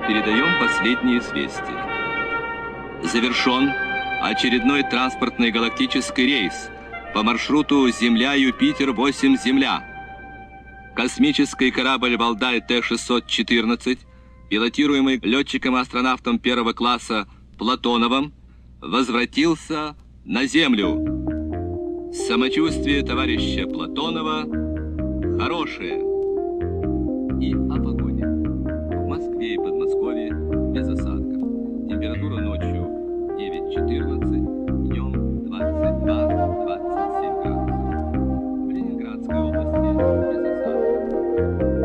передаем последние известия. Завершен очередной транспортный галактический рейс по маршруту Земля-Юпитер-8-Земля. Космический корабль «Валдай Т-614», пилотируемый летчиком-астронавтом первого класса Платоновым, возвратился на Землю. Самочувствие товарища Платонова хорошее. И о погоде. В Москве и Подмосковье без осадков. Температура ночью 9-14, днем 22-27 градусов. В Ленинградской области без осадков.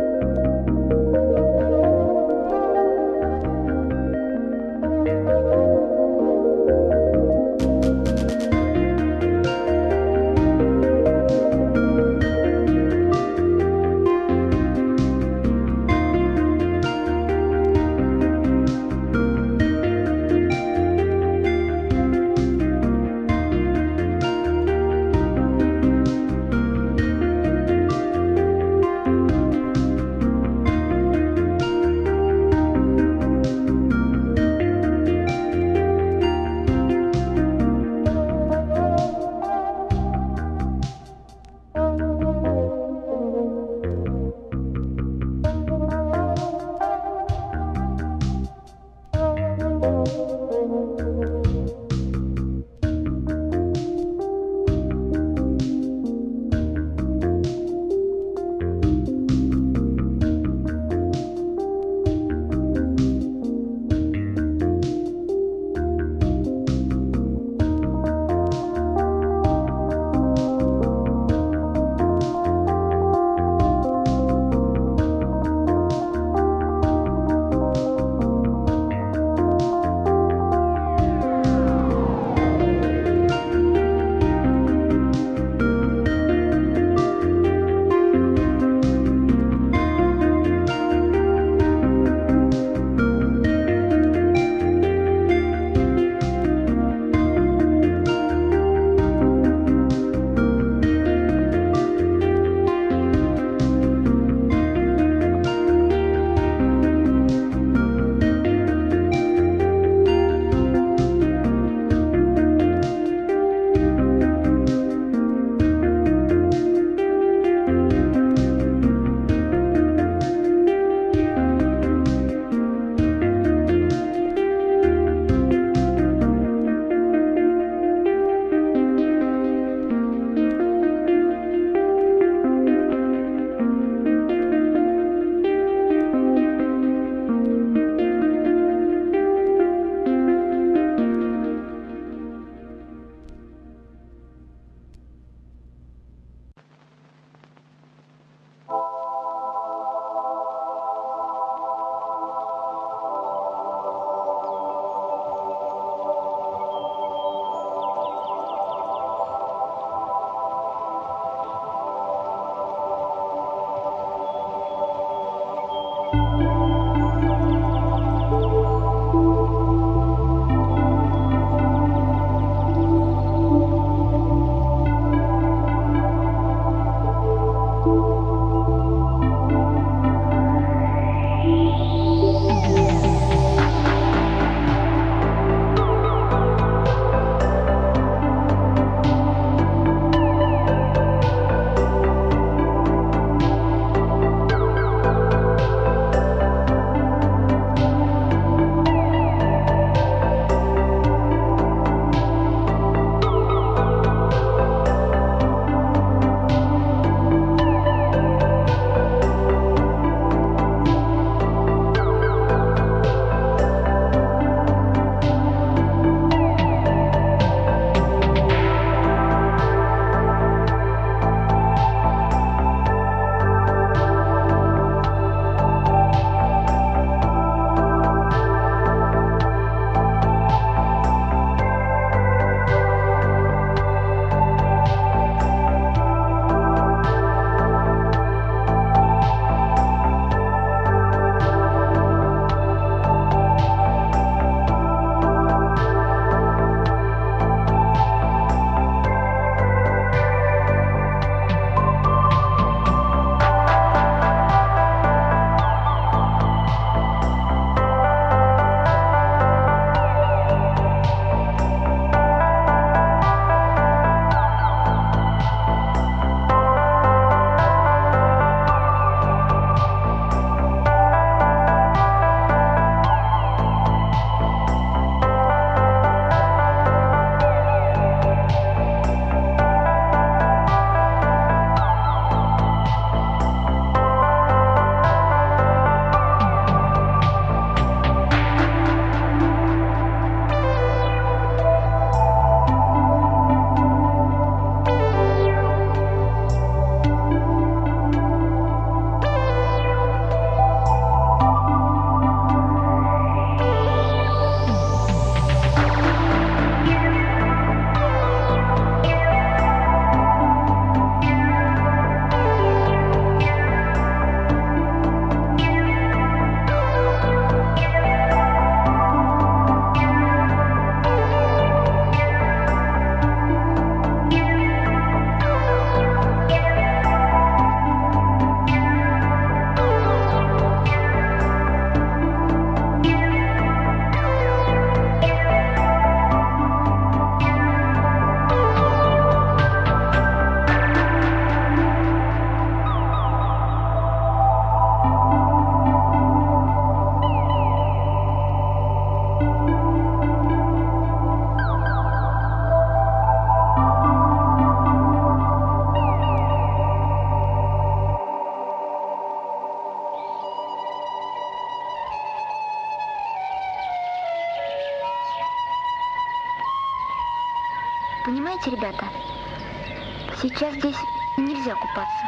Сейчас здесь нельзя купаться.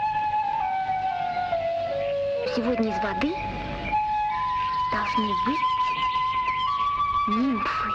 Сегодня из воды должны выйти нимфы.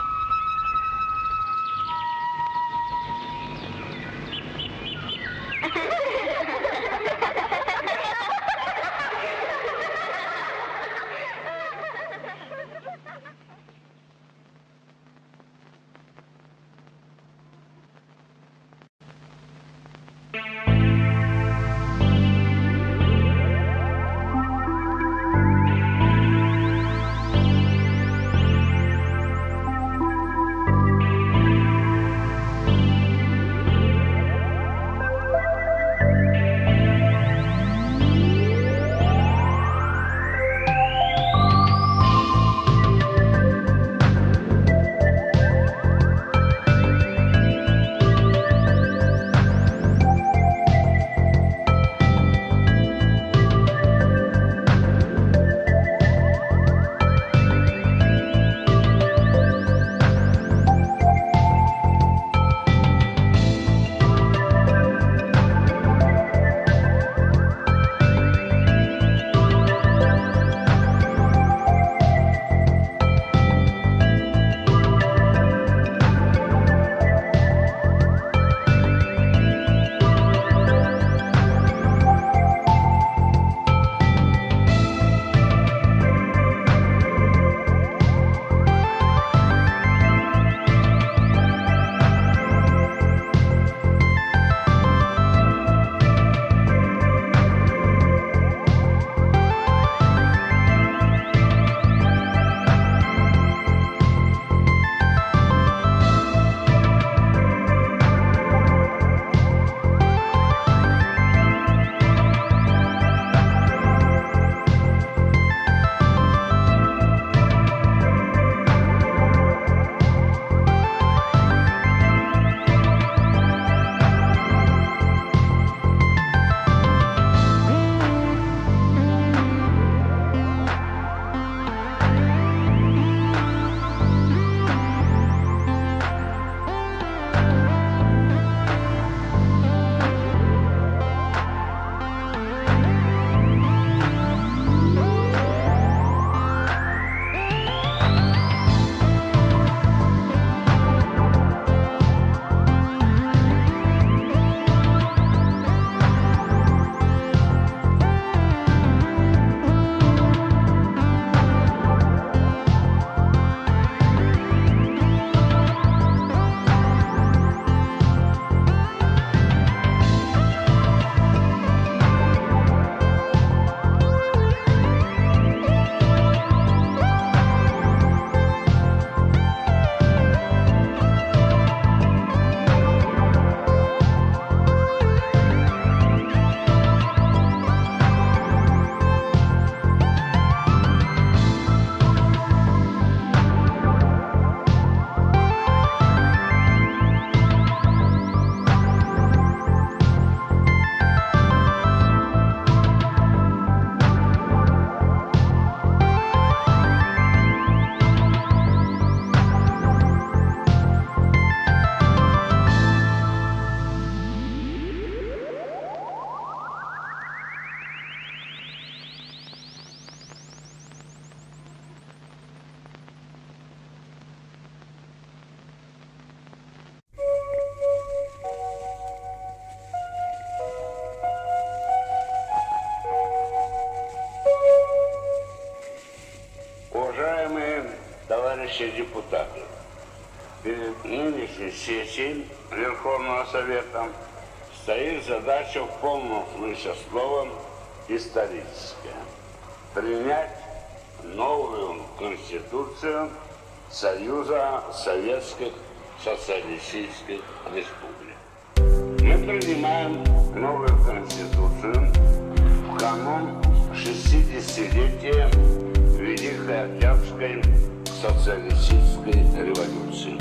товарищи депутаты, перед нынешней сессией Верховного Совета стоит задача в полном смысле слова историческая. Принять новую Конституцию Союза Советских Социалистических Республик. Мы принимаем новую Конституцию в канун 60-летия Великой Октябрьской социалистической революции.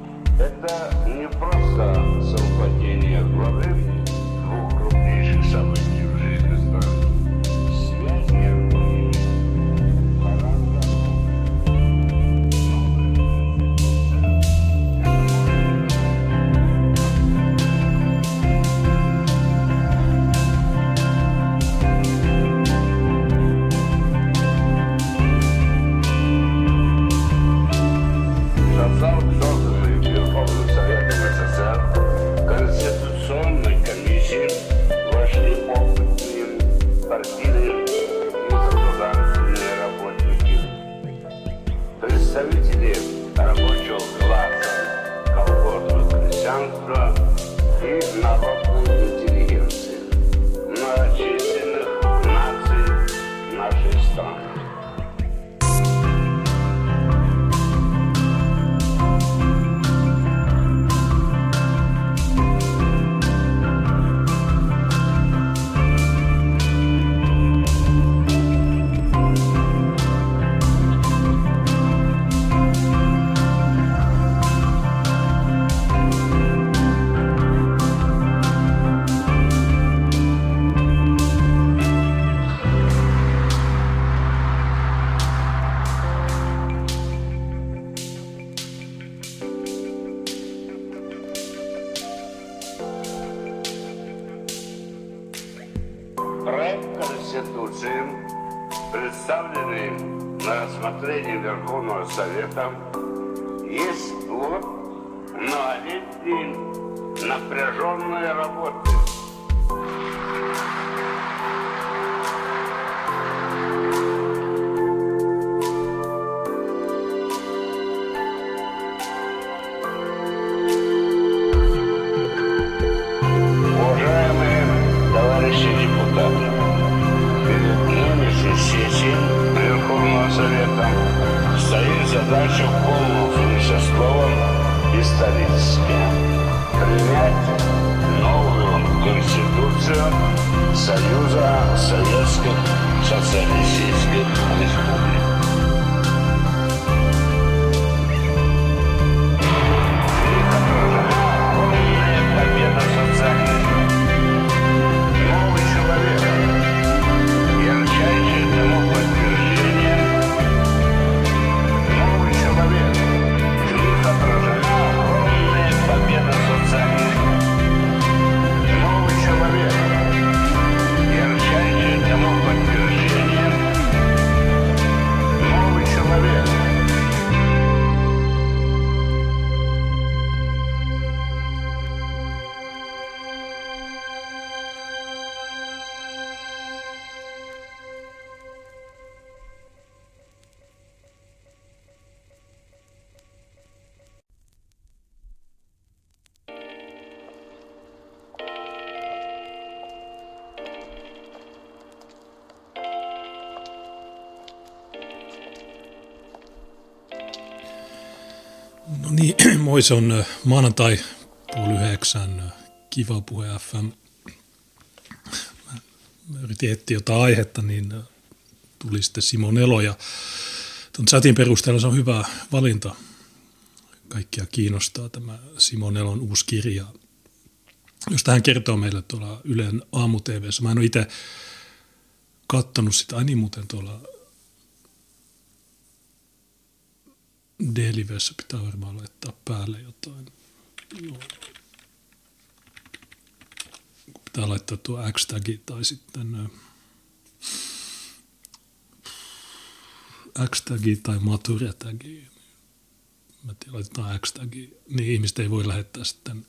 Это не просто совпадение главы двух крупнейших событий в жизни страны. Связь между ними характер. Проект Конституции, представленный на рассмотрение Верховного Совета, есть плод многолетней напряженной работы. Уважаемые товарищи депутаты, перед нынешней сессией Верховного Совета стоит задача в полном смысле слова историческая – принять новую Конституцию Союза Советских Социалистических Республик. Победа социализма. Новый человек. Ярчайшее тому подтверждение. Новый человек. В них отражена огромная победа социализма. Новый человек. Ярчайшее тому подтверждение. Новый человек. No niin, moi, se on maanantai 8:30, Kiva Puhe FM. Mä yritin etsiä jotain aihetta, niin tuli sitten Simon Elo ja tuon chatin perusteella se on hyvä valinta. Kaikkia kiinnostaa tämä Simon Elon uusi kirja, josta hän kertoo meille tuolla Ylen aamu-tv:ssä. Mä en ole itse kattonut sitä, ai niin muuten tuolla D-livessä pitää varmaan laittaa päälle jotain. No. Pitää laittaa tuo X-tagi tai sitten X-tagi tai mature-tagi. Mä tiedän, laitetaan X-tagi. Niin ihmiset ei voi lähettää sitten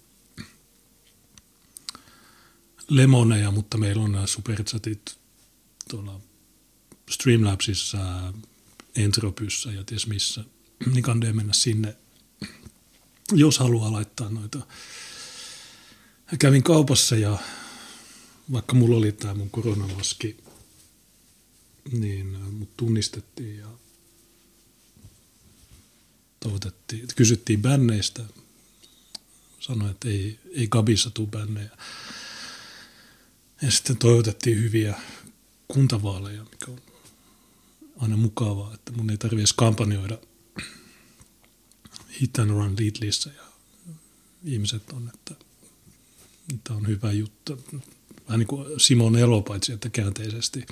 lemoneja, mutta meillä on nämä superchatit tuolla Streamlabsissa, Entropyssä ja ties missä. Niin kannattaa mennä sinne, jos haluaa laittaa noita. Kävin kaupassa ja vaikka mulla oli tämä mun koronamaski, niin mut tunnistettiin ja kysyttiin bänneistä. Sanoin, että ei Gabissa tule bännejä. Ja sitten toivotettiin hyviä kuntavaaleja, mikä on aina mukavaa, että mun ei tarvitse edes kampanjoida hit and run Lidlissä ja ihmiset on, että tämä on hyvä juttu. Vähän niin kuin Simon Elo, paitsi että käänteisesti.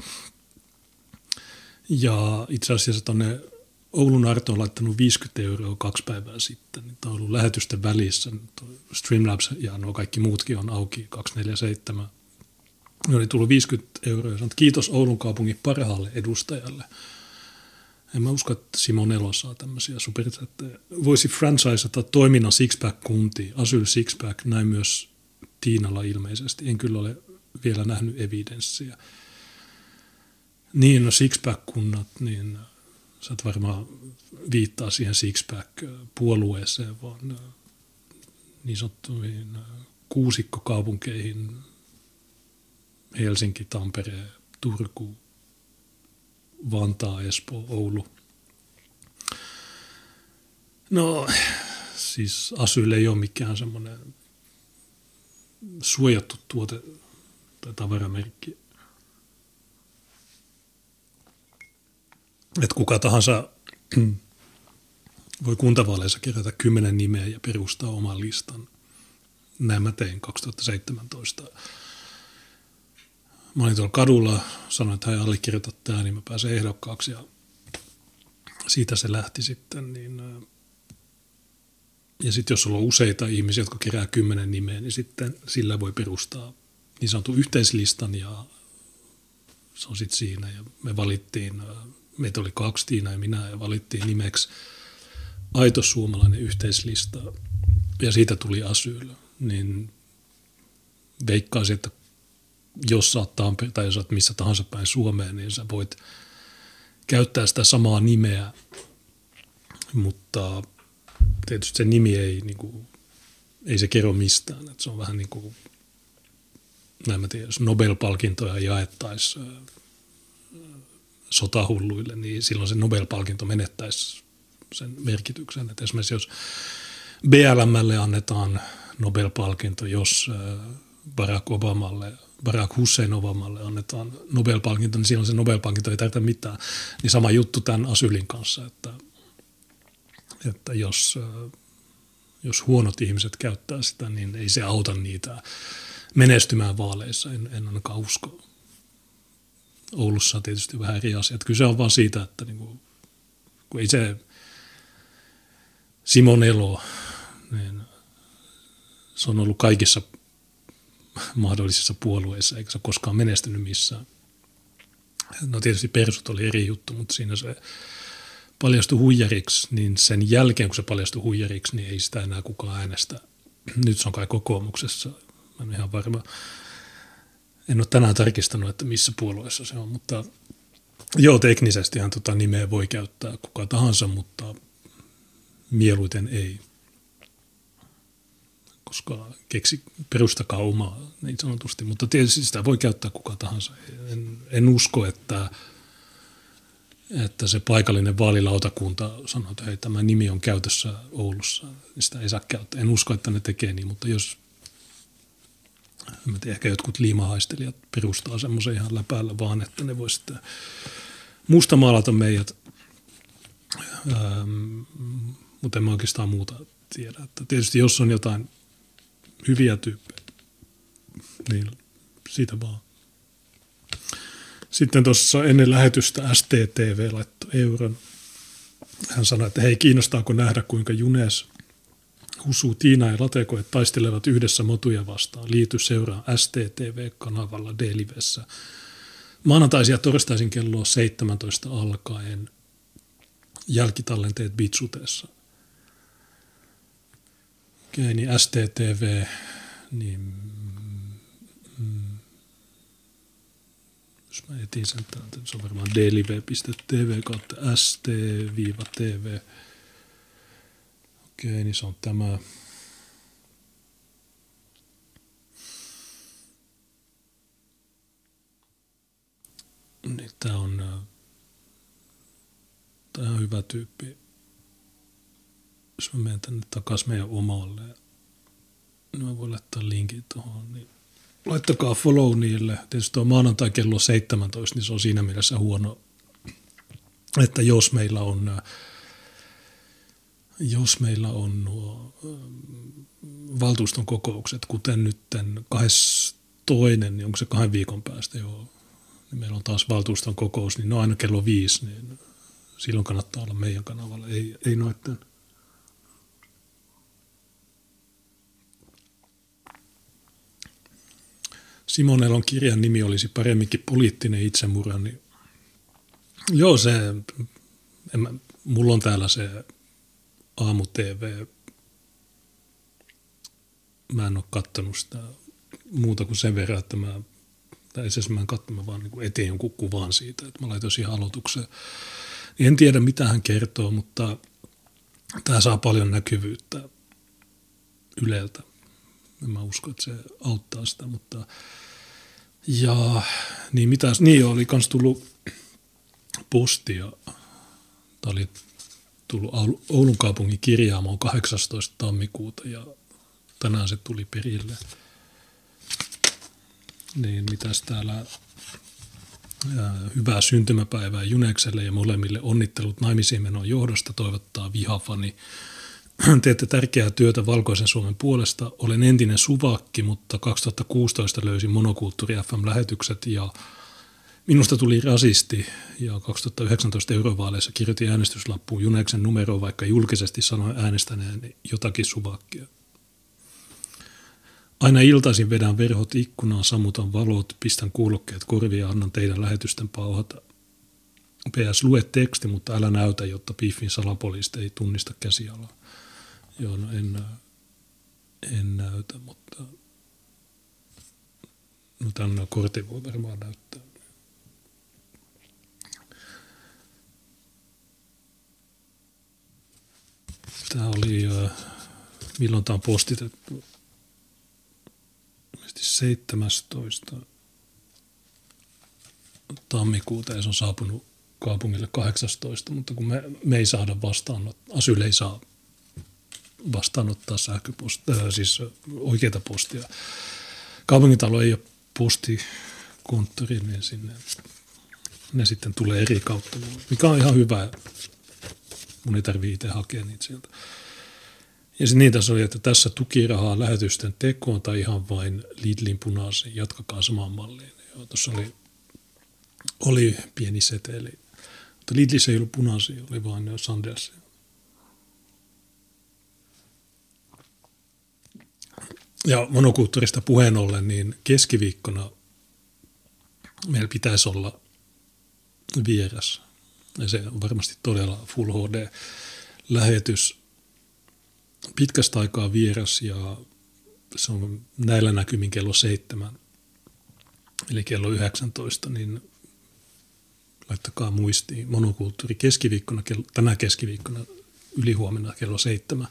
Ja itse asiassa tuonne Oulun Arto on laittanut 50 € 2 päivää sitten. Tämä on ollut lähetysten välissä. Streamlabs ja nuo kaikki muutkin on auki 247. Oli tullut 50 € ja sanonut, kiitos Oulun kaupungin parhaalle edustajalle. En mä usko, että Simon Elo saa tämmöisiä superchatteja. Voisi franchisata toiminnan Sixpack-kuntiin, Asyl Sixpack, näin myös Tiinalla ilmeisesti. En kyllä ole vielä nähnyt evidenssiä. Niin, no Sixpack-kunnat, niin sä et varmaan viittaa siihen Sixpack-puolueeseen, vaan niin sanottuihin kuusikkokaupunkeihin, Helsinki, Tampere, Turku, Vantaa, Espoo, Oulu. No, siis Asyl ei ole mikään semmoinen suojattu tuote tai tavaramerkki. Että kuka tahansa voi kuntavaaleissa kerätä 10 nimeä ja perustaa oman listan. Näin mä tein 2017. Mä olin tuolla kadulla, sanoin, että hän allekirjoita tämä, niin mä pääsen ehdokkaaksi ja siitä se lähti sitten. Niin, ja sitten jos sulla on useita ihmisiä, jotka kerää 10 nimeä, niin sitten sillä voi perustaa niin sanotun yhteislistan ja se on sitten siinä. Ja me valittiin, meitä oli 2, Tiina ja minä, ja valittiin nimeksi Aito suomalainen yhteislista, ja siitä tuli Asyl. Niin veikkaisin, että jos sä oot tai jos sä oot missä tahansa päin Suomeen, niin sä voit käyttää sitä samaa nimeä, mutta tietysti se nimi ei, niin kuin, ei se kerro mistään. Että se on vähän niin kuin, näin mä tiedän, jos Nobel-palkintoja jaettaisiin sotahulluille, niin silloin se Nobel-palkinto menettäisi sen merkityksen. Että esimerkiksi jos BLM:lle annetaan Nobel-palkinto, jos Barack Hussein Obamalle annetaan Nobel-palkinto, niin silloin se Nobel-palkinto ei tarvitse mitään. Niin sama juttu tämän Asylin kanssa, että jos huonot ihmiset käyttää sitä, niin ei se auta niitä menestymään vaaleissa, en ainakaan usko. Oulussa on tietysti vähän eri asia. Kyse on vaan siitä, että niin kun ei se Simon Elo, niin se on ollut kaikissa mahdollisissa puolueissa, eikä se koskaan menestynyt missään. No tietysti persut oli eri juttu, mutta siinä se paljastui huijariksi, niin sen jälkeen kun se paljastui huijariksi, niin ei sitä enää kukaan äänestä. Nyt se on kai kokoomuksessa, mä en ihan varma. En ole tänään tarkistanut, että missä puolueessa se on, mutta joo, teknisestihan nimeä voi käyttää kuka tahansa, mutta mieluiten ei. Koska perustakaa omaa niin sanotusti, mutta tietysti sitä voi käyttää kuka tahansa. En usko, että se paikallinen vaalilautakunta sanoo, että hei, tämä nimi on käytössä Oulussa, niin sitä ei saa käyttää. En usko, että ne tekee niin, mutta jos ehkä jotkut liimahaistelijat perustaa semmoisen ihan läpäällä vaan, että ne voi sitten mustamaalata meidät, mutta en mä oikeastaan muuta tiedä. Että tietysti jos on jotain hyviä tyyppejä, niin siitä vaan. Sitten tuossa ennen lähetystä STTV laittoi euron. Hän sanoi, että hei, kiinnostaako nähdä, kuinka Junes, Husu, Tiina ja Latekoet taistelevat yhdessä motuja vastaan. Liity seuraa STTV-kanavalla D-livessä. Maanantaisin ja torstaisin kello 17 alkaen jälkitallenteet Bitsuteessa. Okei, niin STTV, niin jos mä etin sen täältä, se on varmaan dlive.tv kautta st-tv. Okei, niin se on tämä. Niin tää on hyvä tyyppi. Jos mä menen tänne takaisin meidän omalle, niin mä voin laittaa linkin tuohon, niin laittakaa follow niille. Tietysti tuo maanantai kello 17, niin se on siinä mielessä huono, että jos meillä on nuo valtuuston kokoukset, kuten nyt 2.2., niin onko se 2 viikon päästä jo, niin meillä on taas valtuuston kokous, niin no aina kello 5, niin silloin kannattaa olla meidän kanavalla, ei noitten. Simon Elon kirjan nimi olisi paremminkin poliittinen itsemurha, niin joo, mulla on täällä se aamu-tv. Mä en ole kattonut sitä muuta kuin sen verran, että mä en katso, mä vaan niin etin jonkun kuvan siitä, että mä laitoin siihen aloitukseen. En tiedä, mitä hän kertoo, mutta tämä saa paljon näkyvyyttä Yleltä. En mä usko, että se auttaa sitä, mutta ja niin mitäs, niin oli kans tullut postia. Tämä oli tullut Oulun kaupungin kirjaamoon 18. tammikuuta ja tänään se tuli perille. Niin mitäs täällä, hyvää syntymäpäivää Junekselle ja molemmille onnittelut naimisiin menon johdosta, toivottaa Vihafani. Teette tärkeää työtä Valkoisen Suomen puolesta. Olen entinen suvakki, mutta 2016 löysin Monokulttuuri FM-lähetykset ja minusta tuli rasisti ja 2019 eurovaaleissa kirjoitin äänestyslappuun Juneksen numeroon, vaikka julkisesti sanoin äänestäneeni jotakin suvakkia. Aina iltaisin vedän verhot ikkunaan, sammutan valot, pistän kuulokkeet korviin ja annan teidän lähetysten pauhata. PS, lue teksti, mutta älä näytä, jotta Piffin salapoliisit ei tunnista käsialaa. Joo, no en näytä, mutta no tämän kortin voi varmaan näyttää. Tämä oli, milloin tämä on postitettu? 17. tammikuuta ja se on saapunut kaupungille 18, mutta kun me ei saada Asyl ei saa vastaanottaa siis oikeita postia. Kaupungintalo ei ole postikonttori, niin sinne ne sitten tulee eri kautta, mikä on ihan hyvä. Mun ei tarvitse itse hakea niitä sieltä. Ja sitten niitä oli, että tässä tukirahaa lähetysten tekoon tai ihan vain Lidlin punaisiin. Jatkakaa samaan malliin. Tuossa oli pieni seteli. Mutta Lidlissä ei ollut punaisia, oli vain Sandersia. Ja monokulttuurista puheen ollen, niin keskiviikkona meillä pitäisi olla vieras. Ja se on varmasti todella Full HD-lähetys. Pitkästä aikaa vieras ja se on näillä näkymin kello 7, eli kello 19, niin laittakaa muistiin. Monokulttuuri keskiviikkona, tänä keskiviikkona ylihuomenna kello 7.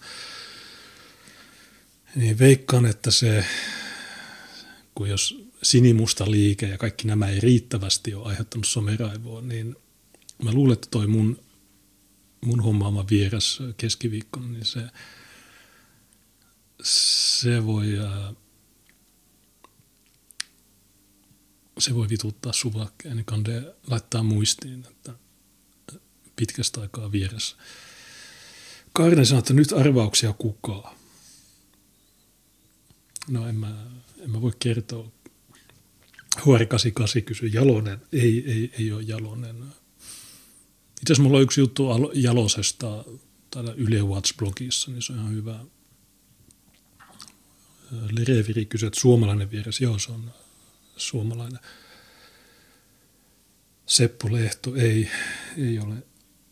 Niin veikkaan, että se, kun jos sinimusta liike ja kaikki nämä ei riittävästi ole aiheuttanut someraivoa, niin mä luulen, että toi mun hommaama vieras keskiviikkona, niin se voi vituttaa suvakkeen, niin kande laittaa muistiin, että pitkästä aikaa vieressä. Kaarinen sanoi, että nyt arvauksia kukaan. No en mä voi kertoa. Huori 88 kysyi, Jalonen, ei ole Jalonen. Itse asiassa mulla on yksi juttu Jalosesta täällä Yle Watch-blogissa, niin se on ihan hyvä. Lereviri kysyi, että suomalainen vieras, joo se on suomalainen. Seppo Lehto, ei ole.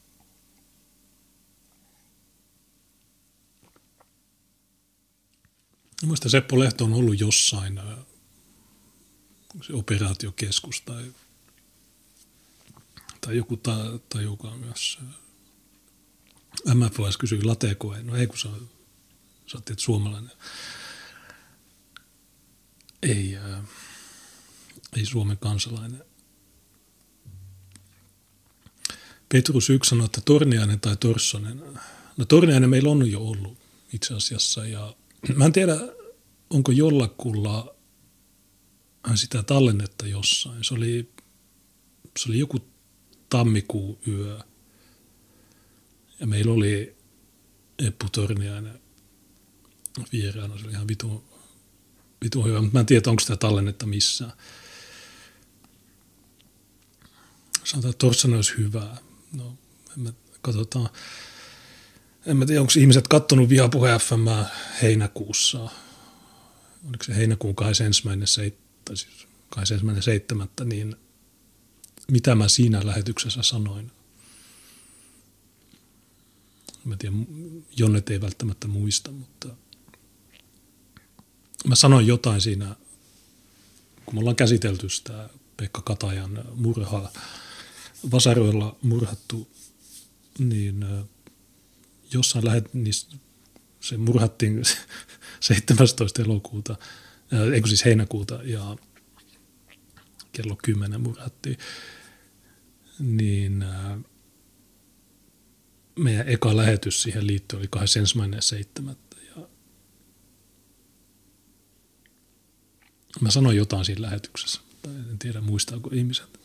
Mielestäni Seppo Lehto on ollut jossain se operaatiokeskus tai joku tajukaan myös. MFOS kysyi latekoe, no ei kun sä oot suomalainen. Ei Suomen kansalainen. Petrus 1 sanoi, että Torniainen tai Torssonen. No Torniainen meillä on jo ollut itse asiassa ja mä en tiedä, onko jollakulla sitä tallennetta jossain. Se oli joku tammikuun yö ja meillä oli Eppu Torniainen vieraana. Se oli ihan vitun hyvä, mutta mä en tiedä, onko sitä tallennetta missään. Sanotaan, että Torssonen olisi hyvää. No, katsotaan. En mä tiedä, onko ihmiset kattonut Vihapuhe FM heinäkuussa. Oliko se heinäkuun 21.7. Niin mitä mä siinä lähetyksessä sanoin? Mä tiedän, Jonnet ei välttämättä muista, mutta mä sanoin jotain siinä, kun me ollaan käsitelty sitä Pekka Katajan murhaa, Vasaroilla murhattu, niin jossain niin se murhattiin 17. elokuuta, siis heinäkuuta ja kello 10 murhattiin, niin meidän eka lähetys siihen liittyen oli 21.7. ja mä sanoin jotain siinä lähetyksessä, en tiedä muistaako ihmiset.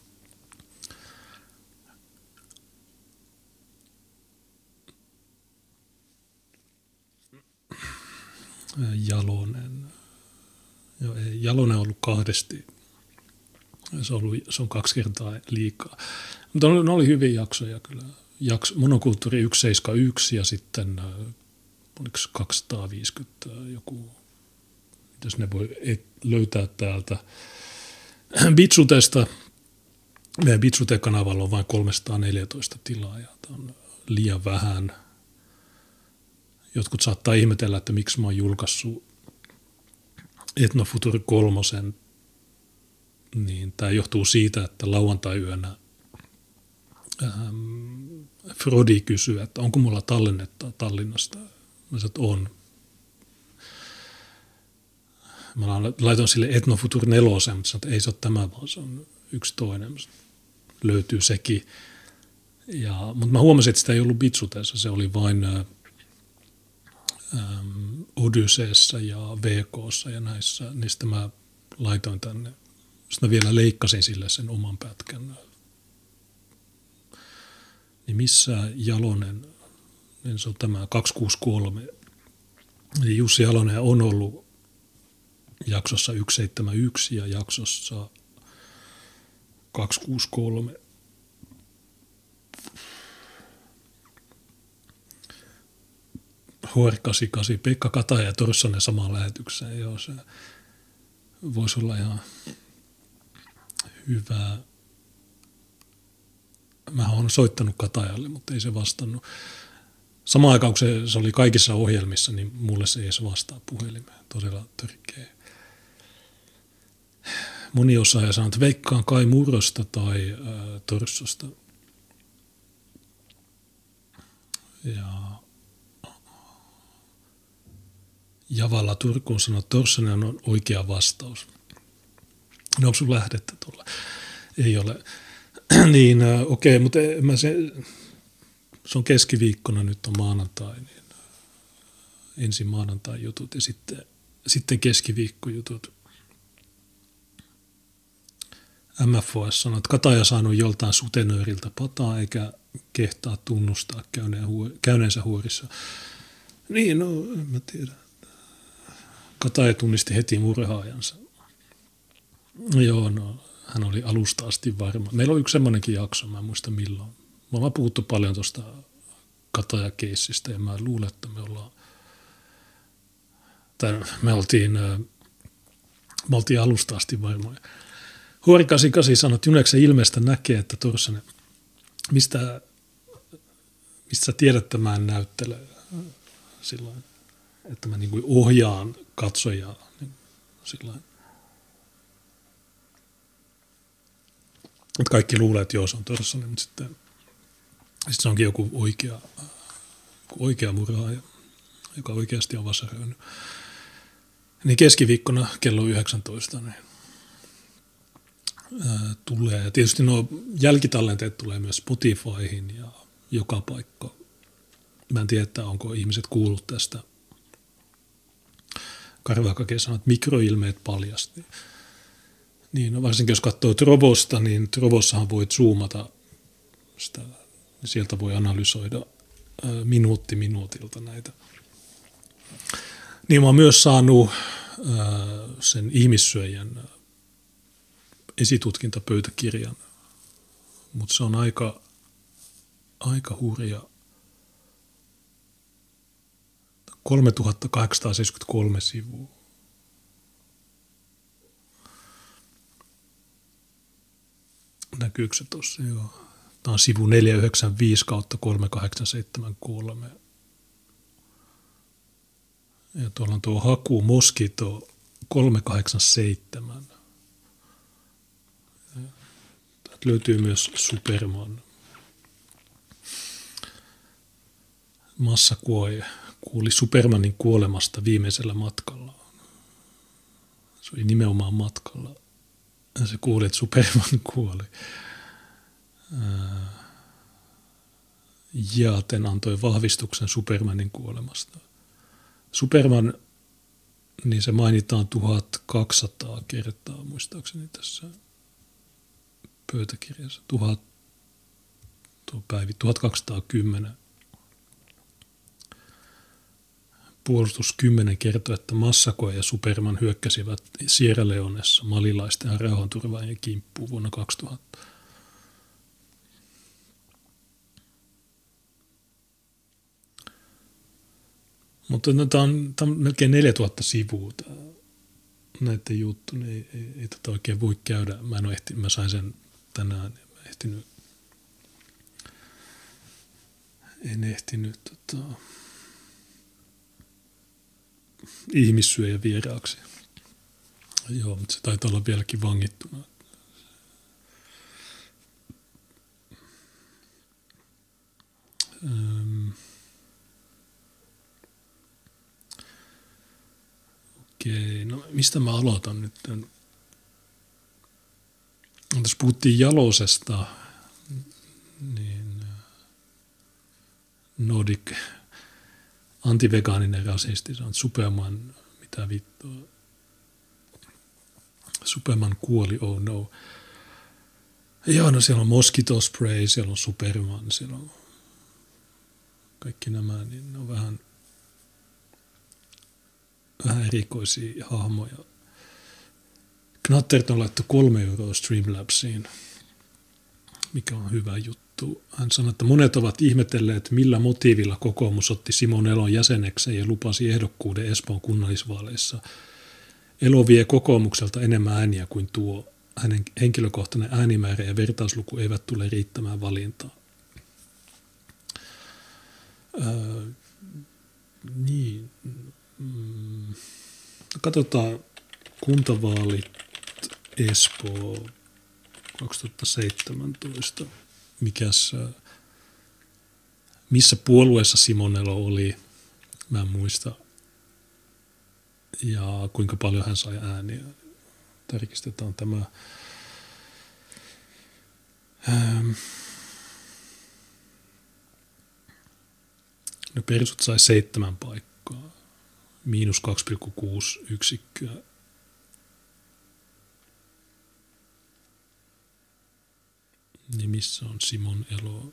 Jalonen. Joo, ei, Jalonen on ollut kahdesti. Se on 2 kertaa liikaa. Mutta ne oli hyviä jaksoja kyllä. Monokulttuuri 171 ja sitten oliko 250 joku, yhteydessä. Ne voi löytää täältä Bitsutesta. Meidän Bitsute-kanavalla on vain 314 tilaajaa. Tämä on liian vähän. Jotkut saattaa ihmetellä, että miksi mä oon julkaissut Etnofuture 3. Niin tämä johtuu siitä, että lauantai-yönä Frodi kysyi, että onko mulla tallennetta Tallinnasta. Mä sanoin, että on. Mä laitoin sille Etnofuture 4, mutta sanoin, että ei se ole tämä, vaan se on yksi toinen. Löytyy sekin. Mutta mä huomasin, että sitä ei ollut Bitsuteessa. Se oli vain Odysseessa ja VK:ssa ja näissä. Niistä mä laitoin tänne. Sitten mä vielä leikkasin sille sen oman pätkän. Niin missä Jalonen, niin se on tämä 263. Eli Jussi Jalonen on ollut jaksossa 171 ja jaksossa 263. HR88, Pekka Kataja ja Torssonen samaan lähetykseen. Joo, se voisi olla ihan hyvä. Mä oon soittanut Katajalle, mutta ei se vastannut. Samaan aikaan, kun se oli kaikissa ohjelmissa, niin mulle se ei edes vastaa puhelimeen. Todella törkeä. Moni osaaja sanoo, että veikkaan Kai Murrosta tai Torssosta. Ja Javalla Turkuun sanoo, että Torssonen on oikea vastaus. No, onko sun lähdettä tuolla? Ei ole. Niin, okei, mutta se on keskiviikkona, nyt on maanantai, niin ensin maanantai jutut ja sitten keskiviikkojutut. MFOS sanoo, että Kataja saanut joltain sutenööriltä pataa eikä kehtaa tunnustaa käyneensä huorissa. Niin, no en mä tiedä. Kataja tunnisti heti murhaajansa. Joo, no hän oli alusta asti varma. Meillä on yksi semmoinenkin jakso, mä en muista milloin. Me ollaan puhuttu paljon tuosta Kataja-keissistä ja mä luulen, että me oltiin alusta asti varmoja. HR88 sanoi, että Juneksen ilmeestä näkee, että Torssonen, mistä sä tiedät, että mä en näyttele silloin, että mä niin kuin ohjaan katsojaa niin silloin. Että kaikki luulee, että joo, se on Torssonen, mutta sitten se onkin joku oikea murhaaja, joka oikeasti on vasaröinyt. Niin keskiviikkona kello 19 niin tulee. Ja tietysti nuo jälkitallenteet tulee myös Spotifyhin ja joka paikka. Mä en tiedä, että onko ihmiset kuullut tästä. Karvakake sanoi, että mikroilmeet paljasti. Niin, no varsinkin jos katsoo Trovosta, niin Trovossahan voit zoomata sitä. Sieltä voi analysoida minuutti minuutilta näitä. Niin mä oon myös saanut sen ihmissyöjän esitutkintapöytäkirjan, mutta se on aika hurja. 3873 sivua. Näkyykö se tuossa? Joo. Tämä on sivu 495 kautta 3873. Ja tuolla on tuo haku Mosquito 387. Täältä löytyy myös Superman. Massakuoi kuuli Supermanin kuolemasta viimeisellä matkalla. Se oli nimenomaan matkalla. Ja se kuuli, että Superman kuoli. Jaaten antoi vahvistuksen Supermanin kuolemasta. Superman, niin se mainitaan 1200 kertaa, muistaakseni tässä pöytäkirjassa. 1210. Puolustus 10 kertoo, että Massakoe ja Superman hyökkäsivät Sierra Leonessa malilaisten rauhanturvaajien kimppuun vuonna 2000. Mutta tämä on melkein 4000 sivua. näiden juttu, niin ei tätä oikein voi käydä. Mä sain sen tänään, en ehtinyt ihmissyöjä vieraaksi. Joo, mutta se taitaa olla vieläkin vangittuna. Okei, no mistä mä aloitan nyt? Tässä puhuttiin Jalosesta, niin Nordic antivegaaninen rasisti, se on Superman, mitä vittua. Superman kuoli, oh no. Joo, no siellä on Mosquito Spray, siellä on Superman, siellä on kaikki nämä, niin ne on vähän erikoisia hahmoja. Knattert on laittu 3 euroa Streamlabsiin, mikä on hyvä juttu. Hän sanoi, että monet ovat ihmetelleet, millä motiivilla kokoomus otti Simon Elon jäsenekseen ja lupasi ehdokkuuden Espoon kunnallisvaaleissa. Elo vie kokoomukselta enemmän ääniä kuin tuo. Hänen henkilökohtainen äänimäärä ja vertausluku eivät tule riittämään valintaan. Niin. Katsotaan kuntavaalit Espoo 2017. Missä puolueessa Simon Elo oli, mä en muista. Ja kuinka paljon hän sai ääniä. Tarkistetaan tämä. No persut sai 7 paikkaa. Miinus 2,6 yksikköä. Niin missä on Simon Elo?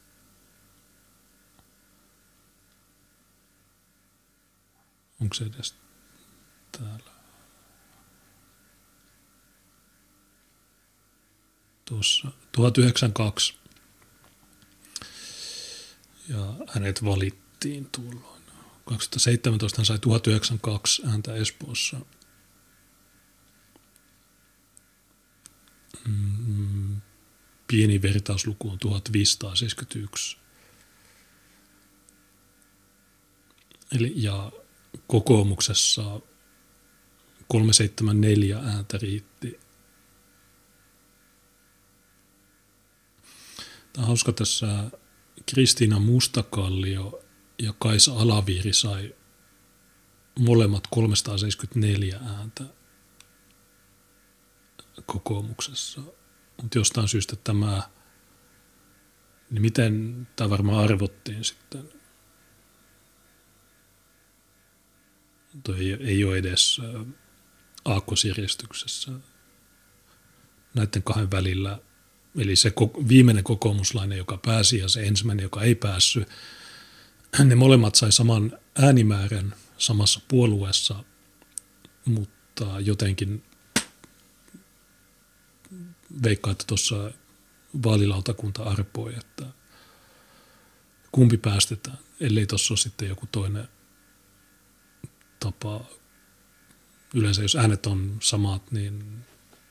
Onko se edes täällä? Tuossa 1092. Ja hänet valittiin tuolloin. 2017 hän sai 1092 ääntä Espoossa. Pieni vertausluku on 1571. Eli ja kokoomuksessa 374 ääntä riitti. Tämä on hauska, tässä Kristiina Mustakallio ja Kaisa Alaviiri sai molemmat 374 ääntä kokoomuksessa. Mutta jostain syystä tämä, niin miten tämä varmaan arvottiin sitten? Toi ei ole edes aakkosjärjestyksessä näiden 2 välillä. Eli se viimeinen kokoomuslainen, joka pääsi, ja se ensimmäinen, joka ei päässyt, ne molemmat sai saman äänimäärän samassa puolueessa, mutta jotenkin veikkaa, että tuossa vaalilautakunta arpoi, että kumpi päästetään, ellei tuossa ole sitten joku toinen tapa. Yleensä jos äänet on samat, niin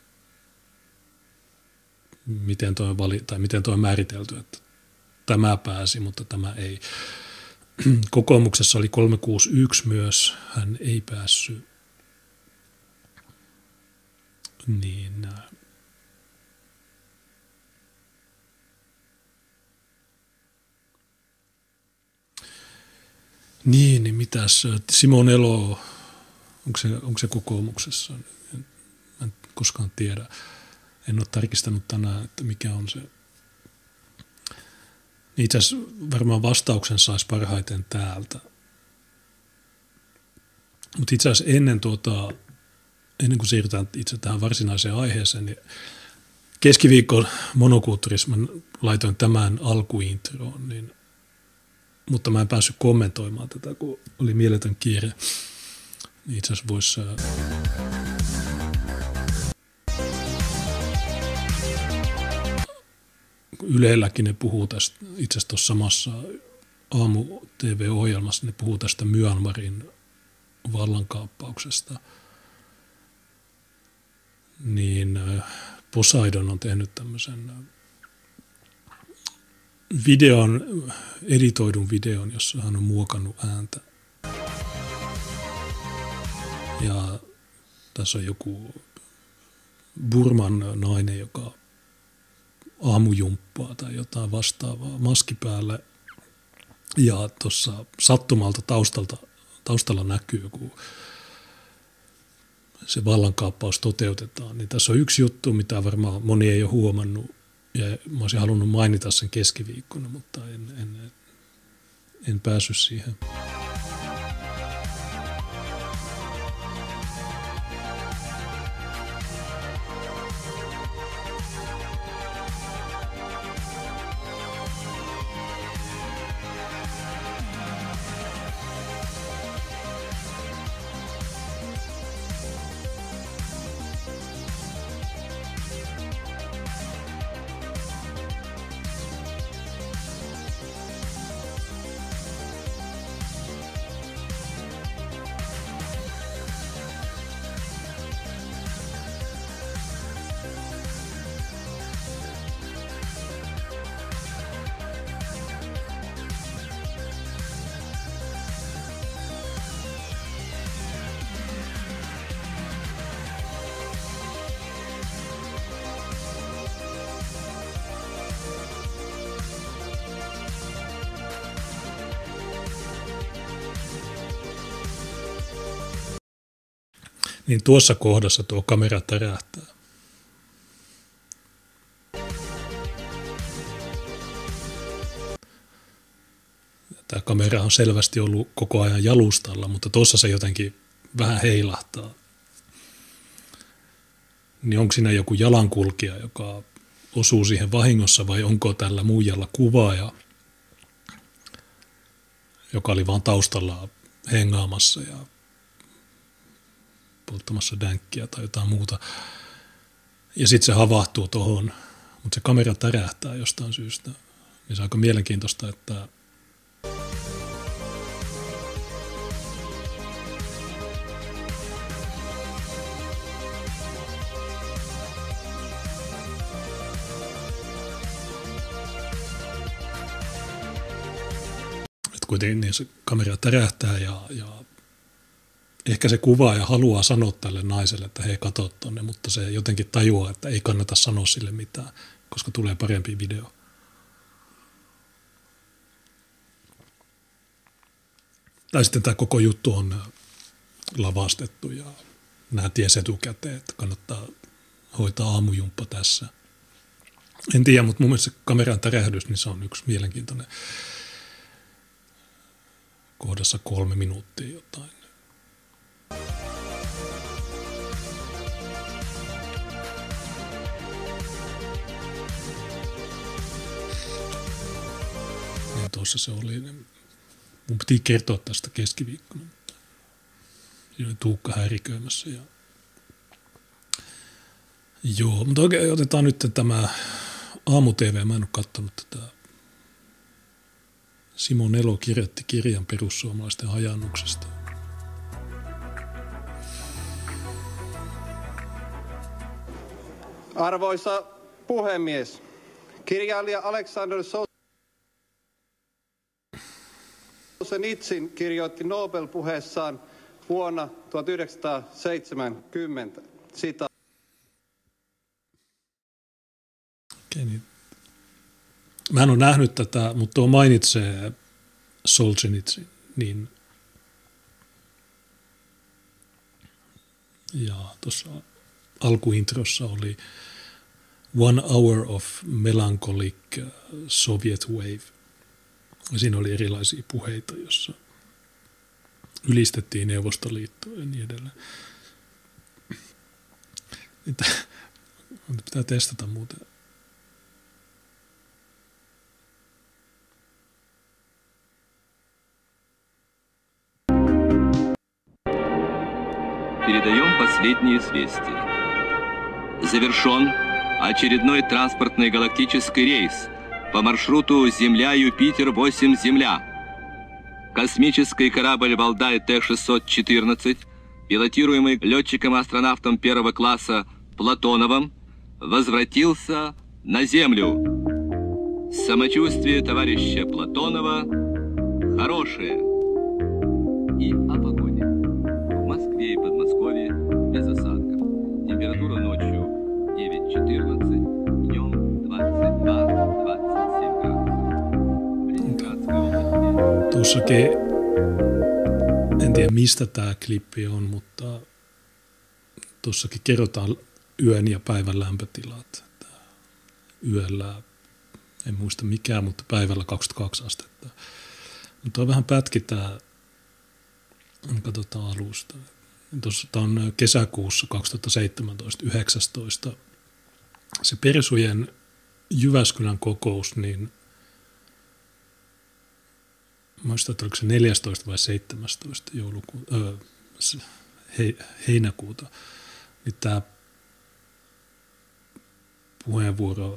miten toi on määritelty, että tämä pääsi, mutta tämä ei. Kokoomuksessa oli 361 myös, hän ei päässyt. Niin mitäs, Simon Elo, onko se kokoomuksessa? En koskaan tiedä. En ole tarkistanut tänään, että mikä on se. Itse asiassa varmaan vastauksen saisi parhaiten täältä. Mutta itse asiassa ennen kuin siirrytään itse tähän varsinaiseen aiheeseen, niin keskiviikon monokulttuurissa mä laitoin tämän alkuintroon, mutta mä en päässyt kommentoimaan tätä, kun oli mieletön kiire. Itse asiassa voisi Ylelläkin ne puhuu tästä, itse asiassa tuossa samassa aamu-tv-ohjelmassa ne puhuu tästä Myanmarin vallankaappauksesta. niin Poseidon on tehnyt tämmöisen editoidun videon, jossa hän on muokannut ääntä. Ja tässä on joku Burman nainen, joka aamujumppaa tai jotain vastaavaa maski päälle. Ja tuossa sattumalta taustalla näkyy, kun se vallankaappaus toteutetaan. Niin tässä on yksi juttu, mitä varmaan moni ei ole huomannut. Ja mä olisin halunnut mainita sen keskiviikkona, mutta en päässyt siihen. Niin tuossa kohdassa tuo kamera tärähtää. Tämä kamera on selvästi ollut koko ajan jalustalla, mutta tuossa se jotenkin vähän heilahtaa. Niin onko siinä joku jalankulkija, joka osuu siihen vahingossa, vai onko tällä muijalla kuvaaja, joka oli vaan taustalla hengaamassa ja polttamassa dänkkiä tai jotain muuta. Ja sitten se havahtuu tuohon, mutta se kamera tärähtää jostain syystä. Niin se on aika mielenkiintoista, että kuitenkin niin se kamera tärähtää ja ehkä se kuvaaja haluaa sanoa tälle naiselle, että hei, katso tonne, mutta se jotenkin tajuaa, että ei kannata sanoa sille mitään, koska tulee parempi video. Tai sitten tämä koko juttu on lavastettu ja nämä ties etukäteen, että kannattaa hoitaa aamujumppa tässä. En tiedä, mutta mun mielestä se kameran tärähdys, niin se on yksi mielenkiintoinen kohdassa 3 minuuttia jotain. Ja tuossa se oli, mun piti kertoa tästä keskiviikkona, mutta siinä oli Tuukka häiriköimässä. Joo, mutta oikein otetaan nyt tämä aamu-tv, mä en ole katsonut tätä. Simon Elo kirjoitti kirjan perussuomalaisten hajannuksesta. Arvoisa puhemies, kirjailija Alexander Solzhenitsyn kirjoitti Nobel-puheessaan vuonna 1970. Okei, niin. Mä en ole nähnyt tätä, mutta tuo mainitsee Solzhenitsyn, niin ja tuossa alkuintrossa oli 1 hour of melancholic Soviet wave. Ja siinä oli erilaisia puheita, jossa ylistettiin Neuvostoliittoa ja niin edelleen. Pitää testata muuten. Передаем последние известия. Завершен очередной транспортный галактический рейс по маршруту Земля-Юпитер-8-Земля. Космический корабль «Валдай Т-614», пилотируемый летчиком-астронавтом первого класса Платоновым возвратился на землю. Самочувствие товарища Платонова хорошее. И о погоде. В Москве и Подмосковье без осадков. Температура ночью 9-14, днем 22-27 градусов. В Ленинградской области... Tuossakin, en tiedä mistä tämä klippi on, mutta tuossakin kerrotaan yön ja päivän lämpötilat. Yöllä, en muista mikään, mutta päivällä 22 astetta. Mutta on vähän pätkitään, katsotaan alusta. Tuossa on kesäkuussa 2017, 19. Se Persujen Jyväskylän kokous, niin muistan, että oliko se 14 vai 17 heinäkuuta, niin tämä puheenvuoro,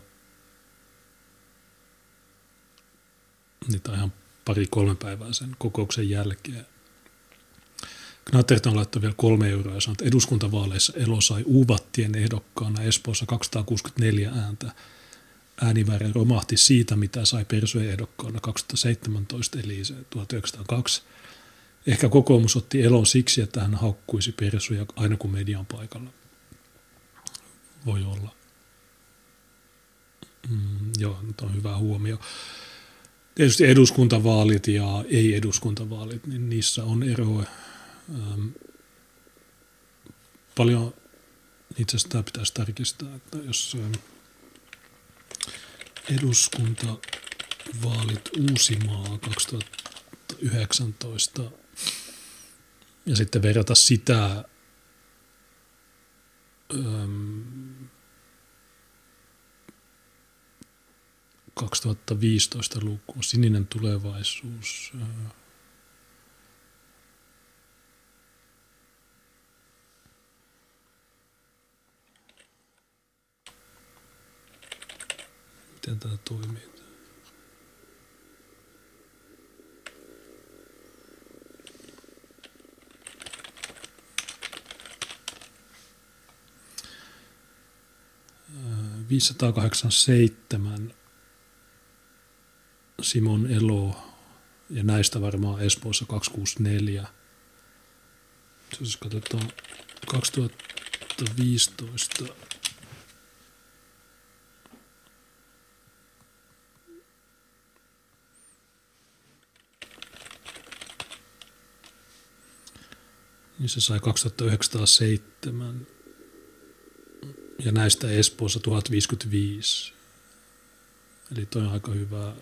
niitä on ihan 2-3 päivää sen kokouksen jälkeen. Knatterton laittoi vielä 3 euroa ja sanoi, että eduskuntavaaleissa Elo sai Uuvattien ehdokkaana Espoossa 264 ääntä. Äänimäärä romahti siitä, mitä sai Persujen ehdokkaana 2017, eli se 1902. Ehkä kokoomus otti Elon siksi, että hän haukkuisi Persuja aina kun median paikalla. Voi olla. Joo, nyt on hyvä huomio. Tietysti eduskuntavaalit ja ei-eduskuntavaalit, niin niissä on eroa. Paljon itse asiassa tämä pitäisi tarkistaa, että jos eduskuntavaalit Uusimaa 2019 ja sitten verrata sitä 2015 lukuun, Sininen tulevaisuus, miten tämä toimii? – 587 Simon Elo ja näistä varmaan Espoossa 264. Jos katsotaan 2015. Niin se sai 2907 ja näistä Espoossa 1055. Eli toi on aika hyvä.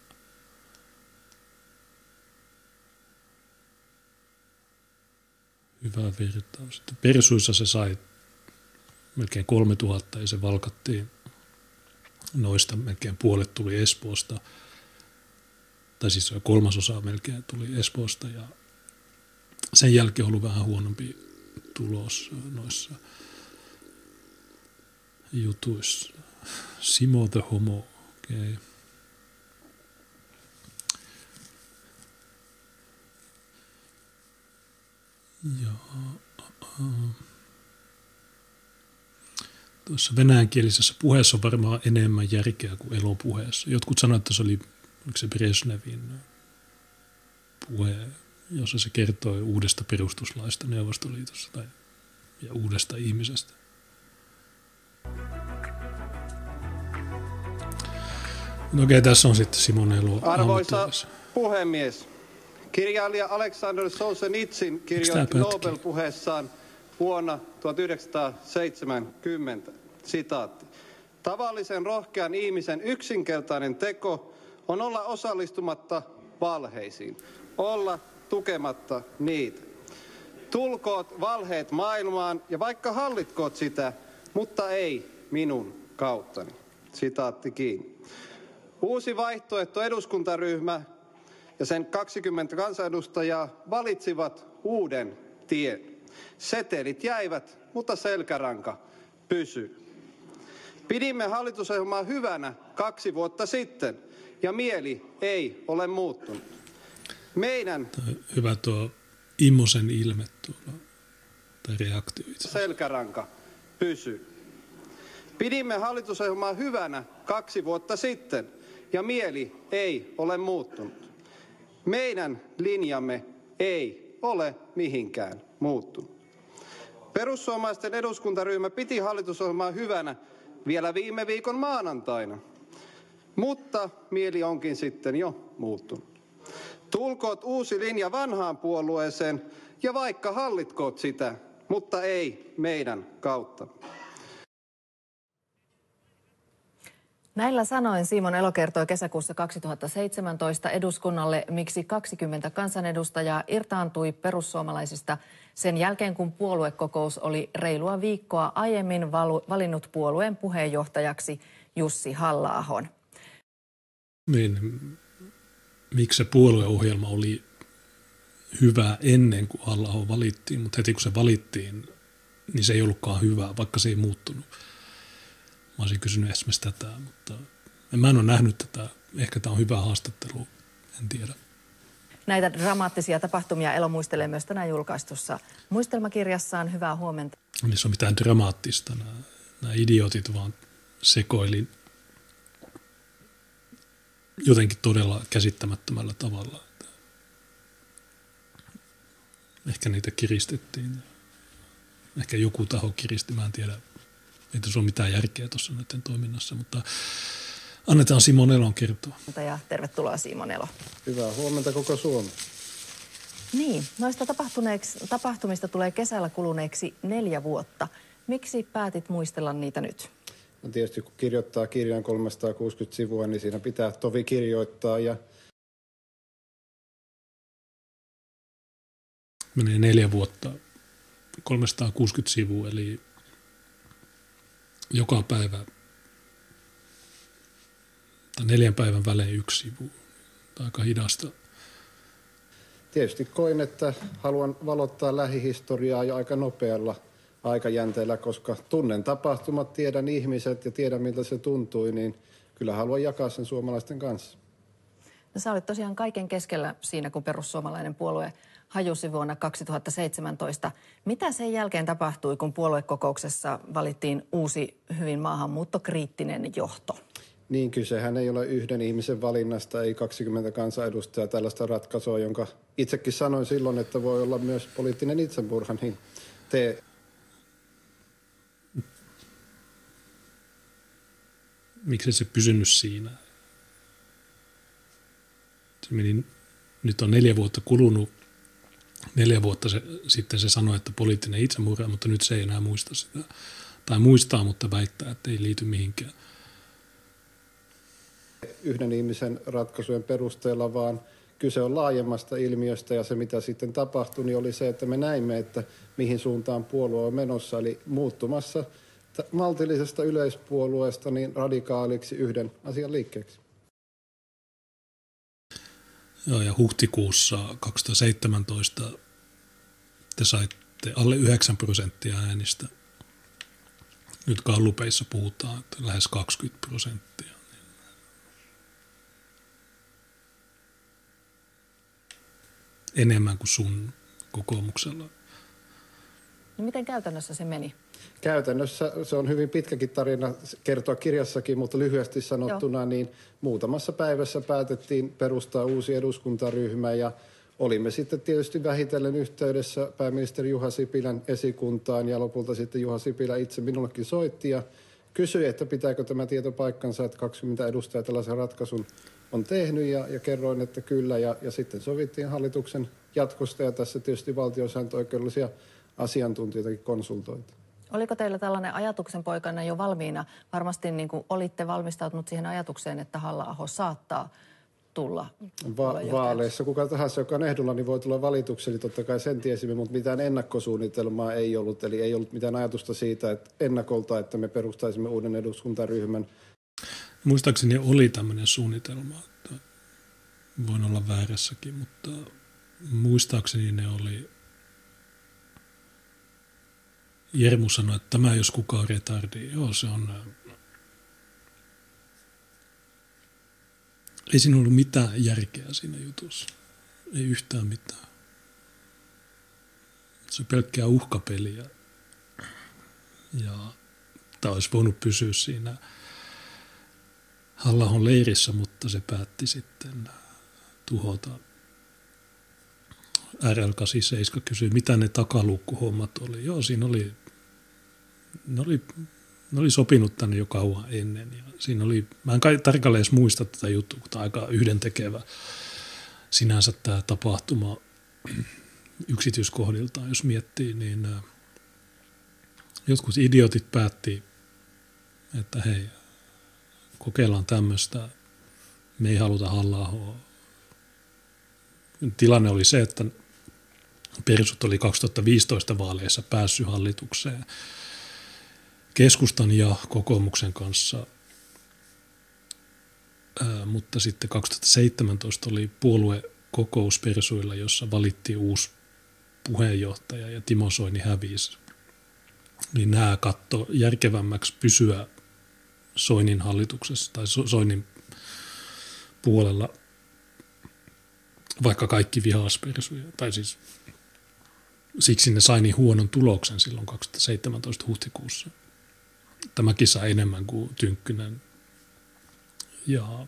Hyvä vertaus. Persuissa se sai melkein 3000 ja se valkattiin. Noista melkein puolet tuli Espoosta. Tai siis 1/3 melkein tuli Espoosta ja sen jälkeen on ollut vähän huonompi tulos noissa jutuissa. Simo the Homo. Okay. Ja, tuossa venäjänkielisessä puheessa on varmaan enemmän järkeä kuin Elon puheessa. Jotkut sanoivat, että se oli se Brezhnevin puhe, jossa se kertoi uudesta perustuslaista Neuvostoliitossa ja uudesta ihmisestä. Okei, tässä on sitten Simon Elo. Arvoisa puhemies, kirjailija Aleksandr Solzhenitsyn kirjoitti Nobel-puheessaan vuonna 1970, sitaatti. Tavallisen rohkean ihmisen yksinkertainen teko on olla osallistumatta valheisiin, olla tukematta niitä. Tulkoot valheet maailmaan ja vaikka hallitkoot sitä, mutta ei minun kauttani. Sitaatti kiinni. Uusi vaihtoehto eduskuntaryhmä ja sen 20 kansanedustajaa valitsivat uuden tien. Setelit jäivät, mutta selkäranka pysyi. Pidimme hallitusohjelmaa hyvänä 2 vuotta sitten ja mieli ei ole muuttunut. Meidän hyvä tuo Immosen ilme tuolla, tai reaktio itse. Selkäranka pysyy. Pidimme hallitusohjelmaa hyvänä 2 vuotta sitten, ja mieli ei ole muuttunut. Meidän linjamme ei ole mihinkään muuttunut. Perussuomalaisten eduskuntaryhmä piti hallitusohjelmaa hyvänä vielä viime viikon maanantaina, mutta mieli onkin sitten jo muuttunut. Tulkoot uusi linja vanhaan puolueeseen ja vaikka hallitkoot sitä, mutta ei meidän kautta. Näillä sanoin Simon Elo kertoi kesäkuussa 2017 eduskunnalle, miksi 20 kansanedustajaa irtaantui perussuomalaisista sen jälkeen, kun puoluekokous oli reilua viikkoa aiemmin valinnut puolueen puheenjohtajaksi Jussi Halla-ahon. Niin, miksi se puolueohjelma oli hyvä ennen kuin Halla-aho valittiin, mutta heti kun se valittiin, niin se ei ollutkaan hyvä, vaikka se ei muuttunut. Mä olisin kysynyt esimerkiksi tätä, mutta mä en ole nähnyt tätä. Ehkä tämä on hyvä haastattelu, en tiedä. Näitä dramaattisia tapahtumia Elo muistelee myös tänään julkaistussa muistelmakirjassaan. Hyvää huomenta. Niissä on mitään dramaattista. Nämä idiotit vaan sekoili jotenkin todella käsittämättömällä tavalla. Ehkä niitä kiristettiin. Ehkä joku taho kiristi, mä en tiedä. Ei tässä ole mitään järkeä tuossa näiden toiminnassa, mutta annetaan Simon Elon kertoa. Ja tervetuloa Simon Elo. Hyvää huomenta koko Suomi. Niin, noista tapahtumista tulee kesällä kuluneeksi 4 vuotta. Miksi päätit muistella niitä nyt? No tietysti kun kirjoittaa kirjan 360 sivua, niin siinä pitää tovi kirjoittaa. Menee 4 vuotta, 360 sivua, eli joka päivä tai 4 päivän välein 1 sivu. Aika hidasta. Tietysti koin, että haluan valottaa lähihistoriaa jo aika nopealla aikajänteellä, koska tunnen tapahtumat, tiedän ihmiset ja tiedän miltä se tuntui, niin kyllä haluan jakaa sen suomalaisten kanssa. No, sä olit tosiaan kaiken keskellä siinä, kun perussuomalainen puolue hajosi vuonna 2017. Mitä sen jälkeen tapahtui, kun puoluekokouksessa valittiin uusi, hyvin maahanmuuttokriittinen johto? Niin, kysehän ei ole yhden ihmisen valinnasta, ei 20 kansanedustajaa tällaista ratkaisua, jonka itsekin sanoin silloin, että voi olla myös poliittinen itsemurha, niin Miksi se pysynyt siinä? Se meni, nyt on 4 vuotta kulunut. 4 vuotta sitten se sanoi, että poliittinen itsemurha, mutta nyt se ei enää muista sitä. Tai muistaa, mutta väittää, että ei liity mihinkään. Yhden ihmisen ratkaisujen perusteella, vaan kyse on laajemmasta ilmiöstä ja se mitä sitten tapahtui, niin oli se, että me näimme, että mihin suuntaan puolue on menossa, eli muuttumassa maltillisesta yleispuolueesta niin radikaaliksi yhden asian liikkeeksi. Joo, ja huhtikuussa 2017 te saitte alle 9% äänistä. Nyt gallupeissa puhutaan, että lähes 20%. Enemmän kuin sun kokoomuksella. No, miten käytännössä se meni? Käytännössä se on hyvin pitkäkin tarina kertoa kirjassakin, mutta lyhyesti sanottuna niin muutamassa päivässä päätettiin perustaa uusi eduskuntaryhmä ja olimme sitten tietysti vähitellen yhteydessä pääministeri Juha Sipilän esikuntaan ja lopulta sitten Juha Sipilä itse minullekin soitti ja kysyi, että pitääkö tämä tieto paikkansa, että 20 edustajaa tällaisen ratkaisun on tehnyt ja kerroin, että kyllä ja sitten sovittiin hallituksen jatkosta ja tässä tietysti valtiosääntöoikeudellisia asiantuntijoitakin konsultoitiin. Oliko teillä tällainen ajatuksen poikana jo valmiina? Varmasti niin kuin olitte valmistautunut siihen ajatukseen, että Halla-aho saattaa tulla vaaleissa. Kuka tahansa, joka on ehdolla, niin voi tulla valituksi. Eli totta kai sen tiesimme, mutta mitään ennakkosuunnitelmaa ei ollut. Eli ei ollut mitään ajatusta siitä, että ennakolta, että me perustaisimme uuden eduskuntaryhmän. Muistaakseni oli tämmöinen suunnitelma, että voin olla väärässäkin, mutta muistaakseni ne oli. Jermu sanoi, että tämä jos kukaan retardi. Joo, se on. Ei siinä ollut mitään järkeä siinä jutussa. Ei yhtään mitään. Se pelkkää uhkapeliä. Ja että olisi voinut pysyä siinä Halla-ahon leirissä, mutta se päätti sitten tuhota. RL87 kysyi, mitä ne takaluukkuhommat oli. Joo, siinä oli, ne oli sopinut tänne jo kauan ennen. Ja siinä oli, mä en tarkalleen edes muista tätä juttua, kun tämä on aika yhdentekevä sinänsä tämä tapahtuma yksityiskohdiltaan, jos miettii, niin jotkut idiotit päätti, että hei, kokeillaan tämmöistä, me ei haluta Halla-ahoa. Tilanne oli se, että persut oli 2015 vaaleissa päässyt hallitukseen keskustan ja kokoomuksen kanssa, mutta sitten 2017 oli puoluekokous persuilla, jossa valittiin uusi puheenjohtaja ja Timo Soini hävisi. Niin nämä katsoi järkevämmäksi pysyä Soinin hallituksessa tai Soinin puolella, vaikka kaikki vihas persuja. Tai siis siksi ne sai niin huonon tuloksen silloin 2017 huhtikuussa. Tämäkin sai enemmän kuin Tynkkynen. Ja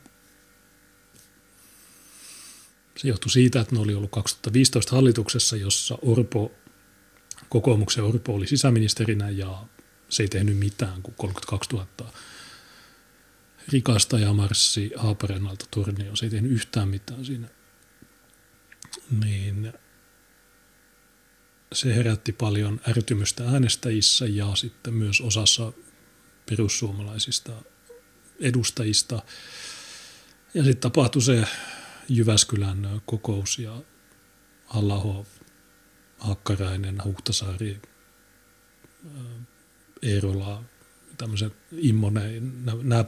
se johtui siitä, että ne oli ollut 2015 hallituksessa, jossa kokoomuksen Orpo oli sisäministerinä ja se ei tehnyt mitään, kun 32 000 rikasta ja marssi Haaparannalta Tornioon. Se ei tehnyt yhtään mitään siinä. Niin se herätti paljon ärtymystä äänestäjissä ja sitten myös osassa perussuomalaisista edustajista. Ja sitten tapahtui se Jyväskylän kokous ja Halla-aho, Hakkarainen, Huhtasaari, Eerola, tämmöiset Immonen, nämä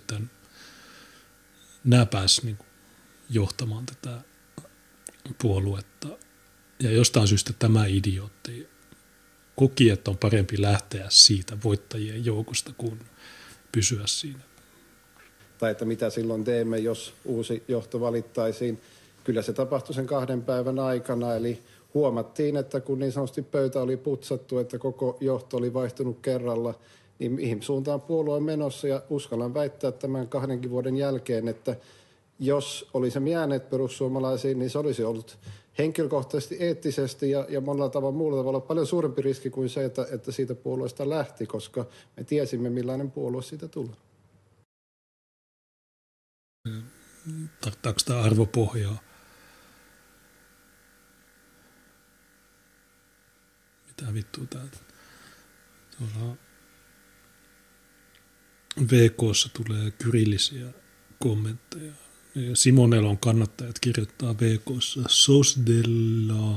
pääsi niin johtamaan tätä puoluetta. Ja jostain syystä tämä idiootti koki, että on parempi lähteä siitä voittajien joukosta kuin pysyä siinä. Tai että mitä silloin teemme, jos uusi johto valittaisiin. Kyllä se tapahtui sen 2 päivän aikana, eli huomattiin, että kun niin sanotusti pöytä oli putsattu, että koko johto oli vaihtunut kerralla, niin mihin suuntaan puolue on menossa. Ja uskallan väittää tämän 2 vuoden jälkeen, että jos olisimme jääneet perussuomalaisiin, niin se olisi ollut henkilökohtaisesti, eettisesti ja monella tavalla muulla tavalla paljon suurempi riski kuin se, että siitä puolueesta lähti, koska me tiesimme, millainen puolue siitä tulee. Tarkoittaako tämä arvopohjaa? Mitä vittua täältä? Tuolla VK:ssa tulee kyrillisiä kommentteja. Simon Elon kannattajat kirjoittaa VK:ssa sos de la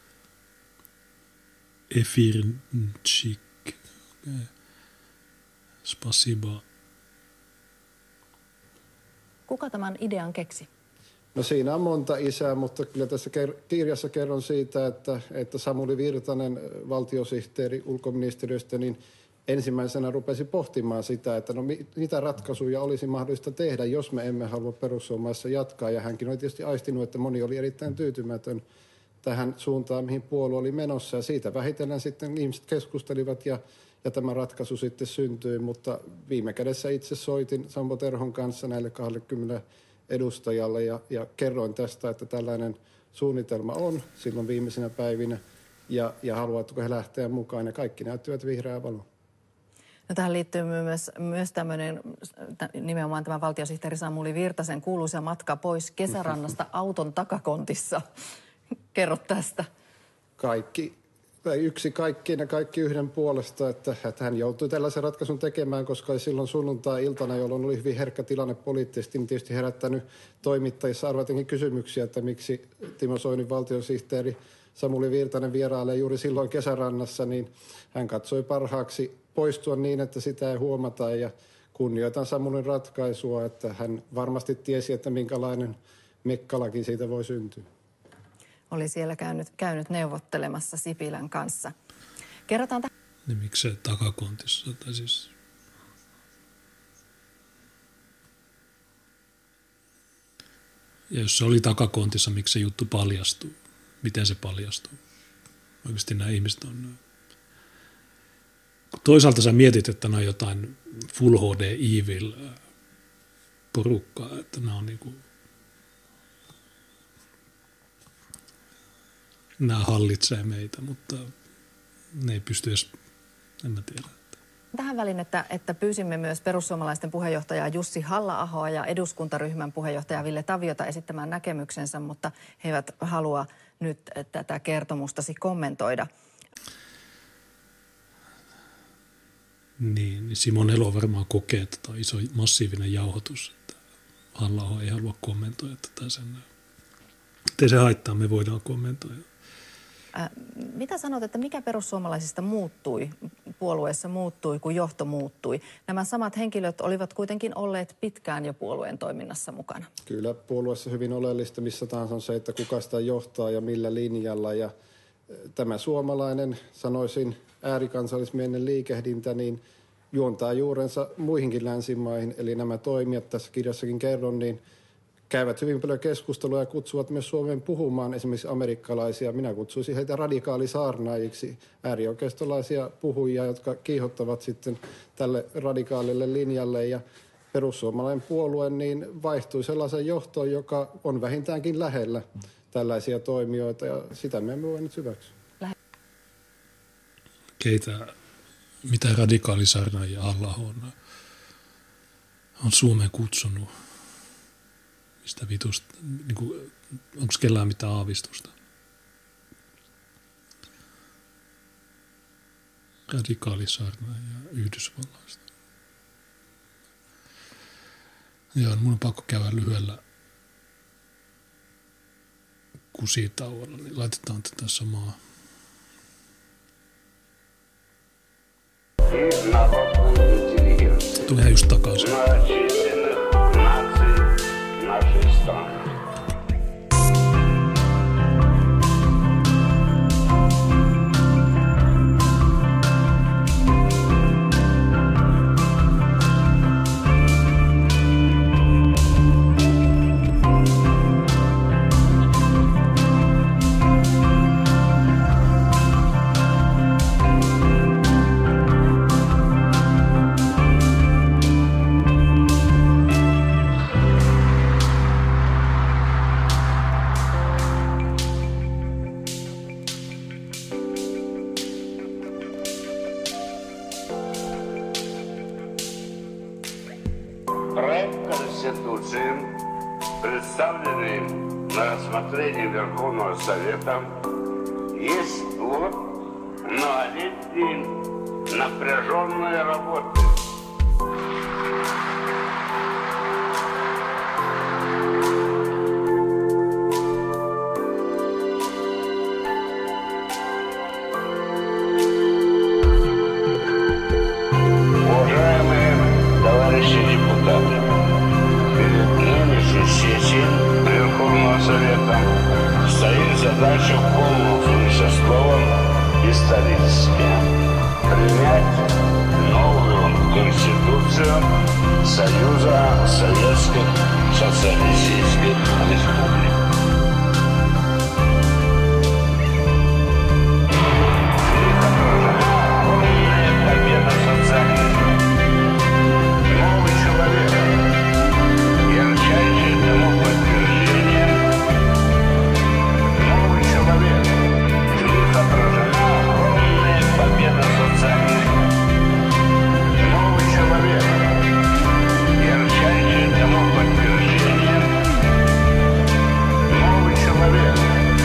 efirnchik. Spasiba. Kuka tämän idean keksi? No siinä on monta isää, mutta kyllä tässä kirjassa kerron siitä, että Samuli Virtanen, valtiosihteeri ulkoministeriöstä, niin ensimmäisenä rupesi pohtimaan sitä, että no mitä ratkaisuja olisi mahdollista tehdä, jos me emme halua perussuomalaisessa jatkaa. Ja hänkin oli tietysti aistinut, että moni oli erittäin tyytymätön tähän suuntaan, mihin puolue oli menossa. Ja siitä vähitellen sitten ihmiset keskustelivat ja tämä ratkaisu sitten syntyi. Mutta viime kädessä itse soitin Sampo Terhon kanssa näille 20 edustajalle ja kerroin tästä, että tällainen suunnitelma on silloin viimeisinä päivinä ja haluatko he lähteä mukaan. Ja kaikki näyttivät vihreää valoa. No, tähän liittyy myös tämmöinen, nimenomaan tämä valtiosihteeri Samuli Virtasen kuuluisa matka pois Kesärannasta auton takakontissa. Kerro tästä. Yksi kaikkiin ja kaikki yhden puolesta, että hän joutui tällaisen ratkaisun tekemään, koska silloin sunnuntai-iltana, jolloin oli hyvin herkkä tilanne poliittisesti, niin tietysti herättänyt toimittajissa arvatenkin kysymyksiä, että miksi Timo Soinin valtiosihteeri Samuli Virtanen vierailee juuri silloin Kesärannassa, niin hän katsoi parhaaksi poistua niin, että sitä ei huomata ja kunnioitan Samulin ratkaisua, että hän varmasti tiesi, että minkälainen mekkalaki siitä voi syntyä. Oli siellä käynyt neuvottelemassa Sipilän kanssa. Kerrotaan niin miksi se takakontissa? Tai siis ja jos se oli takakontissa, miksi se juttu paljastui? Miten se paljastui? Oikeasti nämä ihmiset on toisaalta sä mietit, että nämä on jotain Full HD Evil porukkaa, että nämä on niinku, nämä hallitsee meitä, mutta ne ei pysty edes, en mä tiedä. Tähän väliin, että pyysimme myös perussuomalaisten puheenjohtajaa Jussi Halla-ahoa ja eduskuntaryhmän puheenjohtaja Ville Taviota esittämään näkemyksensä, mutta he eivät halua nyt tätä kertomustasi kommentoida. Niin Simon Elo varmaan kokee, että tämä on iso massiivinen jauhoitus, että Halla-aho ei halua kommentoida tätä sen. Ettei se haittaa, me voidaan kommentoida. Mitä sanot, että mikä perussuomalaisista muuttui, puolueessa muuttui, kun johto muuttui? Nämä samat henkilöt olivat kuitenkin olleet pitkään jo puolueen toiminnassa mukana. Kyllä puolueessa hyvin oleellista missä tahansa on se, että kuka sitä johtaa ja millä linjalla. Ja tämä suomalainen, sanoisin, äärikansallismielinen liikehdintä, niin juontaa juurensa muihinkin länsimaihin. Eli nämä toimijat, tässä kirjassakin kerron, niin käyvät hyvin paljon keskustelua ja kutsuvat myös Suomeen puhumaan esimerkiksi amerikkalaisia. Minä kutsuisin heitä radikaalisaarnaajiksi, äärioikeistolaisia puhujia, jotka kiihottavat sitten tälle radikaalille linjalle. Ja perussuomalainen puolue niin vaihtui sellaisen johtoon, joka on vähintäänkin lähellä tällaisia toimijoita, ja sitä me emme voi nyt hyväksyä. Mitä radikaalisaarnaajia Halla-aho on Suomeen kutsunut? Mistä vitusta? Niin onko kellään mitään aavistusta? Radikaalisaarnaajia Yhdysvalloista. Joo, mun on pakko käydä lyhyellä kusitauolla, niin laitetaan tätä samaa. Tulee just takaisin. Проект Конституции, представленный на рассмотрение Верховного Совета, есть плод многолетней напряженной работы. Уважаемые товарищи депутаты, перед нынешней сессией Верховного Совета стоит задача в полном смысле слова исторически принять новую Конституцию Союза Советских Социалистических Республик. Победа социализма. Новый человек, ярчайшее тому подтверждение. Новый человек, в них отражена огромная победа социализма. Новый человек, ярчайшее тому подтверждение. Новый человек.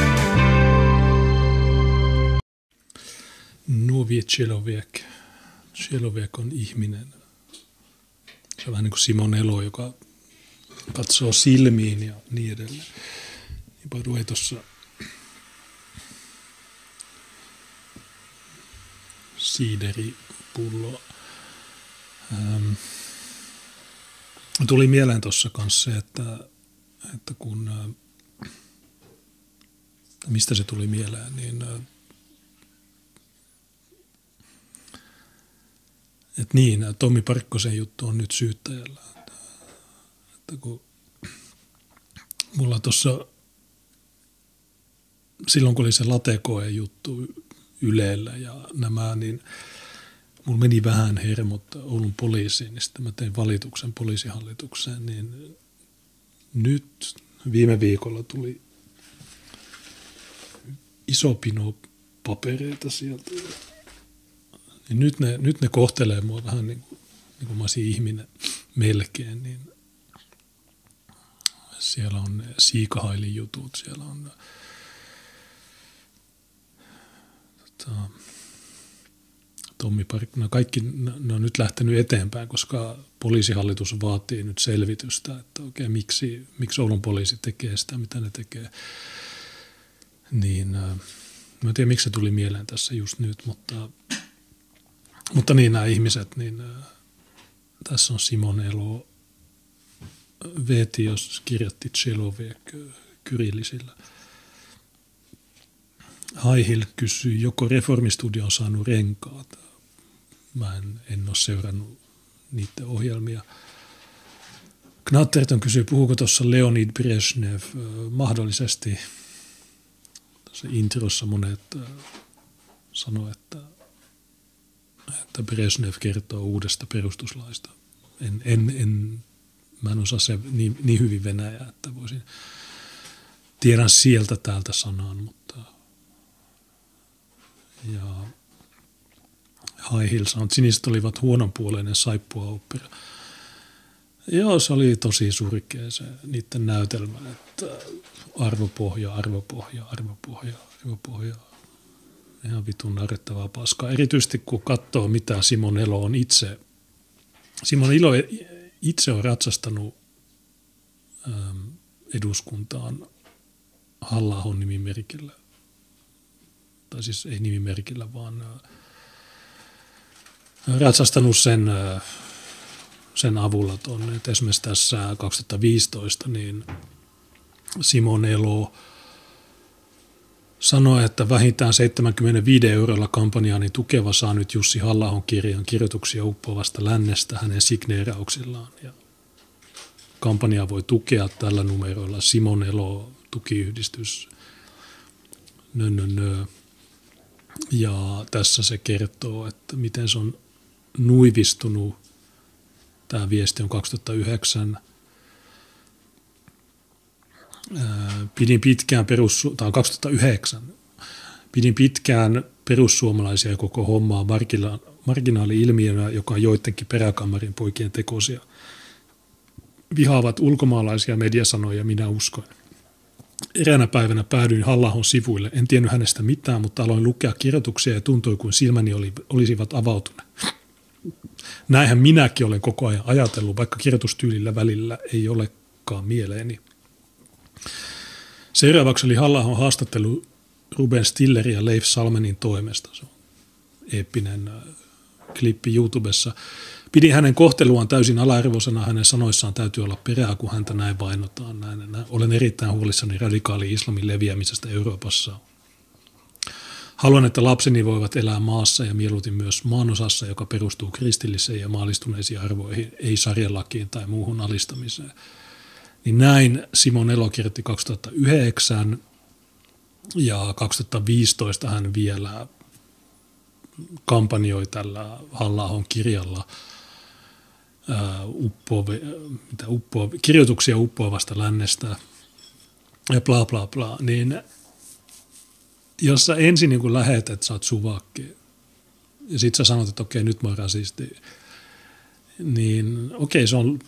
Novi Člověk. Člověk on ihminen. Se on vähän niin kuin Simon Elo, joka katsoo silmiin ja niin edelleen. By the way, tuossa siideripullo. Tuli mieleen tuossa kanssa se, että kun, mistä se tuli mieleen, niin että niin, Tommi Parkkosen juttu on nyt syyttäjällä. Että kun mulla tuossa, silloin kun oli se latekoe juttu Ylellä ja nämä, niin mulla meni vähän hermot Oulun poliisiin, niin sitten mä tein valituksen poliisihallitukseen, niin nyt viime viikolla tuli iso pino papereita sieltä. Niin nyt ne kohtelee mua vähän niin kuin mä olisin ihminen melkein, niin siellä on siikahailin jutut, siellä on Tommi Parikko, kaikki ne on nyt lähtenyt eteenpäin, koska poliisihallitus vaatii nyt selvitystä, että okei, miksi Oulun poliisi tekee sitä, mitä ne tekee. Niin, mä en tiedä, miksi se tuli mieleen tässä just nyt, mutta niin nämä ihmiset, niin tässä on Simon Elo, Vetios kirjoitti Chelovek kyrillisillä. Haihil kysyi, joko Reformistudio on saanut renkaat. Mä en ole seurannut niiden ohjelmia. Knatterton kysyi, puhuuko tuossa Leonid Brezhnev. Mahdollisesti tässä introssa monet sanoi, että Brezhnev kertoo uudesta perustuslaista. Mä en osaa se niin hyvin venäjää, että tiedän sieltä täältä sanan, mutta ja High Hill Sound, siniset olivat huononpuoleinen saippua-opera. Joo, se oli tosi surkea se niiden näytelmä, että arvopohja. Ihan vitun narrettavaa paskaa. Erityisesti kun katsoo, mitä Simon Elo on itse. Simon Elo itse on ratsastanut eduskuntaan Halla-ahon nimimerkillä. Tai siis ei nimimerkillä, vaan ratsastanut sen avulla tuonne. Esimerkiksi tässä 2015 niin Simon Elo sanoi, että vähintään 75 € kampanjaani tukeva saa nyt Jussi Halla-ahon kirjan kirjoituksia uppoavasta lännestä hänen signeerauksillaan. Ja kampanjaa voi tukea tällä numeroilla Simon Elo tukiyhdistys. Ja tässä se kertoo, että miten se on nuivistunut. Tämä viesti on 2009. Pidin pitkään 2009. Pidin pitkään perussuomalaisia koko hommaa marginaali-ilmiönä, joka on joidenkin peräkammarin poikien tekosia. Vihaavat ulkomaalaisia mediasanoja, minä uskoin. Eräänä päivänä päädyin Halla-ahon sivuille. En tiennyt hänestä mitään, mutta aloin lukea kirjoituksia ja tuntui, kuin silmäni olisivat avautuneet. Näinhän minäkin olen koko ajan ajatellut, vaikka kirjoitustyylillä välillä ei olekaan mieleeni. Seuraavaksi oli Halla-ahon haastattelu Ruben Stillerin ja Leif Salmenin toimesta. Se on eeppinen klippi YouTubessa. Pidin hänen kohteluaan täysin ala-arvoisena, hänen sanoissaan täytyy olla perää, kun häntä näin vainotaan. Olen erittäin huolissani radikaali islamin leviämisestä Euroopassa. Haluan, että lapseni voivat elää maassa ja mieluutin myös maanosassa, joka perustuu kristilliseen ja maallistuneisiin arvoihin, ei sarjalakiin tai muuhun alistamiseen. Niin näin Simon Elo kirjoitti 2009 ja 2015 hän vielä kampanjoi tällä Halla-ahon kirjalla kirjoituksia uppoavasta lännestä ja bla bla bla, niin jos sä ensin niin kun lähet, että sä oot suvakki ja sit sä sanot, että okei, nyt mä oon rasisti, niin okei, se on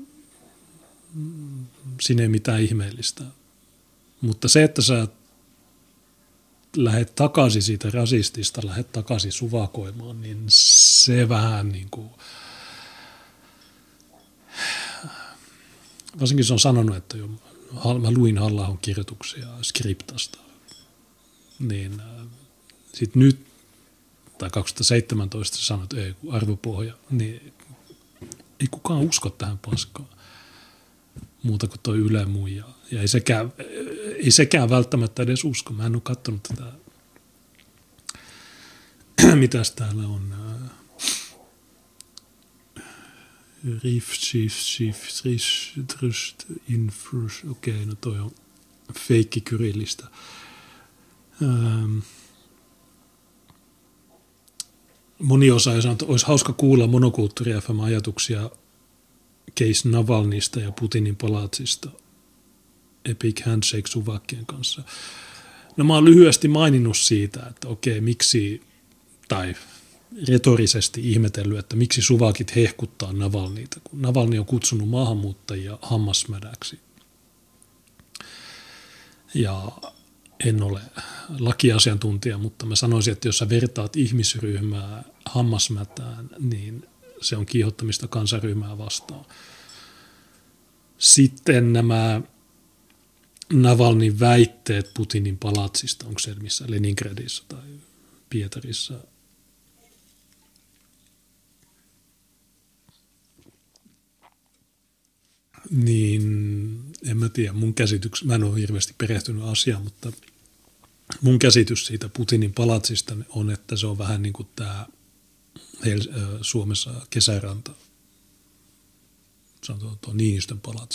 siinä ei mitään ihmeellistä. Mutta se, että sä lähet takaisin siitä rasistista, lähet takaisin suvakoimaan, niin se vähän niin kuin varsinkin se on sanonut, että mä luin Halla-ahon kirjoituksia skriptasta, niin sitten nyt, tai 2017 sanoi, että ei, arvopohja, niin ei kukaan usko tähän paskaan muuta kuin toi Yle muija. Ja ei sekään välttämättä edes usko. Mä en ole katsonut tätä, mitäs täällä on. Okei, no toi on feikki kyrillistä. moni osaaja sanoo, että olisi hauska kuulla Monokulttuuri FM ajatuksia case Navalnista ja Putinin palatsista Epic Handshake Suvakien kanssa. No mä oon lyhyesti maininnut siitä, että okei, miksi, tai retorisesti ihmetellyt, että miksi Suvakit hehkuttaa Navalnita, kun Navalny on kutsunut maahanmuuttajia hammasmädäksi. Ja en ole lakiasiantuntija, mutta mä sanoisin, että jos sä vertaat ihmisryhmää hammasmätään, niin se on kiihottamista kansanryhmää vastaan. Sitten nämä Navalnyin väitteet Putinin palatsista, onko se missä Leningradissa tai Pietarissa, niin en mä tiedä, mä en ole hirveästi perehtynyt asiaan, mutta mun käsitys siitä Putinin palatsista on, että se on vähän niin kuin tämä Suomessa Kesäranta, sanotaan tuo Niinistön palatsi.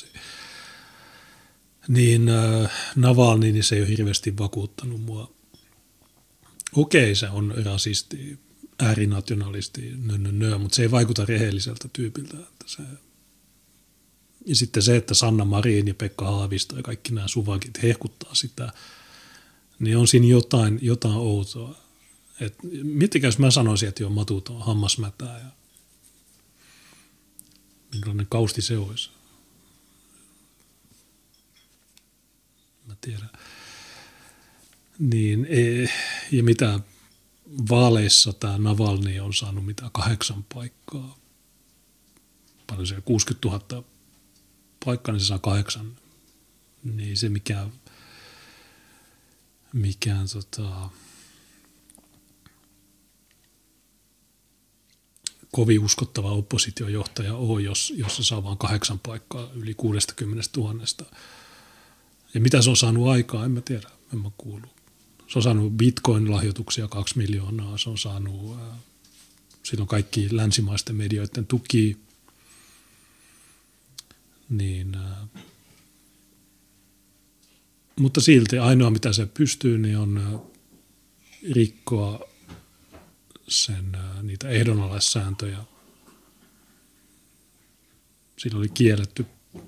Niin Navalny, niin se ei ole hirveästi vakuuttanut mua. Okei, se on rasisti, äärinationalisti, mutta se ei vaikuta rehelliseltä tyypiltä. Että se. Ja sitten se, että Sanna Marin ja Pekka Haavisto ja kaikki nämä Suvakit hehkuttaa sitä, niin on siinä jotain outoa. Miettikää, jos mä sanoisin, että matut on hammasmätää ja minkälainen kausti se olisi. Mä tiedän. Niin, ja mitä vaaleissa tämä Navalny on saanut 8 paikkaa. Paljon se 60 000 paikkaa, niin se saa 8. Niin se mikään kovin uskottava oppositiojohtaja on, jos se saa vain 8 paikkaa yli 60 000. Ja mitä se on saanut aikaa, en mä tiedä, en mä kuulu. Se on saanut Bitcoin-lahjoituksia 2 miljoonaa, se on saanut, siinä on kaikki länsimaisten medioiden tuki, niin, mutta silti ainoa mitä se pystyy, niin on rikkoa niitä ehdonalaissääntöjä. Siinä oli kielletty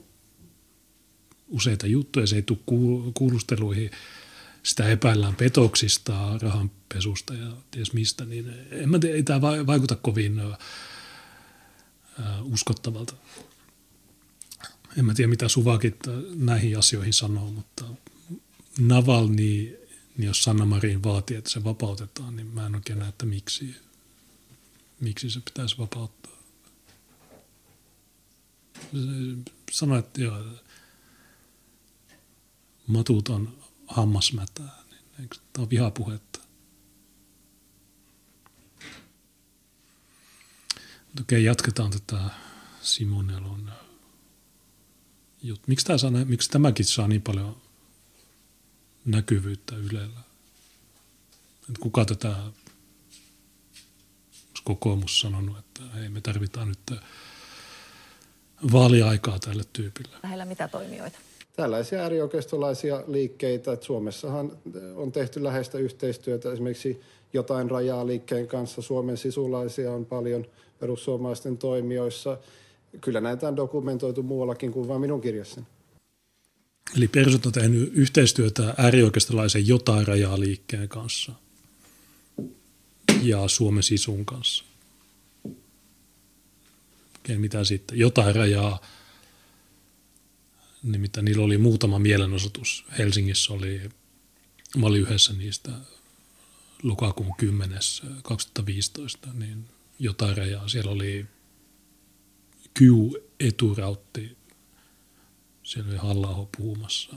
useita juttuja, se ei tule kuulusteluihin, sitä epäillään petoksista, rahanpesusta ja ties mistä, niin en mä tiedä, ei tämä vaikuta kovin uskottavalta. En mä tiedä, mitä Suvakit näihin asioihin sanoo, mutta Navalny, niin jos Sanna Marin vaatii, että se vapautetaan, niin mä en oikein näe, että miksi se pitäisi vapauttaa. Sanoi, että joo, matut on hammasmätää, niin eikö tämä ole vihapuhetta? Mutta okei, jatketaan tätä Simon Elon juttu. Miksi tämäkin saa niin paljon näkyvyyttä Ylellä? Että kuka tätä, onko kokoomus sanonut, että hei, me tarvitaan nyt vaaliaikaa tälle tyypille? Lähellä mitä toimijoita? Tällaisia äärioikeistolaisia liikkeitä, että Suomessahan on tehty läheistä yhteistyötä esimerkiksi Jotain rajaa liikkeen kanssa. Suomen sisulaisia on paljon perussuomalaisten toimijoissa. Kyllä näitä on dokumentoitu muuallakin kuin vain minun kirjassani. Eli persut on tehnyt yhteistyötä äärioikeistolaisen Jotain rajaa liikkeen kanssa ja Suomen sisun kanssa. Okei, mitä sitten? Jotain rajaa, nimittäin niillä oli muutama mielenosoitus. Helsingissä mä olin yhdessä niistä lokakuun 10. 2015, niin Jotain rajaa. Siellä oli Q-eturautti, siellä oli Halla-aho puhumassa.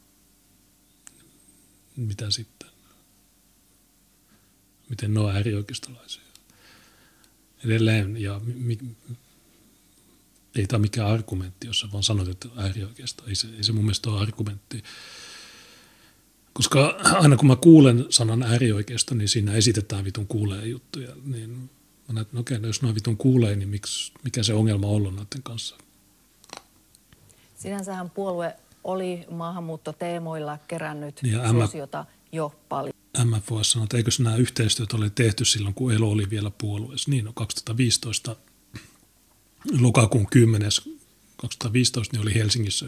Mitä sitten? Miten ne on äärioikeistolaisia? Edelleen, ja ei tämä ole mikään argumentti, jos sä vaan sanot, että äärioikeista. Ei se mun mielestä ole argumentti. Koska aina kun mä kuulen sanan äärioikeista, niin siinä esitetään vitun kuuleen juttuja. Niin mä näen, että okei, jos noin vitun kuulee, niin mikä se ongelma on ollut noiden kanssa? Sinänsähän puolue oli maahanmuuttoteemoilla kerännyt ja suosiota jo paljon. MFOS sanoi, että eikö nämä yhteistyöt ole tehty silloin, kun Elo oli vielä puolueessa. Niin, 2015 lokakuun 10. 2015 niin oli Helsingissä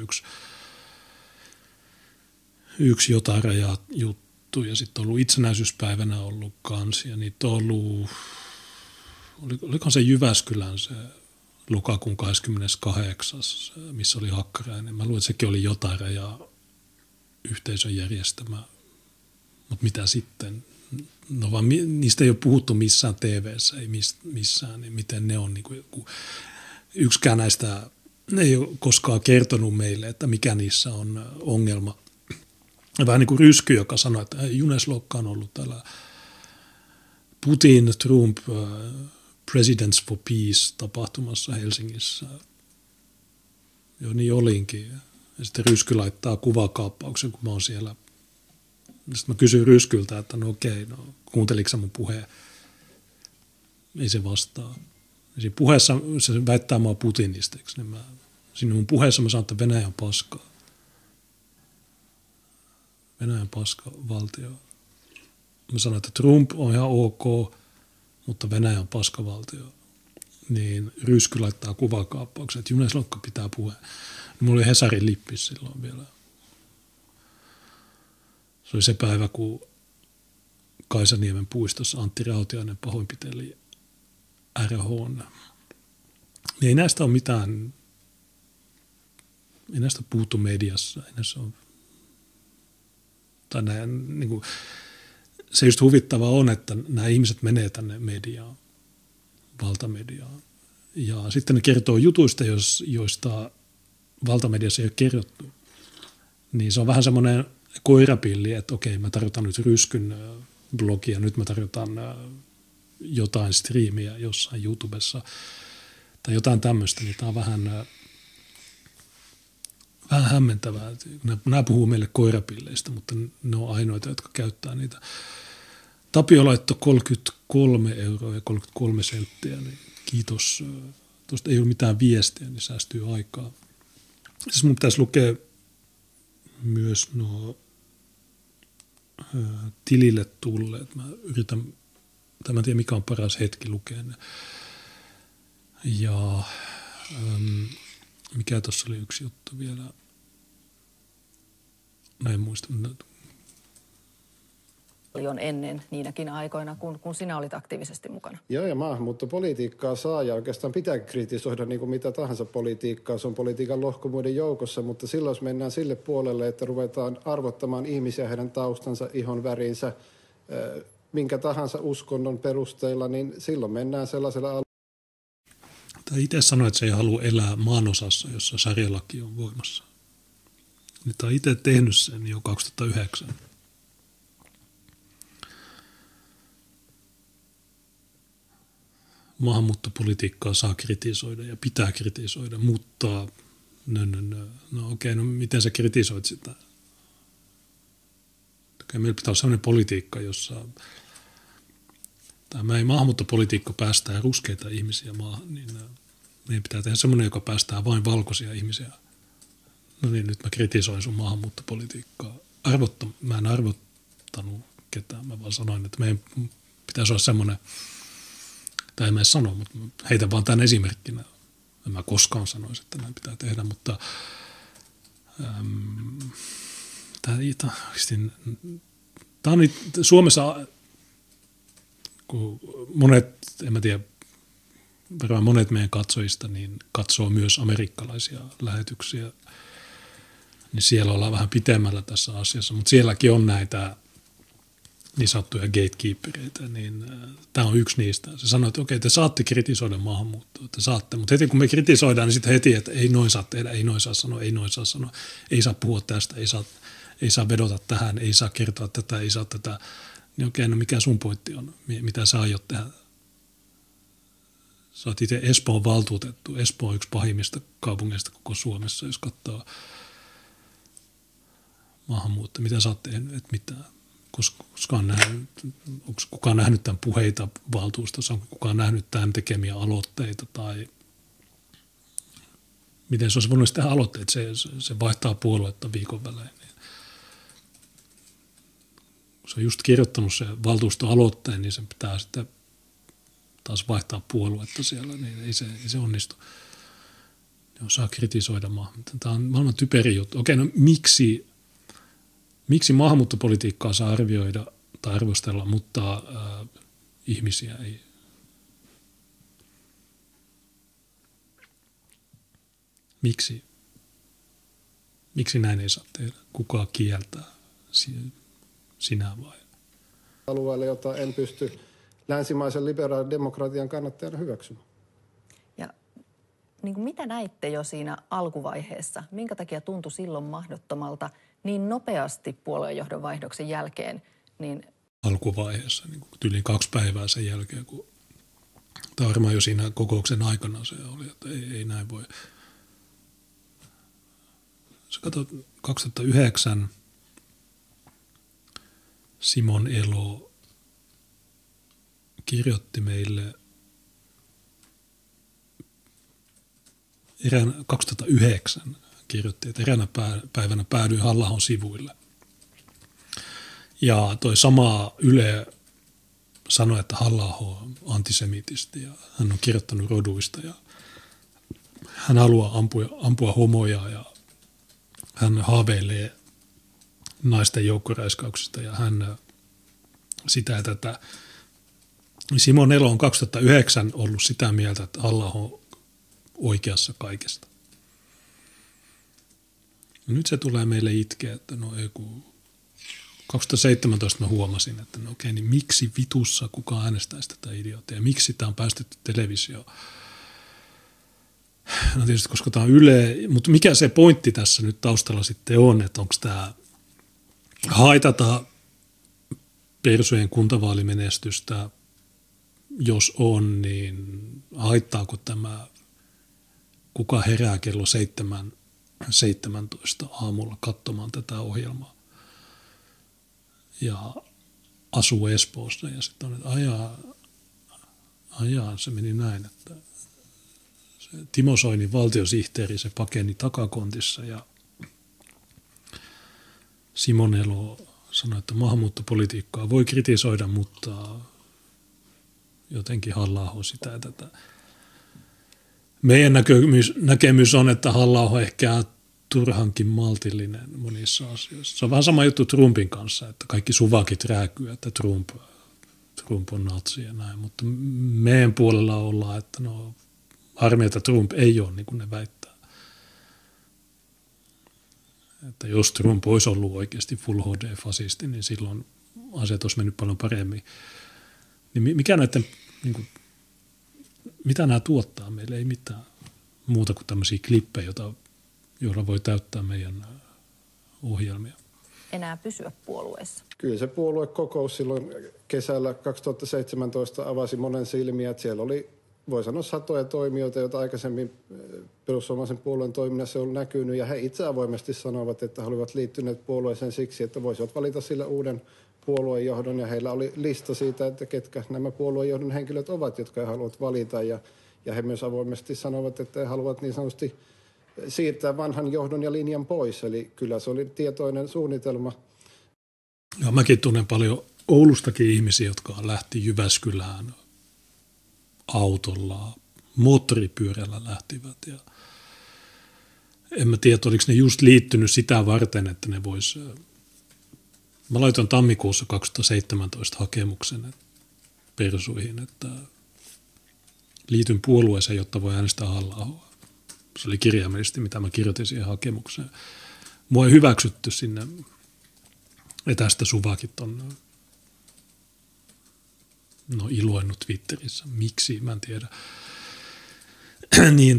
yksi jotain rajaa juttu ja sitten on ollut itsenäisyyspäivänä ollut kans ja niitä on ollut, olikohan se Jyväskylän se lokakuun 28. missä oli Hakkarainen. Mä luulen, että sekin oli jotain rajaa yhteisön järjestämä, mutta mitä sitten? No vaan niistä ei ole puhuttu missään TV:ssä, ei missään, niin miten ne on. Niin kuin, yksikään näistä ei ole koskaan kertonut meille, että mikä niissä on ongelma. Vähän niin kuin Rysky, joka sanoi, että Juneslokka on ollut täällä Putin, Trump, Presidents for Peace tapahtumassa Helsingissä. Joo, niin olinkin. Ja sitten Rysky laittaa kuvakaappauksen, kun mä oon siellä. Sitten mä kysyin Ryskyltä, että no okei, no kuunteliko sä mun puheen? Ei se vastaa. Ja siinä puheessa se väittää mua putinistiksi, niin siinä mun puheessa mä sanon, että Venäjä on paskaa. Venäjän paska valtio. Mä sanoin, että Trump on ihan ok, mutta Venäjä on paskavaltio. Niin Rysky laittaa kuvakaappauksen, että Juneslokka pitää puheen. Mulla oli Hesarin lippis silloin vielä. Se oli se päivä, kun Kaisaniemen puistossa Antti Rautiainen pahoinpiteli RH:n. Ei näistä ole mitään, ei näistä ole puhuttu mediassa, ei näistä ole. Tai näin, niin kuin, se just huvittavaa on, että nämä ihmiset menee tänne mediaan, valtamediaan. Ja sitten ne kertoo jutuista, joista valtamediassa ei ole kerrottu. Niin se on vähän semmoinen koirapilli, että okei, mä tarjotan nyt Ryskyn blogia, nyt mä tarjotan jotain striimiä jossain YouTubessa tai jotain tämmöistä, niin tämä on vähän hämmentävää. Nämä puhuu meille koirapilleistä, mutta ne on ainoita, jotka käyttää niitä. Tapio laittoi 33 euroa ja 33 senttiä, niin kiitos. Tuosta ei ole mitään viestiä, niin säästyy aikaa. Siis mun pitäisi lukea myös nuo tilille tulleet. Mä yritän, tai mä en tiedä mikä on paras hetki lukea ne. Ja mikä tuossa oli yksi juttu vielä. Mä en muista. Paljon ennen niinäkin aikoina, kun sinä olit aktiivisesti mukana. Joo, ja maahanmuuttopolitiikkaa saa ja oikeastaan pitää kritisoida niin kuin mitä tahansa politiikkaa. Se on politiikan lohkomuiden joukossa, mutta silloin jos mennään sille puolelle, että ruvetaan arvottamaan ihmisiä heidän taustansa, ihon värinsä, minkä tahansa uskonnon perusteella, niin silloin mennään sellaisella alueella. Tai itse sanoi, että se ei halua elää maanosassa, jossa sarjalaki on voimassa. Nyt on itse tehnyt sen jo 2009. Maahanmuuttopolitiikkaa saa kritisoida ja pitää kritisoida, mutta no okei, no miten sä kritisoit sitä? Meillä pitää olla sellainen politiikka, jossa tämä ei maahanmuuttopolitiikka päästää ruskeita ihmisiä maahan, niin meidän pitää tehdä sellainen, joka päästää vain valkoisia ihmisiä. No niin, nyt mä kritisoin sun maahanmuuttopolitiikkaa. Mä en arvottanut ketään, mä vaan sanoin, että meidän pitäisi olla semmoinen, tai en mä edes sano, mutta heitän vaan tämän esimerkkinä. En mä koskaan sanoisi, että näin pitää tehdä, mutta tämä on Suomessa, kun monet, en mä tiedä, varmaan monet meidän katsojista niin katsoo myös amerikkalaisia lähetyksiä, niin siellä ollaan vähän pitemmällä tässä asiassa, mutta sielläkin on näitä niin sanottuja gatekeepereitä, niin tämä on yksi niistä. Se sanoo, että okei, te saatte kritisoida maahanmuuttoa, te saatte, mutta heti kun me kritisoidaan, niin sitten heti, että ei noin saa tehdä, ei noin saa sanoa, ei noin saa sanoa, ei saa puhua tästä, ei saa vedota tähän, ei saa kertoa tätä, ei saa tätä. Niin okei, no mikä sun pointti on, mitä sä aiot tehdä? Sä oot itse Espoon valtuutettu. Espoo on yksi pahimmista kaupungeista koko Suomessa, jos katsoo maahanmuuttoa. Mitä sä oot tehnyt, että mitään? Onko kukaan nähnyt tämän puheita valtuustossa, onko kukaan nähnyt tämän tekemiä aloitteita tai miten se olisi voinut tehdä aloitteet, se vaihtaa puoluetta viikon välein. se on just kirjoittanut se valtuustoaloitteen, niin sen pitää sitten taas vaihtaa puoluetta siellä, niin ei se onnistu. Ne osaa kritisoida maahanmuuttoa. Tämä on maailman typeri juttu. Okei, no miksi maahanmuuttopolitiikkaa saa arvioida tai arvostella, mutta ihmisiä ei? Miksi näin ei saa tehdä? Kuka kieltää? Sinä vai? Alueelle, jota en pysty länsimaisen liberaalin demokratian kannattajana hyväksymään. Ja niin kuin mitä näitte jo siinä alkuvaiheessa? Minkä takia tuntui silloin mahdottomalta niin nopeasti puoluejohdon vaihdoksen jälkeen? Niin alkuvaiheessa, niin yli 2 päivää sen jälkeen, kun tämä varmaan jo siinä kokouksen aikana se oli, että ei näin voi. Sä katsot 2009 Simon Elo kirjoitti meille 2009 kirjoitti, että eräänä päivänä päädyin Halla-ahon sivuille. Ja toi sama Yle sanoi, että Halla-aho on antisemitisti ja hän on kirjoittanut roduista ja hän haluaa ampua homoja ja hän haaveilee naisten joukkoraiskauksista ja hän sitä ja tätä. Simon Elo on 2009 ollut sitä mieltä, että Halla-aho on oikeassa kaikesta. Ja nyt se tulee meille itkeä, että no ei kun 2017 mä huomasin, että no okei, niin miksi vitussa kukaan äänestäisi tätä idioottia? Miksi tämä on päästetty televisioon? No tietysti, koska tämä on Yle, mutta mikä se pointti tässä nyt taustalla sitten on, että onko tämä haitata persujen kuntavaalimenestystä, jos on, niin haittaako tämä, kuka herää kello 7:17 aamulla katsomaan tätä ohjelmaa ja asuu Espoossa ja sitten on, että ajaa, se meni näin, että se Timo Soinin valtiosihteeri, se pakeni takakontissa ja Simon Elo sanoi, että maahanmuuttopolitiikkaa voi kritisoida, mutta jotenkin Halla-aho sitä tätä. Meidän näkemys on, että Halla-aho ehkä turhankin maltillinen monissa asioissa. Se on vähän sama juttu Trumpin kanssa, että kaikki suvakit rääkyy, että Trump on natsi ja näin, mutta meidän puolella ollaan, että no harmi, että Trump ei ole niin kuin ne väittää. Että jos Trump olisi ollut oikeasti full HD-fasisti, niin silloin asiat olisi mennyt paljon paremmin. Niin mikä näiden, niin kuin, mitä nämä tuottaa meille? Ei mitään muuta kuin tämmöisiä klippejä, joilla voi täyttää meidän ohjelmia. Enää pysyä puolueessa. Kyllä se puoluekokous silloin kesällä 2017 avasi monen silmiä, että siellä oli, voi sanoa, satoja toimijoita, joita aikaisemmin perussuomalaisen puolueen toiminnassa ei ollut näkynyt, ja he itse avoimesti sanovat, että he olivat liittyneet puolueeseen siksi, että voisivat valita sillä uuden puoluejohdon, ja heillä oli lista siitä, että ketkä nämä puoluejohdon henkilöt ovat, jotka he haluavat valita, ja he myös avoimesti sanovat, että he haluavat niin sanotusti siirtää vanhan johdon ja linjan pois, eli kyllä se oli tietoinen suunnitelma. Ja mäkin tunnen paljon Oulustakin ihmisiä, jotka lähti Jyväskylään autolla, moottoripyörällä lähtivät. Ja en mä tiedä, oliko ne just liittynyt sitä varten, että ne vois. Mä laitoin tammikuussa 2017 hakemuksen persuihin, että liityn puolueeseen, jotta voi äänestää Halla-ahoa. Se oli kirjaimellisesti, mitä mä kirjoitin siihen hakemukseen. Mua ei hyväksytty sinne, etästä suvakit on iloinnut Twitterissä. Miksi? Mä en tiedä. Niin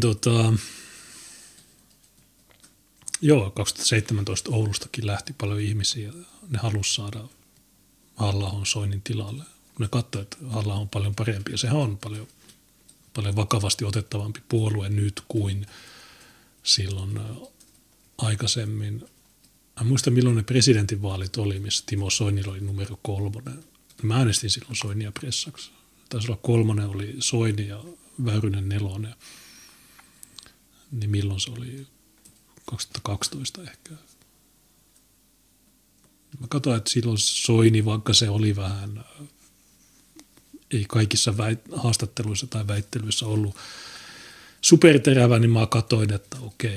2017 Oulustakin lähti paljon ihmisiä. Ne halusi saada Halla-ahon Soinin tilalle. Ne katsoivat, että Halla-aho on paljon parempi ja sehän on paljon vakavasti otettavampi puolue nyt kuin silloin aikaisemmin. Mä muistan, milloin ne presidentinvaalit oli, missä Timo Soinilla oli numero 3. Mä äänestin silloin Soinia pressaksi. Taisi olla 3 oli Soini ja Väyrynen 4. Niin milloin se oli? 2012 ehkä. Mä katsoin, että silloin Soini, vaikka se oli vähän, ei kaikissa haastatteluissa tai väittelyissä ollut superterävä, niin mä katsoin, että okei,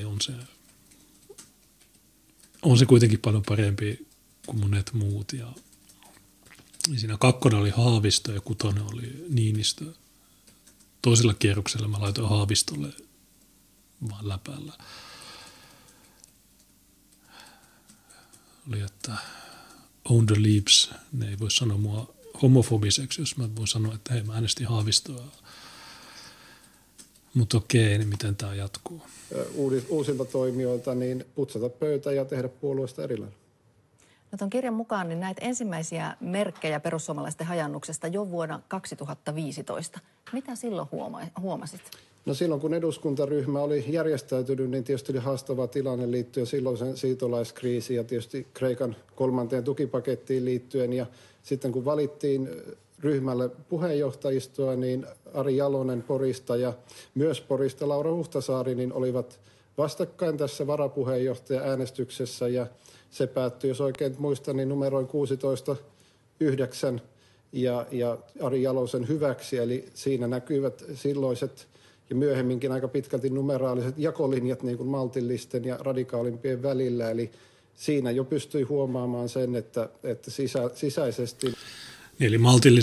on se kuitenkin paljon parempi kuin monet muut. Ja siinä 2 oli Haavisto ja 6 oli Niinistö. Toisella kierroksella mä laitoin Haavistolle vaan läpällä. Oli, että own the leaves, ne ei voi sanoa mua homofobiseksi, jos mä voin sanoa, että hei, mä äänestin Haavistoa. Mutta okei, niin miten tämä jatkuu? Uusilta toimijoilta niin putsata pöytä ja tehdä puolueesta erilainen. No ton kirjan mukaan niin näitä ensimmäisiä merkkejä perussuomalaisten hajannuksesta jo vuonna 2015. Mitä silloin huomasit? No silloin, kun eduskuntaryhmä oli järjestäytynyt, niin tietysti oli haastava tilanne liittyen silloisen siirtolaiskriisiin ja tietysti Kreikan 3. tukipakettiin liittyen. Ja sitten kun valittiin ryhmälle puheenjohtajistoa, niin Ari Jalonen Porista ja myös Porista Laura Huhtasaari niin olivat vastakkain tässä varapuheenjohtaja-äänestyksessä ja se päättyi, jos oikein muistan, niin numeroin 16-9 ja Ari Jalosen hyväksi. Eli siinä näkyvät silloiset ja myöhemminkin aika pitkälti numeraaliset jakolinjat niin kuin maltillisten ja radikaalimpien välillä. Eli siinä jo pystyi huomaamaan sen, että sisäisesti... Eli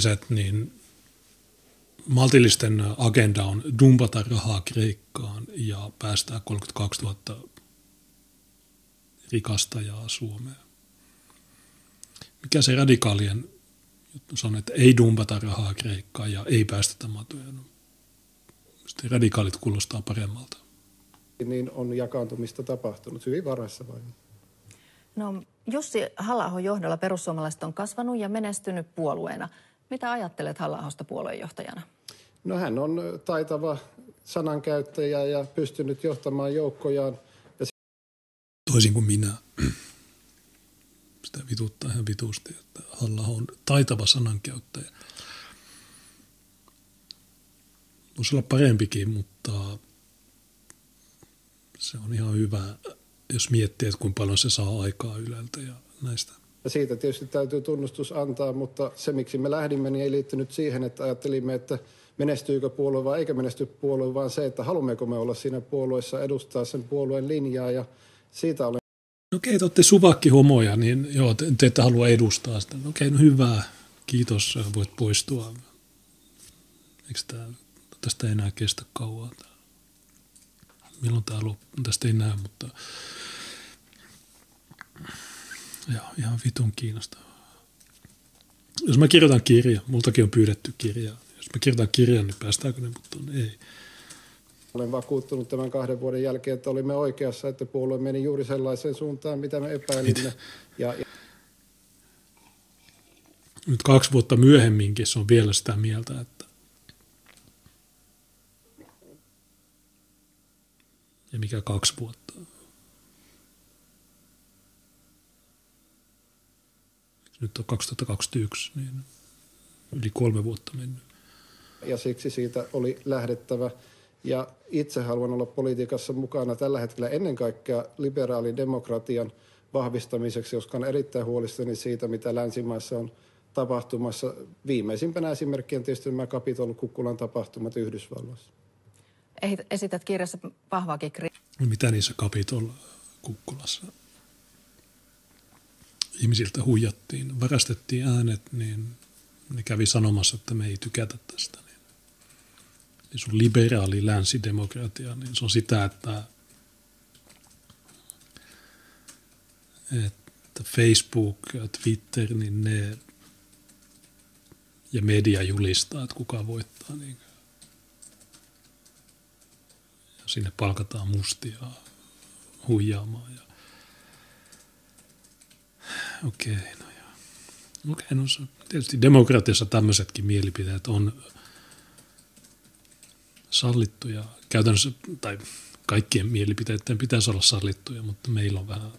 maltillisten agenda on dumpata rahaa Kreikkaan ja päästää 32 000 rikastajaa Suomeen. Mikä se radikaalien juttu on, että ei dumpata rahaa Kreikkaan ja ei päästetä matoja? No, sitten radikaalit kuulostaa paremmalta. Niin on jakaantumista tapahtunut hyvin varhaisessa vaiheessa. No, Jussi Halla-ahon johdolla perussuomalaiset on kasvanut ja menestynyt puolueena. Mitä ajattelet Halla-ahosta puoluejohtajana? No hän on taitava sanankäyttäjä ja pystynyt johtamaan joukkojaan. Toisin kuin minä. Sitä vituttaa ihan vitusti, että Halla-aho on taitava sanankäyttäjä. Voisi olla parempikin, mutta se on ihan hyvä, jos miettii, että kuinka paljon se saa aikaa Yleltä ja näistä. Ja siitä tietysti täytyy tunnustus antaa, mutta se miksi me lähdimme, niin ei liittynyt siihen, että ajattelimme, että menestyykö puolue vai eikä menesty puolue, vaan se, että haluammeko me olla siinä puolueessa, edustaa sen puolueen linjaa ja siitä olen. Okei, te olette suvakki-homoja, niin joo, te ette halua edustaa sitä. Okei, no hyvä, kiitos, voit poistua. Eikö tästä enää kestä kauan? Milloin tämä loppuu? Tästä ei näy, mutta joo, ihan vitun kiinnostavaa. Jos mä kirjoitan kirjan, multakin on pyydetty kirjaa. Jos mä kirjoitan kirjan, niin päästäänkö ne, mutta ei. Olen vakuuttunut tämän 2 vuoden jälkeen, että olimme oikeassa, että puolue meni juuri sellaiseen suuntaan, mitä me epäilimme. Nyt 2 vuotta myöhemminkin se on vielä sitä mieltä, että ja mikä 2 vuotta? Nyt on 2021, niin yli 3 vuotta mennyt. Ja siksi siitä oli lähdettävä. Ja itse haluan olla politiikassa mukana tällä hetkellä ennen kaikkea liberaalin demokratian vahvistamiseksi, koska olen erittäin huolissani siitä, mitä länsimaissa on tapahtumassa. Viimeisimpänä esimerkkinä tietysti nämä Capitol-kukkulan tapahtumat Yhdysvalloissa. Esität kirjassa vahvaakin no mitä niissä Capitol-kukkulassa? Ihmisiltä huijattiin, varastettiin äänet, niin ne kävi sanomassa, että me ei tykätä tästä. Niin se on liberaali länsidemokratia, niin se on sitä, että Facebook ja Twitter, niin ne ja media julistaa, että kuka voittaa. Niin. Ja sinne palkataan mustia huijaamaan. Ja Okei, no tietysti demokratiassa tämmöisetkin mielipiteet on sallittuja. Käytännössä, tai kaikkien mielipiteiden pitäisi olla sallittuja, mutta meillä on vähän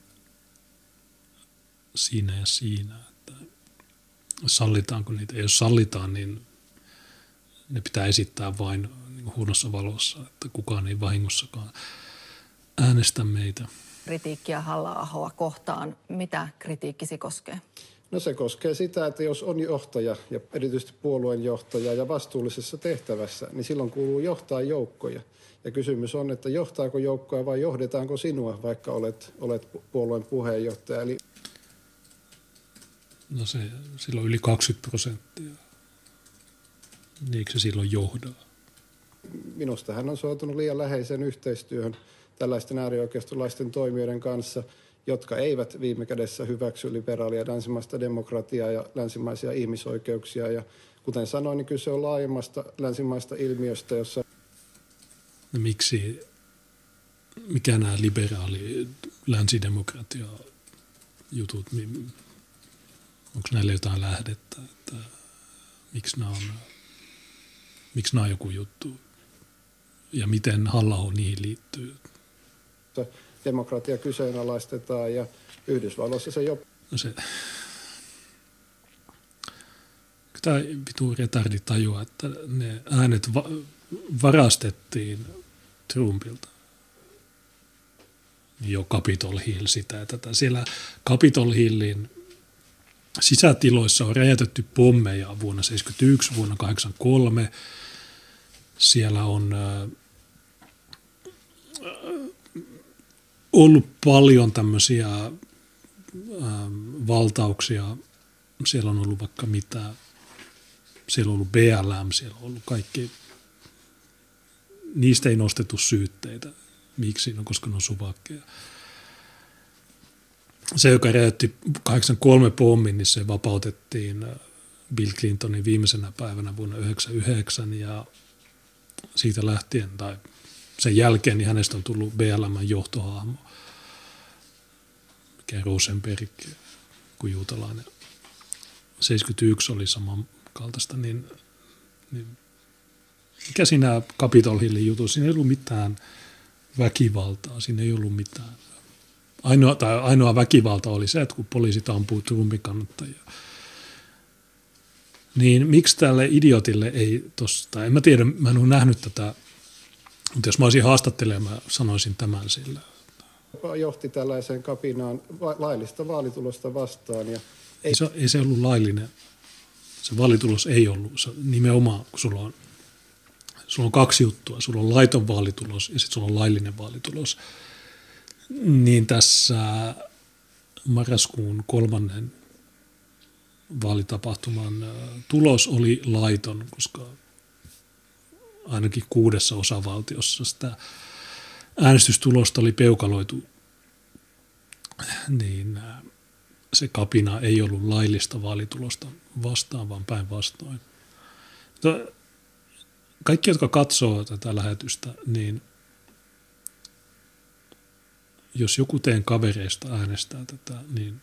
siinä ja siinä, että sallitaanko niitä. Ja jos sallitaan, niin ne pitää esittää vain huonossa valossa, että kukaan ei vahingossakaan äänestä meitä. kritiikkiä Halla-ahoa kohtaan. Mitä kritiikkisi koskee? No se koskee sitä, että jos on johtaja ja erityisesti puolueen johtaja ja vastuullisessa tehtävässä, niin silloin kuuluu johtaa joukkoja. Ja kysymys on, että johtaako joukkoja vai johdetaanko sinua, vaikka olet puolueen puheenjohtaja. Eli no se silloin yli 20%. Niinkö se silloin johdaa? Minusta hän on suotunut liian läheiseen yhteistyöhön tällaisten äärioikeistolaisten toimijoiden kanssa, jotka eivät viime kädessä hyväksy liberaalia länsimaista demokratiaa ja länsimaisia ihmisoikeuksia. Ja kuten sanoin, niin kyse on laajemmasta länsimaista ilmiöstä, jossa No mikä nämä liberaali länsidemokratia jutut, onko näillä jotain lähdettä, että miksi nämä on joku juttu ja miten Halla-aho niihin liittyy? demokratia kyseenalaistetaan ja Yhdysvalloissa se jo... No se... Tämä vitu retardi tajua, että ne äänet varastettiin Trumpilta. Jo Capitol Hill sitä ja tätä. Siellä Capitol Hillin sisätiloissa on räjäytetty pommeja vuonna 1971, vuonna 1983. Siellä on ollut paljon tämmöisiä valtauksia. Siellä on ollut vaikka mitä. Siellä on ollut BLM, siellä on ollut kaikki. Niistä ei nostettu syytteitä. Miksi? No koska ne on suvakkeja. Se, joka räjäytti 83 pommin, niin se vapautettiin Bill Clintonin viimeisenä päivänä vuonna 1999 ja siitä lähtien tai sen jälkeen niin hänestä on tullut BLM:n johtohahmo, mikä Rosenberg kuin juutalainen. 71 oli samankaltaista, niin mikä siinä Capitol Hillin jutussa, siinä ei ollut mitään väkivaltaa, siinä ei ollut mitään. Ainoa väkivalta oli se, että kun poliisit ampuu Trumpin kannattajia. Niin miksi tälle idiotille ei tosta, en mä tiedä, mä en ole nähnyt tätä, mutta jos mä olisin haastattelemaan, mä sanoisin tämän sillä. Johti tällaiseen kapinaan laillista vaalitulosta vastaan. Ja ei se ollut laillinen. Se vaalitulos ei ollut. Se nimenomaan, kun sulla on kaksi juttua. Sulla on laiton vaalitulos ja sitten sulla on laillinen vaalitulos. Niin tässä marraskuun 3. vaalitapahtuman tulos oli laiton, koska ainakin 6 osavaltiossa sitä äänestystulosta oli peukaloitu, niin se kapina ei ollut laillista vaalitulosta vastaan, vaan päinvastoin. Kaikki, jotka katsoo tätä lähetystä, niin jos joku teidän kavereista äänestää tätä, niin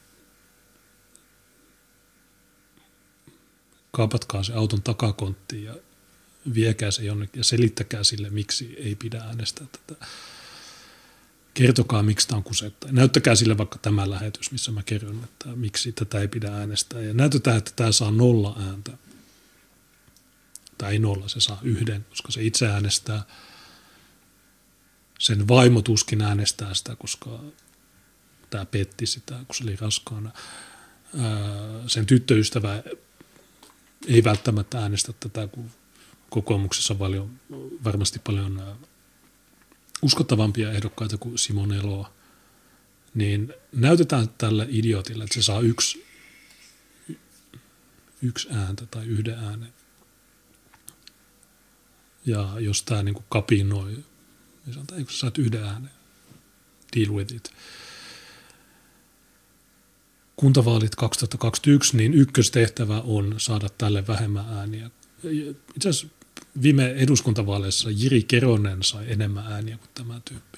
kaapatkaa se auton takakonttiin ja viekää se jonnekin ja selittäkää sille, miksi ei pidä äänestää tätä. Kertokaa, miksi tämä on kusetta. Näyttäkää sille vaikka tämä lähetys, missä mä kerron, että miksi tätä ei pidä äänestää. Ja näytetään, että tämä saa 0 ääntä. Tai ei 0, se saa 1, koska se itse äänestää. Sen vaimo tuskin äänestää sitä, koska tämä petti sitä, kun se oli raskaana. Sen tyttöystävä ei välttämättä äänestä tätä, kun kokoomuksessa on varmasti paljon uskottavampia ehdokkaita kuin Simon Elo. Niin näytetään tälle idiotille, että se saa yksi ääntä tai 1 äänen. Ja jos tämä niin kuin kapinoi, niin sanotaan, eikö sä saat 1 äänen, deal with it. Kuntavaalit 2021, niin ykköstehtävä on saada tälle vähemmän ääniä. Itse asiassa viime eduskuntavaaleissa Jiri Keronen sai enemmän ääniä kuin tämä tyyppi.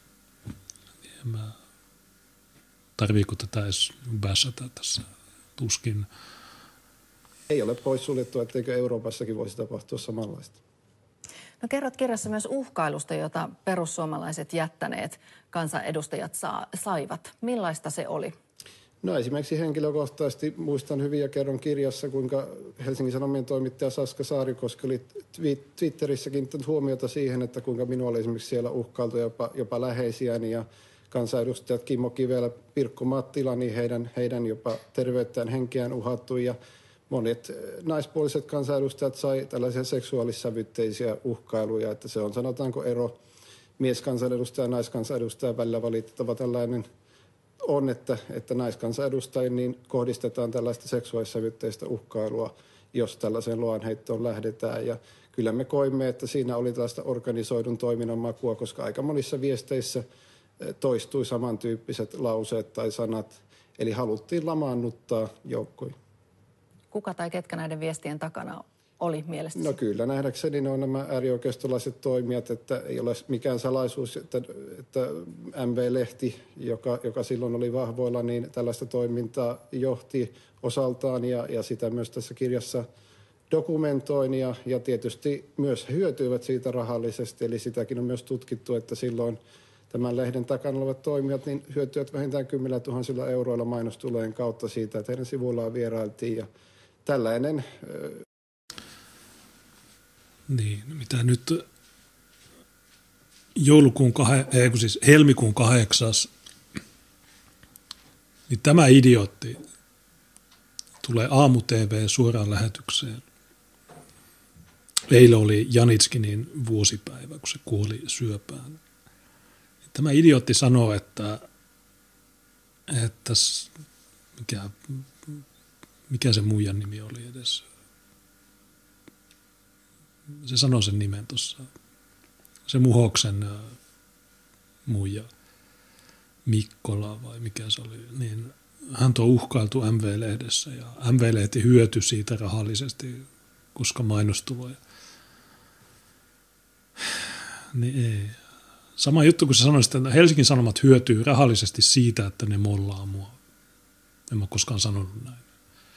Tarviiko tätä edes bäsätä tässä? Tuskin. Ei ole poissuljettu, etteikö Euroopassakin voisi tapahtua samanlaista. No kerrot kirjassa myös uhkailusta, jota perussuomalaiset jättäneet kansanedustajat saivat. Millaista se oli? No esimerkiksi henkilökohtaisesti muistan hyvin ja kerron kirjassa, kuinka Helsingin Sanomien toimittaja Saska Saarikoski oli Twitterissä kiinnittänyt huomiota siihen, että kuinka minua oli esimerkiksi siellä uhkailtu jopa läheisiäni ja kansanedustajat Kimmo Kivelä, Pirkko Mattila, niin heidän jopa terveyttään, henkeään uhattu ja monet naispuoliset kansanedustajat sai tällaisia seksuaalissävytteisiä uhkailuja, että se on sanotaanko ero mieskansanedustaja ja naiskansanedustajan välillä valitettava tällainen on, että naiskansanedustajiin niin kohdistetaan tällaista seksuaalissävytteistä uhkailua, jos tällaiseen loanheittoon lähdetään. Ja kyllä me koimme, että siinä oli tällaista organisoidun toiminnan makua, koska aika monissa viesteissä toistui samantyyppiset lauseet tai sanat, eli haluttiin lamaannuttaa joukkoja. Kuka tai ketkä näiden viestien takana oli mielestäsi? No kyllä, nähdäkseni ne on nämä äärioikeistolaiset toimijat, että ei ole mikään salaisuus, että MV-lehti, joka silloin oli vahvoilla, niin tällaista toimintaa johti osaltaan ja sitä myös tässä kirjassa dokumentoin ja tietysti myös hyötyivät siitä rahallisesti, eli sitäkin on myös tutkittu, että silloin tämän lehden takana olevat toimijat niin hyötyvät vähintään 10 000 euroilla mainostulojen kautta siitä, että heidän sivuillaan vierailtiin ja tällainen. Niin, mitä nyt helmikuun 8. Niin tämä idiootti tulee Aamu-TV suoraan lähetykseen. Eilen oli Janitskinin vuosipäivä, kun se kuoli syöpään. Tämä idiootti sanoo, että mikä se muijan nimi oli edes. Se sanoi sen nimen tuossa. Se Muhoksen muija Mikkola vai mikä se oli. Niin hän on uhkailtu MV-lehdessä ja MV-lehti hyötyi siitä rahallisesti, koska mainostuloja. Niin ei. Sama juttu, kun sä sanoisit, että Helsingin Sanomat hyötyy rahallisesti siitä, että ne mollaa mua. En mä koskaan sanonut näin.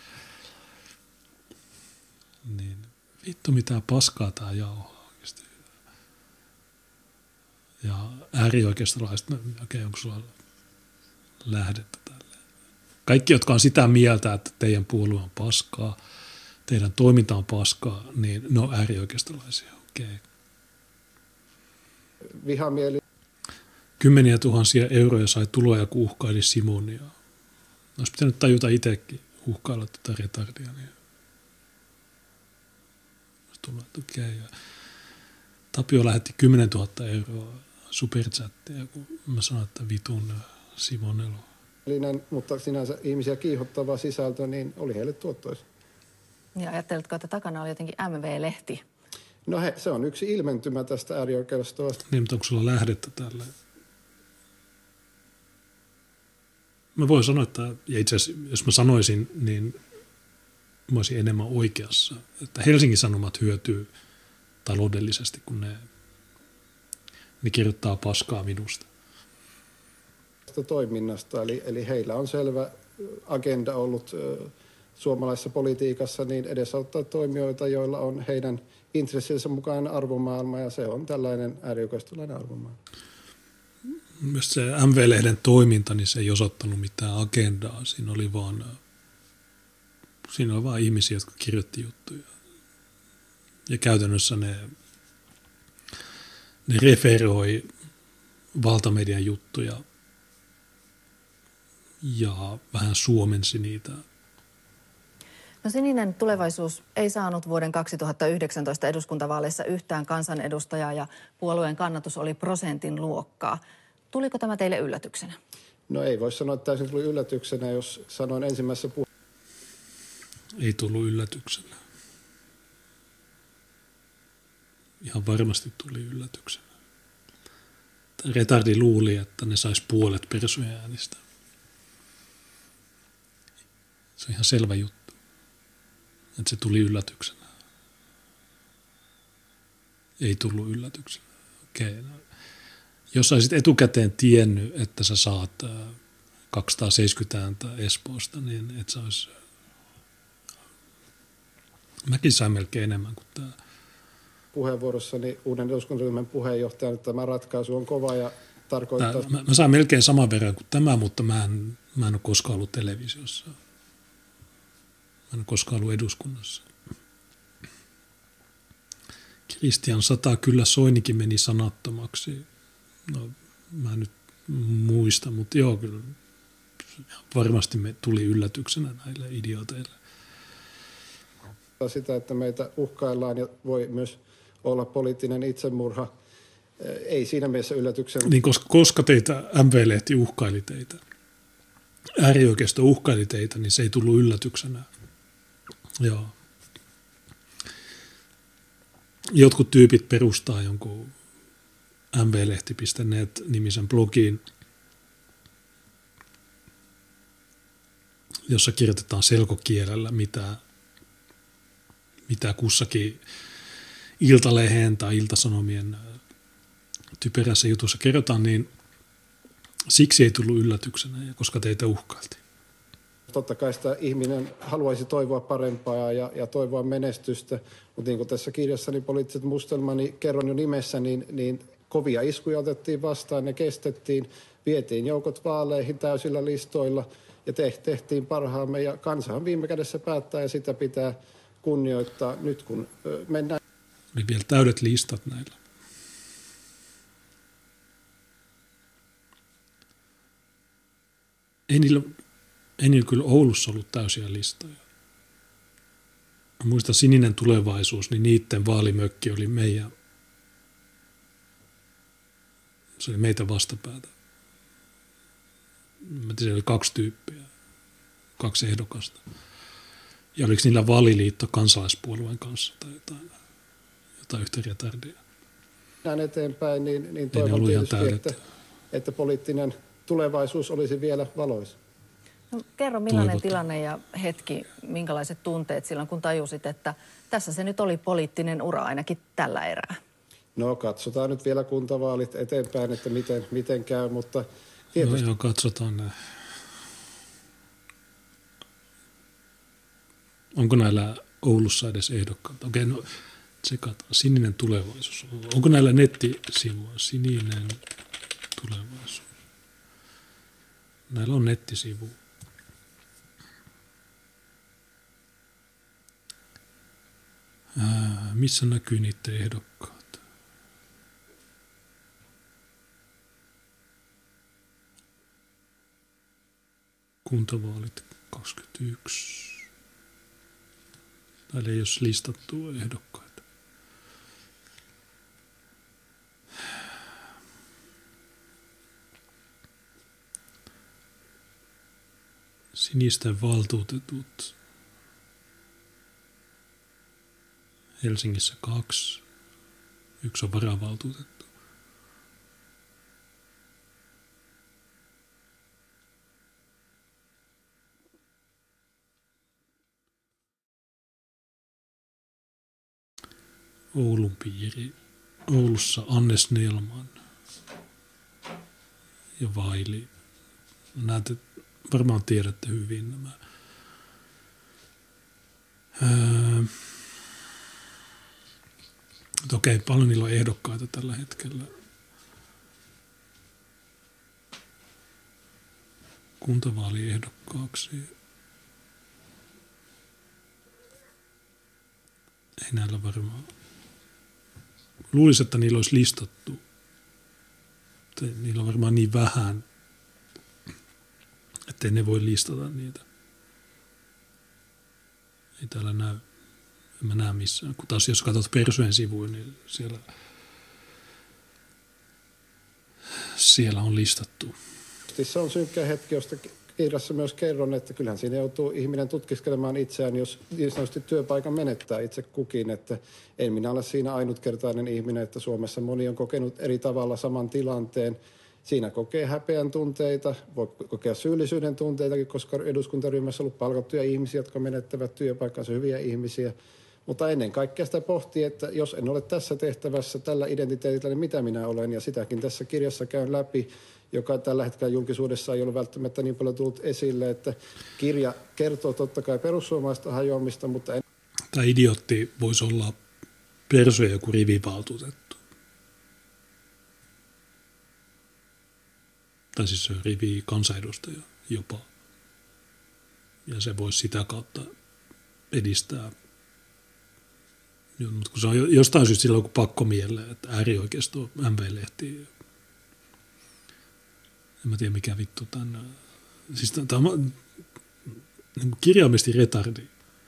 Niin. Vittu mitä paskaa tää jauhaa oikeasti. Ja äärioikeistolaiset, okei, onko sulla lähdettä tälleen? Kaikki, jotka on sitä mieltä, että teidän puolue on paskaa, teidän toiminta on paskaa, niin ne on äärioikeistolaisia, okei. Vihamieli. 10 000 euroja sai tuloja, kun uhkaili Simonia. Olisi pitänyt tajuta itsekin uhkailla tätä retardia. Niin okay. Tapio lähetti 10 000 euroa superchattia, kun mä sanoin, että vitun Simonelo. Mutta sinänsä ihmisiä kiihottava sisältö, niin oli heille tuottoisa. Ja ajatteletko, että takana oli jotenkin MV-lehti? No se on yksi ilmentymä tästä äärioikeistosta. Niin, mutta onko sulla lähdettä tälle? Mä voin sanoa, että ja itse asiassa, jos mä sanoisin, niin mä olisin enemmän oikeassa. Että Helsingin Sanomat hyötyy taloudellisesti, kun ne kirjoittaa paskaa minusta. Toiminnasta, eli heillä on selvä agenda ollut suomalaisessa politiikassa, niin edesauttaa toimijoita, joilla on heidän intressinsä mukaan arvomaailma, ja se on tällainen äärioikeistolainen arvomaailma. Myös se MV-lehden toiminta, niin se ei osoittanut mitään agendaa. Siinä oli vaan ihmisiä, jotka kirjoitti juttuja. Ja käytännössä ne referoi valtamedian juttuja ja vähän suomensi niitä. No Sininen tulevaisuus ei saanut vuoden 2019 eduskuntavaaleissa yhtään kansanedustajaa ja puolueen kannatus oli prosentin luokkaa. Tuliko tämä teille yllätyksenä? No ei voi sanoa, että täysin tuli yllätyksenä, jos sanoin ensimmäisessä Ei tullut yllätyksenä. Ihan varmasti tuli yllätyksenä. Retardi luuli, että ne sais puolet persujen äänistä. Se on ihan selvä juttu, että se tuli yllätyksenä. Ei tullut yllätyksenä. Okei. No. Jos olisit etukäteen tiennyt, että sä saat 270 ääntä Espoosta, niin et sä olisi... Mäkin sain melkein enemmän kuin tämä. Puheenvuorossani uuden eduskuntaryhmän puheenjohtajan, että tämä ratkaisu on kova ja tarkoittaa... Mä saan melkein saman verran kuin tämä, mutta mä en ole koskaan ollut televisiossa. Mä en ole koskaan ollut eduskunnassa. Kristian 100, kyllä Soinikin meni sanattomaksi. No, mä nyt muista, mutta joo, kyllä varmasti me tuli yllätyksenä näille idiooteille. Sitä, että meitä uhkaillaan ja voi myös olla poliittinen itsemurha, ei siinä mielessä yllätyksen. Niin koska teitä MV-lehti uhkaili teitä, äärioikeisto uhkaili teitä, niin se ei tullut yllätyksenä. Joo. Jotkut tyypit perustaa jonkun mvlehti.net-nimisen blogiin, jossa kirjoitetaan selkokielellä, mitä kussakin Iltalehden tai Iltasanomien typerässä jutussa kerrotaan, niin siksi ei tullut yllätyksenä, koska teitä uhkailtiin. Totta kai sitä ihminen haluaisi toivoa parempaa ja toivoa menestystä, mutta niin kuin tässä kirjassani Poliittiset mustelmani kerron jo nimessä, niin kovia iskuja otettiin vastaan, ne kestettiin, vietiin joukot vaaleihin täysillä listoilla ja tehtiin parhaamme ja kansahan viime kädessä päättää ja sitä pitää kunnioittaa nyt kun mennään. Oli vielä täydet listat näillä. Ei niillä kyllä Oulussa ollut täysiä listoja. Mä muistan Sininen tulevaisuus, niin niiden vaalimökki oli se oli meitä vastapäätä. Mä tiedän, oli 2 tyyppiä, 2 ehdokasta. Ja oliko niillä vaaliliitto kansalaispuolueen kanssa tai jotain yhtä retardia. Näin eteenpäin, niin toivon tietysti, että poliittinen tulevaisuus olisi vielä valoisa. No, kerro millainen tilanne ja hetki, minkälaiset tunteet silloin, kun tajusit, että tässä se nyt oli poliittinen ura ainakin tällä erää? No katsotaan nyt vielä kuntavaalit eteenpäin, että miten käy, mutta tietysti. Joo, katsotaan näin. Onko näillä Oulussa edes ehdokkaita? Okei, no tsekataan. Sininen tulevaisuus. Onko näillä nettisivuja? Sininen tulevaisuus. Näillä on nettisivu. Missä näkyy niiden ehdokkaat? Kuntavaalit 21. Täällä ei ole listattu ehdokkaita. Sinisten valtuutetut. Helsingissä 2. 1 on varavaltuutettu. Oulun piiri. Oulussa Anne Snellman ja Vaili. Näette, varmaan tiedätte hyvin nämä. Okei, paljon niillä on ehdokkaita tällä hetkellä. Kuntavaaliehdokkaaksi. Ei näillä varmaan. Luulisin, että niillä olisi listattu. Niillä on varmaan niin vähän, ettei ne voi listata niitä. Ei täällä näy. En mä näe missään. Kun taas jos katsot Persuen sivuja, niin siellä on listattu. Se on synkkä hetki, josta kirjassa myös kerron, että kyllähän siinä joutuu ihminen tutkiskelemaan itseään, jos niin sanotusti työpaikan menettää itse kukin. Että en minä ole siinä ainutkertainen ihminen, että Suomessa moni on kokenut eri tavalla saman tilanteen. Siinä kokee häpeän tunteita, voi kokea syyllisyyden tunteitakin, koska eduskuntaryhmässä on ollut palkattuja ihmisiä, jotka menettävät työpaikkansa, hyviä ihmisiä. Mutta ennen kaikkea sitä pohtii, että jos en ole tässä tehtävässä, tällä identiteetillä, niin mitä minä olen. Ja sitäkin tässä kirjassa käyn läpi, joka tällä hetkellä julkisuudessa ei ole välttämättä niin paljon tullut esille, että kirja kertoo totta kai perussuomalaista hajoamista, mutta Tämä idiootti voisi olla Persuen joku rivivaltuutettu. Tai siis rivi kansanedustaja jopa. Ja se voisi sitä kautta edistää. Mutta kun se on jostain syystä silloin, kun pakko mieleen, että äärioikeisto MV-lehti En mä tiedä mikä vittu tämän. Siis tämä on niin kirjaimellisesti retardi.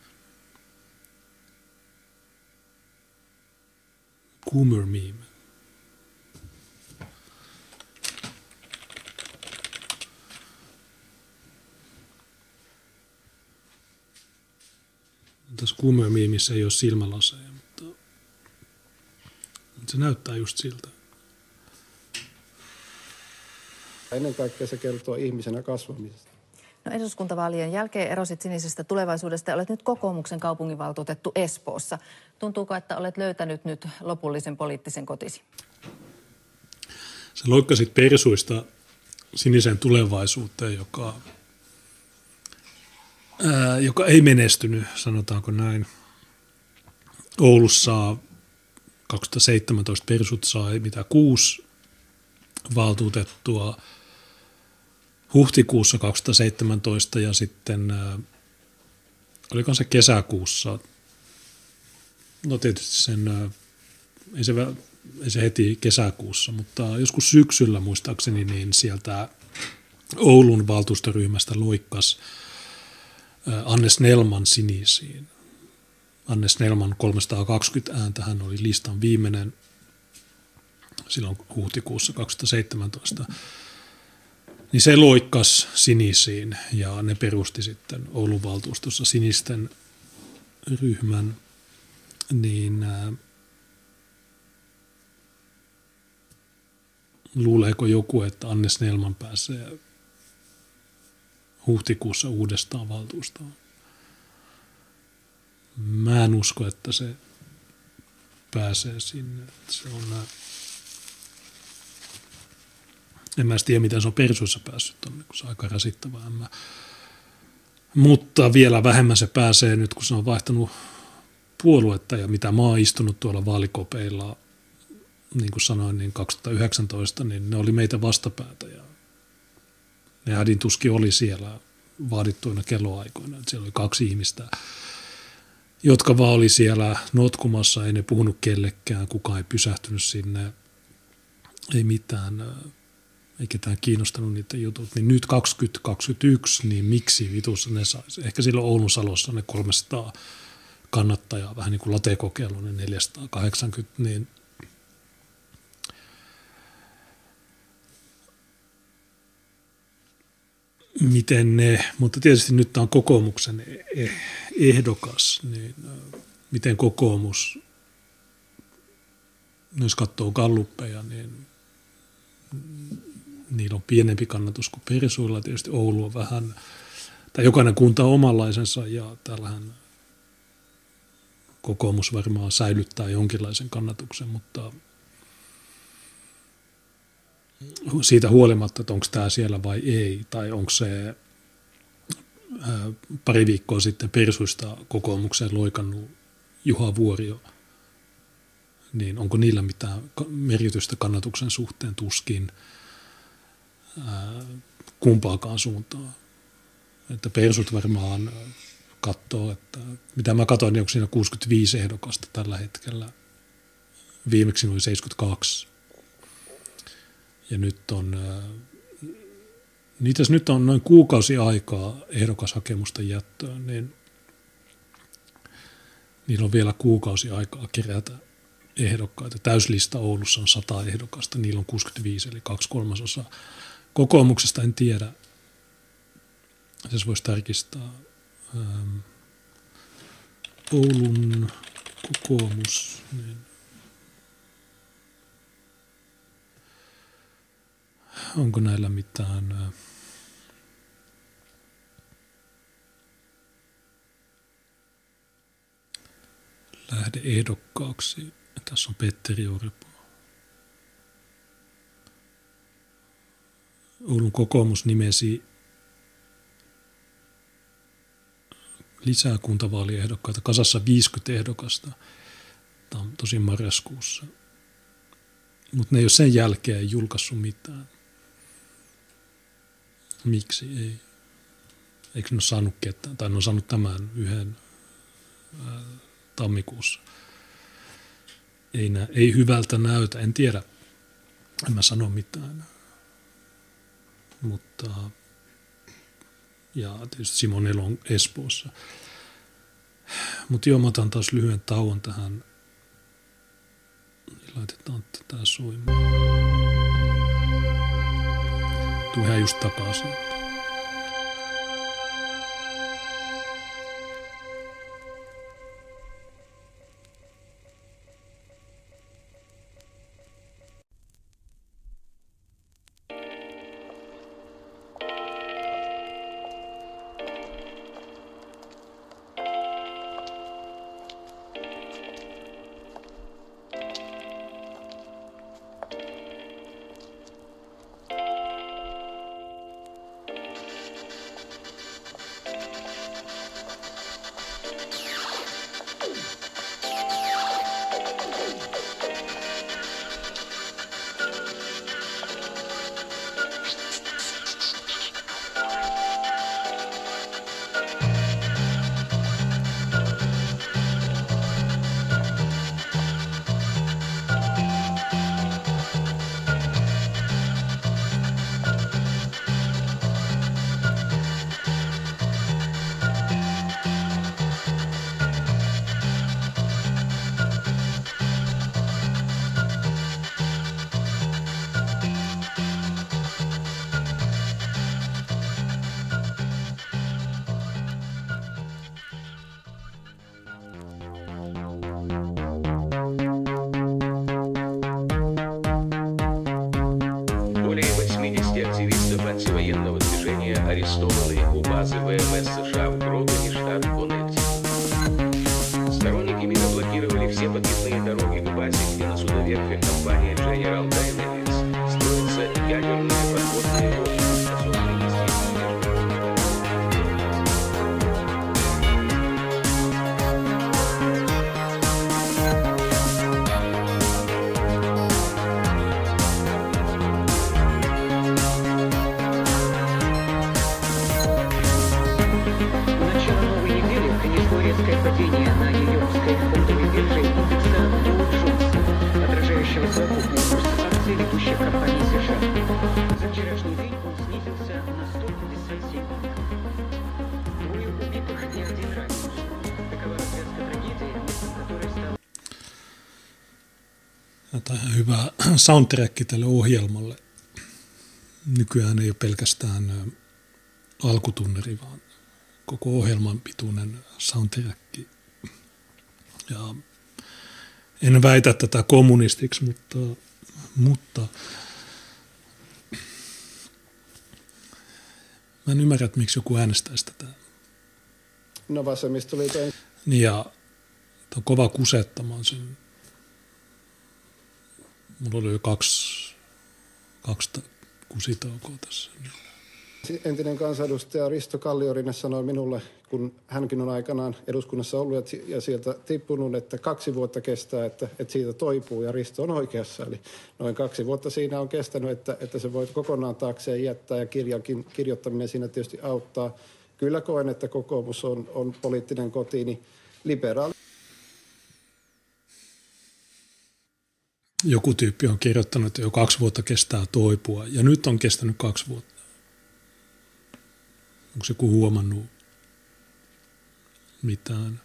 Coomer meme. Tässä Coomer-miimissä ei ole silmälaseja, mutta se näyttää just siltä. Ennen kaikkea se kertoo ihmisenä kasvamisesta. No, eduskuntavaalien jälkeen erosit Sinisestä Tulevaisuudesta ja olet nyt kokoomuksen kaupunginvaltuutettu Espoossa. Tuntuuko, että olet löytänyt nyt lopullisen poliittisen kotisi? Sä loikkasit persuista Sinisen Tulevaisuuteen, joka ei menestynyt, sanotaanko näin. Oulussa 2017 persut sai 6 valtuutettua huhtikuussa 2017 ja sitten oliko se kesäkuussa, no tietysti ei se heti kesäkuussa, mutta joskus syksyllä muistaakseni niin sieltä Oulun valtuustoryhmästä loikkas Anne Snellman Sinisiin. Anne Snellman 320 ääntä, hän oli listan viimeinen silloin huhtikuussa 2017. Niin se loikkas Sinisiin ja ne perusti sitten Oulun valtuustossa Sinisten ryhmän. Niin luuleeko joku, että Anne Snellman pääsee huhtikuussa uudestaan valtuustoon? Mä en usko, että se pääsee sinne. Se on, en mä tiedä, miten se on persuissa päässyt tonne, kun se on aika rasittavaa. Mutta vielä vähemmän se pääsee nyt, kun se on vaihtanut puoluetta ja mitä mä oon istunut tuolla vaalikopeilla, niin kuin sanoin, niin 2019, niin ne oli meitä vastapäätä ja ne hädintuskin oli siellä vaadittuina kelloaikoina. Että siellä oli 2 ihmistä, jotka vaan oli siellä notkumassa, ei ne puhunut kellekään, kukaan ei pysähtynyt sinne, ei mitään, ei ketään kiinnostanut niitä jutut. Niin nyt 2021, niin miksi vitussa ne saisi? Ehkä silloin Oulun Salossa ne 300 kannattajaa, vähän niin kuin latekokeilu, ne 480, niin miten ne, mutta tietysti nyt tämä on kokoomuksen ehdokas, niin miten kokoomus, jos katsoo galluppeja, niin niillä on pienempi kannatus kuin persuilla. Tietysti Oulu on vähän, tai jokainen kunta on omanlaisensa ja täällähän kokoomus varmaan säilyttää jonkinlaisen kannatuksen, mutta siitä huolimatta, että onko tämä siellä vai ei, tai onko se pari viikkoa sitten persuista kokoomukseen loikannut Juha Vuorio, niin onko niillä mitään merkitystä kannatuksen suhteen? Tuskin kumpaakaan suuntaan. Että persut varmaan katsoo, että mitä mä katsoin, niin onko siinä 65 ehdokasta tällä hetkellä. Viimeksi oli 72. Ja nyt on noin kuukausi aikaa ehdokashakemusten jättöön, niin niillä on vielä kuukausi aikaa kerätä ehdokkaita. Täyslista Oulussa on 100 ehdokasta, niillä on 65, eli 2/3. Kokoomuksesta en tiedä, se voisi tarkistaa. Oulun kokoomus, niin onko näillä mitään lähde-ehdokkaaksi? Tässä on Petteri Orpo. Oulun kokoomus nimesi lisää kuntavaaliehdokkaita, kasassa 50 ehdokasta. Tämä on tosi marraskuussa. Mutta ne ei ole sen jälkeen julkaissut mitään. Miksi ei? Eikö ne ole saanut ketään? Tai ne on saanut tämän yhden tammikuussa. Ei hyvältä näytä, en tiedä. En mä sano mitään. mutta ja tietysti Simon Elon Espoossa. Mutta joo, mä otan taas lyhyen tauon tähän. Laitetaan tätä soimaan. Tuohan just takaisin. Более 80 активистов антивоенного движения арестованы у базы ВМС США в Гродоне, штат Коннектикут. Сторонники мира блокировали все подъездные дороги к базе, где на судоверфи компания General Dynamics строятся ядерные подводные лодки, способные нести Начало новой недели принесло резкое падение на Нью-Йоркской фондовой бирже индекса Dow Jones, отражающего совокупный курс акций ведущих компаний США. За вчерашний день он снизился на 157 пунктов. Двое убитых и один раненый. Такова развязка трагедии, местом которой стал... Tämä on hyvä soundtrack tälle ohjelmalle. Nykyään ei ole pelkästään alkutunneri, vaan koko ohjelman pituinen soundtrack. Ja en väitä tätä kommunistiksi, mutta mä en ymmärrä, että miksi joku äänestäisi tätä. No vasemmistoliiton. Niin ja tämä on kova kusettamaan sen. Mulla oli jo kaksi kusitaukoa tässä. Entinen kansanedustaja Risto Kalliorinne sanoi minulle, kun hänkin on aikanaan eduskunnassa ollut ja sieltä tippunut, että 2 vuotta kestää, että siitä toipuu, ja Risto on oikeassa. Eli noin 2 vuotta siinä on kestänyt, että se voi kokonaan taakseen jättää, ja kirjankin kirjoittaminen siinä tietysti auttaa. Kyllä koen, että kokoomus on poliittinen kotiini, liberaali. Joku tyyppi on kirjoittanut, että jo 2 vuotta kestää toipua, ja nyt on kestänyt 2 vuotta. Onko se joku huomannut mitään?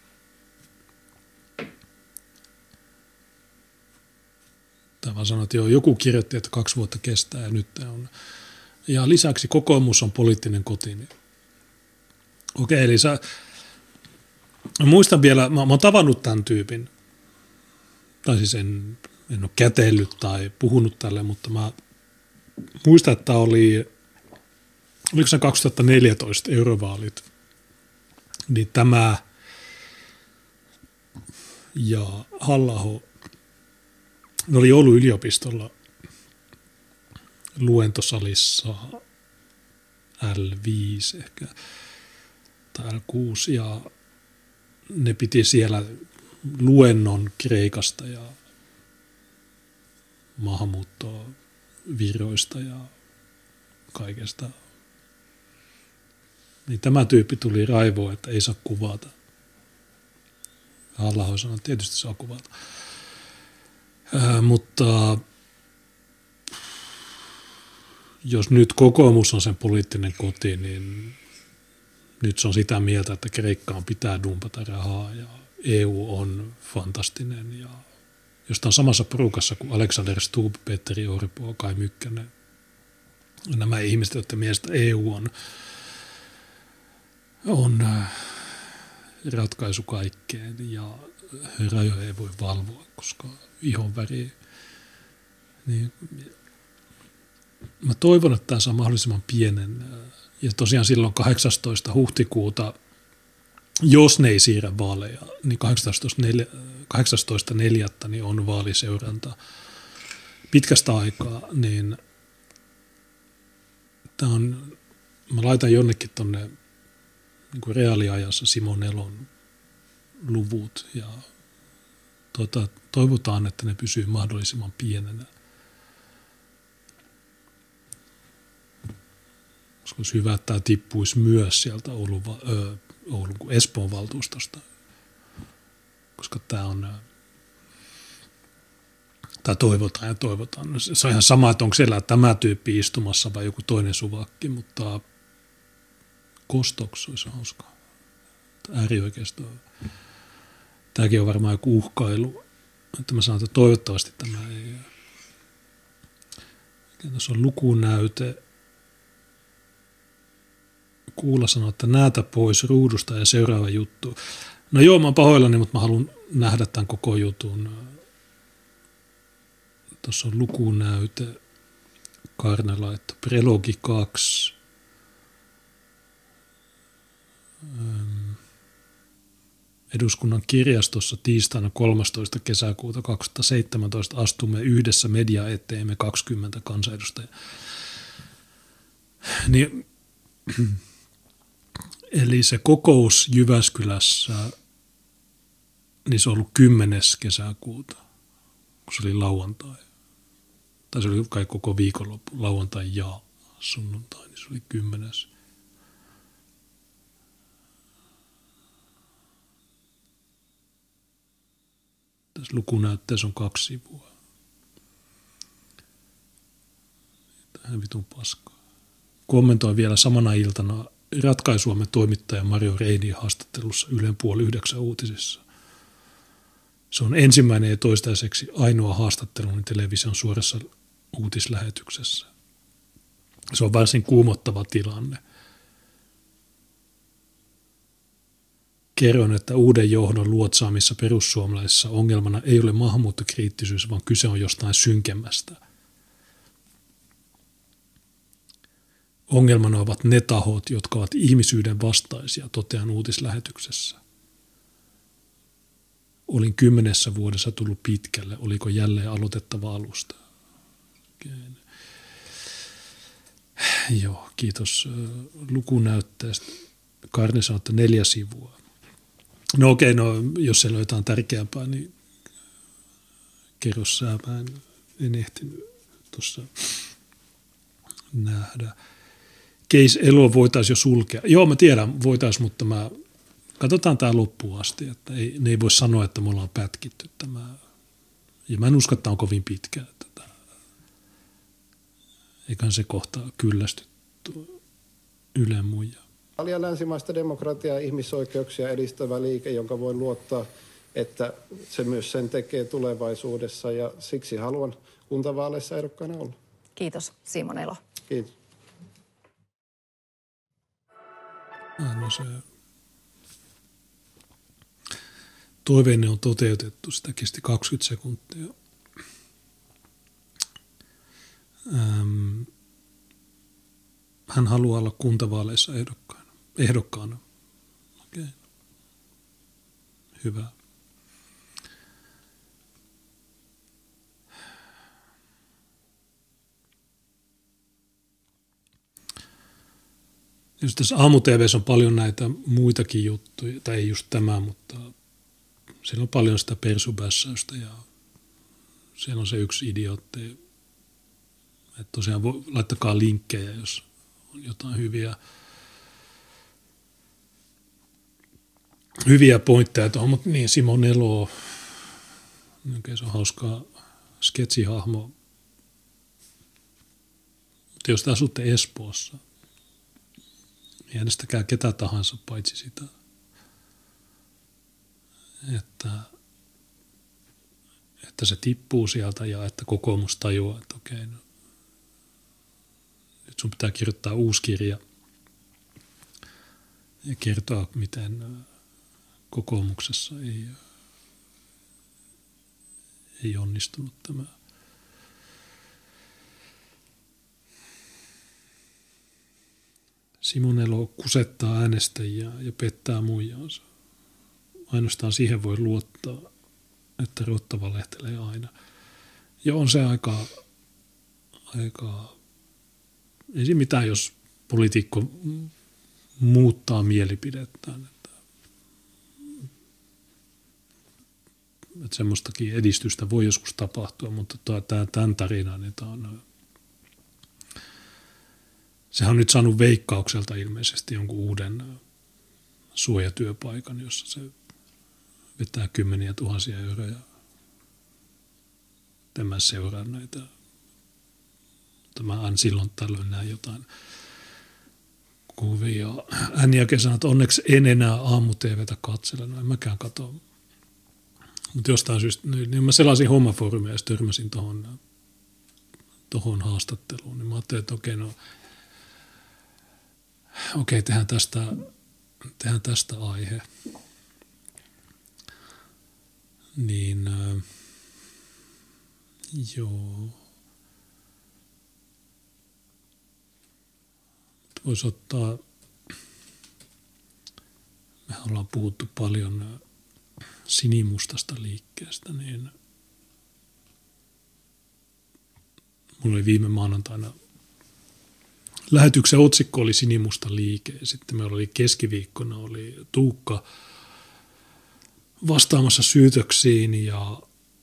Tai vaan sanoi, että joo, joku kirjoitti, että 2 vuotta kestää ja nyt on. Ja lisäksi kokoomus on poliittinen kotini. Okei, eli muistan vielä, mä oon tavannut tämän tyypin. Tai siis en ole kätellyt tai puhunut tälle, mutta mä muistan, että oliko se 2014 eurovaalit, niin tämä ja Halla-aho, ne oli Oulun yliopistolla luentosalissa L5 ehkä, tai L6, ja ne piti siellä luennon Kreikasta ja maahanmuuttovirroista ja kaikesta. Niin tämä tyyppi tuli raivoon, että ei saa kuvata. Halla-aho sanoi, että tietysti saa kuvata. jos nyt kokoomus on sen poliittinen koti, niin nyt se on sitä mieltä, että Kreikkaan pitää dumpata rahaa ja EU on fantastinen. Ja jos tämä on samassa porukassa kuin Alexander Stubb, Petteri Orpo, Kai Mykkänen, nämä ihmiset, joiden mielestä EU on ratkaisu kaikkeen ja rajoja ei voi valvoa, koska ihon väri. Niin mä toivon, että tämä saa mahdollisimman pienen. Ja tosiaan silloin 18. huhtikuuta, jos ne ei siirrä vaaleja, niin 18.4. niin on vaaliseuranta pitkästä aikaa, niin tämä on, mä laitan jonnekin tuonne niin reaaliajassa Simon Elon luvut ja toivotaan, että ne pysyy mahdollisimman pienenä. Koska olisi hyvä, että tämä tippuisi myös sieltä Oulun kuin Espoon valtuustosta, koska tämä toivotaan ja toivotaan. Se on ihan sama, että onko siellä tämä tyyppi istumassa vai joku toinen suvakki, mutta kostoksi olisi hauskaa. Äärioikeisto. Tämäkin on varmaan joku uhkailu, että mä sanon, että toivottavasti tämä ei. Tässä on lukunäyte. Kuula sanoo, että näytä pois ruudusta ja seuraava juttu. No joo, mä oon pahoillani, mutta mä haluan nähdä tämän koko jutun. Tuossa on lukunäyte. Karne laittaa. Prelogi 2. Eduskunnan kirjastossa tiistaina 13. kesäkuuta 2017 astumme yhdessä media eteemme 20 kansanedustajaa. Niin, eli se kokous Jyväskylässä, niin se on ollut 10. kesäkuuta, kun se oli lauantai. Tai se oli kai koko viikonloppu, lauantai ja sunnuntai, niin se oli 10. Tässä lukunäytteessä on 2 sivua. Tähän vitun paskaa. Kommentoin vielä samana iltana Ratkaisuamme toimittaja Mario Reinin haastattelussa Ylen 8:30 uutisissa. Se on ensimmäinen ja toistaiseksi ainoa haastatteluni television suorassa uutislähetyksessä. Se on varsin kuumottava tilanne. Kerron, että uuden johdon luotsaamissa perussuomalaisissa ongelmana ei ole maahanmuuttokriittisyys, vaan kyse on jostain synkemmästä. Ongelmana ovat ne tahot, jotka ovat ihmisyyden vastaisia, totean uutislähetyksessä. Olin 10 vuodessa tullut pitkälle. Oliko jälleen aloitettava alusta? Joo, kiitos lukunäytteestä. Karni sanoi, että 4 sivua. No okei, no jos siellä on jotain tärkeämpää, niin kerro sä. Mä en ehtinyt tuossa nähdä. Case Elo voitaisiin jo sulkea. Joo, mä tiedän, voitaisiin, mutta katsotaan tämä loppuun asti. Että ne ei voi sanoa, että me ollaan pätkitty tämä. Ja mä en usko, että tämä on kovin pitkä. Eiköhän se kohta kyllästy Ylen muija. Ja länsimaista demokratiaa ja ihmisoikeuksia edistävä liike, jonka voin luottaa, että se myös sen tekee tulevaisuudessa. Ja siksi haluan kuntavaaleissa ehdokkaana olla. Kiitos, Simon Elo. Kiitos. No se toiveenne on toteutettu, sitä kesti 20 sekuntia. Hän haluaa olla kuntavaaleissa ehdokkaana. Okei. Hyvä. Just tässä aamu-tv:ssä on paljon näitä muitakin juttuja, tai ei just tämä, mutta siellä on paljon sitä persubässäystä ja siellä on se yksi idiootti. Että tosiaan laittakaa linkkejä, jos on jotain hyviä pointteja tuohon, mutta niin Simon Elo, se on hauskaa sketsihahmo. Mutta jos te asutte Espoossa, niin äänestäkää ketä tahansa paitsi sitä, että se tippuu sieltä ja että kokoomus tajuaa, että okei, no, nyt sun pitää kirjoittaa uusi kirja ja kertoa, miten kokoomuksessa ei onnistunut tämä. Simon Elo kusettaa äänestäjiä ja pettää muijaansa. Ainoastaan siihen voi luottaa, että rotta valehtelee aina. Ja on se aika ei siinä mitään, jos poliitikko muuttaa mielipidettään. Että semmoistakin edistystä voi joskus tapahtua, mutta tämän tarinan, niin sehän on nyt saanut Veikkaukselta ilmeisesti jonkun uuden suojatyöpaikan, jossa se vetää 10 000 euroja. Mä seuraan näitä. Mä aina silloin tällöin näin jotain kuvia. Ääniäkin sanoo, että onneksi en enää aamu-tv:tä katsele. No en mäkään katso. Mutta jostain syystä, niin mä selasin Hommafoorumia ja törmäsin tohon haastatteluun. Niin mä ajattelin, että okei, tehdään tästä aihe. Niin joo. Voisi ottaa, me ollaan puhuttu paljon sinimustasta liikkeestä, niin mulla oli viime maanantaina lähetyksen otsikko oli Sinimusta liike ja sitten meillä oli keskiviikkona oli Tuukka vastaamassa syytöksiin ja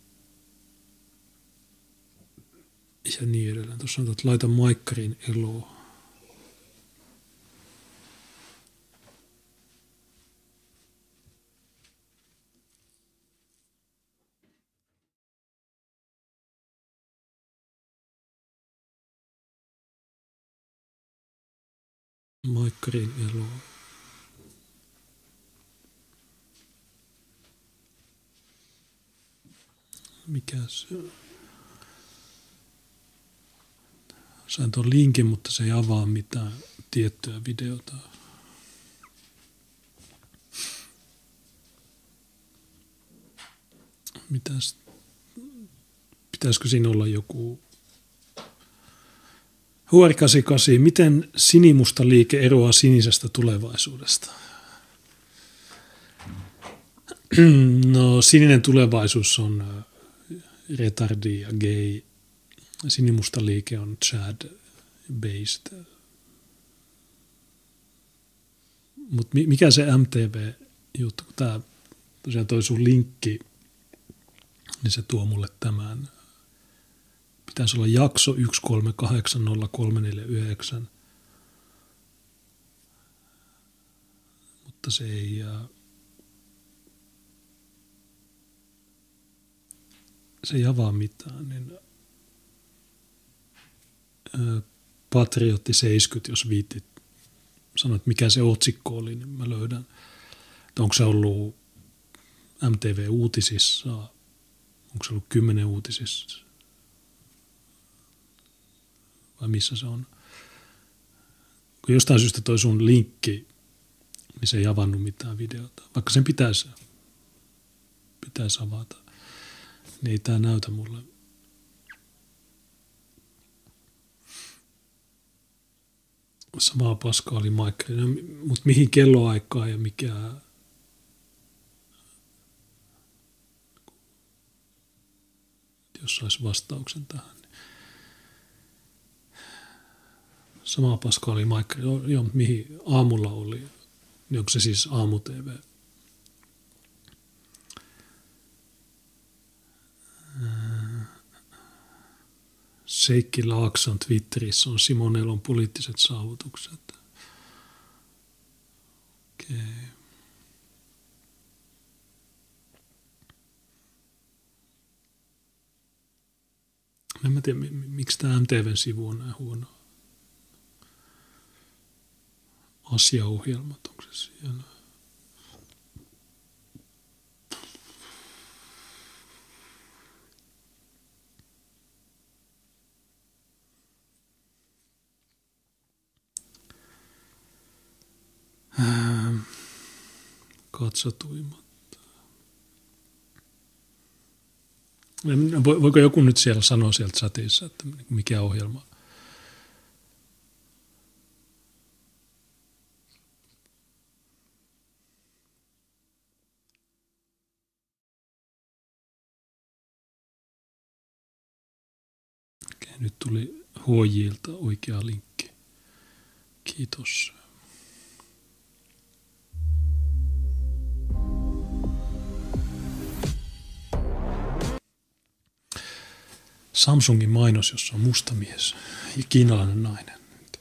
niin edelleen. Tuossa sanotaan, että laita Maikkarin Eloa. Maikkarin Eloa. Mikä se on? Sain tuon linkin, mutta se ei avaa mitään tiettyä videota. Pitäisikö siinä olla joku HR88, miten sinimusta liike eroaa sinisestä tulevaisuudesta? No sininen tulevaisuus on retardi ja gay. Sinimusta liike on Chad-based. Mutta mikä se MTV-juttu, kun tämä tosiaan toi sun linkki, niin se tuo mulle tämän. Pitäisi olla jakso 1380349, mutta se ei avaa mitään. Niin Patriotti 70, jos viittit sanoa, että mikä se otsikko oli, niin mä löydän. Että onko se ollut MTV-uutisissa, onko se ollut 10 uutisissa vai missä se on. Kun jostain syystä toi sun linkki, niin se ei avannut mitään videota. Vaikka sen pitäisi avata, niin ei tää näytä mulle. Samaa paskaa oli Maikkari. No, mutta mihin kelloaikaa ja mikä... Jos saisi vastauksen tähän. Samaa paskaa oli Maikkari. Joo, mihin aamulla oli. Niin onko se siis aamu-tv? Seikki Laakson Twitterissä on Simon Elon poliittiset saavutukset. Okei. En mä tiedä, miksi tämä MTVn sivu on näin huono. Asiaohjelmat, onko se siellä? Katsotuimmat. Voiko joku nyt siellä sanoa sieltä chatissa, että mikä ohjelma? Okei, nyt tuli HJ:ltä oikea linkki. Kiitos. Samsungin mainos, jossa on musta mies ja kiinalainen nainen.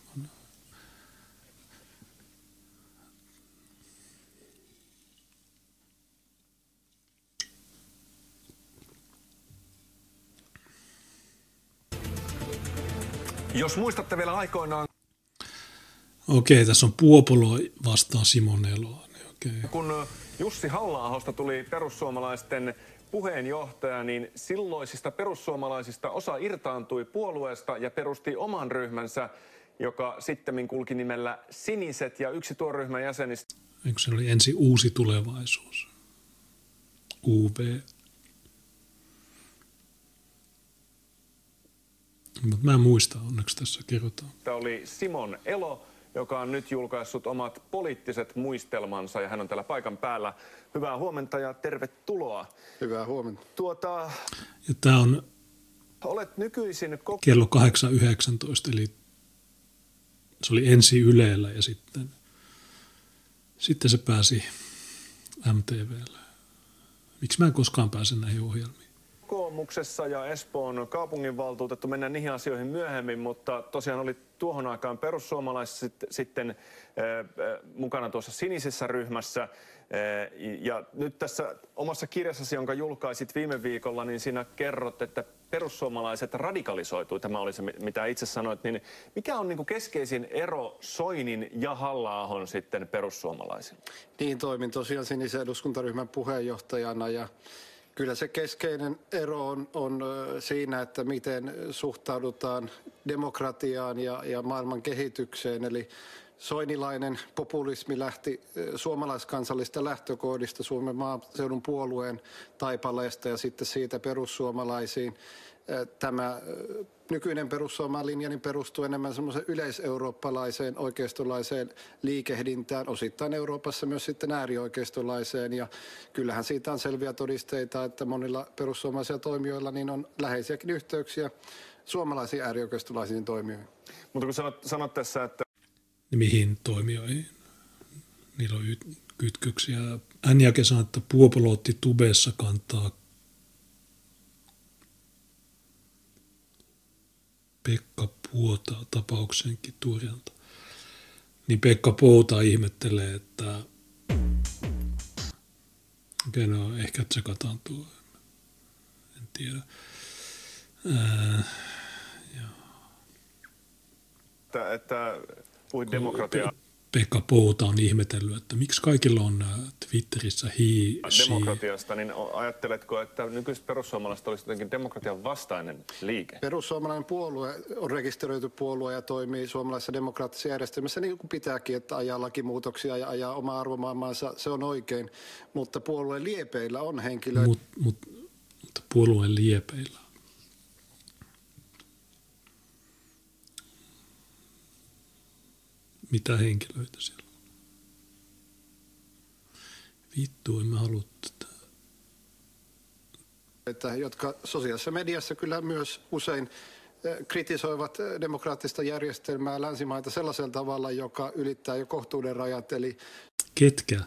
Jos muistatte vielä aikoinaan, Okei, tässä on Puopolo vastaan Simon Eloa. Okei. kun Jussi Halla-ahosta tuli perussuomalaisten puheenjohtaja, niin silloisista perussuomalaisista osa irtaantui puolueesta ja perusti oman ryhmänsä, joka sittemmin kulki nimellä Siniset, ja yksi tuon ryhmän jäsenistä. Eikö se oli ensin Uusi Tulevaisuus? UV. Mutta mä en muista, onneksi tässä kerrotaan. Tämä oli Simon Elo, joka on nyt julkaissut omat poliittiset muistelmansa, ja hän on täällä paikan päällä. Hyvää huomenta ja tervetuloa. Hyvää huomenta. Ja tämä on Olet nykyisin kello 8.19, eli se oli ensi Ylellä ja sitten se pääsi MTV:lle. Miksi mä en koskaan pääse näihin ohjelmiin? kokoomuksessa ja Espoon kaupunginvaltuutettu. Mennään niihin asioihin myöhemmin, mutta tosiaan oli tuohon aikaan perussuomalaisissa sitten mukana tuossa sinisessä ryhmässä. Ja nyt tässä omassa kirjassasi, jonka julkaisit viime viikolla, niin siinä kerrot, että perussuomalaiset radikalisoitui. Tämä oli se, mitä itse sanoit. Niin mikä on niin kuin keskeisin ero Soinin ja Halla-ahon sitten perussuomalaisilla? Niin, toimin tosiaan sinisen eduskuntaryhmän puheenjohtajana ja kyllä se keskeinen ero on siinä, että miten suhtaudutaan demokratiaan ja maailman kehitykseen. Eli soinilainen populismi lähti suomalaiskansallisista lähtökohdista Suomen maaseudun puolueen taipaleesta ja sitten siitä perussuomalaisiin. Tämä nykyinen perussuomalainen linja niin perustuu enemmän semmoiseen yleiseurooppalaiseen oikeistolaiseen liikehdintään, osittain Euroopassa myös sitten äärioikeistolaiseen. Ja kyllähän siitä on selviä todisteita, että monilla perussuomalaisilla toimijoilla niin on läheisiäkin yhteyksiä suomalaisiin äärioikeistolaisiin toimijoihin. Mutta kun sanot tässä, että mihin toimijoihin? Niillä on kytköksiä. Änjäke sanoi, että Puopolo otti tubessa kantaa Pekka Puota tapauksenkin Turjalta. Niin Pekka Pouta ihmettelee, että okei, no ehkä tsekataan tuo. En tiedä. että puhuit demokratiaa. Pekka Pouta on ihmetellyt, että miksi kaikilla on Twitterissä demokratiasta, niin ajatteletko, että nykyiset perussuomalaiset olisi jotenkin demokratian vastainen liike? Perussuomalainen puolue on rekisteröity puolue ja toimii suomalaisessa demokraattisessa järjestelmässä niin kuin pitääkin, että ajaa lakimuutoksia ja ajaa omaa arvomaailmaansa, se on oikein, mutta puolueen liepeillä on henkilöitä. Mutta puolueen liepeillä. Mitä henkilöitä siellä on? Vittu, en mä halua tätä. Jotka sosiaalisessa mediassa kyllä myös usein kritisoivat demokraattista järjestelmää länsimaita sellaisella tavalla, joka ylittää jo kohtuuden rajat. Eli ketkä?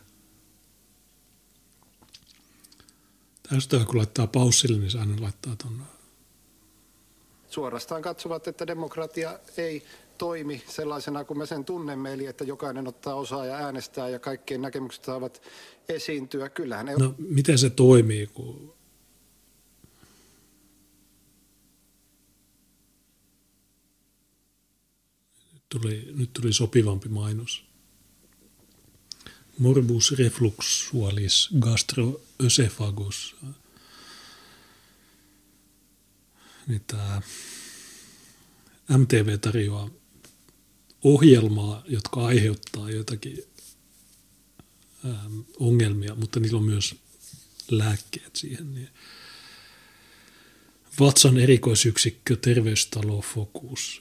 Tästä kun laittaa paussille, niin se aina laittaa tuonne. Suorastaan katsovat, että demokratia ei toimi sellaisena kuin me sen tunnemme, eli että jokainen ottaa osaa ja äänestää ja kaikkien näkemykset saavat esiintyä. Kyllähän no, miten se toimii, kun nyt tuli sopivampi mainos. morbus refluxualis gastroösephagus. Niin tämä MTV tarjoaa ohjelmaa, jotka aiheuttaa jotakin ongelmia, mutta niillä on myös lääkkeet siihen. Niin Vatsan erikoisyksikkö, terveystalo, Focus.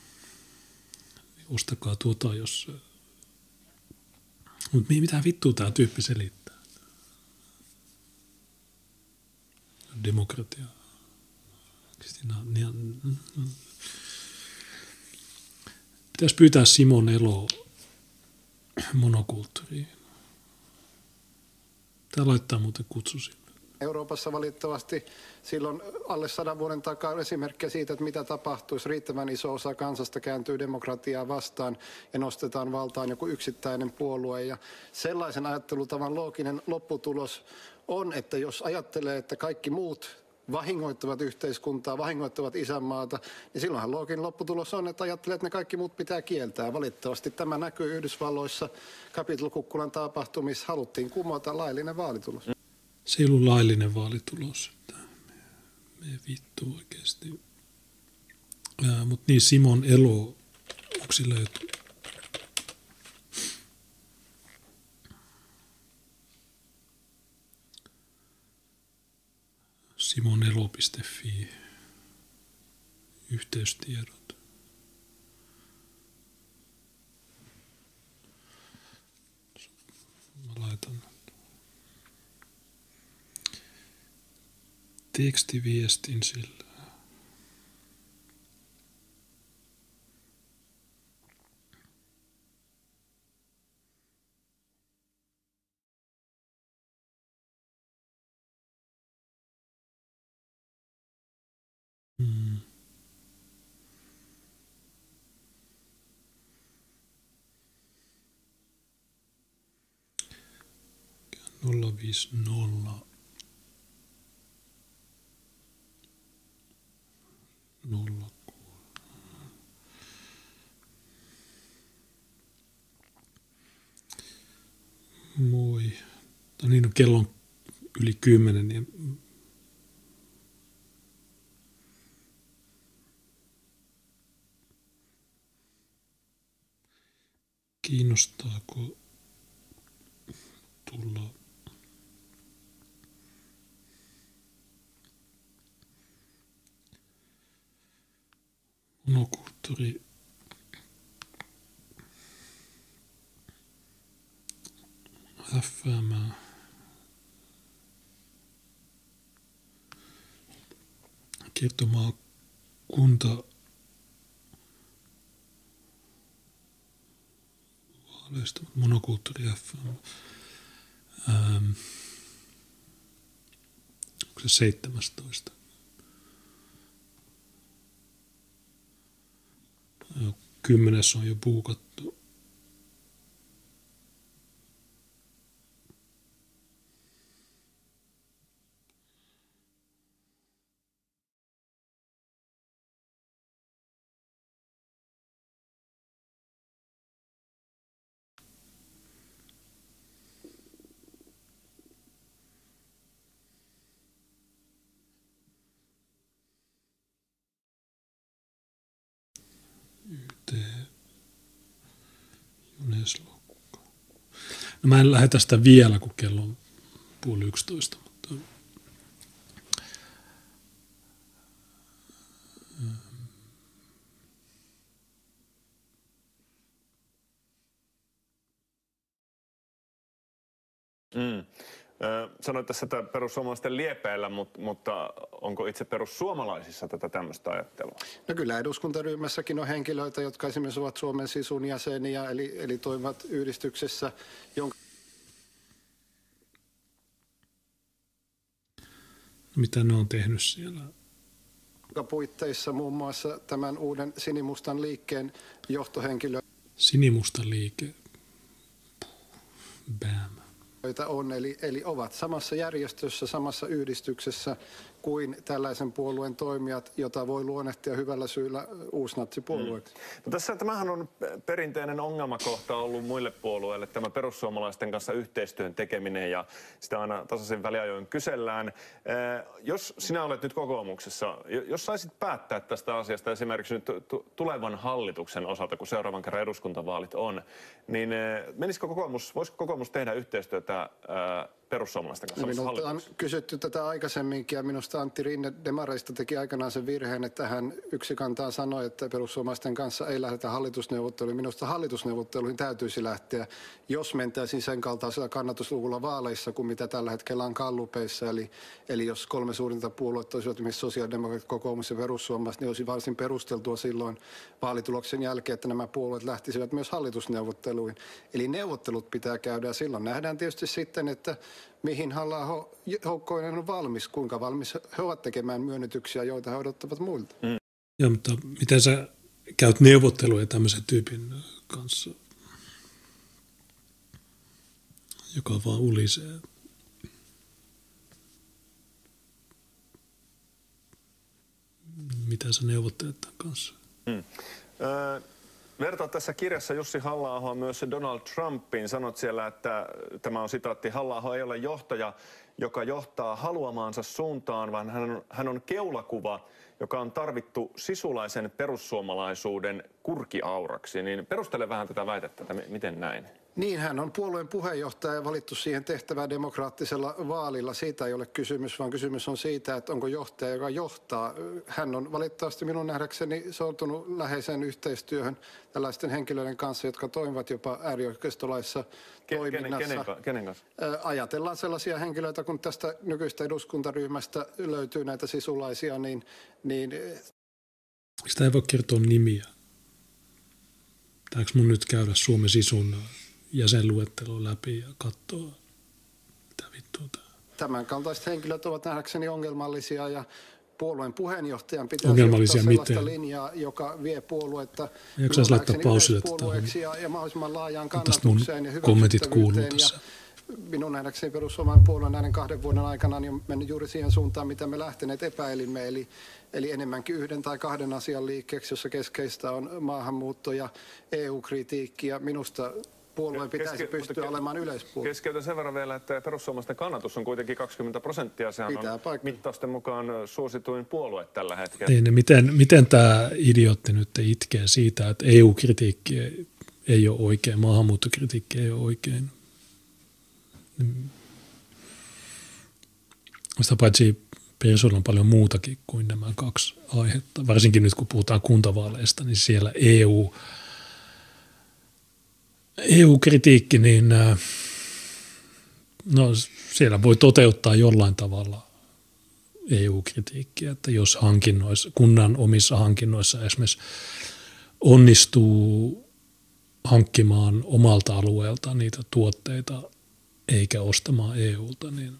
Ostakaa tuota, jos... Mutta mitä vittua tämä tyyppi selittää? Demokratia. Pitäisi pyytää Simon Elo monokulttuuriin. Tämä laittaa muuten kutsu sinne. Euroopassa valitettavasti silloin alle 100 vuoden takaa esimerkkejä siitä, että mitä tapahtuisi. Riittävän iso osa kansasta kääntyy demokratiaa vastaan ja nostetaan valtaan joku yksittäinen puolue. Ja sellaisen ajattelutavan looginen lopputulos on, että jos ajattelee, että kaikki muut vahingoittavat yhteiskuntaa, vahingoittavat isänmaata, niin silloinhan looginen lopputulos on, että ajattelee, että ne kaikki muut pitää kieltää. Valitettavasti tämä näkyy Yhdysvalloissa. Capitol Kukkulan tapahtumissa haluttiin kumota laillinen vaalitulos. Se ei ollut laillinen vaalitulos. Me vittu oikeasti. Mutta niin Simon Elo, onko sillä simonelo.fi yhteystiedot. Mä laitan tekstiviestin sillä. Nolla 50 0. Moi. No niin, no kello on yli 10, niin kiinnostaako tulla monokulttuuri FM kertomaa kunta vaaleista monokulttuuri FM. Onko se 17? 10 on jo buukattu. No mä en lähetä sitä vielä, kun kello on 10:30, mutta Sanoit tässä, että perussuomalaisten liepeillä, mutta onko itse perussuomalaisissa tätä tämmöistä ajattelua? No kyllä eduskuntaryhmässäkin on henkilöitä, jotka esimerkiksi ovat Suomen Sisun jäseniä, eli toimivat yhdistyksessä, jonka... Mitä ne on tehnyt siellä? Puitteissa muun muassa tämän uuden Sinimustan liikkeen johtohenkilö... Sinimustan liike. Bam. On, eli ovat samassa järjestössä, samassa yhdistyksessä kuin tällaisen puolueen toimijat, jota voi luonnehtia hyvällä syyllä uusnatsipuolueeksi. No tämähän on perinteinen ongelmakohta ollut muille puolueille, tämä perussuomalaisten kanssa yhteistyön tekeminen, ja sitä aina tasaisin väliajoin kysellään. Jos sinä olet nyt kokoomuksessa, jos saisit päättää tästä asiasta esimerkiksi nyt tulevan hallituksen osalta, kun seuraavan kerran eduskuntavaalit on, niin voisiko kokoomus tehdä yhteistyötä perussuomalaisten kanssa? Minulta on kysytty tätä aikaisemminkin, ja minusta Antti Rinne Demareista teki aikanaan sen virheen, että hän yksikantaan sanoi, että perussuomalaisten kanssa ei lähdetä hallitusneuvotteluihin. Minusta hallitusneuvotteluihin täytyisi lähteä, jos mentäisiin sen kaltaisella kannatusluvulla vaaleissa kuin mitä tällä hetkellä on gallupeissa. Eli jos 3 suurinta puoluetta olisivat esimerkiksi sosiaalidemokraatit, kokoomus ja perussuomalaiset, niin olisi varsin perusteltua silloin vaalituloksen jälkeen, että nämä puolueet lähtisivät myös hallitusneuvotteluihin. Eli neuvottelut pitää käydä, ja silloin nähdään tietysti sitten, että mihin Halla-aho Houkkoinen on valmis, kuinka valmis he ovat tekemään myönnytyksiä, joita he odottavat muilta. Ja, mutta miten sä käyt neuvotteluja tämmöisen tyypin kanssa, joka vaan ulisee? Mitä sä neuvottelet tämän kanssa? Vertaa tässä kirjassa Jussi Halla-ahoa myös Donald Trumpiin. Sanot siellä, että tämä on sitaatti: Halla-aho ei ole johtaja, joka johtaa haluamaansa suuntaan, vaan hän on keulakuva, joka on tarvittu sisulaisen perussuomalaisuuden kurkiauraksi. Niin perustele vähän tätä väitettä, että miten näin? Niin, hän on puolueen puheenjohtaja valittu siihen tehtävään demokraattisella vaalilla. Siitä ei ole kysymys, vaan kysymys on siitä, että onko johtaja, joka johtaa. Hän on valitettavasti minun nähdäkseni sortunut läheiseen yhteistyöhön tällaisten henkilöiden kanssa, jotka toimivat jopa äärioikeistolaisessa toiminnassa. Kenen kanssa? Ajatellaan sellaisia henkilöitä, kun tästä nykyistä eduskuntaryhmästä löytyy näitä sisulaisia, niin sitä ei voi kertoa nimiä. Pitääkö mun nyt käydä Suomen Sisun jäsenluettelon läpi ja katsoa, mitä vittua tämä? Tämän kaltaiset henkilöt ovat nähdäkseni ongelmallisia, ja puolueen puheenjohtajan pitäisi ottaa sellaista linjaa, joka vie puoluetta yleispuolueeksi ja mahdollisimman laajaan kannatukseen ja hyväksyttävyyteen. Minun nähdäkseni perussuomalainen puolue näiden 2 vuoden aikana on mennyt juuri siihen suuntaan, mitä me lähteneet epäilimme, eli enemmänkin 1 tai 2 asian liikkeeksi, jossa keskeistä on maahanmuutto ja EU-kritiikki, ja minusta puolueen pitäisi pystyä olemaan yleispuolue. Keskeytän sen verran vielä, että perussuomalaisten kannatus on kuitenkin 20%. Sehän on mittausten mukaan suosituin puolue tällä hetkellä. Niin, miten tämä idiootti nyt itkee siitä, että EU-kritiikki ei ole oikein, maahanmuuttokritiikki ei ole oikein? Sitä paitsi Persuilla on paljon muutakin kuin nämä 2 aihetta. Varsinkin nyt kun puhutaan kuntavaaleista, niin siellä EU-kritiikki, niin no, siellä voi toteuttaa jollain tavalla EU-kritiikkiä, että jos kunnan omissa hankinnoissa esimerkiksi onnistuu hankkimaan omalta alueelta niitä tuotteita eikä ostamaan EUlta, niin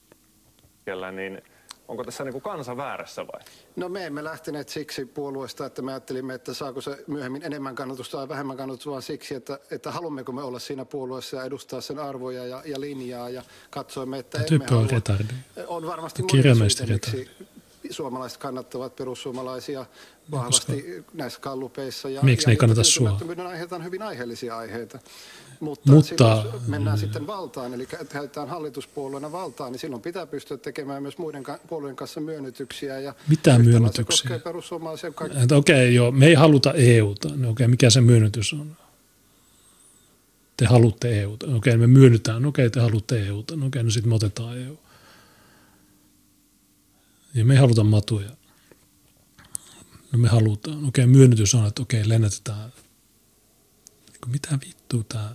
onko tässä niin kuin kansa väärässä vai? No me emme lähteneet siksi puolueesta, että me ajattelimme, että saako se myöhemmin enemmän kannatusta tai vähemmän kannatusta, vaan siksi, että haluammeko me olla siinä puolueessa ja edustaa sen arvoja ja linjaa, ja katsoimme, että emme halua. On varmasti monia syitä, miksi suomalaiset kannattavat perussuomalaisia vahvasti näissä gallupeissa. Miksi ne ei kannata sua? Aiheita on hyvin aiheellisia aiheita. Mutta silloin, jos mennään sitten valtaan, eli käytetään hallituspuolueena valtaan, niin silloin pitää pystyä tekemään myös muiden puolueen kanssa myönnytyksiä. Ja mitä myönnytyksiä? Okei, joo, me ei haluta EUta. No, okei, mikä se myönnytys on? Te haluatte EUta. Okei, me myönnytään. Okei, te haluatte EUta. Okei, no sitten me otetaan EU. Ja me ei haluta matuja. No me halutaan. Okei, myönnytys on, että okei, lennätetään. Mitä vittua tämä?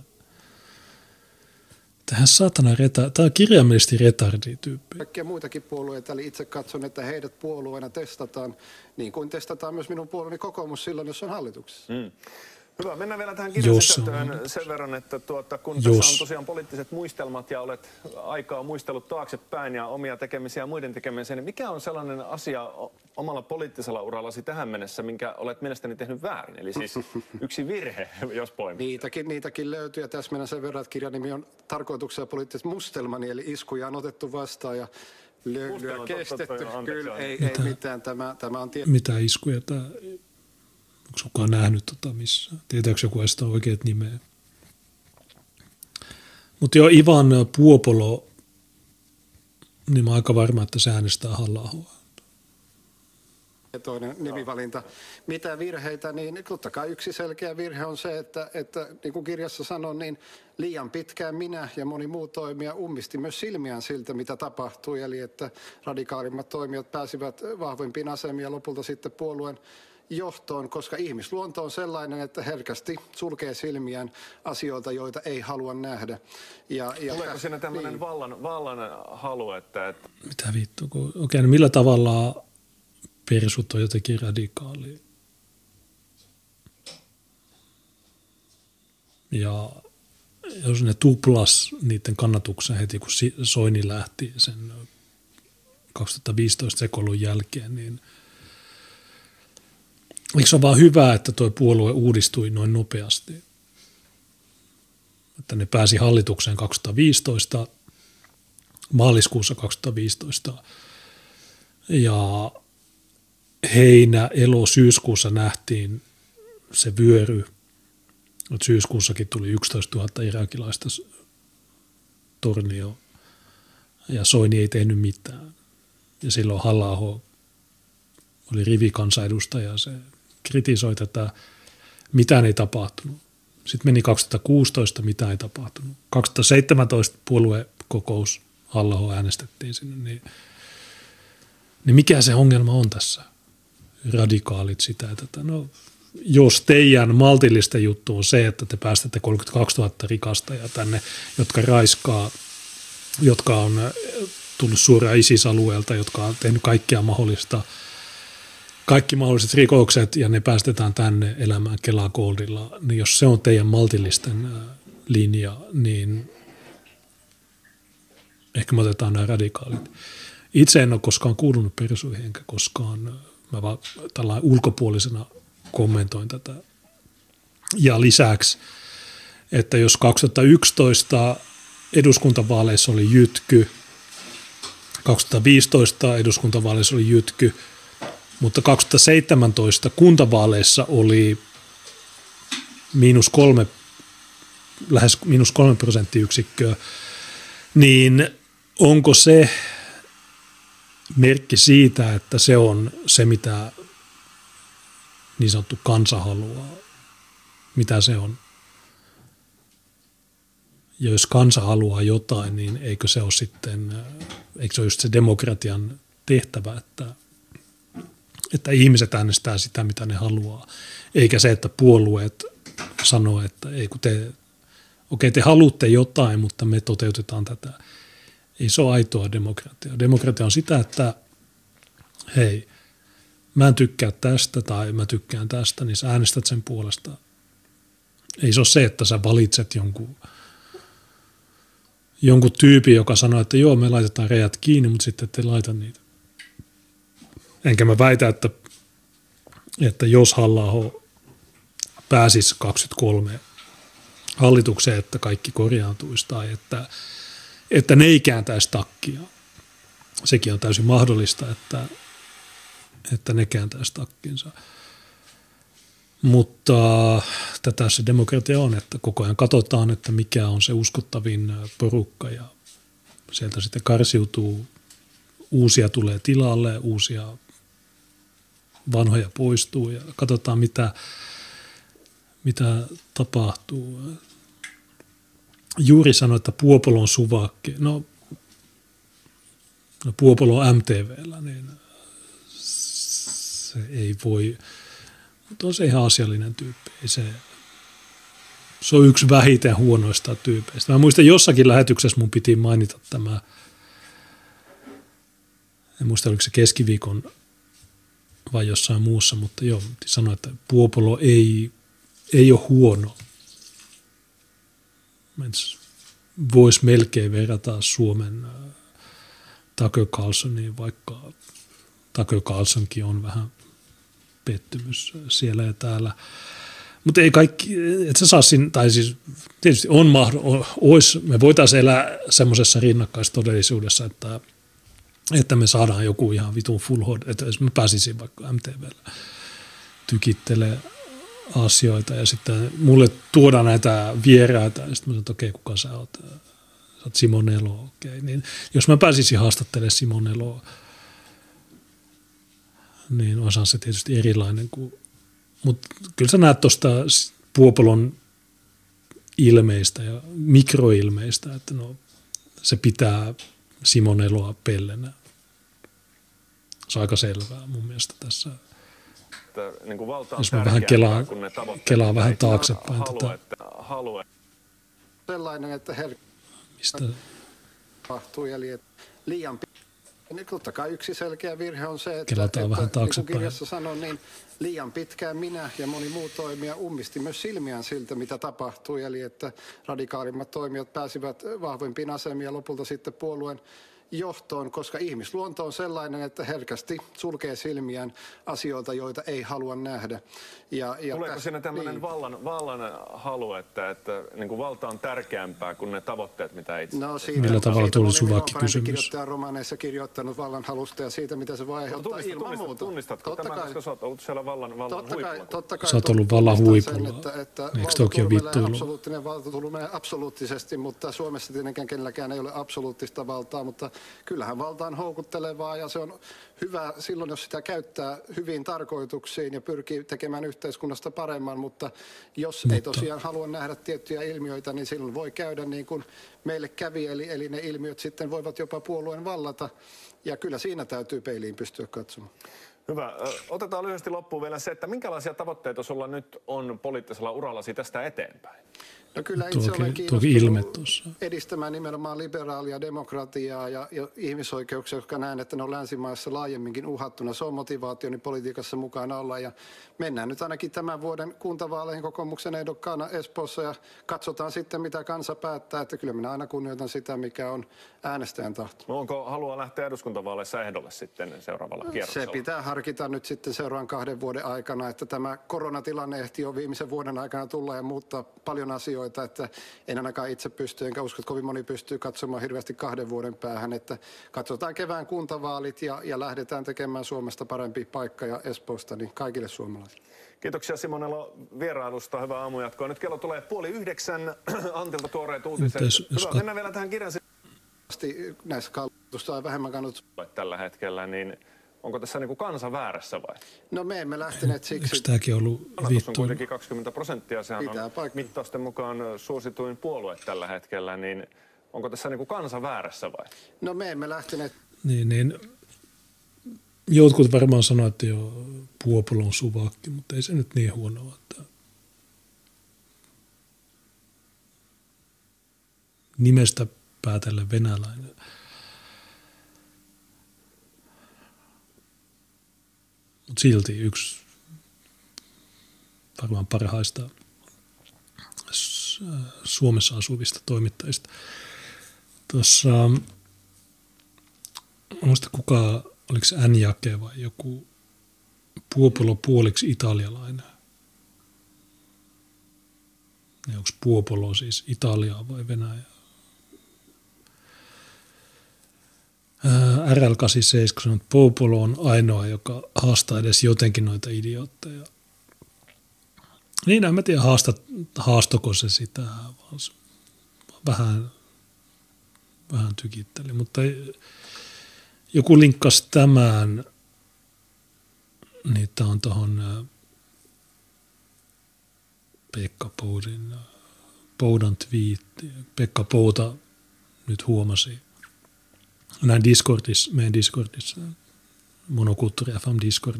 Tähän saatana tämä on kirjaimellisesti retardi-tyyppi. Kaikkia muitakin puolueita, eli itse katson, että heidät puolueena testataan, niin kuin testataan myös minun puolueeni kokoomus silloin, jos on hallituksessa. Hyvä, mennään vielä tähän kirjasisältöön sen verran, että kun tässä on tosiaan poliittiset muistelmat ja olet aikaa muistellut taaksepäin ja omia tekemisiä ja muiden tekemisiä, niin mikä on sellainen asia omalla poliittisella urallasi tähän mennessä, minkä olet mielestäni tehnyt väärin? Eli siis yksi virhe, jos poimit. Niitäkin löytyy, ja täsmennän sen verran, että kirjan nimi on tarkoituksella poliittiset mustelmani, eli iskuja on otettu vastaan, ja Lyö kestetty, kyllä, ei mitään. Tämä on mitä iskuja tämä, onko kukaan nähnyt missään? Tietääkö joku edes oikeat nimeä? Mutta jo Ivan Puopolo, niin mä oon aika varma, että se äänestää Halla-ahoa. Toinen nimivalinta. Mitä virheitä, niin totta kai yksi selkeä virhe on se, että niin kuin kirjassa sanon, niin liian pitkään minä ja moni muu toimija ummisti myös silmiään siltä, mitä tapahtui. Eli että radikaalimmat toimijat pääsivät vahvempiin asemiin ja lopulta sitten puolueen johtoon, koska ihmisluonto on sellainen, että herkästi sulkee silmiään asioilta, joita ei halua nähdä. Tuleeko siinä tämmöinen vallan halu, että... Mitä vittu? Okei, no millä tavalla persut on jotenkin radikaali? Ja jos ne tuplas niiden kannatuksen heti, kun Soini lähti sen 2015 sekoilun jälkeen, niin eikö se ole vaan hyvä, että tuo puolue uudistui noin nopeasti? Että ne pääsi hallitukseen 2015, maaliskuussa 2015, ja syyskuussa nähtiin se vyöry, että syyskuussakin tuli 11 000 irakilaista tornioon, ja Soini ei tehnyt mitään. Ja silloin Halla-aho oli rivikansanedustaja, se kritisoi tätä, mitään ei tapahtunut. Sitten meni 2016, mitään ei tapahtunut. 2017 puoluekokous, Halla-aho äänestettiin sinne, niin mikä se ongelma on tässä? Radikaalit sitä ja tätä. No, jos teidän maltillista juttu on se, että te päästätte 32 000 rikastajaa tänne, jotka raiskaa, jotka on tullut suoraan ISIS-alueelta, jotka on tehnyt kaikki mahdolliset rikokset ja ne päästetään tänne elämään Kela Goldilla, niin jos se on teidän maltillisten linja, niin ehkä me otetaan nämä radikaalit. Itse en ole koskaan kuulunut persuihin, enkä koskaan, mä vaan tällainen ulkopuolisena kommentoin tätä. Ja lisäksi, että jos 2011 eduskuntavaaleissa oli jytky, 2015 eduskuntavaaleissa oli jytky, mutta 2017 kuntavaaleissa oli lähes -3%, niin onko se merkki siitä, että se on se, mitä niin sanottu kansa haluaa? Mitä se on? Ja jos kansa haluaa jotain, niin eikö se ole just se demokratian tehtävä, että ihmiset äänestää sitä, mitä ne haluaa, eikä se, että puolueet sanoo, että ei kun te haluatte jotain, mutta me toteutetaan tätä. Ei se ole aitoa demokratiaa. Demokratia on sitä, että hei, mä en tykkää tästä tai mä tykkään tästä, niin sä äänestät sen puolesta. Ei se ole se, että sä valitset jonkun tyypin, joka sanoo, että joo, me laitetaan rajat kiinni, mutta sitten ette laita niitä. Enkä mä väitä, että jos Halla-aho pääsisi 23 hallitukseen, että kaikki korjaantuisi tai että ne ei kääntäisi takkia. Sekin on täysin mahdollista, että ne kääntäisi takkinsa. Mutta tätä se demokratia on, että koko ajan katsotaan, että mikä on se uskottavin porukka ja sieltä sitten karsiutuu, uusia tulee tilalle, uusia vanhoja poistuu ja katsotaan mitä tapahtuu. Juuri sanoi, että Puopolo on suvakki. No Puopolo on MTV:llä, niin se ei voi, mutta on se ihan asiallinen tyyppi. Se on yksi vähiten huonoista tyypeistä. Mä muistan jossakin lähetyksessä mun piti mainita tämä, en muista oliko se keskiviikon vai jossain muussa, mutta joo, sanoin, että Puopolo ei ole huono. Voisi melkein verrata Suomen Tucker Carlsoniin, vaikka Tucker Carlsonkin on vähän pettymys siellä ja täällä. Mutta ei kaikki, et sä saa siinä, tai siis tietysti me voitaisiin elää semmoisessa rinnakkaistodellisuudessa, että että me saadaan joku ihan vitun full HD, että jos mä pääsisin vaikka MTV:llä tykittelee asioita ja sitten mulle tuodaan näitä vieraita ja sitten mä sanon, että okei, kuka sä oot? Sä oot Simon Elo, okei. Niin jos mä pääsisin haastattelemaan Simon Eloa, niin osaan se tietysti erilainen kuin, mutta kyllä sä näet tuosta Puopolon ilmeistä ja mikroilmeistä, että no, se pitää Simon Eloa pellenä. Se on aika selvää mun mielestä tässä. Niin kuin valta on jos mä vähän kelaan vähän taaksepäin halua. Sellainen, että mistä tapahtuu, eli liian niin totta kai yksi selkeä virhe on se, että vähän niin kuin kirjassa sanon, niin liian pitkään minä ja moni muu toimija ummisti myös silmiään siltä, mitä tapahtui. Eli että radikaalimmat toimijat pääsivät vahvempiin asemiin ja lopulta sitten puolueen johtoon, koska ihmisluonto on sellainen, että herkästi sulkee silmiään asioita, joita ei halua nähdä. Tuleeko siinä tämmöinen niin vallan halu, että niin kuin valta on tärkeämpää kuin ne tavoitteet, mitä itse? No siitä, millä tavalla tuli suvakki kysymys? Kirjoittaja romaaneissa kirjoittanut vallan halusta ja siitä, mitä se voi aiheuttaa ilman muuta. Tunnistatko tämän, koska sä oot ollut siellä vallan huipulla? Totta kai. Sä oot ollut vallan huipulla. Eikö toki ole vittuilu? Absoluuttinen valta tullut absoluuttisesti, mutta Suomessa tietenkään kenelläkään ei ole absoluuttista valtaa, mutta kyllähän valta on houkuttelevaa ja se on hyvä silloin, jos sitä käyttää hyviin tarkoituksiin ja pyrkii tekemään yhteiskunnasta paremman, mutta jos ei tosiaan halua nähdä tiettyjä ilmiöitä, niin silloin voi käydä niin kuin meille kävi, eli ne ilmiöt sitten voivat jopa puolueen vallata ja kyllä siinä täytyy peiliin pystyä katsomaan. Hyvä. Otetaan lyhyesti loppuun vielä se, että minkälaisia tavoitteita sulla nyt on poliittisella urallasi tästä eteenpäin? No kyllä itse olen kiinnostunut edistämään nimenomaan liberaalia demokratiaa ja ihmisoikeuksia, jotka näen, että ne on länsimaissa laajemminkin uhattuna. Se on motivaationi politiikassa mukana olla ja mennään nyt ainakin tämän vuoden kuntavaaleihin kokoomuksen ehdokkaana Espoossa ja katsotaan sitten, mitä kansa päättää. Että kyllä minä aina kunnioitan sitä, mikä on äänestäjän tahto. No onko halua lähteä eduskuntavaaleissa ehdolle sitten seuraavalla kierroksella? Se pitää harkita nyt sitten seuraavan 2 vuoden aikana, että tämä koronatilanne ehti jo viimeisen vuoden aikana tulla ja muuttaa paljon asioita. Että en ainakaan itse pysty, enkä usko, että kovin moni pystyy katsomaan hirveästi 2 vuoden päähän, että katsotaan kevään kuntavaalit ja lähdetään tekemään Suomesta parempi paikka ja Espoosta niin kaikille suomalaisille. Kiitoksia Simon Elo vierailusta, hyvää aamujatkoa. Nyt kello tulee 8:30, Antilta tuoreet uutiset. Hyvä, mennään vielä tähän kirjan. Näissä kallistusta on vähemmän kannattaa tällä hetkellä, niin onko tässä niin kuin kansa väärässä vai? No me emme lähteneet siksi. Eikö tämäkin ollut vittu? On kuitenkin 20%, sehän on mittausten mukaan suosituin puolue tällä hetkellä, niin onko tässä niin kuin kansa väärässä vai? No me emme lähteneet. Niin. Jotkut varmaan sanoo, että jo Puopolo on suvakki, mutta ei se nyt niin huonoa. Että nimestä päätellen venäläinen. Mutta silti yksi varmaan parhaista Suomessa asuvista toimittajista. Tuossa, muista kuka, oliko se N-Jake vai joku Puopolo puoliksi italialainen. Ja onko Puopolo siis Italiaa vai Venäjää? RL87 sanoo, että Puopolo on ainoa, joka haastaa edes jotenkin noita idiootteja. Niin, en mä tiedä, haastoko se sitä, vaan se vähän tykitteli. Mutta joku linkkasi tämän, niin tämä on tuohon Pekka Poudan twiitti. Pekka Pouta nyt huomasi, näin meidän Discordissa, Monokulttuuri FM Discord,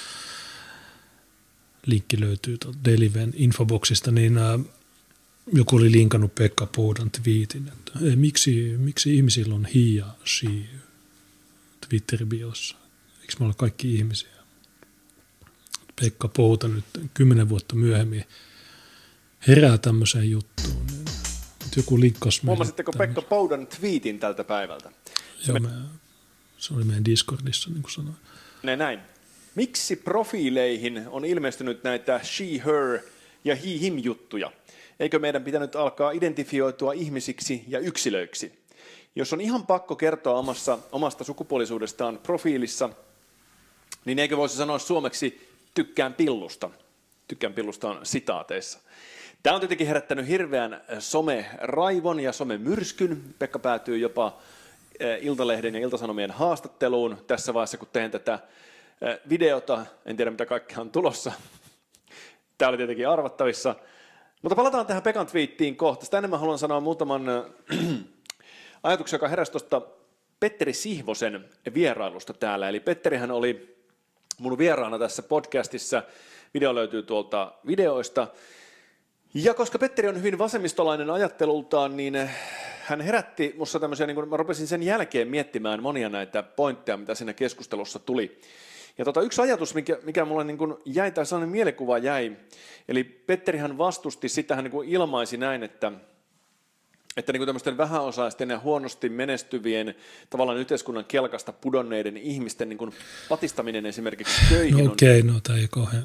linkki löytyy Deliven infoboxista, niin joku oli linkannut Pekka Poudan twiitin, että miksi ihmisillä on he ja she Twitter-biossa? Eikö me olla kaikki ihmisiä? Pekka Pouta nyt 10 vuotta myöhemmin herää tämmöiseen juttuun. Niin joku linkkasi. Huomasitteko Pekka Poudan twiitin tältä päivältä? Se oli meidän Discordissa, niin kuin sanoin. Näin. Miksi profiileihin on ilmestynyt näitä she, her ja he, him juttuja? Eikö meidän pitänyt alkaa identifioitua ihmisiksi ja yksilöiksi? jos on ihan pakko kertoa omasta sukupuolisuudestaan profiilissa, niin eikö voisi sanoa suomeksi tykkään pillusta? Tykkään pillusta on sitaateissa. Tämä on tietenkin herättänyt hirveän some-raivon ja some-myrskyn. Pekka päätyy jopa Iltalehden ja Iltasanomien haastatteluun tässä vaiheessa, kun teen tätä videota. En tiedä, mitä kaikkea on tulossa. Tämä oli tietenkin arvattavissa. Mutta palataan tähän Pekan twiittiin kohta. Sitä enemmän haluan sanoa muutaman ajatuksen, joka heräsi tuosta Petteri Sihvosen vierailusta täällä. Eli Petterihän oli mun vieraana tässä podcastissa. Video löytyy tuolta videoista. Ja koska Petteri on hyvin vasemmistolainen ajattelultaan, niin hän herätti musta tämmöisiä, niin kun mä rupesin sen jälkeen miettimään monia näitä pointteja, mitä siinä keskustelussa tuli. Ja yksi ajatus, mikä mulle niin kun jäi, tai sellainen mielikuva jäi, eli Petterihän vastusti sitä, hän niin kun ilmaisi näin, että niin kuin tämmöisten vähäosaisten ja huonosti menestyvien tavallaan yhteiskunnan kelkasta pudonneiden ihmisten niin kuin patistaminen esimerkiksi töihin no okei, no tämä ei kauhean.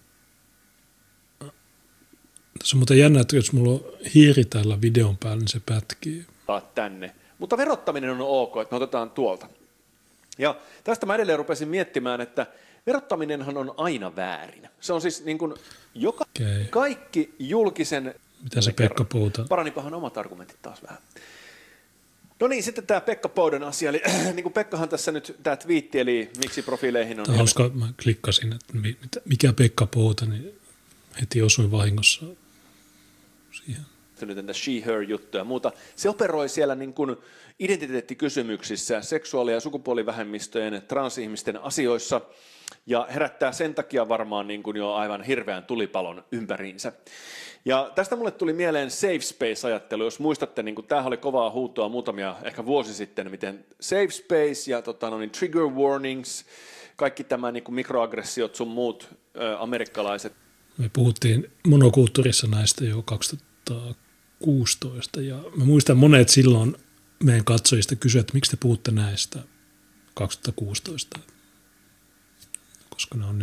Tässä on muuten jännä, että jos mulla on hiiri tällä videon päällä, niin se pätkii. Tänne. Mutta verottaminen on ok, että me otetaan tuolta. Ja tästä mä edelleen rupesin miettimään, että verottaminenhan on aina väärin. Se on siis niin kuin kaikki julkisen... Mitä se Pekka Pouta? Paranipahan omat argumentit taas vähän. No niin, sitten tämä Pekka Poudan asia. Eli niin kuin Pekkahan tässä nyt, tämä twiitti, eli miksi profiileihin on... Tämä hauska, mä klikkasin, että mikä Pekka Pouta, niin heti osuin vahingossa siihen. Nyt entä she-her-juttuja ja muuta. Se operoi siellä niin kuin identiteettikysymyksissä, seksuaali- ja sukupuolivähemmistöjen, transihmisten asioissa ja herättää sen takia varmaan niin kuin jo aivan hirveän tulipalon ympäriinsä. Ja tästä mulle tuli mieleen safe space-ajattelu, jos muistatte, niin kuin tämähän oli kovaa huutoa muutamia ehkä vuosi sitten, miten safe space ja trigger warnings, kaikki tämä niin kuin mikroaggressiot sun muut amerikkalaiset. Me puhuttiin monokulttuurissa näistä jo 2016 ja mä muistan monet silloin meidän katsojista kysyä, että miksi te puhutte näistä 2016, koska ne on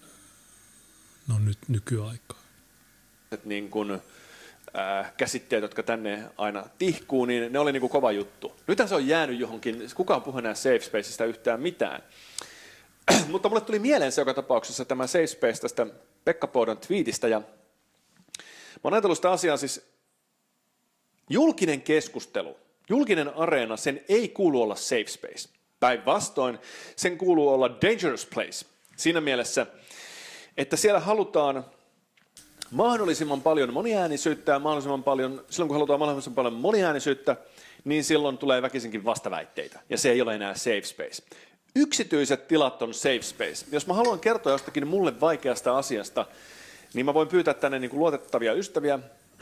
nyt nykyaikaa. Niin kuin, käsitteet, jotka tänne aina tihkuu, niin ne oli niin kuin kova juttu. Nythän se on jäänyt johonkin, kukaan puhu enää safe spacesta yhtään mitään. Mutta mulle tuli mieleen se joka tapauksessa tämä safe space tästä Pekka Poudan twiitistä. Ja mä oon ajatellut sitä asiaa siis, julkinen keskustelu, julkinen areena, sen ei kuulu olla safe space. Päinvastoin sen kuuluu olla dangerous place. Siinä mielessä, että siellä halutaan mahdollisimman paljon moniäänisyyttä ja silloin kun halutaan mahdollisimman paljon moniäänisyyttä, niin silloin tulee väkisinkin vastaväitteitä ja se ei ole enää safe space. Yksityiset tilat on safe space. Jos mä haluan kertoa jostakin mulle vaikeasta asiasta, niin mä voin pyytää tänne niin kuin luotettavia ystäviä,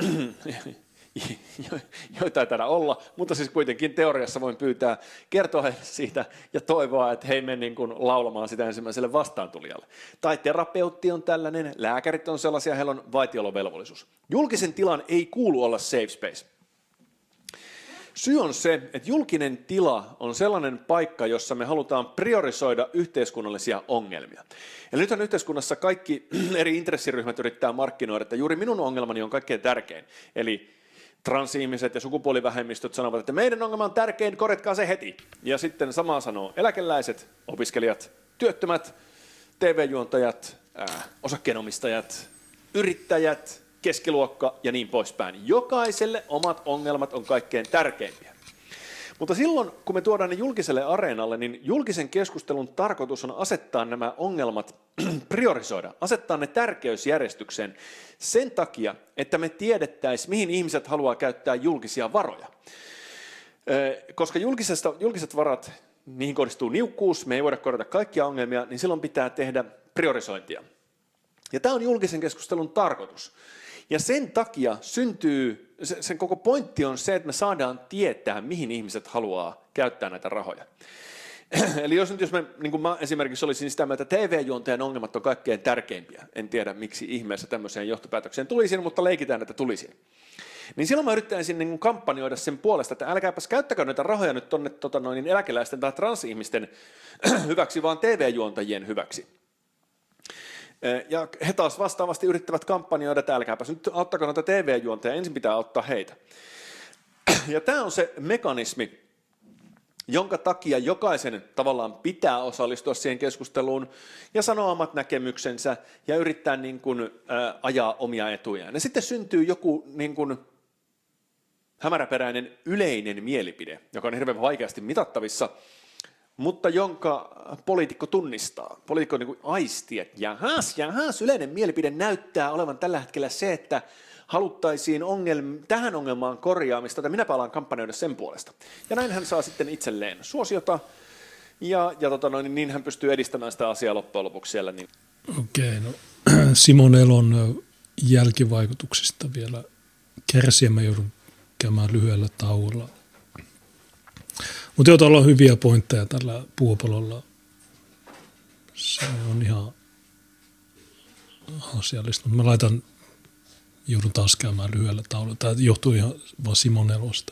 joita ei taida olla, mutta siis kuitenkin teoriassa voin pyytää kertoa heille siitä ja toivoa, että he menevät niin kuin laulamaan sitä ensimmäiselle vastaantulijalle. Tai terapeutti on tällainen, lääkärit on sellaisia, heillä on vaitiolovelvollisuus. Julkisen tilan ei kuulu olla safe space. Syy on se, että julkinen tila on sellainen paikka, jossa me halutaan priorisoida yhteiskunnallisia ongelmia. Eli nythän yhteiskunnassa kaikki eri intressiryhmät yrittää markkinoida, että juuri minun ongelmani on kaikkein tärkein. Eli transihmiset ja sukupuolivähemmistöt sanovat, että meidän ongelma on tärkein, korjatkaa se heti. Ja sitten samaa sanoo eläkeläiset, opiskelijat, työttömät, TV-juontajat, osakkeenomistajat, yrittäjät, keskiluokka ja niin poispäin. Jokaiselle omat ongelmat on kaikkein tärkeimpiä. Mutta silloin, kun me tuodaan ne julkiselle areenalle, niin julkisen keskustelun tarkoitus on asettaa nämä ongelmat, priorisoida, asettaa ne tärkeysjärjestykseen sen takia, että me tiedettäisiin, mihin ihmiset haluaa käyttää julkisia varoja. Koska julkiset varat, niihin kohdistuu niukkuus, me ei voida korjata kaikkia ongelmia, niin silloin pitää tehdä priorisointia. Ja tämä on julkisen keskustelun tarkoitus. Ja sen takia sen koko pointti on se, että me saadaan tietää, mihin ihmiset haluaa käyttää näitä rahoja. Eli jos niin kuin mä esimerkiksi olisin sitä mieltä, että TV-juontajan ongelmat on kaikkein tärkeimpiä, en tiedä miksi ihmeessä tämmöiseen johtopäätökseen tulisin, mutta leikitään, että tulisin. Niin silloin mä yrittäisin niin kuin kampanjoida sen puolesta, että älkääpäs käyttäkö näitä rahoja nyt tuonne eläkeläisten tai transihmisten hyväksi, vaan TV-juontajien hyväksi. Ja he taas vastaavasti yrittävät kampanjoida, että älkääpäs nyt auttakaa noita TV-juontajia, ensin pitää auttaa heitä. Ja tämä on se mekanismi, jonka takia jokaisen tavallaan pitää osallistua siihen keskusteluun ja sanoa omat näkemyksensä ja yrittää niin kuin, ajaa omia etujaan. Ja sitten syntyy joku niin kuin, hämäräperäinen yleinen mielipide, joka on hirveän vaikeasti mitattavissa, mutta jonka poliitikko tunnistaa. Poliitikko niin kuin aistii, että jahas, yleinen mielipide näyttää olevan tällä hetkellä se, että haluttaisiin tähän ongelmaan korjaamista, että minä palaan kampanjoida sen puolesta. Ja näin hän saa sitten itselleen suosiota, ja niin hän pystyy edistämään sitä asiaa loppujen lopuksi siellä. Niin. Okei, no Simon Elon jälkivaikutuksista vielä kärsiä, mä joudun käymään lyhyellä tauolla. Mutta joo, tuolla on hyviä pointteja tällä Puopololla. Se on ihan asiallista. Mä joudun taas käymään lyhyellä taululla. Tämä johtuu ihan vaan Simon Elosta.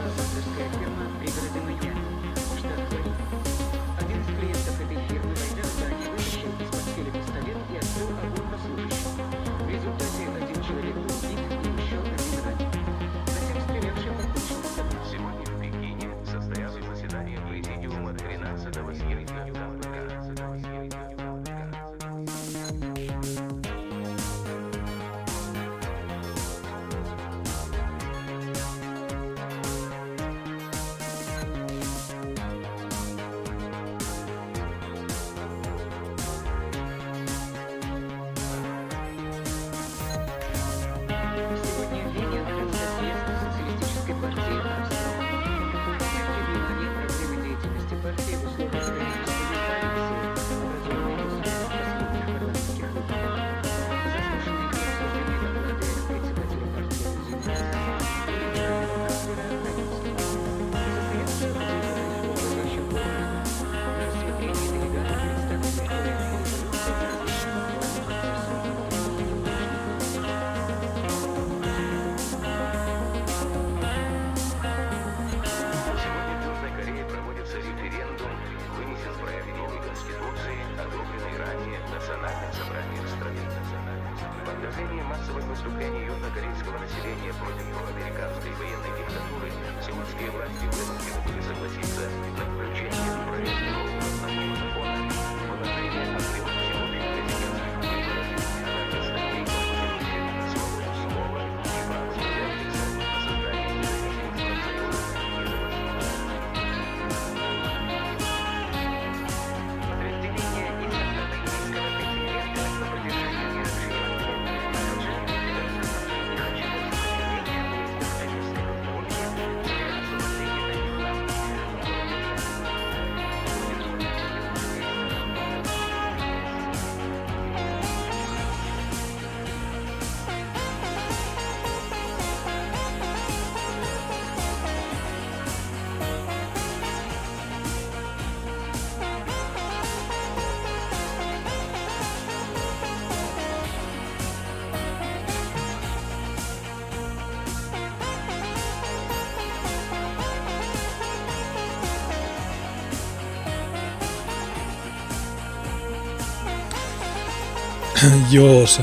Joo, se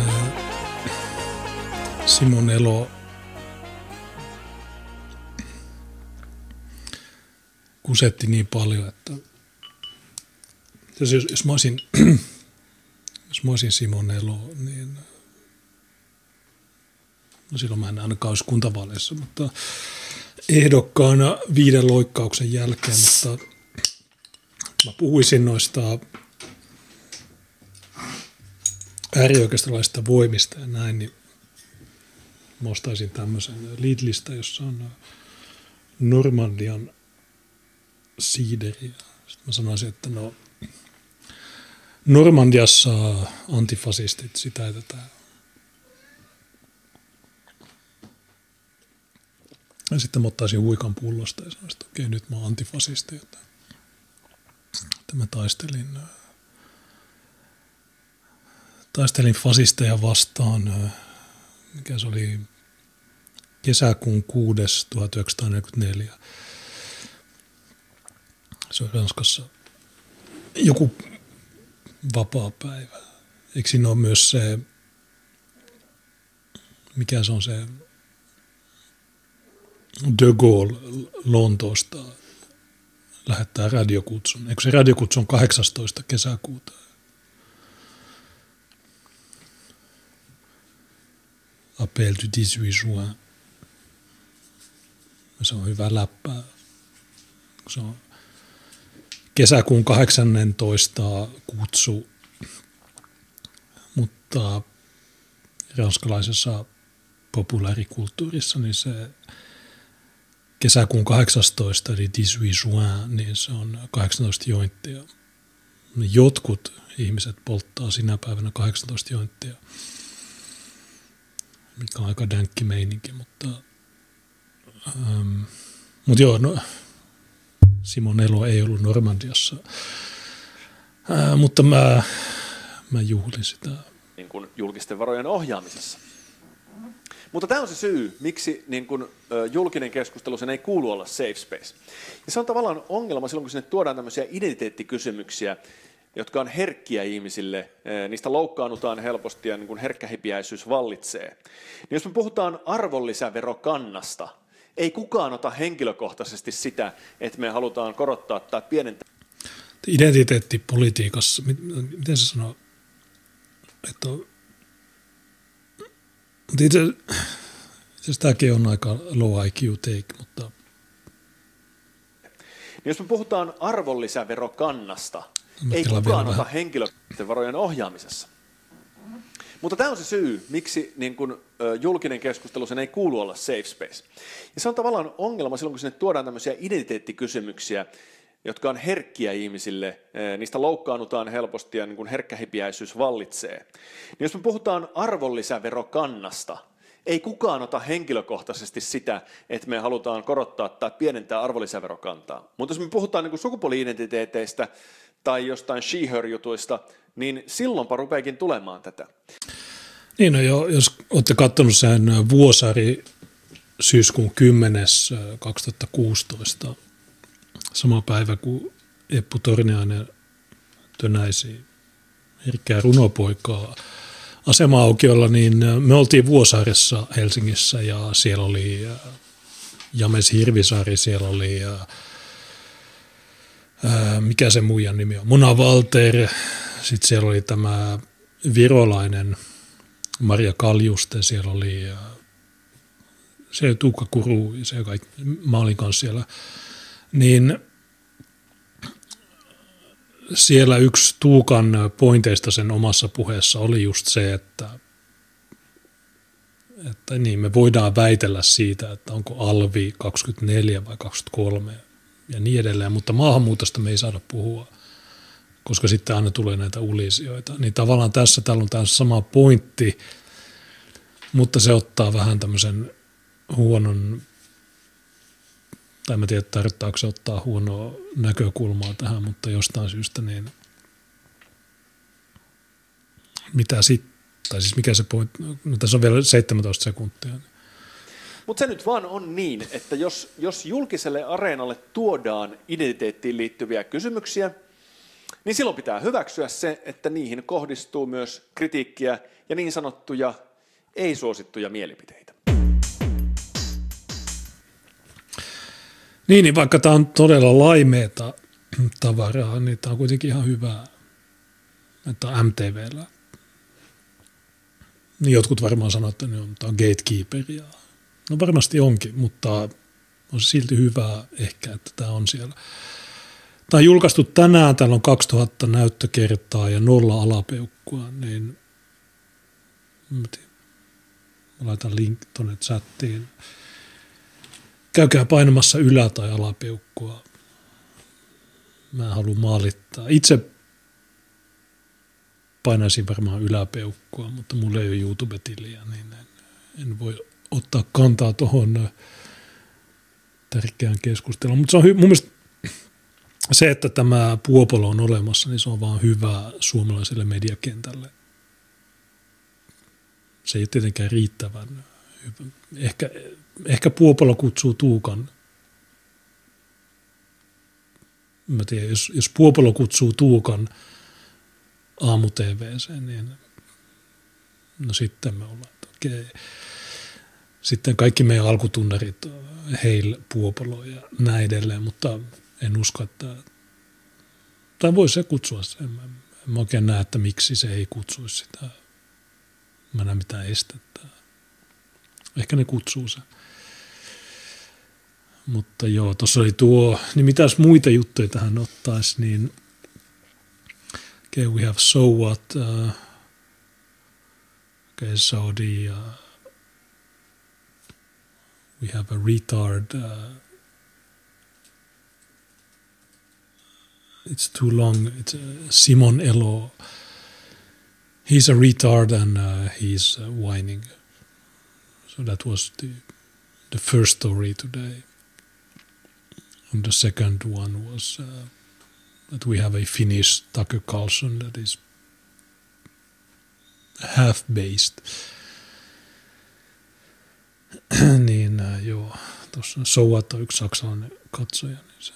Simon Elo kusetti niin paljon, että jos mä olisin Simon Elo, niin no silloin mä en ainakaan olisi kuntavaaleissa, mutta ehdokkaana 5 loikkauksen jälkeen, mutta mä puhuisin noista äärioikeistolaisista voimista ja näin, niin mä ostaisin tämmöisen Lidlistä, jossa on Normandian siideriä. Sitten mä sanoisin, että no Normandiassa antifasistit sitä tätä. Ja sitten mä ottaisin huikan pullosta ja sanoisin, että okei, nyt mä oon antifasisti. Että mä taistelin fasisteja vastaan, mikä se oli kesäkuun 6. 1944. Se on Ranskassa joku vapaa päivä. Eikö siinä ole myös se, mikä se on se De Gaulle Lontoosta, lähettää radiokutsun. Eikö se radiokutsu on 18. kesäkuuta? Appel du 18 juin. Se on hyvä läppää. Se on kesäkuun 18. kutsu, mutta ranskalaisessa populaarikulttuurissa niin se kesäkuun 18. eli 18 juin, niin se on 18 jointtia. Jotkut ihmiset polttaa sinä päivänä 18 jointtia, mikä on aika dänkki meininki, mutta joo, no, Simon Elo ei ollut Normandiassa, mutta mä juhlin sitä. Niin kuin julkisten varojen ohjaamisessa. Mutta tämä on se syy, miksi niin kuin, julkinen keskustelu, sen ei kuulu olla safe space. Ja se on tavallaan ongelma silloin, kun sinne tuodaan tämmöisiä identiteettikysymyksiä, jotka on herkkiä ihmisille, niistä loukkaannutaan helposti ja niin kuin herkkähipiäisyys vallitsee. Niin jos me puhutaan arvonlisäverokannasta, ei kukaan ota henkilökohtaisesti sitä, että me halutaan korottaa tai pienentää. Identiteettipolitiikassa, miten se sanoo, että itse asiassa tämäkin on aika low IQ take, mutta niin jos me puhutaan arvonlisäverokannasta, ei kukaan ota henkilökohtaisten varojen ohjaamisessa. Mutta tämä on se syy, miksi niin kun, julkinen keskustelu, sen ei kuulu olla safe space. Ja se on tavallaan ongelma silloin, kun sinne tuodaan tämmöisiä identiteettikysymyksiä, jotka on herkkiä ihmisille, niistä loukkaannutaan helposti ja niin kuin herkkähipiäisyys vallitsee. Niin jos me puhutaan arvonlisäverokannasta, ei kukaan ota henkilökohtaisesti sitä, että me halutaan korottaa tai pienentää arvonlisäverokantaa. Mutta jos me puhutaan niin kuin sukupuoli-identiteeteistä tai jostain she-her-jutuista, niin silloinpa rupeakin tulemaan tätä. Niin, no jos olette katsonut sen Vuosari syyskuun 10. 2016, sama päivä kuin Eppu Torniainen tönäisi herkkää runopoikaa asema-aukiolla, niin me oltiin Vuosaaressa Helsingissä ja siellä oli James Hirvisaari, siellä oli mikä se muijan nimi on, Mona Walter, sitten siellä oli tämä virolainen Maria Kaljuste, siellä oli se Tuukka Kuru, se kaikki, mä olin kanssa siellä, niin siellä yksi Tuukan pointeista sen omassa puheessa oli just se, että niin me voidaan väitellä siitä, että onko alvi 24 vai 23 ja niin edelleen, mutta maahanmuutosta me ei saada puhua, koska sitten aina tulee näitä ulisioita. Niin tavallaan täällä on tämä sama pointti, mutta se ottaa vähän tämmöisen huonon, tai en tiedä, tarvittaako se ottaa huonoa näkökulmaa tähän, mutta jostain syystä niin mitä sitten, tai siis mikä se pointti, no tässä on vielä 17 sekuntia. Mutta se nyt vaan on niin, että jos julkiselle areenalle tuodaan identiteettiin liittyviä kysymyksiä, niin silloin pitää hyväksyä se, että niihin kohdistuu myös kritiikkiä ja niin sanottuja ei-suosittuja mielipiteitä. Niin vaikka tämä on todella laimeeta tavaraa, niin tämä on kuitenkin ihan hyvää, että on MTV:llä. Niin jotkut varmaan sanoo, että tämä on gatekeeperia. No varmasti onkin, mutta on se silti hyvää ehkä, että tämä on siellä. Tämä on julkaistu tänään, täällä on 2000 näyttökertaa ja 0 alapeukkua, niin mä laitan link tuonne chattiin. Käykää painamassa ylä- tai alapeukkua. Mä haluan maalittaa. Itse painaisin varmaan yläpeukkua, mutta mulla ei ole YouTube-tiliä, niin en voi ottaa kantaa tuohon tärkeään keskusteluun. Mutta se on mun mielestä se, että tämä Puopolo on olemassa, niin se on vaan hyvää suomalaiselle mediakentälle. Se ei ole tietenkään riittävän hyvä. Ehkä Puopolo kutsuu Tuukan. Mä tiedän, jos Puopolo kutsuu Tuukan aamu-tv:seen, niin no sitten me ollaan, että okei. Sitten kaikki meidän alkutunnarit, Heil, Puopolo ja näin edelleen, mutta en usko, että, tai voi se kutsua se. En mä oikein näe, että miksi se ei kutsuisi sitä. Mä näen mitään estettä. Ehkä ne kutsuu se. Mutta joo, tuossa oli tuo, niin mitäs muita juttuja tähän ottaisi, niin okay, we have So What, okay, Saudi, we have a retard, it's too long, it's Simon Elo, he's a retard and he's whining. So that was the first story today. And the second one was that we have a Finnish Tucker Carlson that is half-based. Niin joo, tuossa So What on yksi saksalainen katsoja, niin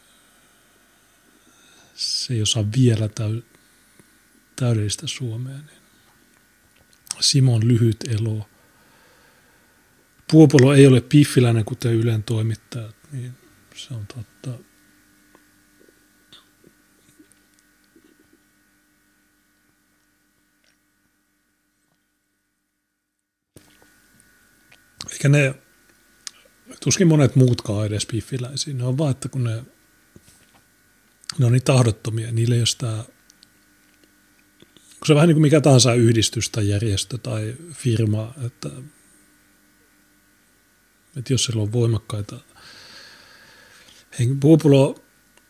se ei osaa vielä täydellistä suomea. Niin Simon Lyhyt Elo. Puopolo ei ole piffiläinen, kuten Ylen toimittajat, niin se on totta. Eikä ne, tuskin monet muutkaan edes piffiläisiä. Ne on vaan, että kun ne on niin tahdottomia, niille ei ole sitä, kun se on vähän niin kuin mikä tahansa yhdistys tai järjestö tai firma, että jos siellä on voimakkaita Puopolo,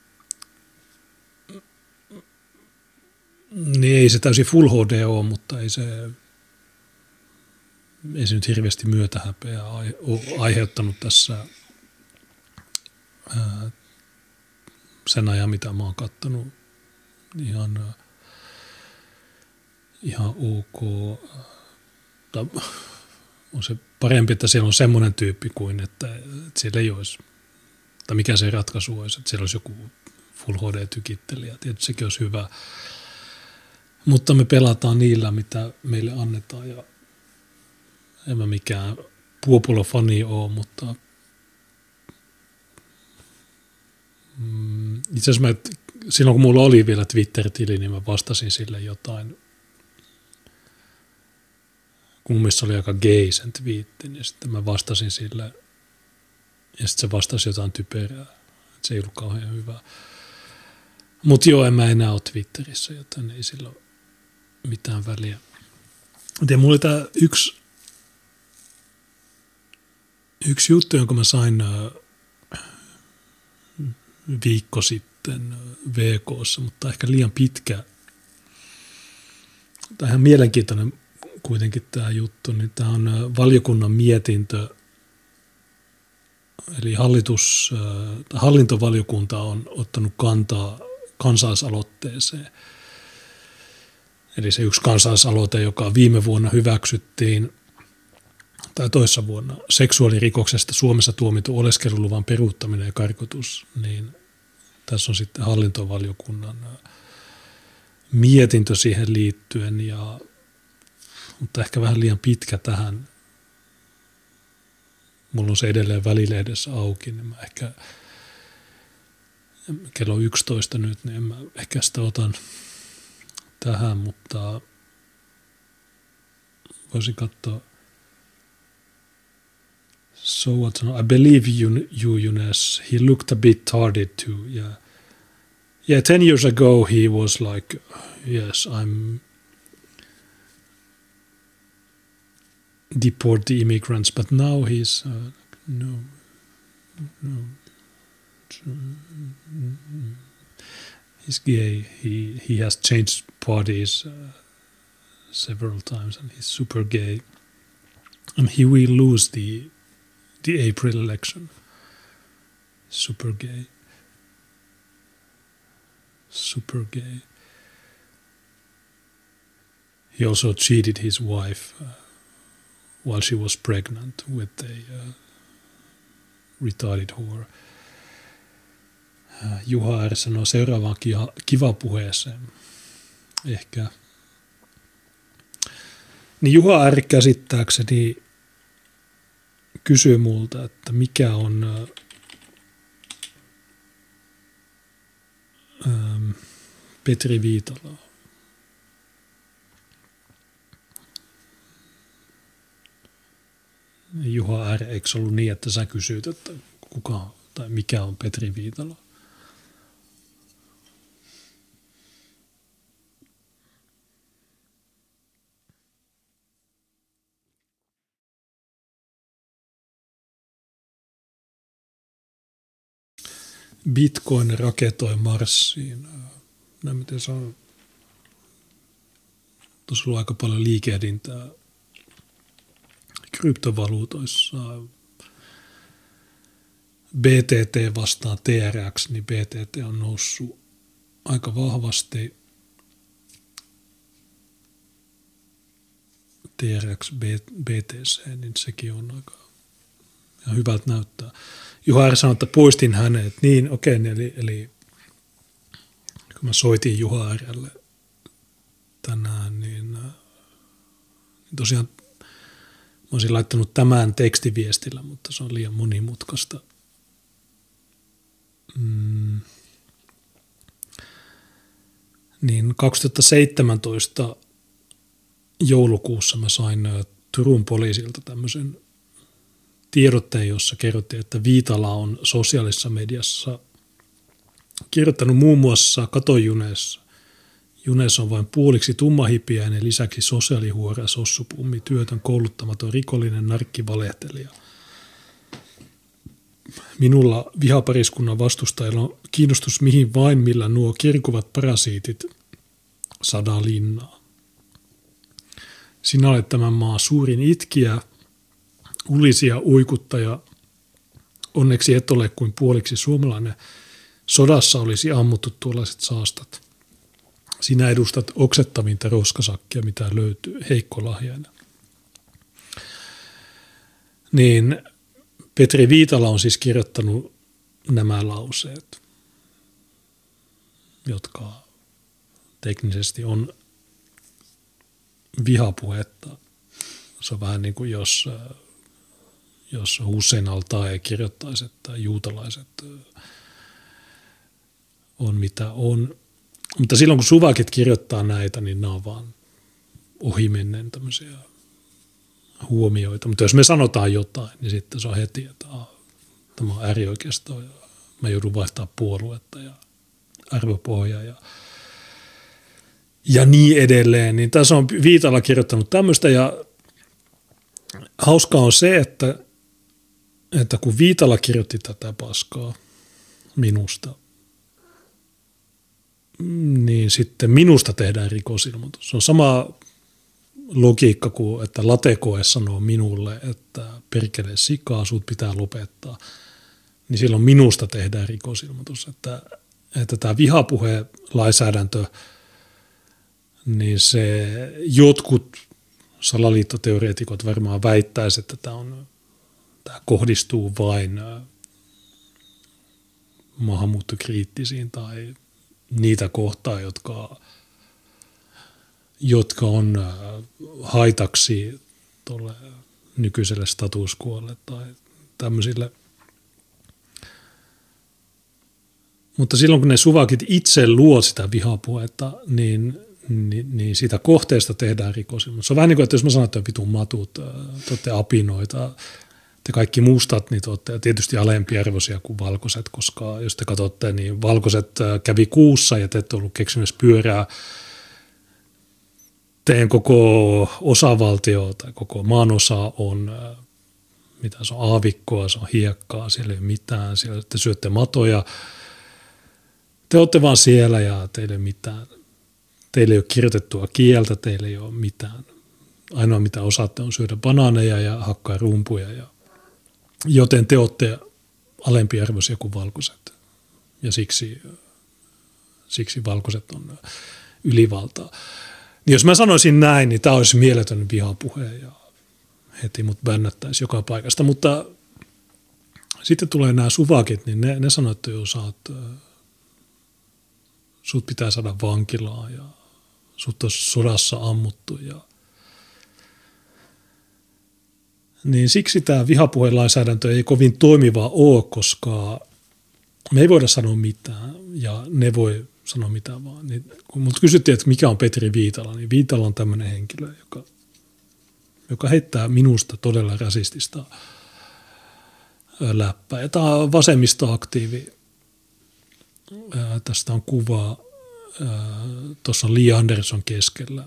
niin ei se täysin full HD ole, mutta ei se nyt hirveästi myötähäpeää aiheuttanut tässä sen ajan, mitä mä oon kattonut. Ihan ok. On se parempi, että siellä on semmoinen tyyppi kuin, että siellä ei olisi, tai mikä se ratkaisu olisi, että siellä olisi joku Full HD-tykittelijä. Tietysti sekin olisi hyvä. Mutta me pelataan niillä, mitä meille annetaan. Ja en mä mikään Puopolo-fani ole, mutta itse asiassa silloin kun mulla oli vielä Twitter-tili, niin mä vastasin sille jotain. Kun mun mielestä oli aika gay sen twiitti, niin sitten mä vastasin sille, ja sitten se vastasi jotain typerää. Että se ei ollut kauhean hyvä. Mutta joo, en mä enää ole Twitterissä, joten ei sillä ole mitään väliä. Ja mulla oli tää yksi juttu, jonka mä sain viikko sitten VK:ssa, mutta ehkä liian pitkä. Tämä on ihan mielenkiintoinen kuitenkin tämä juttu, niin tämä on valiokunnan mietintö, eli hallintovaliokunta on ottanut kantaa kansalaisaloitteeseen. Eli se yksi kansalaisaloite, joka viime vuonna hyväksyttiin, tai toissa vuonna, seksuaalirikoksesta Suomessa tuomittu oleskeluluvan peruuttaminen ja karkotus, niin tässä on sitten hallintovaliokunnan mietintö siihen liittyen, mutta ehkä vähän liian pitkä tähän. Mulla on se edelleen välilehdessä auki, niin mä ehkä kello 11 nyt, niin en mä ehkä sitä otan tähän, mutta voisin katsoa. So what? I believe you, Younes. He looked a bit tardy too. Yeah. 10 years ago he was like, yes, I'm deport the immigrants, but now he's no. He's gay. He has changed parties several times, and he's super gay. And he will lose the April election. Super gay. Super gay. He also cheated his wife while she was pregnant with a retarded whore. Juha R. sanoo seuraavaan kivapuheeseen. Ehkä. Niin Juha R. käsittääkseni kysyy multa, että mikä on Petri Viitalaa. Juha R. Eikö ollut niin, että sä kysyit, että kuka tai mikä on Petri Viitala? Bitcoin raketoi Marsiin. Näin miten se on. Tuossa on aika paljon liikehdintää kryptovaluutoissa. BTT vastaan TRX, niin BTT on noussut aika vahvasti. TRX BTC, niin sekin on aika ja hyvältä näyttää. Juha R. sanoi, että poistin hänet. Niin, okei, eli kun mä soitin Juha R:lle tänään, niin tosiaan mä olisin laittanut tämän tekstiviestillä, mutta se on liian monimutkaista. Niin 2017 joulukuussa mä sain Turun poliisilta tämmöisen tiedotteen, jossa kerrottiin, että Viitala on sosiaalisessa mediassa kirjoittanut muun muassa Kato Junes. Junes on vain puoliksi tummahipiäinen, lisäksi sosiaalihuora, sossupummi, työtön, kouluttamaton, rikollinen, narkkivalehtelija. Minulla vihapariskunnan vastustajilla on kiinnostus mihin vain, millä nuo kirkuvat parasiitit sadaa linnaa. Sinä olet tämän maan suurin itkijä, ulisia uikuttaja. Onneksi et ole kuin puoliksi suomalainen. Sodassa olisi ammuttu tuollaiset saastat. Sinä edustat oksettavinta roskasakkia, mitä löytyy heikkolahjaina. Niin Petri Viitala on siis kirjoittanut nämä lauseet, jotka teknisesti on vihapuhetta. Se on vähän niin kuin jos Hussein al-Taee kirjoittaisi, että juutalaiset on mitä on. Mutta silloin kun suvakit kirjoittaa näitä, niin nämä on vaan ohimennen tämmöisiä huomioita. Mutta jos me sanotaan jotain, niin sitten se on heti, että tämä on äärioikeisto ja mä joudun vaihtaa puoluetta ja arvopohjaa ja niin edelleen. Niin tässä on Viitala kirjoittanut tämmöistä ja hauskaa on se, että kun Viitala kirjoitti tätä paskaa minusta, niin sitten minusta tehdään rikosilmoitus. Se on sama logiikka kuin, että latekoe sanoo minulle, että perkele sikaa, sut pitää lopettaa. Niin silloin minusta tehdään rikosilmoitus. Että tämä vihapuhelainsäädäntö, niin se jotkut salaliittoteoreetikot varmaan väittäisi, että tämä kohdistuu vain maahanmuuttokriittisiin tai niitä kohtaa, jotka on haitaksi tuolle nykyiselle status quolle tai tämmöisille. Mutta silloin, kun ne suvakit itse luo sitä vihapuhetta, niin siitä kohteesta tehdään rikosilmoitus. Se on vähän niin kuin, että jos mä sanon, että vitun matut, te olette apinoita, te kaikki mustat, niin te olette tietysti alempiarvoisia kuin valkoiset, koska jos te katsotte, niin valkoiset kävi kuussa ja te ette ollut keksimässä pyörää. Teidän koko osavaltio tai koko maanosa on, mitä se on, aavikkoa, se on hiekkaa, siellä ei ole mitään, siellä te syötte matoja. Te olette vaan siellä ja teillä ei ole mitään. Teillä ei ole kirjoitettua kieltä, teillä ei ole mitään. Ainoa mitä osaatte on syödä banaaneja ja hakkaa rumpuja. Joten te olette alempiarvoisia kuin valkoiset. Ja siksi valkoiset on ylivaltaa. Niin jos mä sanoisin näin, niin tämä olisi mieletön vihapuhe ja heti mut bännättäisi joka paikasta. Mutta sitten tulee nämä suvakit, niin ne sanoo, että jos sut pitää saada vankilaan ja sut on sodassa ammuttu. Niin siksi tämä vihapuhelainsäädäntö ei kovin toimiva ole, koska me ei voida sanoa mitään ja ne voi sano mitään vaan. Niin, kun multa kysyttiin, että mikä on Petri Viitala, niin Viitala on tämmöinen henkilö, joka heittää minusta todella rasistista läppää. Ja tämä on vasemmistoaktiivi. Tästä on kuva. Tuossa on Li Andersson keskellä.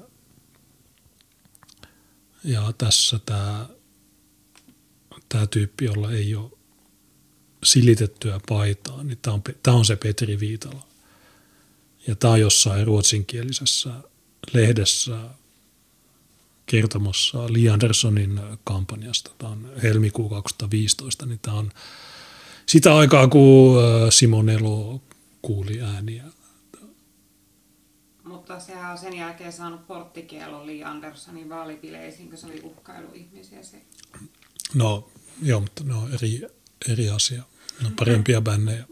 Ja tässä tämä tyyppi, jolla ei ole silitettyä paitaa, niin tämä on se Petri Viitala. Ja tämä on jossain ruotsinkielisessä lehdessä kertomassa Li Anderssonin kampanjasta. Tämä on helmikuu 2015, niin tämä on sitä aikaa, kun Simon Elo kuuli ääniä. Mutta sehän on sen jälkeen saanut porttikielon Li Anderssonin vaalipileisiin, kun se oli uhkailu ihmisiä. No joo, mutta ne on eri asia. Ne on parempia bännejä.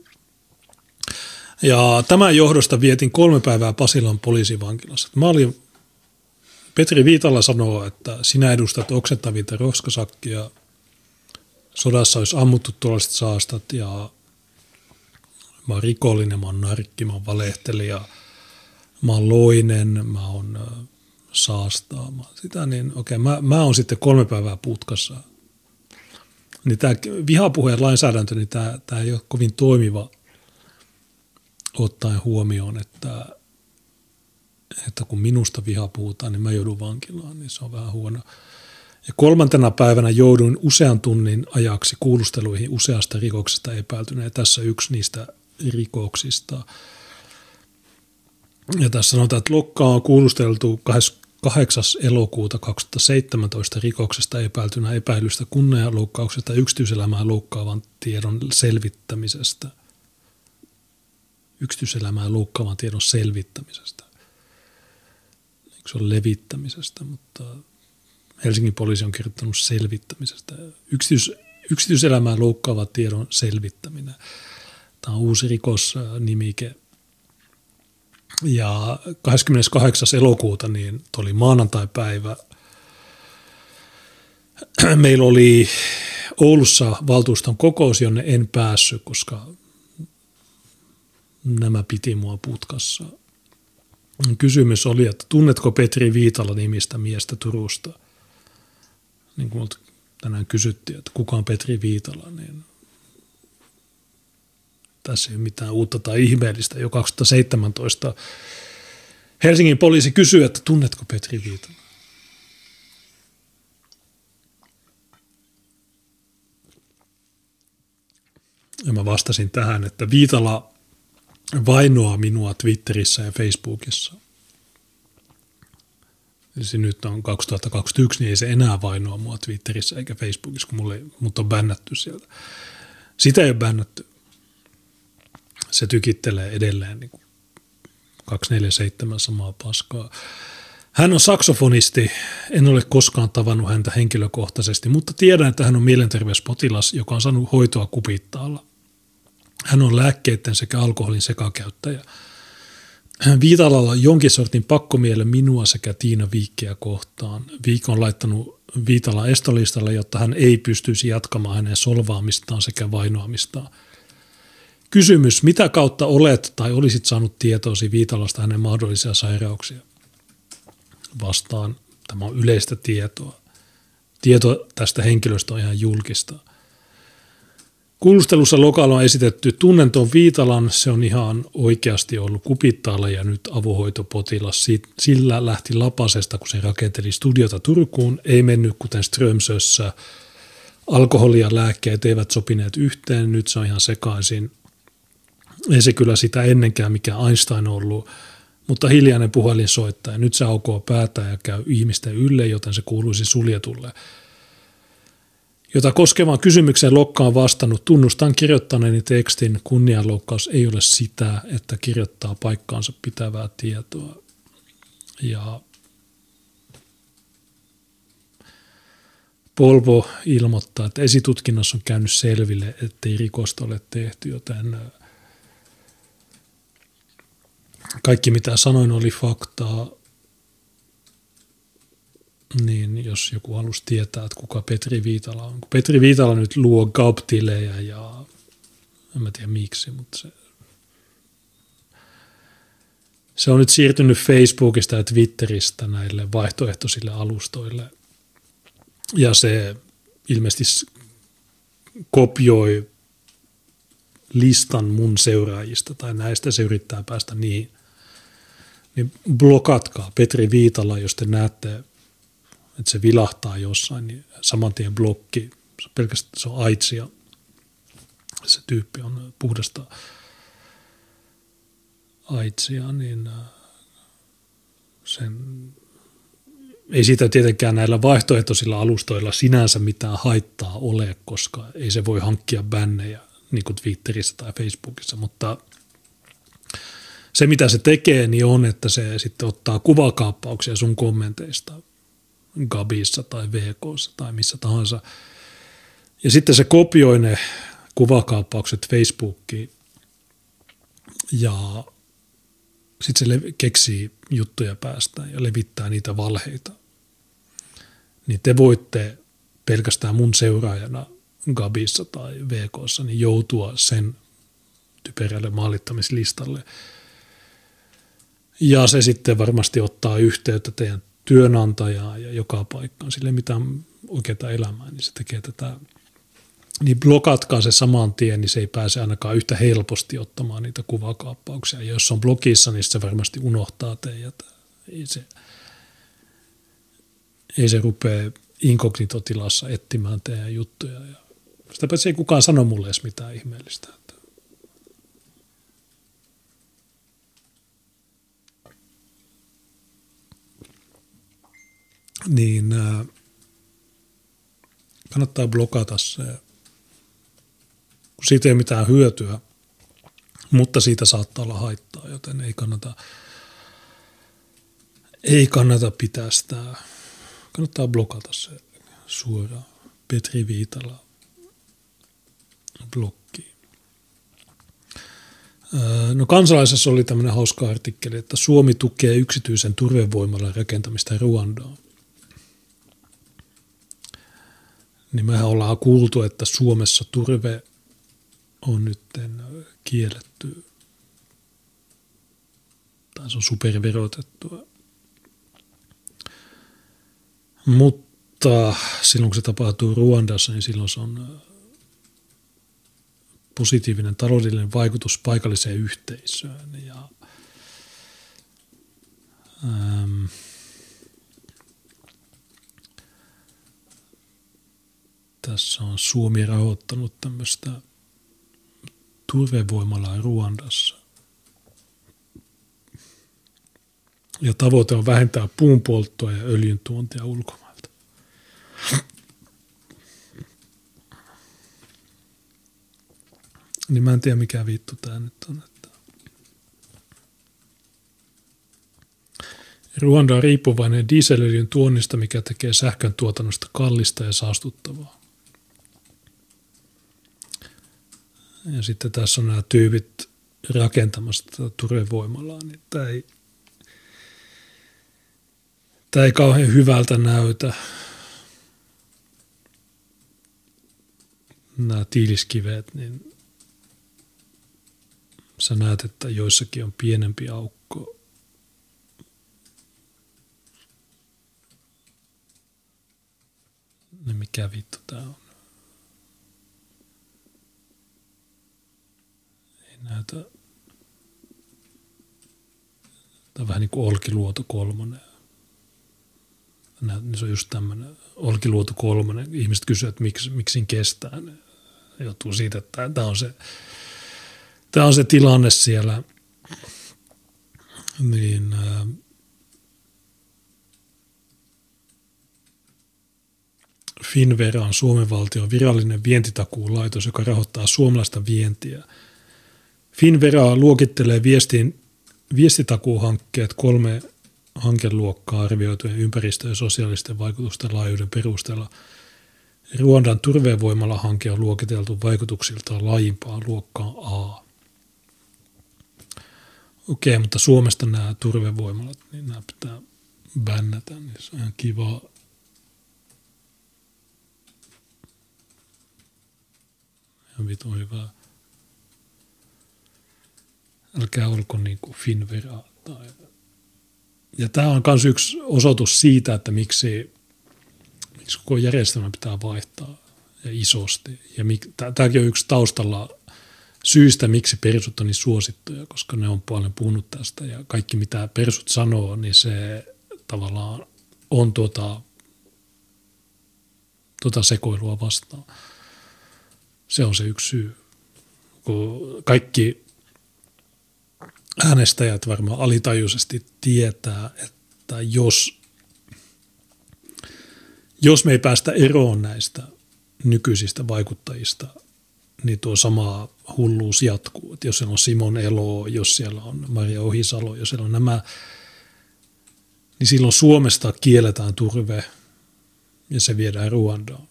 Ja tämän johdosta vietin 3 päivää Pasilan poliisivankilassa. Petri Viitala sanoo, että sinä edustat oksentavinta roskasakkia. Sodassa olisi ammuttu tuollaiset saastat ja mä oon rikollinen, mä oon narkki, mä oon valehtelija, mä oon loinen, mä oon saastaa. Mä oon sitten 3 päivää putkassa. Niin tämä vihapuheen lainsäädäntö, niin tämä ei ole kovin toimiva ottaen huomioon, että kun minusta viha puhutaan, niin mä joudun vankilaan, niin se on vähän huono. Ja 3. päivänä jouduin usean tunnin ajaksi kuulusteluihin useasta rikoksesta epäiltyneen. Tässä yksi niistä rikoksista. Ja tässä sanotaan, että Lokkaa on kuulusteltu 8. elokuuta 2017 rikoksesta epäiltynä epäilystä kunnianloukkauksesta yksityiselämää loukkaavan tiedon selvittämisestä. Yksityiselämää loukkaavan tiedon selvittämisestä. Eikö se ole levittämisestä, mutta Helsingin poliisi on kirjoittanut selvittämisestä. Yksityiselämää loukkaava tiedon selvittäminen. Tämä on uusi rikosnimike. Ja 28. elokuuta, niin oli maanantai-päivä. Meillä oli Oulussa valtuuston kokous, jonne en päässyt, koska nämä piti mua putkassa. Kysymys oli, että tunnetko Petri Viitala nimistä miestä Turusta? Niin kuin tänään kysyttiin, että kuka on Petri Viitala, niin tässä ei ole mitään uutta tai ihmeellistä. Jo 2017 Helsingin poliisi kysyi, että tunnetko Petri Viitala? Ja mä vastasin tähän, että Viitala vainoaa minua Twitterissä ja Facebookissa. Eli nyt on 2021, niin ei se enää vainoa mua Twitterissä eikä Facebookissa, kun mut on bännätty sieltä. Sitä ei ole bännätty. Se tykittelee edelleen niin 247 samaa paskaa. Hän on saksofonisti. En ole koskaan tavannut häntä henkilökohtaisesti, mutta tiedän, että hän on mielenterveyspotilas, joka on saanut hoitoa kupittaalla. Hän on lääkkeiden sekä alkoholin sekakäyttäjä. Viitalalla on jonkin sortin pakkomielle minua sekä Tiina Viikkiä kohtaan. Viikko on laittanut Viitalan estolistalle, jotta hän ei pystyisi jatkamaan hänen solvaamistaan sekä vainoamistaan. Kysymys, mitä kautta olet tai olisit saanut tietoosi Viitalasta hänen mahdollisia sairauksia? Vastaan, tämä on yleistä tietoa. Tieto tästä henkilöstä on ihan julkista. Kuulustelussa Lokalla on esitetty tunnenton Viitalan, se on ihan oikeasti ollut kupittaalla ja nyt avohoitopotilas. Sillä lähti lapasesta, kun se rakenteli studiota Turkuun, ei mennyt kuten Strömsössä. Alkoholi ja lääkkeet eivät sopineet yhteen, nyt se on ihan sekaisin. Ei se kyllä sitä ennenkään mikä Einstein on ollut, mutta hiljainen puhelin soittaa ja nyt se aukoo päätä ja käy ihmisten ylle, joten se kuuluisi suljetulle. Jota koskevaan kysymykseen Lokka on vastannut, tunnustan kirjoittaneeni tekstin, kunnianloukkaus ei ole sitä, että kirjoittaa paikkaansa pitävää tietoa. Ja Polvo ilmoittaa, että esitutkinnassa on käynyt selville, ettei rikosta ole tehty, joten kaikki mitä sanoin oli faktaa. Niin jos joku halusi tietää, että kuka Petri Viitala on. Kun Petri Viitala nyt luo Gaub-tilejä ja en mä tiedä miksi, mutta se Se on nyt siirtynyt Facebookista ja Twitteristä näille vaihtoehtoisille alustoille. Ja se ilmeisesti kopioi listan mun seuraajista tai näistä se yrittää päästä niihin. Niin blokatkaa Petri Viitala, jos te näette, että se vilahtaa jossain, niin saman tien blokki. Pelkästään se on aitsia. Se tyyppi on puhdasta aitsia, niin sen ei siitä tietenkään näillä vaihtoehtoisilla alustoilla sinänsä mitään haittaa ole, koska ei se voi hankkia bännejä niin kuin Twitterissä tai Facebookissa, mutta se mitä se tekee, niin on, että se sitten ottaa kuvakaappauksia sun kommenteista Gabissa tai VK:ssa tai missä tahansa, ja sitten se kopioi ne kuvakaappaukset Facebookiin ja sitten se keksii juttuja päästään ja levittää niitä valheita. Niin te voitte pelkästään mun seuraajana Gabissa tai VK:ssa niin joutua sen typerälle maalittamislistalle. Ja se sitten varmasti ottaa yhteyttä teidän työnantajaan ja joka paikkaan. Sille ei mitään oikeaa elämää, niin se tekee tätä. Niin blokatkaa se saman tien, niin se ei pääse ainakaan yhtä helposti ottamaan niitä kuvakaappauksia. Ja jos on blogissa, niin se varmasti unohtaa teidät. Ei se rupea inkognitotilassa etsimään teidän juttuja. Ja sitä paitsi ei kukaan sano mulle edes mitään ihmeellistä. Niin kannattaa blokata se. Siitä ei ole mitään hyötyä, mutta siitä saattaa olla haittaa, joten ei kannata pitää sitä. Kannattaa blokata se suoraan. Petri Viitala blokki. No Kansalaisessa oli tämmöinen hauska artikkeli, että Suomi tukee yksityisen turvevoimalan rakentamista Ruandaan. Niin mehän ollaan kuultu, että Suomessa turve on nyt kielletty tai se on superverotettua. Mutta silloin kun se tapahtuu Ruandassa, niin silloin se on positiivinen taloudellinen vaikutus paikalliseen yhteisöön. Ja, tässä on Suomi rahoittanut tämmöistä turvevoimalaa Ruandassa. Ja tavoite on vähentää puun polttoa ja öljyn tuontia ulkomailta. Niin mä en tiedä mikä vittu tää nyt on. Ruanda on riippuvainen dieselöljyn tuonnista, mikä tekee sähkön tuotannosta kallista ja saastuttavaa. Ja sitten tässä on nämä tyypit rakentamassa tätä turvevoimalaa, niin tämä ei kauhean hyvältä näytä. Nämä tiiliskiveet, niin sä näet, että joissakin on pienempi aukko. No mikä vittu tää on? Ei näytä. Tää on vähän niin kuin Olkiluoto 3. Se on just tämmöinen Olkiluoto 3. Ihmiset kysyvät, että miksi kestää. Ne johtuu siitä, että tämä on se tilanne siellä. Niin, Finnvera on Suomen valtion virallinen vientitakuulaitos, joka rahoittaa suomalaista vientiä. Finnvera luokittelee viestitakuuhankkeet 3 hankeluokkaa arvioitujen ympäristö- ja sosiaalisten vaikutusten laajuuden perusteella. Ruandan turvevoimala-hanke on luokiteltu vaikutuksiltaan laajimpaan luokkaan A. Okei, mutta Suomesta nämä turvevoimalat, niin nämä pitää bännätä, niin se on ihan kivaa. Ihan vitun hyvää. Älkää olko niin kuin Finnvera vaihtaa. Ja tämä on myös yksi osoitus siitä, että miksi koko järjestelmä pitää vaihtaa ja isosti. Ja tämäkin on yksi taustalla syystä, miksi persut on niin suosittuja, koska ne on paljon puhunut tästä. Ja kaikki, mitä persut sanoo, niin se tavallaan on tuota sekoilua vastaan. Se on se yksi syy. Kun kaikki äänestäjät varmaan alitajuisesti tietää, että jos me ei päästä eroon näistä nykyisistä vaikuttajista, niin tuo sama hulluus jatkuu. Että jos siellä on Simon Elo, jos siellä on Maria Ohisalo, jos siellä on nämä, niin silloin Suomesta kielletään turve ja se viedään Ruandaan.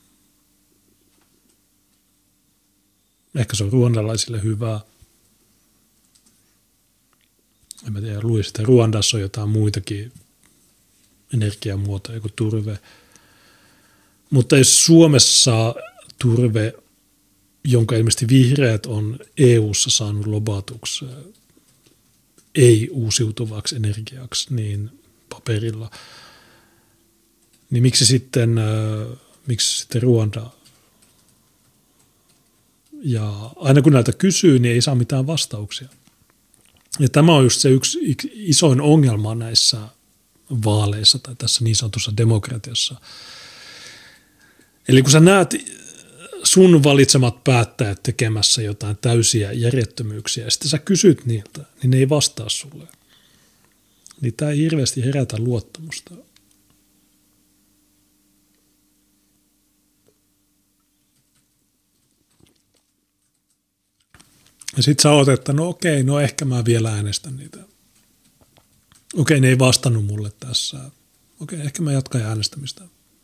Ehkä se on ruandalaisille hyvä. En mä tiedä, luin sitä. Ruandassa on jotain muitakin energiamuotoja kuin turve. Mutta jos Suomessa turve, jonka ilmeisesti vihreät on EU:ssa saanut lobatuksi ei-uusiutuvaksi energiaksi, niin paperilla, niin miksi sitten Ruanda? Ja aina kun näitä kysyy, niin ei saa mitään vastauksia. Ja tämä on just se yksi isoin ongelma näissä vaaleissa tai tässä niin sanotussa demokratiassa. Eli kun sä näet sun valitsemat päättäjät tekemässä jotain täysiä järjettömyyksiä ja sitten sä kysyt niiltä, niin ne ei vastaa sulle. Niin tämä ei hirveästi herätä luottamusta. Ja sit sä oot, että no okei, no ehkä mä vielä äänestän niitä. Okei, ne ei vastannut mulle tässä. Okei, ehkä mä jatkan äänestämistä.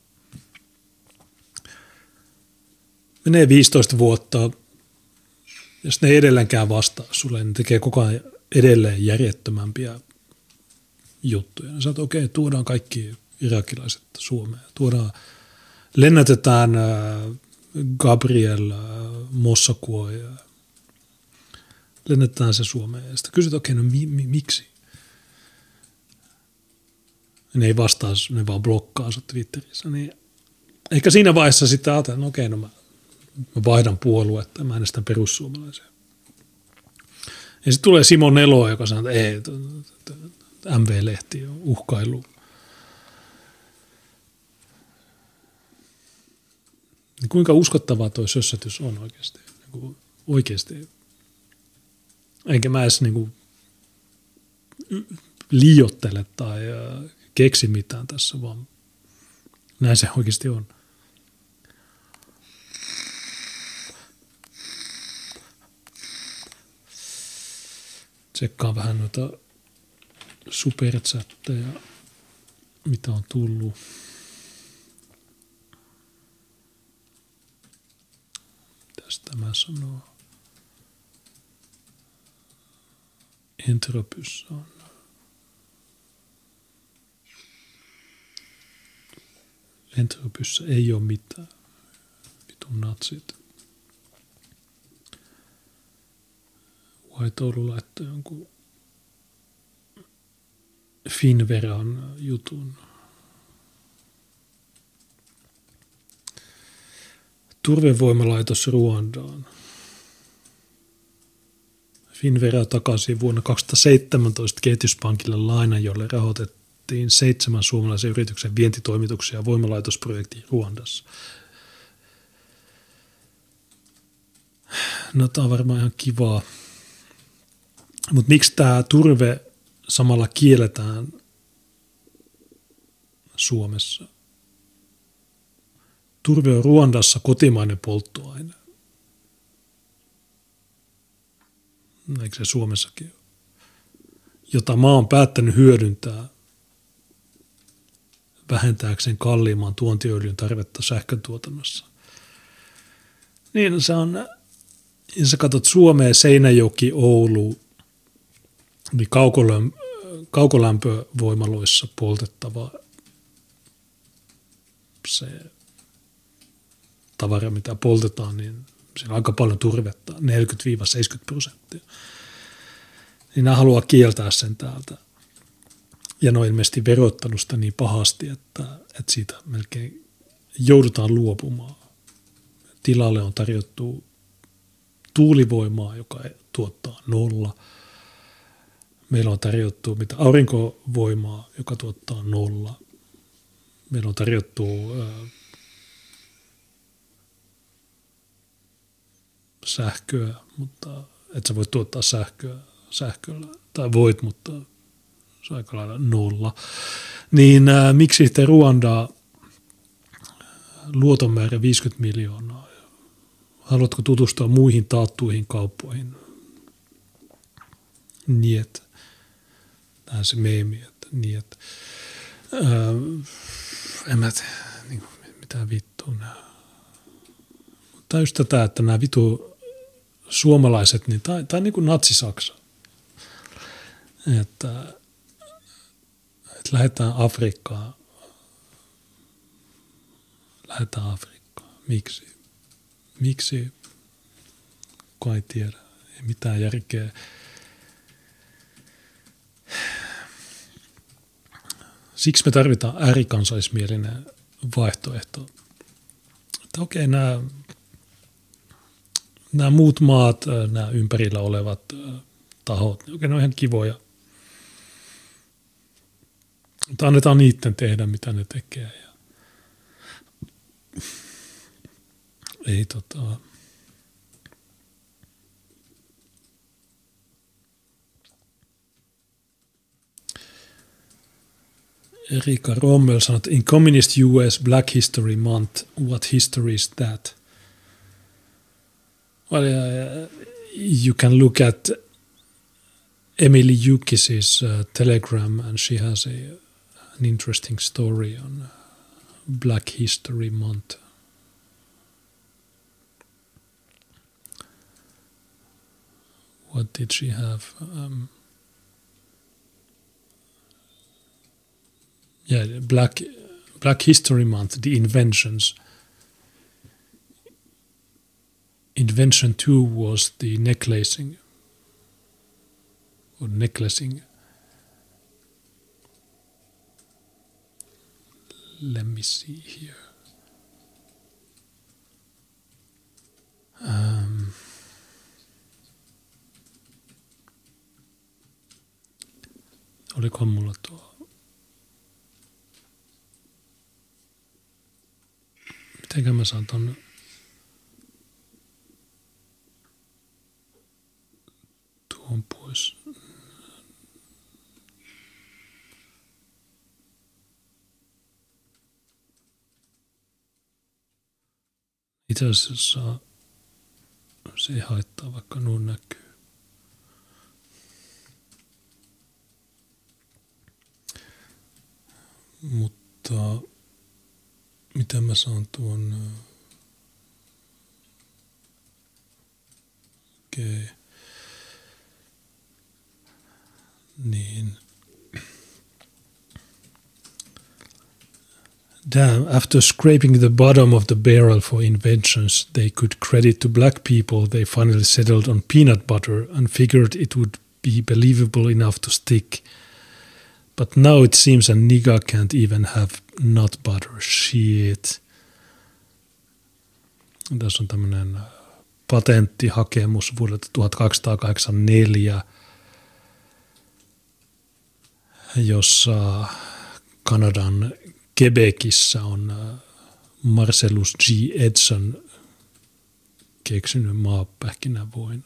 Menee 15 vuotta, jos ne ei edelleenkään vastaa sulle, niin tekee koko ajan edelleen järjettömämpiä juttuja. Ja sä oot, okei, tuodaan kaikki irakilaiset Suomeen. Lennätetään Gabriel Mossakuo ja lennätetään se Suomeen. Ja sitten kysyt, okei, no miksi? Ja ne ei vastaa, ne vaan blokkaa sut Twitterissä. Niin ehkä siinä vaiheessa sitten ajatellaan, no okei, no mä vaihdan puoluetta ja mä äänestän perussuomalaisia. Ja sitten tulee Simon Elo, joka sanoo, että ei, MV-lehti on uhkailu. Niin kuinka uskottavaa toi sössätys on oikeasti? Niin oikeasti. Enkä mä edes niin liioittele tai keksi mitään tässä, vaan näin se oikeasti on. Tsekkaan vähän noita superchatteja, mitä on tullut. Mitäs tämä sanoo? Entropyssä on. Entropyssä ei ole mitään. Vitun natsit. White Oulu laittoi jonkun Finveran jutun. Turvevoimalaitos Ruandaan. Finvera takaisin vuonna 2017 Kehityspankille lainan, jolle rahoitettiin 7 suomalaisen yrityksen vientitoimituksia voimalaitosprojektiin Ruandassa. No tämä on varmaan ihan kivaa. Mutta miksi tämä turve samalla kielletään Suomessa? Turve on Ruandassa kotimainen polttoaine. Eikö se Suomessakin ole? Jota maa on päättänyt hyödyntää vähentääkseen kalliimman tuontiöljyn tarvetta sähköntuotannossa. Niin se on, jos sä katsot Suomeen, Seinäjoki, Oulu, niin kaukolämpövoimaloissa poltettava se tavara, mitä poltetaan, niin siinä on aika paljon turvetta, 40-70%. niin nämä haluaa kieltää sen täältä. Ja ne on ilmeisesti verottanut sitä niin pahasti, että siitä melkein joudutaan luopumaan. Tilalle on tarjottu tuulivoimaa, joka tuottaa 0. Meillä on tarjottu aurinkovoimaa, joka tuottaa 0. Meillä on tarjottu sähköä, mutta et sä voi tuottaa sähköllä. Tai voit, mutta se on aika lailla 0. Niin miksi sitten Ruanda luotonmäärä 50 miljoonaa? Haluatko tutustua muihin taattuihin kauppoihin? Niet. Tähän se meemi, että niet. En mä tiedä, niin mitä vittua nämä. Mutta just tätä, että nämä vitu suomalaiset, niin tämä on niin kuin natsi-Saksa. Että lähdetään Afrikkaan. Miksi? Kukaan ei tiedä. Ei mitään järkeä. Siksi me tarvitaan äärikansallismielinen vaihtoehto. Että okei, nämä muut maat, nämä ympärillä olevat tahot, okei, ne on ihan kivoja. Mutta annetaan niiden tehdä, mitä ne tekee. Ei Erika Rommel sanoi, että in communist US Black History Month, what history is that? Well, you can look at Emily Yukis's Telegram, and she has an interesting story on Black History Month. What did she have? Black History Month, the inventions. Invention 2 was the necklacing. Or necklacing. Let me see here. Oliko mulla tuo? Mitenkä mä saan ton? Tuon pois. Itse asiassa se ei haittaa, vaikka nuo näkyy. Mutta miten mä saan tuon? Okei. Niin. Damn, after scraping the bottom of the barrel for inventions they could credit to black people, they finally settled on peanut butter and figured it would be believable enough to stick. But now it seems a nigga can't even have nut butter. Shit. Tässä on tämmöinen patenttihakemus vuodelta 1284, jossa Kanadan Quebecissä on Marcellus G. Edson keksinyt maapähkinävoina.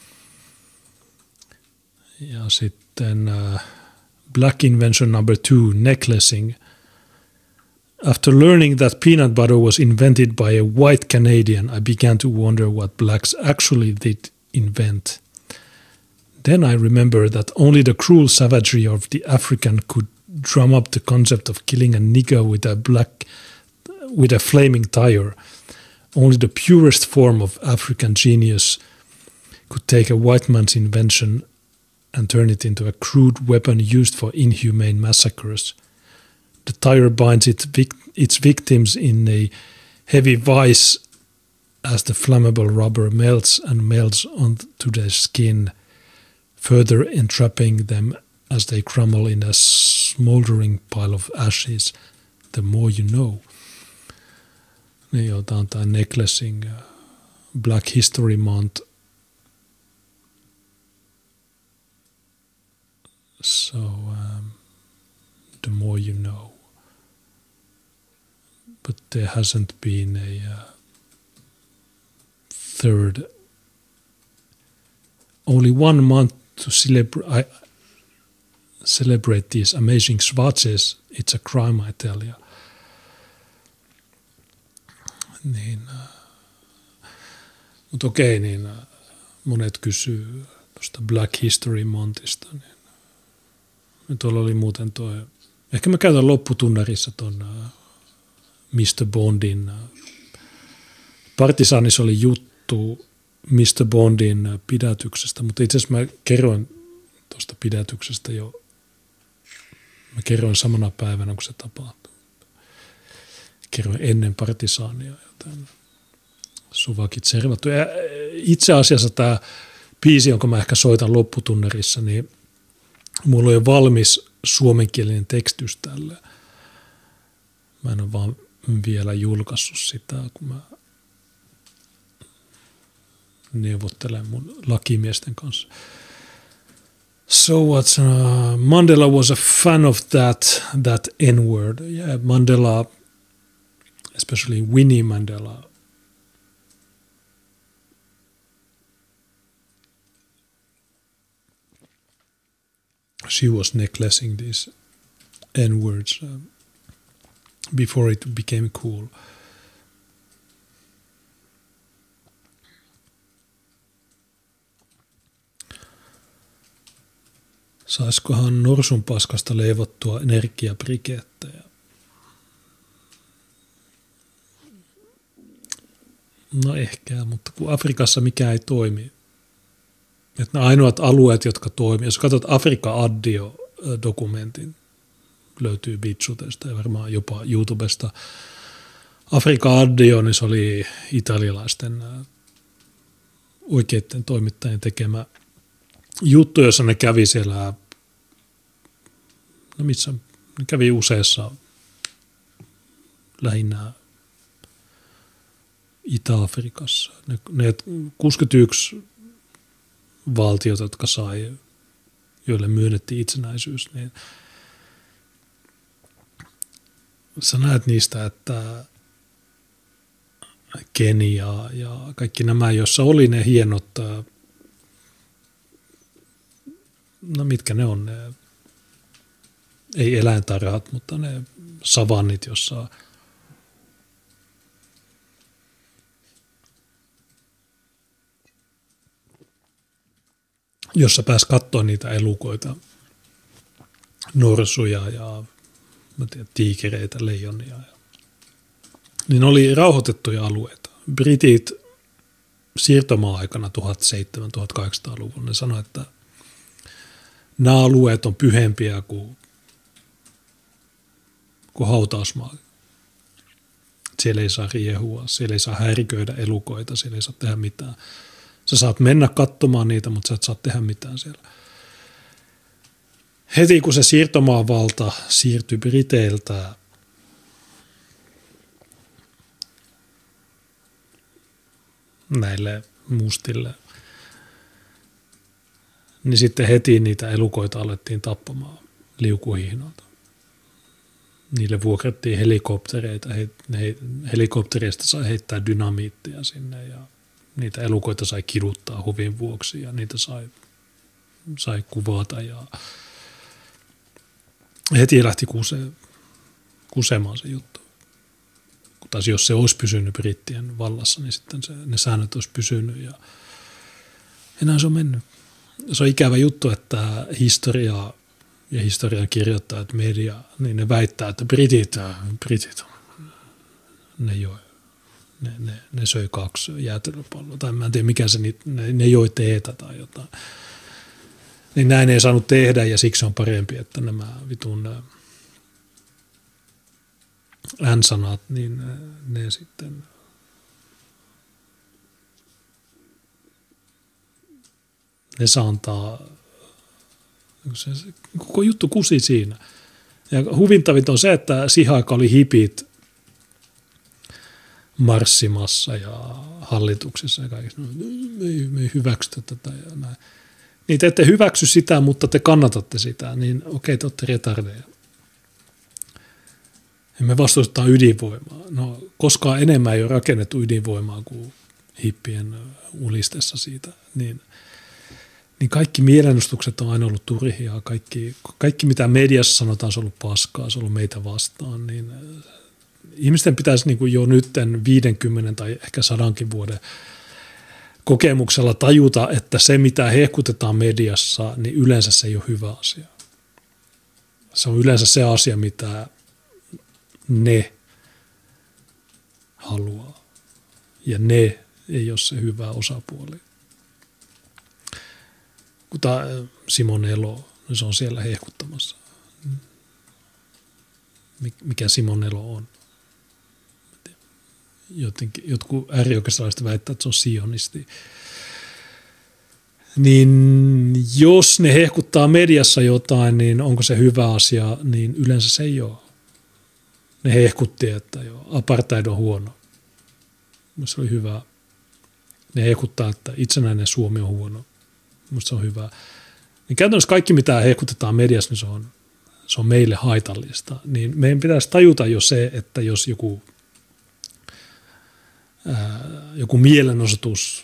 Ja sitten Black Invention number 2, necklacing. After learning that peanut butter was invented by a white Canadian, I began to wonder what blacks actually did invent. Then I remember that only the cruel savagery of the African could drum up the concept of killing a nigger with a flaming tire. Only the purest form of African genius could take a white man's invention and turn it into a crude weapon used for inhumane massacres. The tire binds its victims in a heavy vice as the flammable rubber melts and melts onto their skin. further entrapping them as they crumble in a smoldering pile of ashes, the more you know. Niin joo, tää on tää Necklacing Black History Month. So, the more you know. But there hasn't been a third, only 1 month to celebrate these amazing swatches. It's a crime, I tell you. Niin, mutta okei, niin monet kysyy tuosta Black History Monthista. Niin tuolla oli muuten toi, ehkä mä käytän lopputunnarissa ton Mr. Bondin. Partisaanissa oli juttu Mr. Bondin pidätyksestä, mutta itse asiassa mä kerroin tuosta pidätyksestä jo. Mä kerroin samana päivänä, kun se tapahtui. Kerroin ennen Partisaania, joten suvakit servattu. Ja itse asiassa tämä biisi, jonka mä ehkä soitan lopputunnarissa, niin mulla on jo valmis suomenkielinen tekstys tälle. Mä en ole vaan vielä julkaissut sitä, kun mä neuvottelen mun lakimiesten kanssa. So what's Mandela was a fan of that N-word. Yeah, Mandela, especially Winnie Mandela, she was necklacing these N-words before it became cool. Saiskohan norsunpaskasta leivottua energiabrikettejä? No ehkä, mutta kun Afrikassa mikään ei toimi. Että ne ainoat alueet, jotka toimii, jos katsot Afrikan Addio-dokumentin, löytyy Bitsutesta ja varmaan jopa YouTubesta. Afrikan Addio, niin se oli italialaisten oikeiden toimittajien tekemä juttu, jossa ne kävi siellä, no missä, ne kävi useassa lähinnä Itä-Afrikassa. Ne 61 valtiota, jotka sai, joille myönnettiin itsenäisyys, niin sä näet niistä, että Kenia ja kaikki nämä, joissa oli ne hienot, no mitkä ne on, ne, ei eläintarhat, mutta ne savannit, jossa pääsi katsoa niitä elukoita, norsuja ja tiikereitä, leijonia. Niin oli rauhoitettuja alueita. Britit siirtomaa-aikana 1700-1800-luvulla ne sanoi, että nämä alueet on pyhempiä kuin hautausmaa. Siellä ei saa riehua, siellä ei saa häiriköidä elukoita, siellä ei saa tehdä mitään. Sä saat mennä katsomaan niitä, mutta sä et saa tehdä mitään siellä. Heti kun se siirtomaavalta siirtyi Briteiltä näille mustille, niin sitten heti niitä elukoita alettiin tappamaan liukuhihnoilta. Niille vuokrattiin helikoptereita, helikoptereista sai heittää dynamiittia sinne ja niitä elukoita sai kiduttaa huvin vuoksi ja niitä sai kuvata ja heti lähti kusemaan se juttu. Taas jos se olisi pysynyt brittien vallassa, niin sitten ne säännöt olisi pysynyt ja enää se on mennyt. Se on ikävä juttu, että historian kirjoittajat, media, niin ne väittää, että britit ne söi 2 jäätelöpalloa, tai mä en tiedä mikä se, ne joi teetä tai jotain. Niin näin ei saanut tehdä ja siksi on parempi, että nämä vitun N-sanat, niin ne sitten ne saa antaa Se koko juttu kusi siinä. Ja huvintavinta on se, että siihen aikaan oli hipit marssimassa ja hallituksessa ja kaikessa. Me ei hyväksytä tätä ja näin. Niin te ette hyväksy sitä, mutta te kannatatte sitä, niin okei, te olette retardeja. Ja me vastustetaan ydinvoimaa. No koskaan enemmän ei ole rakennettu ydinvoimaa kuin hippien ulistessa siitä. Niin kaikki mielennostukset on aina ollut turhia. Kaikki mitä mediassa sanotaan, se on ollut paskaa, se on ollut meitä vastaan. Niin ihmisten pitäisi niin kuin jo nytten 50 tai ehkä 100 vuoden kokemuksella tajuta, että se mitä hehkutetaan mediassa, niin yleensä se ei ole hyvä asia. Se on yleensä se asia, mitä ne haluaa. Ja ne ei ole se hyvä osapuoli. Kuten Simon Elo, se on siellä hehkuttamassa. Mikä Simon Elo on? Jotkut äärioikeistolaiset väittävät, että se on sionisti. Niin jos ne hehkuttaa mediassa jotain, niin onko se hyvä asia, niin yleensä se ei ole. Ne hehkutti, että apartheid on huono. Minusta se oli hyvä. Ne hehkuttaa, että itsenäinen Suomi on huono. Minusta se on hyvä. Niin käytännössä kaikki, mitä hehkutetaan mediassa, niin se on meille haitallista. Niin meidän pitäisi tajuta jo se, että jos joku mielenosoitus,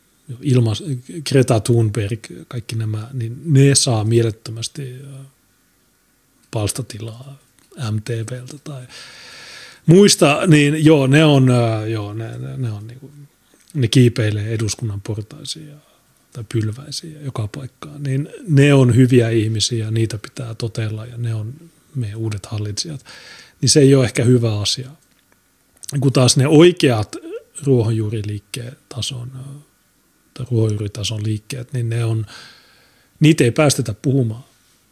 Greta Thunberg, kaikki nämä, niin ne saa mielettömästi palstatilaa MTVltä tai muista, niin joo, ne on niin kuin, ne kiipeilee eduskunnan portaisiin tai pylväisiin ja joka paikkaan, niin ne on hyviä ihmisiä, niitä pitää totella ja ne on meidän uudet hallitsijat, niin se ei ole ehkä hyvä asia. Kun taas ne oikeat ruohonjuuriliikkeen tason tai ruohonjuuritason liikkeet, niin niitä ei päästetä puhumaan.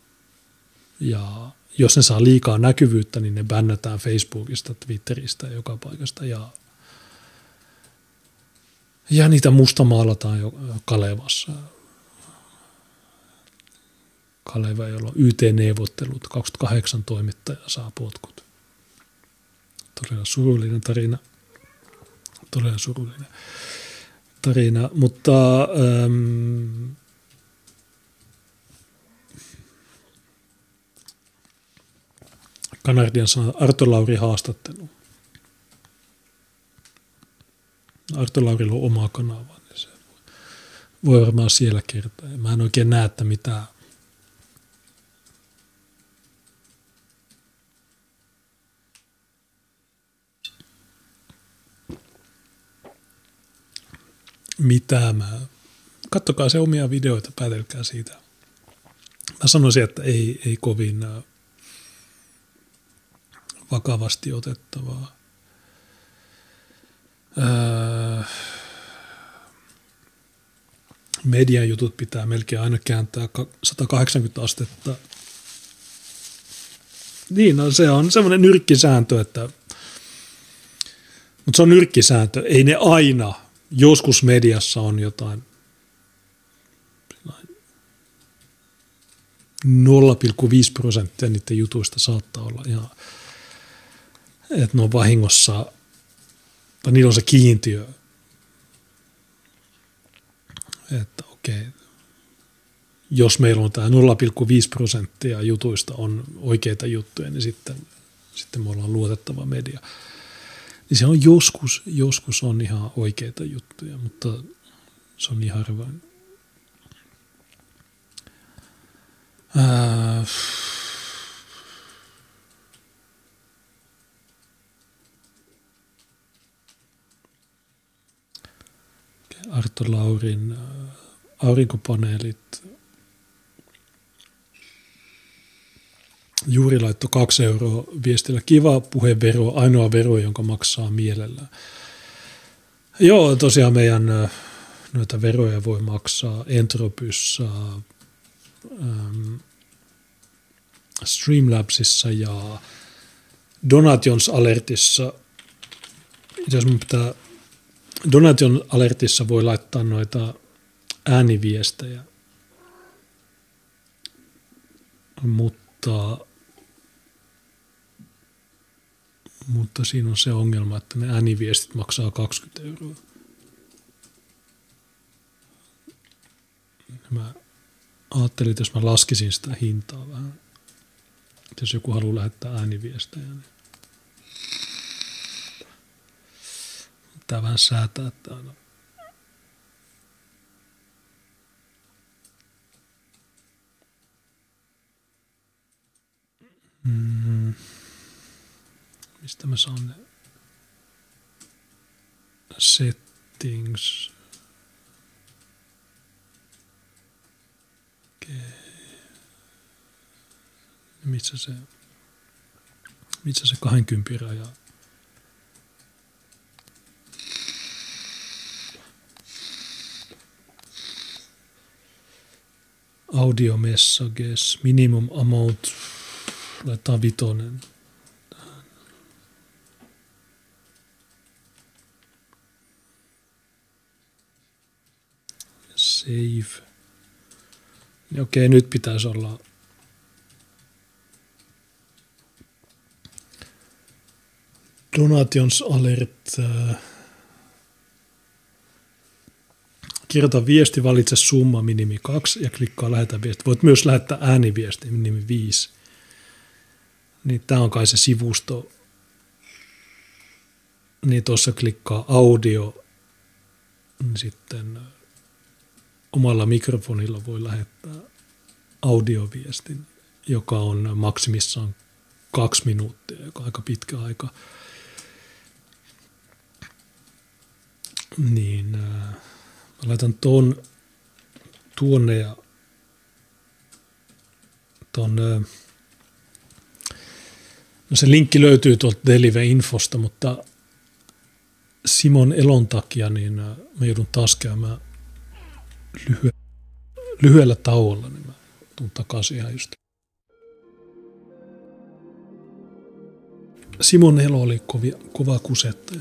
Ja jos ne saa liikaa näkyvyyttä, niin ne bännätään Facebookista, Twitteristä ja joka paikasta. Ja niitä mustamaalataan jo Kalevassa. Kaleva, jolla on YT-neuvottelut, 28 toimittajaa saa potkut. Todella surullinen tarina. Todella surullinen tarina, mutta Kanardian sanoo Arto Lauri haastattelu. Arto Laurilla on oma kanava, niin se voi varmaan siellä kertoa. Mä en oikein näe, että kattokaa se omia videoita, päätelkää siitä. Mä sanoisin, että ei kovin vakavasti otettavaa. Median jutut pitää melkein aina kääntää 180 astetta. Niin, no se on semmoinen nyrkkisääntö, mutta se on nyrkkisääntö. Ei ne aina, joskus mediassa on jotain 0,5% niiden jutuista saattaa olla ihan, että ne on vahingossa, tai niillä on se kiintiö, että okei, jos meillä on tämä 0,5% jutuista on oikeita juttuja, niin sitten me ollaan luotettava media. Niin se on joskus on ihan oikeita juttuja, mutta se on niin harvoin. Arto Laurin aurinkopaneelit. Juuri laittoi 2 euroa viestillä. Kiva puhevero, ainoa vero, jonka maksaa mielellään. Joo, tosiaan meidän noita veroja voi maksaa Entropyssä, Streamlabsissa ja Donations Alertissa. Itse asiassa Donation Alertissa voi laittaa noita ääniviestejä. mutta siinä on se ongelma, että ne ääniviestit maksaa 20 €. Mä ajattelin, että jos mä laskisin sitä hintaa vähän, että jos joku haluaa lähettää ääniviestejä, niin pitää vähän säätää täällä. Mistä mä saan ne settings? Okay. Missä se 20 raja? Audio messages, minimum amount, laitetaan 5. Save. Okei, nyt pitäisi olla donations alert. Kirjoita viesti, valitse summa minimi 2 ja klikkaa lähetä viesti. Voit myös lähettää ääniviesti minimi 5. Niin tää on kai se sivusto. Niin tuossa klikkaa audio, niin sitten omalla mikrofonilla voi lähettää audioviestin, joka on maksimissaan 2 minuuttia, joka on aika pitkä aika. Niin mä laitan tuonne ja no se linkki löytyy tuolta Delive-infosta, mutta Simon elon takia niin mä joudun taas käymään lyhyellä tauolla, niin mä tuun takaisin ihan just. Simon elo oli kova kusettaja.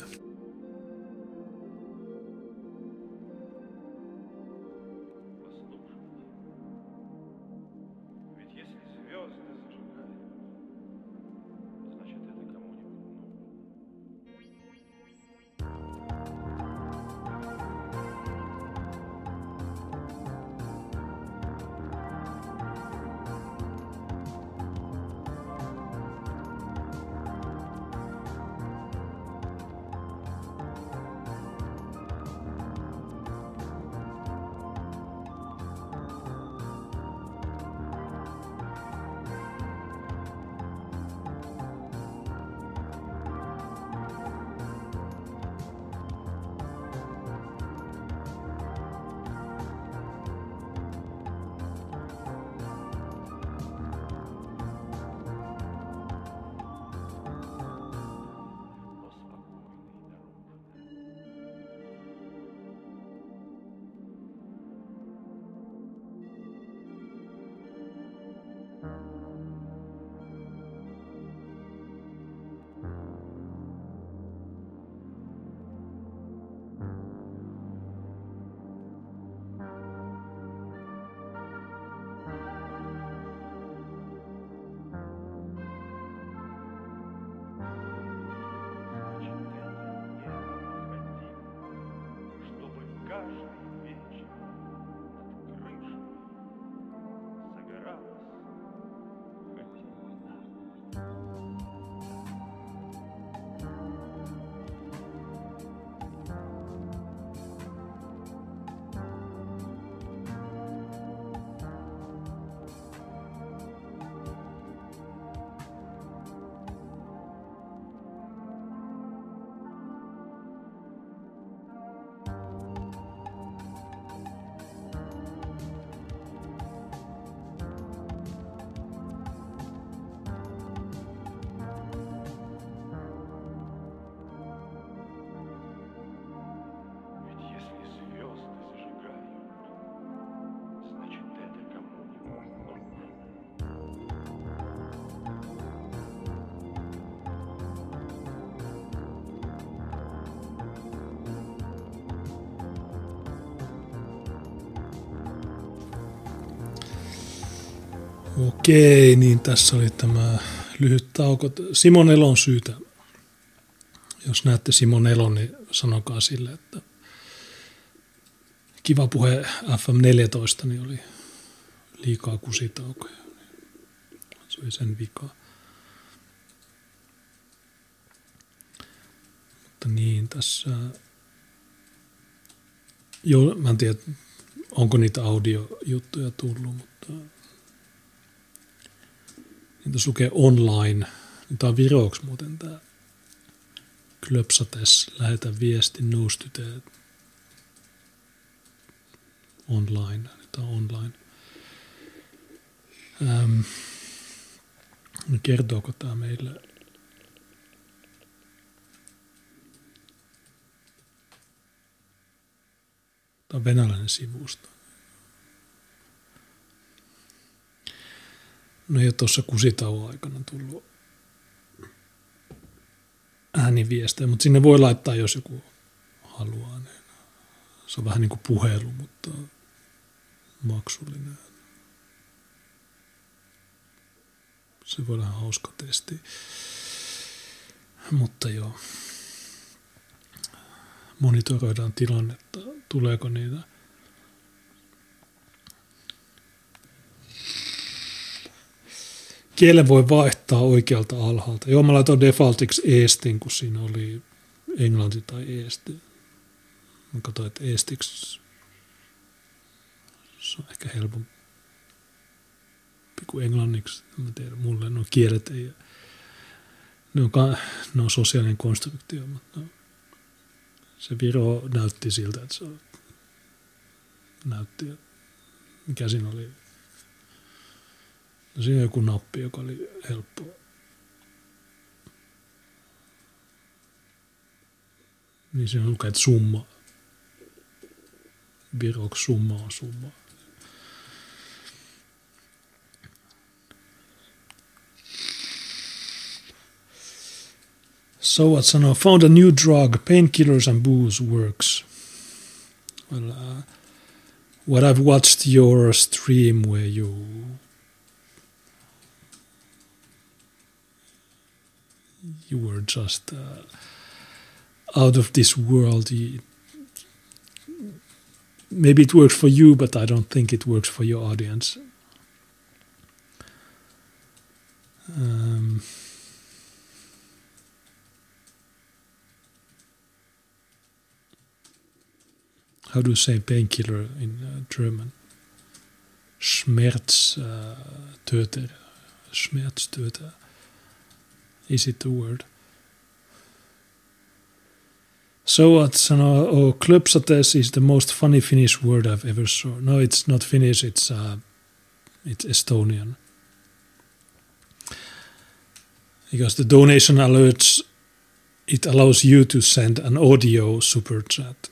Okei, niin tässä oli tämä lyhyt tauko. Simon Elon syytä. Jos näette Simon Elon, niin sanokaa sille, että Kiva Puhe FM14 niin oli liikaa kusitaukoja. Se oli sen vika. Mutta niin, tässä... Joo, mä en tiedä, onko niitä audiojuttuja tullut, mutta... Niitä lukee online. Tämä on viroksi muuten tämä Klöpsates, lähetä viesti, noustyteet. Online. Tämä on online. Kertooko tämä meille? Tämä on venäläinen sivusto. No ei ole tuossa kusitauon aikana tullut ääniviestejä, mutta sinne voi laittaa, jos joku haluaa. Niin se on vähän niin kuin puhelu, mutta maksullinen. Se voi olla hauska testi. Mutta joo. Monitoroidaan tilannetta. Tuleeko niitä? Kielen voi vaihtaa oikealta alhaalta. Joo, mä laitoin defaultiksi eestin, kun siinä oli englanti tai eesti. Mä katsoin, että eestiksi se on ehkä helpompi kuin englanniksi. Mä tiedän, mulle nuo kielet ei... Ne on sosiaalinen konstruktio, mutta se viro näytti siltä, että se näytti, mikä siinä oli. No siinä on joku nappi, joka oli helppoa. Niin siinä lukee, että summa. Viroksi summa on summa. So what sanoo? Found a new drug. Painkillers and booze works. Well, what I've watched your stream where you were just out of this world. Maybe it works for you, but I don't think it works for your audience. How do you say painkiller in German? Schmerztöter. Schmerztöter. Is it the word? So what Klöpsates is the most funny Finnish word I've ever saw. No, it's not Finnish, it's Estonian. Because the donation alerts, it allows you to send an audio super chat.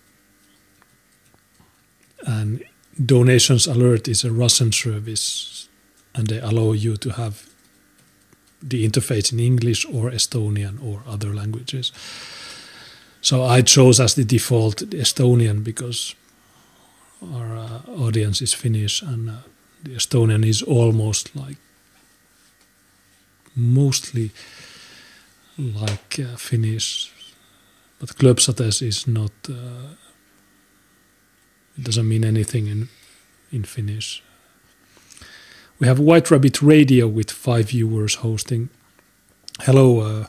And donations alert is a Russian service, and they allow you to have the interface in English or Estonian or other languages. So I chose as the default Estonian because our audience is Finnish, and the Estonian is almost like mostly like Finnish, but Klöpsates is not. It doesn't mean anything in Finnish. We have White Rabbit Radio with 5 viewers hosting. Hello,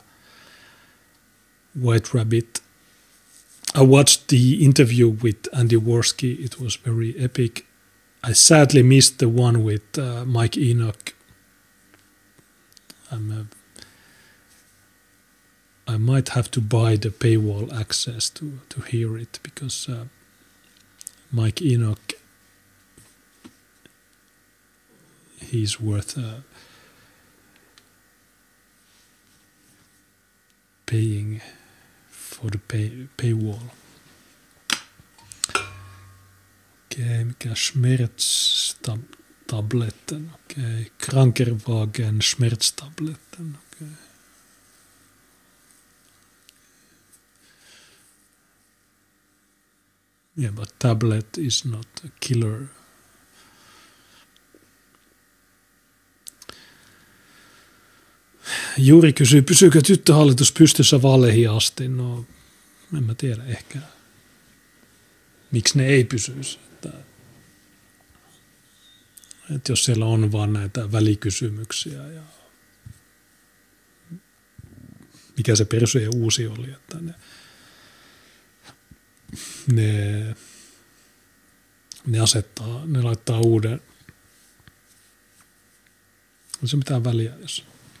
White Rabbit. I watched the interview with Andy Worski. It was very epic. I sadly missed the one with Mike Enoch. I might have to buy the paywall access to hear it because Mike Enoch, he's worth paying for the paywall. Okei, mikä Schmerztabletten, okei. Krankenwagen Schmerztabletten, okei. Yeah, but tablet is not a killer. Juuri kysyy, pysyykö tyttöhallitus pystyssä vaaleihin asti? No, en mä tiedä ehkä. Miksi ne ei pysyisi? Että jos siellä on vaan näitä välikysymyksiä ja mikä se persujen uusi oli, että ne laittaa uuden. On se mitään väliä, jos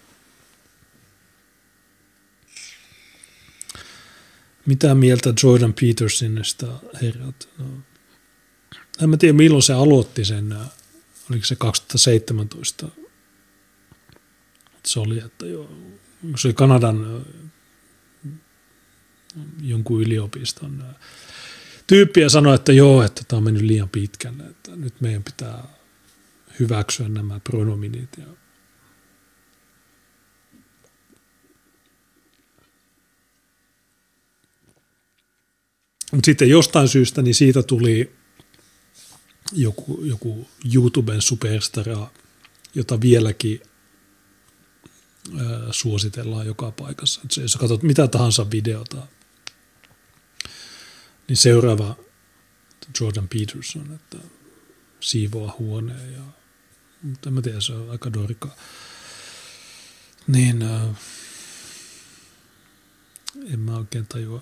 mitä mieltä Jordan Petersonista herrat? No, en mä tiedä milloin se aloitti sen, oliko se 2017? Se oli, että joo, se oli Kanadan jonkun yliopiston tyyppi ja sanoi, että joo, että tämä on mennyt liian pitkälle, että nyt meidän pitää hyväksyä nämä pronominit. Mutta sitten jostain syystä niin siitä tuli joku YouTuben superstara, jota vieläkin suositellaan joka paikassa. Et jos katsot mitä tahansa videota, niin seuraava Jordan Peterson, että siivoa huoneen. Mutta en mä tiedä, se on aika dorka. Niin, en mä oikein tajua.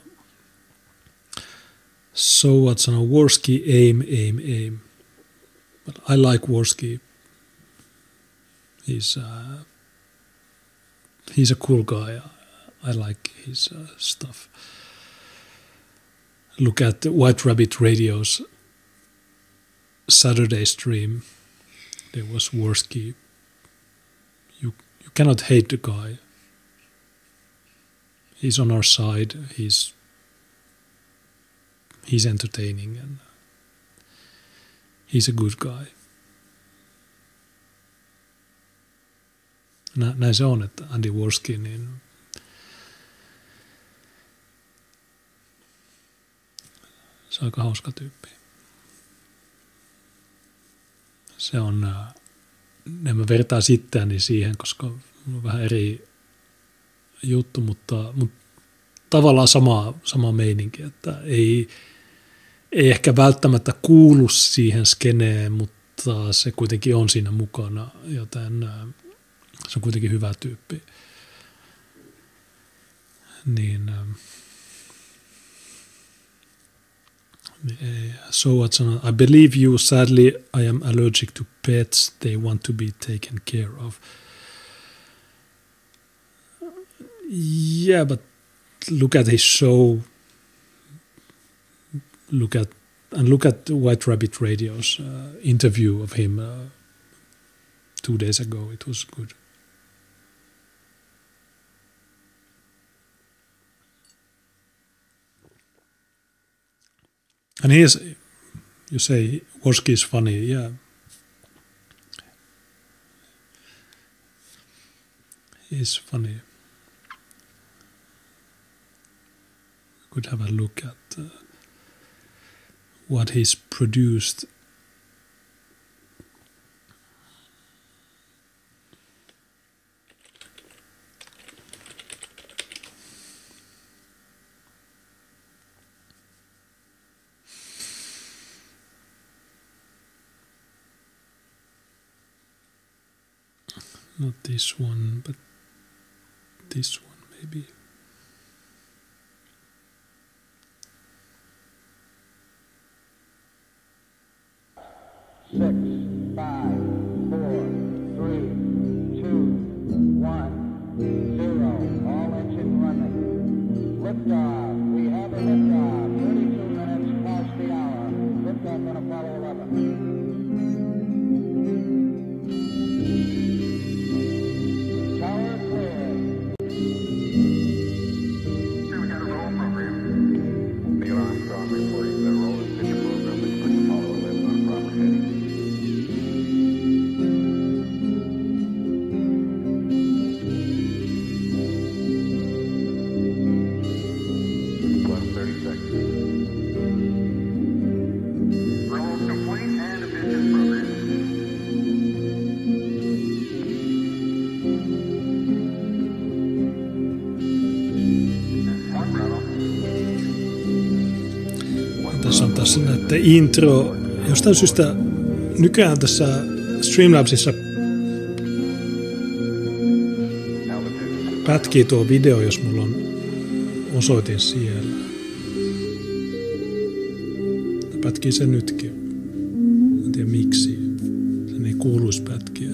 So what sanoo Worski, aim. But I like Worski. He's a cool guy. I like his stuff. Look at White Rabbit Radio's Saturday stream. There was Worski. You cannot hate the guy. He's on our side. He's entertaining and he's a good guy. Näin se on, että Andy Worski, niin se on aika hauska tyyppi. Se on, en mä vertaa sitteäni siihen, koska on vähän eri juttu, mutta tavallaan sama meininki, että ei ehkä välttämättä kuulu siihen skeneen, mutta se kuitenkin on siinä mukana, joten se on kuitenkin hyvä tyyppi. Niin, so what's on? I believe you. Sadly, I am allergic to pets. They want to be taken care of. Yeah, but look at his show. Look at White Rabbit Radio's interview of him 2 days ago. It was good. And you say Worski is funny, yeah. He's funny. Could have a look at what he's produced. Not this one, but this one maybe. Six, 5, 4, 3, 2, 1, 0. All engine running. Liftoff. We have a liftoff. 32 minutes past the hour. Liftoff on Apollo 11. Tower clear. tässä näette intro. Jostain syystä nykyään tässä Streamlabsissa pätkii tuo video, jos mulla on osoitin siellä. Pätkii se nytkin. En tiedä miksi. Sen ei kuuluisi pätkiä.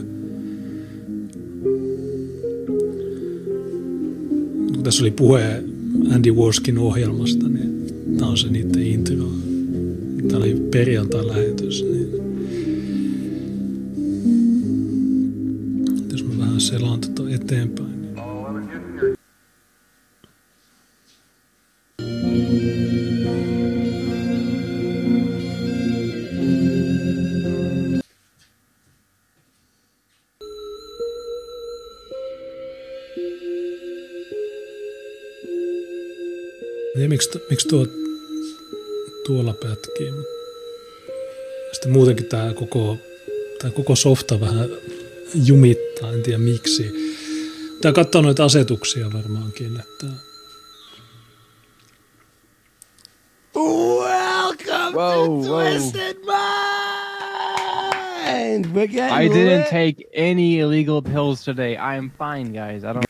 Kun tässä oli puhe Andy Worskin ohjelmasta, niin tämä on se niiden intro. Tämä oli perjantain lähetys. Niin. Jos mä vähän selaan tuota eteenpäin. Niin. Ja miksi tuolla pätkii? Sitten muutenkin tämä koko softa vähän jumittaa, en tiedä miksi. Pitää katsoa noita asetuksia varmaankin. Että... Welcome to Twisted Mind! I didn't take any illegal pills today. I am fine, guys. I don't...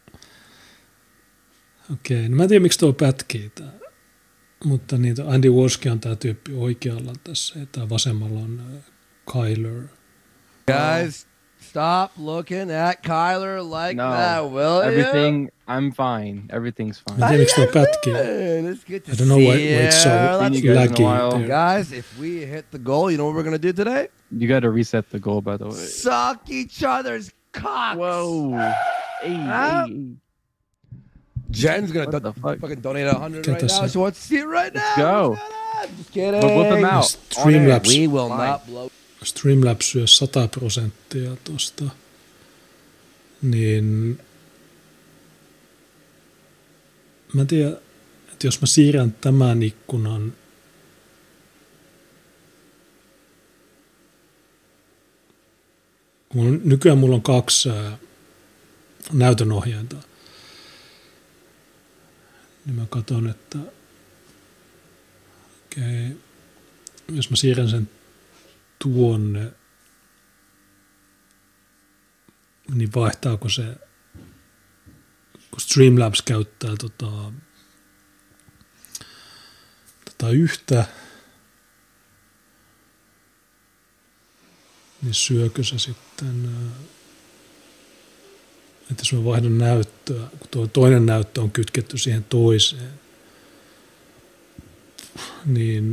Okei, no mä en tiedä miksi tuo pätkii tää. Mutta niitä Andy Worski on tää tyyppi oikealla tässä ja tää vasemmalla on Kyler. Guys, stop looking at Kyler like that, will you? Everything, I'm fine. Everything's fine. Mä en tiedä miksi tuo pätkii. I don't know why it's so laggy there. Guys, if we hit the goal, you know what we're gonna do today? You gotta reset the goal, by the way. Suck each other's cocks! Whoa. Hey. Jen's gonna fucking donate 100 right now. She wants to see it right now. Let's go. Just kidding. But whip them out. Streamlabs. We will not blow. Streamlabs syö 100% tosta. Niin... Mä en tiedä, että jos mä siirrän tämän ikkunan... Nykyään mulla on 2 näytönohjainta. Niin mä katson, että okei, jos mä siirrän sen tuonne, niin vaihtaako se, kun Streamlabs käyttää yhtä, niin syökö se sitten... Että jos mä vaihdan näyttöä, kun tuo toinen näyttö on kytketty siihen toiseen, niin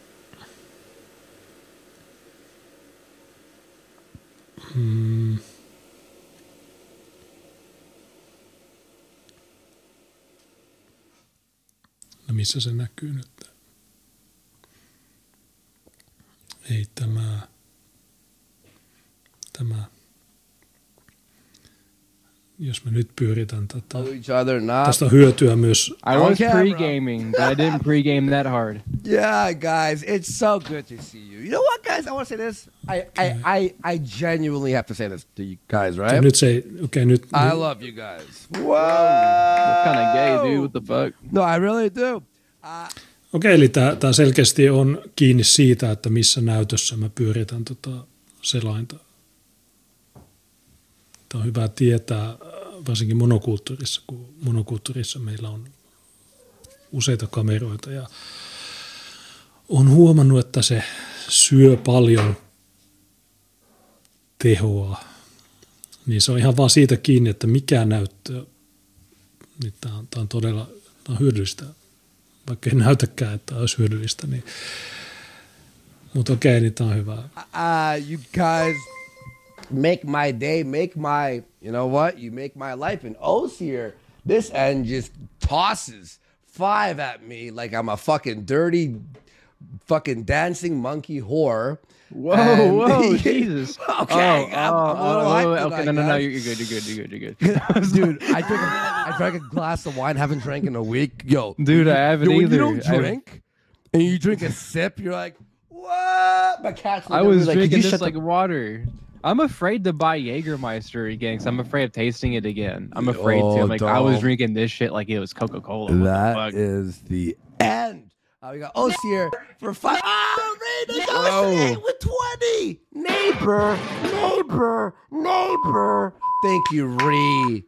no missä se näkyy nyt? Ei tämä. Jos mä nyt pyöritän tätä. Tästä on hyötyä myös. I was pre-gaming, but I didn't pre-game that hard. Yeah, guys, it's so good to see you. You know what, guys? I want to say this. I genuinely have to say this to you guys, right? Nyt se, nyt. I love you guys. Whoa! That's kind of gay, dude. What the fuck? No, I really do. Okei, eli tää selkeästi on kiinni siitä, että missä näytössä mä pyöritän selainta. Tämä on hyvä tietää, varsinkin monokulttuurissa, kun monokulttuurissa meillä on useita kameroita ja on huomannut, että se syö paljon tehoa. Niin se on ihan vaan siitä kiinni, että mikä näyttö, niin tämä on todella hyödyllistä, vaikka ei näytäkään, että olisi hyödyllistä. Niin. Mutta okei, niin tämä on hyvä. You guys... make my day, make my, you know what? You make my life. And O's here, this end just tosses 5 at me like I'm a fucking dirty, fucking dancing monkey whore. Whoa, Jesus. Okay, I'm a little hyped okay, tonight, no, guys. you're good. Dude, I drank a glass of wine, haven't drank in a week. Yo. Dude, I haven't either. When you don't drink, and you drink a sip, you're like, what? My cat's I was drinking this like water. I'm afraid to buy Jägermeister again because I'm afraid of tasting it again. I'm afraid to. Like I was drinking this shit like it was Coca-Cola. That is the end We got Osier for 5. Oh, Ray negotiate with 20. Neighbor. Thank you, Ree.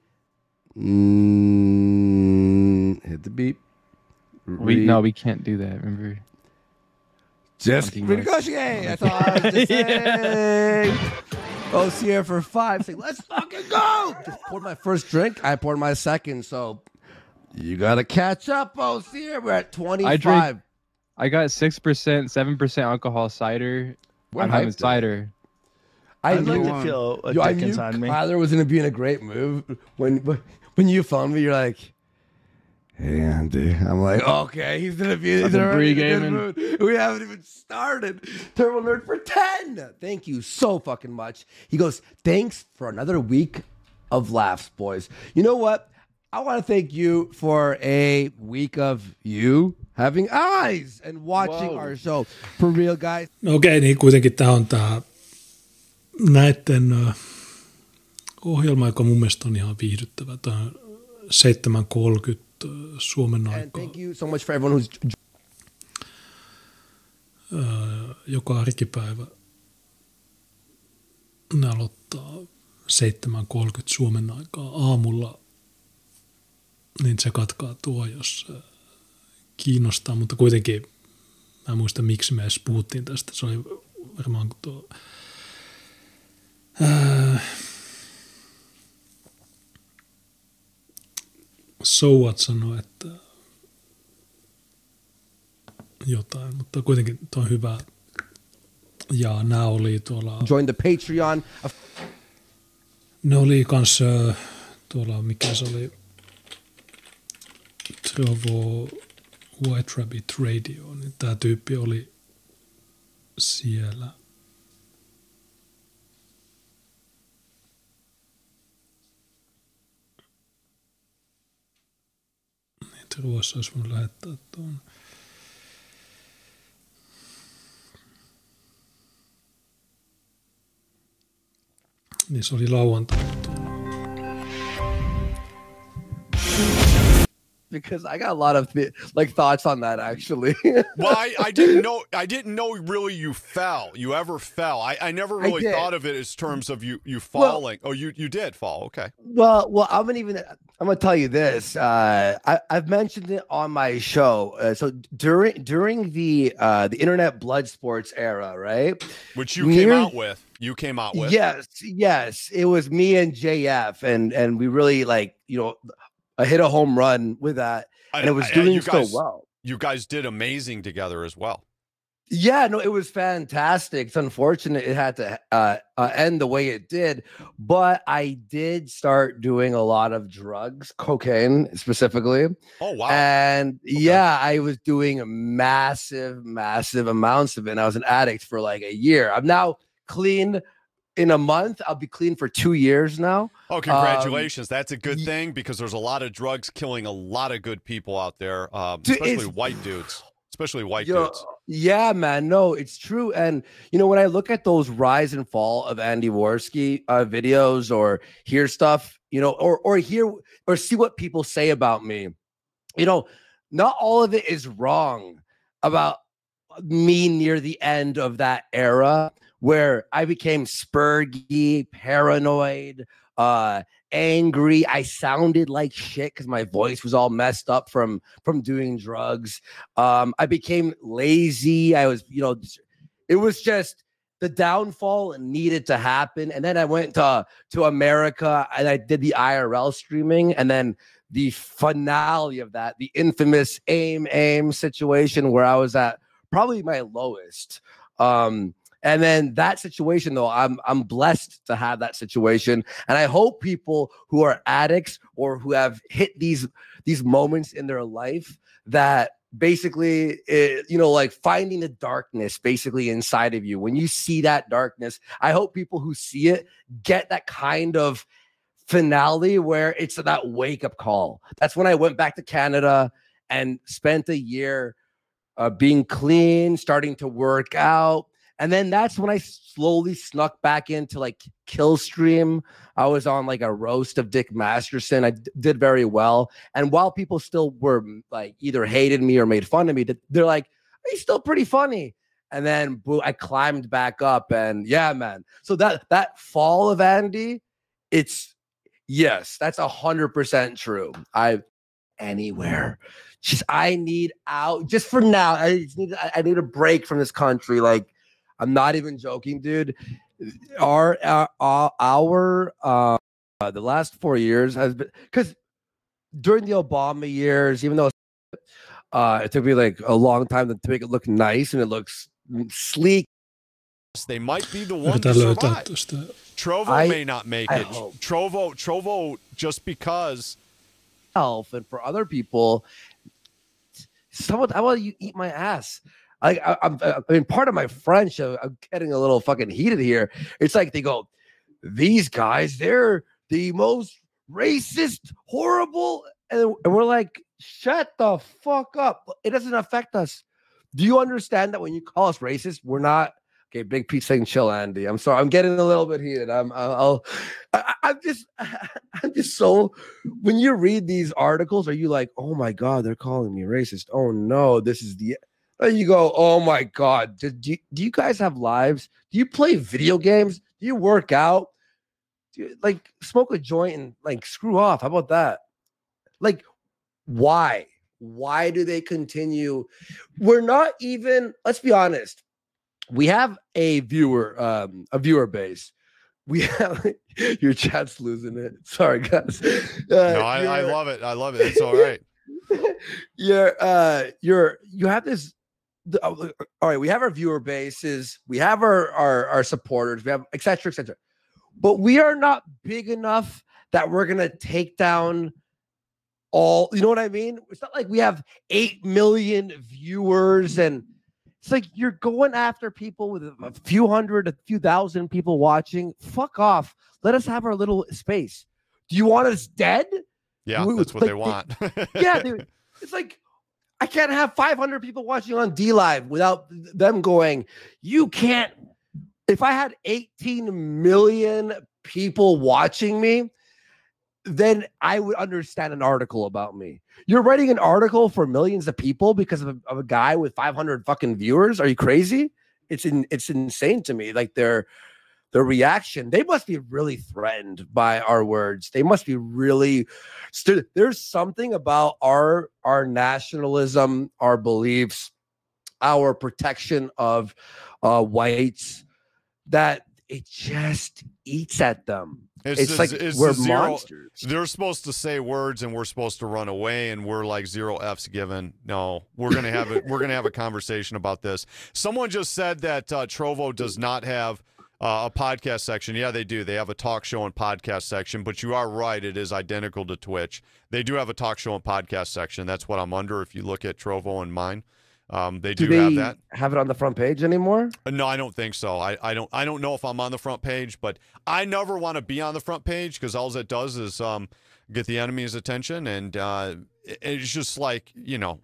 Hit the beep. We can't do that. Remember? Just renegotiate. That's all I was just saying. Osier for 5. Say, let's fucking go. Just poured my first drink. I poured my second. So you got to catch up, Osier. We're at 25. I got 6%, 7% alcohol cider. I'm having cider. I'd like to feel a Dickens on me. Tyler was going to be in a great mood. When you phoned me, you're like, hey, Andy. I'm like, okay, he's going to be in a good mood. We haven't even started. Turbo Nerd for 10. Thank you so fucking much. He goes, thanks for another week of laughs, boys. You know what? I want to thank you for a week of you having eyes and watching our show. For real, guys. Okei, niin kuitenkin tämä on tämä näiden ohjelma, joka mun mielestä on ihan viihdyttävä. Tämä on 7.30 Suomen aikaa. Thank you so much for everyone who's joka arkipäivä ne aloittaa 7.30 Suomen aikaa aamulla, niin se katkaa tuo, jos kiinnostaa, mutta kuitenkin mä en muista, miksi me edes puhuttiin tästä. Se oli varmaan tuo Souat sanoi, että jotain, mutta kuitenkin tuo on hyvä. Ja nämä oli tuolla... Join the Patreon. Ne oli kans tuolla, mikä se oli, Trovo White Rabbit Radio, niin tämä tyyppi oli siellä. Niin Trovossa olisi voinut lähettää tuon. Niin se oli lauantaina. Because I got a lot of thoughts on that actually. Well, I didn't know really you fell. You ever fell? I never really thought of it as terms of you falling. Well, you did fall. Okay. Well, I'm gonna tell you this. I've mentioned it on my show. So during the internet blood sports era, right? Which you came out with. Yes. It was me and JF, and we really I hit a home run with that, and it was doing so well. You guys did amazing together as well. Yeah, no, it was fantastic. It's unfortunate it had to end the way it did, but I did start doing a lot of drugs, cocaine specifically. Oh, wow. And yeah, I was doing massive amounts of it, and I was an addict for like a year. I'm now clean. In a month, I'll be clean for 2 years now. Oh, congratulations. That's a good thing because there's a lot of drugs killing a lot of good people out there, especially white dudes. Dudes. Yeah, man. No, it's true. And, when I look at those rise and fall of Andy Worski videos or hear stuff, or hear or see what people say about me, not all of it is wrong about me near the end of that era, where I became spurgy, paranoid, angry. I sounded like shit because my voice was all messed up from doing drugs. I became lazy. I was, it was just the downfall needed to happen. And then I went to America and I did the IRL streaming. And then the finale of that, the infamous AIM situation where I was at probably my lowest. And then that situation, though, I'm blessed to have that situation. And I hope people who are addicts or who have hit these moments in their life that basically, like finding the darkness basically inside of you. When you see that darkness, I hope people who see it get that kind of finale where it's that wake-up call. That's when I went back to Canada and spent a year being clean, starting to work out. And then that's when I slowly snuck back into like Killstream. I was on like a roast of Dick Masterson. I did very well. And while people still were like either hated me or made fun of me, they're like, he's still pretty funny. And then I climbed back up, and yeah, man. So that fall of Andy, it's yes, that's 100% true. Anywhere. I need out just for now. I need a break from this country. Like, I'm not even joking, dude. The last 4 years has been, because during the Obama years, even though it took me like a long time to make it look nice and it looks sleek. They might be the one to survive. Trovo may not make it. Trovo, just because. And for other people, I want you eat my ass. I mean, part of my French, I'm getting a little fucking heated here. It's like they go, these guys, they're the most racist, horrible. And we're like, shut the fuck up. It doesn't affect us. Do you understand that when you call us racist, we're not? Okay, Big Pete saying chill, Andy. I'm sorry. I'm getting a little bit heated. I'm just so, when you read these articles, are you like, oh my God, they're calling me racist. Oh no, this is the, and you go, oh my God. Do you guys have lives? Do you play video games? Do you work out? Do you, like, smoke a joint and like screw off? How about that? Like, why? Why do they continue? We're not even, let's be honest. We have a viewer base. We have your chat's losing it. Sorry, guys. No, I love it. I love it. It's all right. You have this. All right, we have our viewer bases. We have our supporters. We have et cetera, et cetera. But we are not big enough that we're gonna take down all. You know what I mean? It's not like we have 8 million viewers and. It's like you're going after people with a few hundred, a few thousand people watching. Fuck off. Let us have our little space. Do you want us dead? Yeah, that's what they want. Yeah, dude. It's like I can't have 500 people watching on DLive without them going, you can't. If I had 18 million people watching me, then I would understand an article about me. You're writing an article for millions of people because of a guy with 500 fucking viewers. Are you crazy? It's insane to me. Like their reaction, they must be really threatened by our words. They must be really. There's something about our nationalism, our beliefs, our protection of whites that it just eats at them. It's like we're monsters. They're supposed to say words, and we're supposed to run away, and we're like 0 F's given. No, we're gonna have it. We're gonna have a conversation about this. Someone just said that Trovo does not have a podcast section. Yeah, they do. They have a talk show and podcast section. But you are right; it is identical to Twitch. They do have a talk show and podcast section. That's what I'm under. If you look at Trovo and mine. They do have that. Have it on the front page anymore? No, I don't think so. I don't know if I'm on the front page, but I never want to be on the front page because all it does is get the enemy's attention, and it's just like, you know,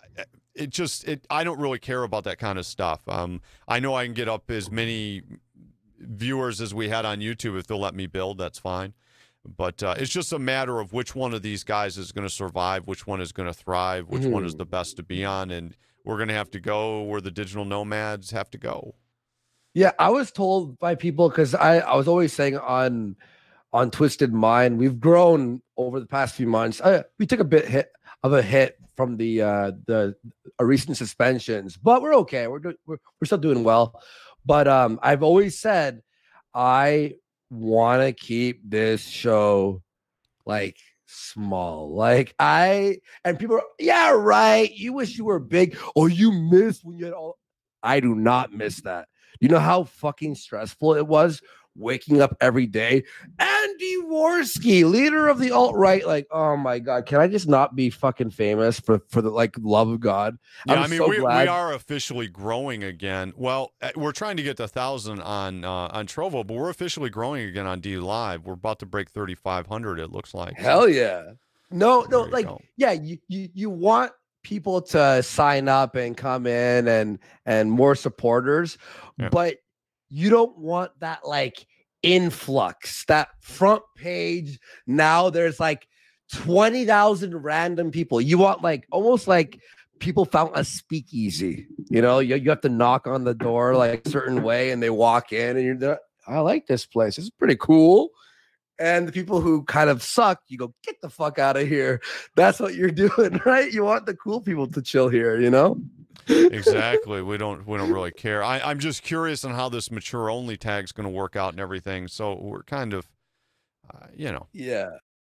I don't really care about that kind of stuff. I know I can get up as many viewers as we had on YouTube if they'll let me build. That's fine. But it's just a matter of which one of these guys is going to survive, which one is going to thrive, which one is the best to be on, and we're going to have to go where the digital nomads have to go. Yeah, I was told by people, because I was always saying on Twisted Mind, we've grown over the past few months. We took a hit from the recent suspensions, but we're okay. We're still doing well. But I've always said I want to keep this show like small. Like and people are, yeah, right. You wish you were big, or you missed when you had all. I do not miss that. You know how fucking stressful it was waking up every day. Andy Warski, leader of the alt-right, like, oh my God, can I just not be fucking famous for the like love of God? Yeah, I mean, we are officially growing again. Well, we're trying to get to 1,000 on Trovo, but we're officially growing again on DLive. We're about to break 3,500. It looks like. Hell yeah! No, like, yeah, you want people to sign up and come in and more supporters, but you don't want that like influx, that front page. Now there's like 20,000 random people. You want like almost like people found a speakeasy. You know, you have to knock on the door like a certain way and they walk in and you're there. I like this place. This is pretty cool. And the people who kind of suck, you go, get the fuck out of here. That's what you're doing, right? You want the cool people to chill here, you know? Exactly. We don't really care. I'm just curious on how this mature only tag's going to work out and everything. So we're kind of, you know. Yeah.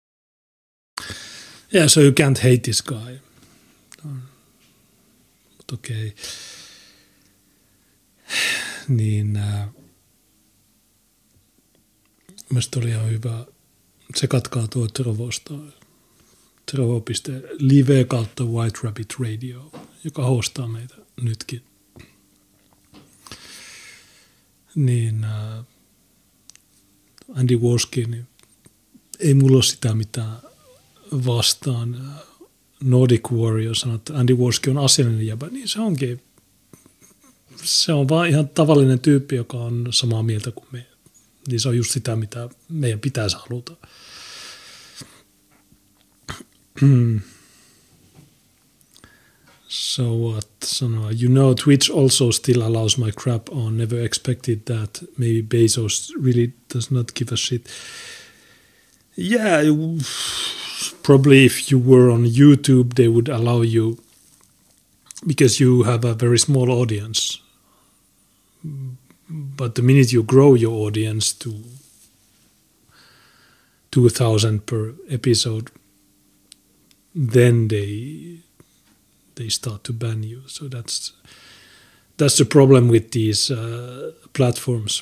Yeah, so you can't hate this guy. But okay. Niin mielestäni oli ihan hyvä. Tsekatkaa tuo Trovosta. Trovo.live kautta White Rabbit Radio, joka hostaa meitä nytkin. Niin Andy Woski, niin ei mulla ole sitä mitään vastaan. Nordic Warrior sanoi, että Andy Woski on asiallinen jäbä, niin se onkin. Se on vaan ihan tavallinen tyyppi, joka on samaa mieltä kuin me. Niin se on just sitä, mitä meidän pitäisi haluta. So what? You know, Twitch also still allows my crap on. Never expected that. Maybe Bezos really does not give a shit. Yeah, probably if you were on YouTube, they would allow you because you have a very small audience. But the minute you grow your audience to 2,000 per episode, then they start to ban you. So that's the problem with these platforms.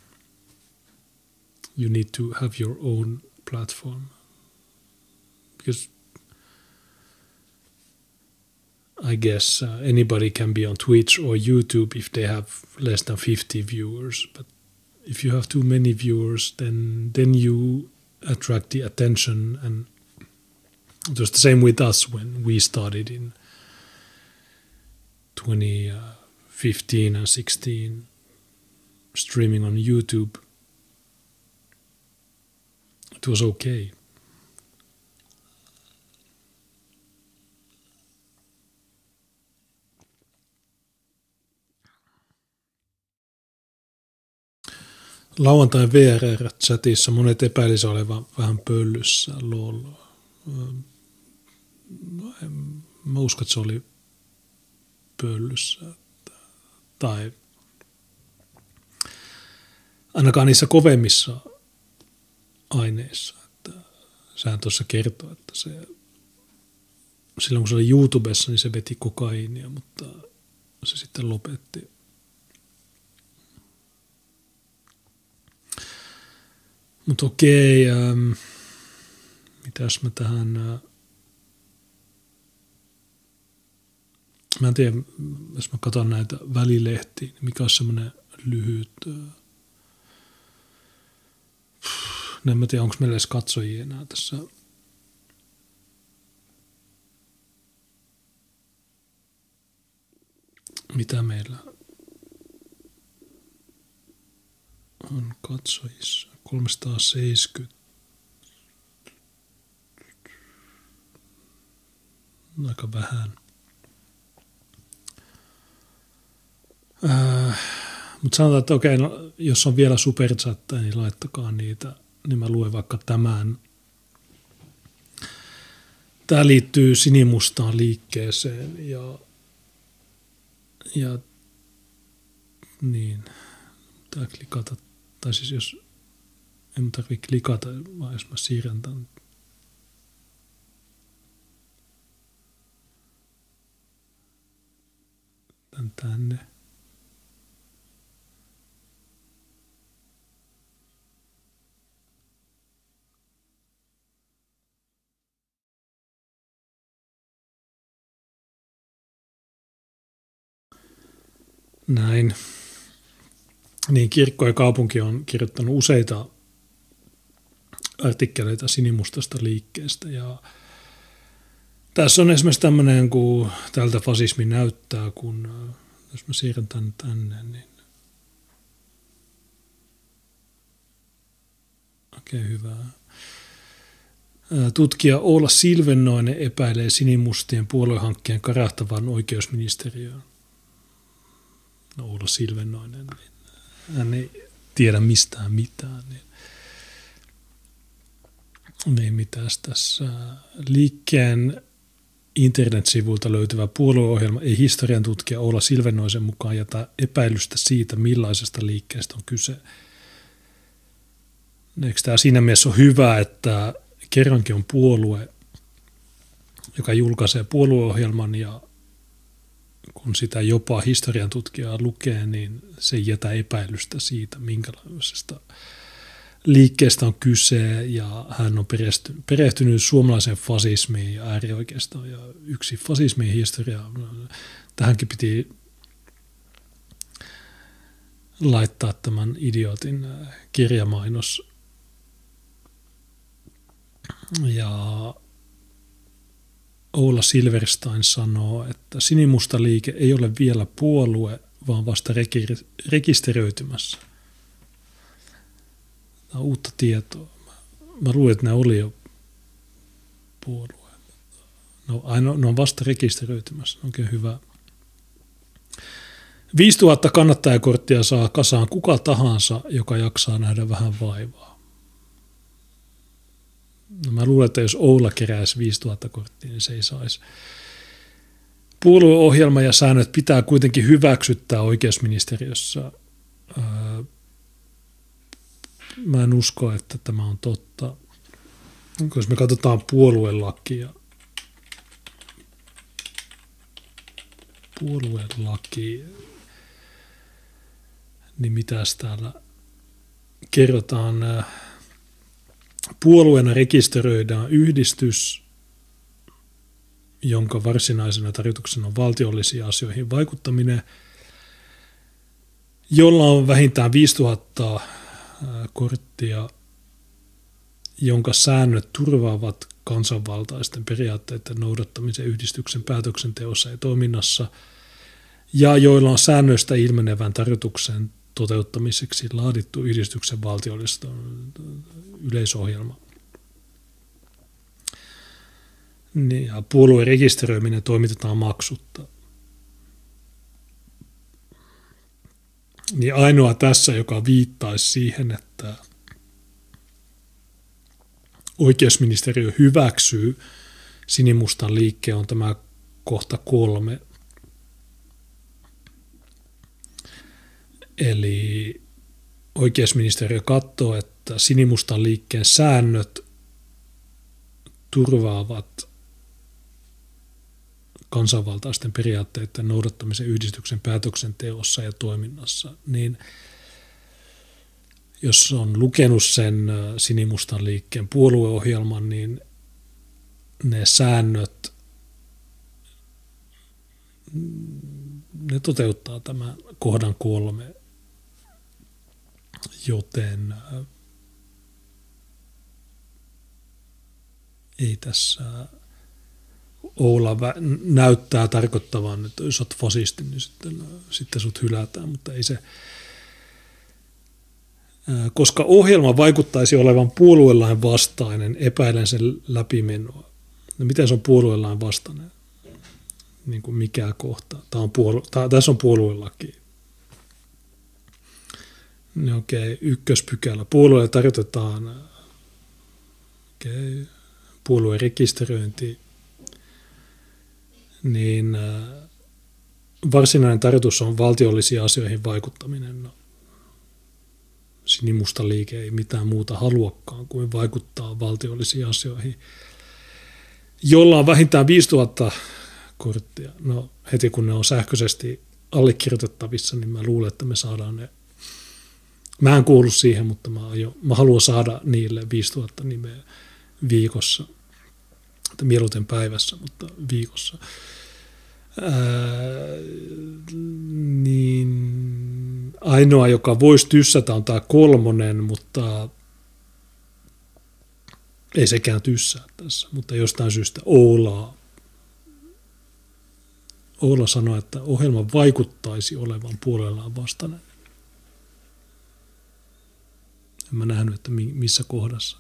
You need to have your own platform because I guess anybody can be on Twitch or YouTube if they have less than 50 viewers. But if you have too many viewers, then you attract the attention. And it was the same with us when we started in 2015 and 16 streaming on YouTube. It was okay. Lauantain VRR-chatissa monet epäilisi olevan vähän pöllyssä, lol. Mä uskon, että se oli pöllyssä. Tai ainakaan niissä kovemmissa aineissa. Että sehän tuossa kertoo, että se, silloin kun se oli YouTubessa, niin se veti kokaiinia, mutta se sitten lopetti. Mutta okei, mitäs mä tähän, mä en tiedä, jos mä katson näitä välilehtiä, niin mikä on semmoinen lyhyt, en mä tiedä, onko meillä edes katsojia enää tässä. Mitä meillä on katsojissa? 370. Aika vähän. Mutta sanotaan, että okei, no, jos on vielä superchatteja, niin laittakaa niitä. Niin mä luen vaikka tämän. Tämä liittyy sinimustaan liikkeeseen ja niin. Tää klikata. Tai siis jos en tarvitse klikata, vaan jos mä siirrän tämän. Tän tänne. Näin. Niin, Kirkko ja kaupunki on kirjoittanut useita artikkeleita sinimustasta liikkeestä ja Tässä on esimerkiksi tämmöinen, kun tältä fasismi näyttää, kun jos mä siirrän tänne, niin okei, hyvä. Tutkija Oula Silvennoinen epäilee sinimustien puoluehankkeen karahtavan oikeusministeriöön. No, Oula Silvennoinen, niin hän ei tiedä mistään mitään. Niin mitäs tässä liikkeen internetsivuilta löytyvä puolueohjelma ei historian tutkija Oula Silvennoisen mukaan jätä epäilystä siitä, millaisesta liikkeestä on kyse. Eikö tämä siinä mielessä ole hyvä, että kerrankin on puolue, joka julkaisee puolueohjelman ja kun sitä jopa historian tutkijaa lukee, niin se ei jätä epäilystä siitä, minkälaisesta liikkeestä on kyse, ja hän on perehtynyt suomalaisen fasismiin ja äärioikeistoon, ja yksi fasismin historia, tähänkin piti laittaa tämän idiotin kirjamainos, ja Oula Silverstein sanoo, että sinimusta liike ei ole vielä puolue, vaan vasta rekisteröitymässä. Tämä on uutta tietoa. Mä luulen, että ne oli jo puolue. Ne on vasta rekisteröitymässä. Oikein hyvä. 5000 kannattajakorttia saa kasaan kuka tahansa, joka jaksaa nähdä vähän vaivaa. No mä luulen, että jos Oula keräisi 5000 korttia, niin se ei saisi. Puolueohjelma ja säännöt pitää kuitenkin hyväksyttää oikeusministeriössä. Mä en usko, että tämä on totta. Jos me katsotaan puoluelaki, niin mitäs täällä kerrotaan? Puolueena rekisteröidään yhdistys, jonka varsinaisena tarkoituksena on valtiollisiin asioihin vaikuttaminen, jolla on vähintään 5000 korttia, jonka säännöt turvaavat kansanvaltaisten periaatteiden noudattamisen yhdistyksen päätöksenteossa ja toiminnassa, ja joilla on säännöistä ilmenevän tarkoituksen toteuttamiseksi laadittu yhdistyksen valtiollista yleisohjelma. Ja puolueen rekisteröiminen toimitetaan maksutta. Niin ainoa tässä, joka viittaisi siihen, että oikeusministeriö hyväksyy sinimustan liikkeen, on tämä kohta 3. Eli oikeusministeriö katsoo, että sinimustan liikkeen säännöt turvaavat kansanvaltaisten periaatteiden noudattamisen yhdistyksen päätöksenteossa ja toiminnassa, niin jos on lukenut sen sinimustan liikkeen puolueohjelman, niin ne säännöt, ne toteuttaa tämän kohdan 3, joten ei tässä Oula näyttää tarkoittavan, että jos olet fasisti, niin sitten sut hylätään, mutta ei se. Koska ohjelma vaikuttaisi olevan puoluelain vastainen, epäilen sen läpimenoa. No miten se on puoluelain vastainen? Niin kuin mikä kohta? Tässä on puoluelaki. No okei, 1. pykälä. Puolueelle tarjotetaan puolueen rekisteröinti, niin varsinainen tarkoitus on valtiollisiin asioihin vaikuttaminen. No, sinimusta liike ei mitään muuta haluakaan kuin vaikuttaa valtiollisiin asioihin, jolla on vähintään 5000 korttia. No heti kun ne on sähköisesti allekirjoitettavissa, niin mä luulen, että me saadaan ne. Mä en kuulu siihen, mutta mä haluan saada niille 5000 nimeä viikossa. Mieluiten päivässä, mutta viikossa. Niin ainoa, joka voisi tyssätä, on tämä 3, mutta ei sekään tyssää tässä. Mutta jostain syystä Oulaa Oula sanoi, että ohjelma vaikuttaisi olevan puolellaan vastainen. En mä nähnyt, että missä kohdassa.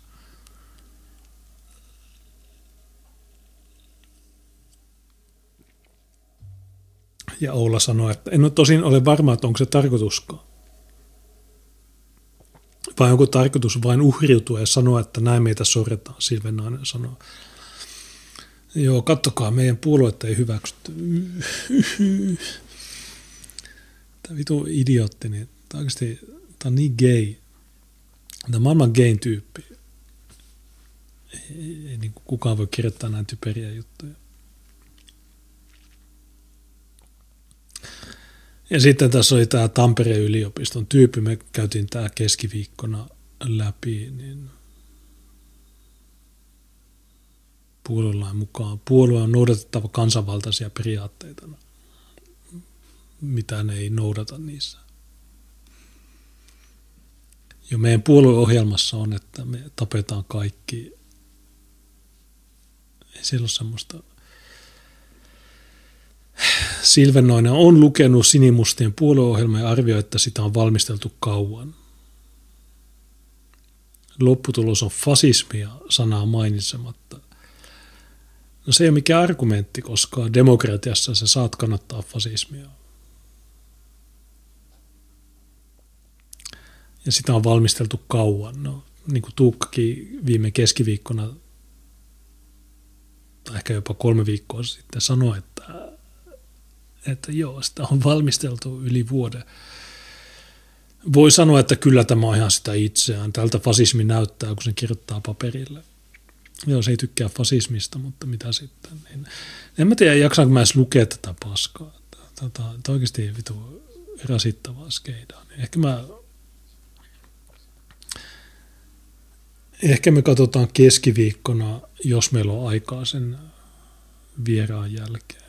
Ja Oula sanoi, että en tosin ole varma, että onko se tarkoituskaan. Vai onko tarkoitus vain uhriutua ja sanoa, että näin meitä sorretaan, Silvenainen sanoi. Joo, kattokaa, meidän puolueetta ei hyväksytty. Tämä vitu idiootti, niin tämä on niin gay. Tämä on maailman gayn tyyppi. Ei niin kukaan voi kirjoittaa näin typeriä juttuja. Ja sitten tässä oli tämä Tampereen yliopiston tyyppi. Me käytiin tämä keskiviikkona läpi, niin puoluelain mukaan puolue on noudatettava kansanvaltaisia periaatteita, mitä ne ei noudata niissä. Jo meidän puolueohjelmassa on, että me tapetaan kaikki. Ei siellä ole semmoista. Silvennoinen on lukenut sinimustien puolueohjelmaa ja arvioi, että sitä on valmisteltu kauan. Lopputulos on fasismia sanaa mainitsematta. No se ei ole mikään argumentti, koska demokratiassa sä saat kannattaa fasismia. Ja sitä on valmisteltu kauan. No, niin kuin Tuukkakin viime keskiviikkona, tai ehkä jopa 3 viikkoa sitten sanoi, että joo, sitä on valmisteltu yli vuoden. Voi sanoa, että kyllä tämä on ihan sitä itseään. Tältä fasismi näyttää, kun se kirjoittaa paperille. Joo, se ei tykkää fasismista, mutta mitä sitten? Niin, en mä tiedä, jaksaanko mä edes lukea tätä paskaa. Tämä on oikeasti vitu rasittavaa skeidaa. Ehkä me katsotaan keskiviikkona, jos meillä on aikaa sen vieraan jälkeen.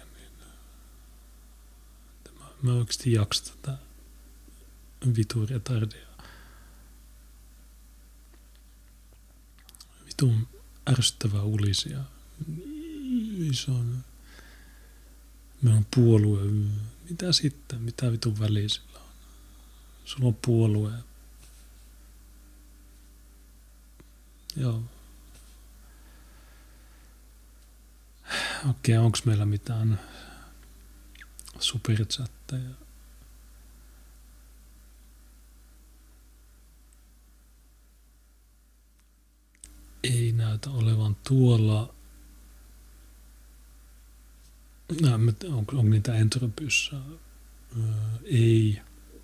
Niin mä oikeasti jaksa tätä vitu retardia. Vitun ärsyttävää ulisia. Meillä on puolue. Mitä sitten? Mitä vitun väliä sillä on? Sulla on puolue. Joo. Okei, onko meillä mitään superchatteja? Ei näytä olevan tuolla. Onko niitä entropyssä? Ei.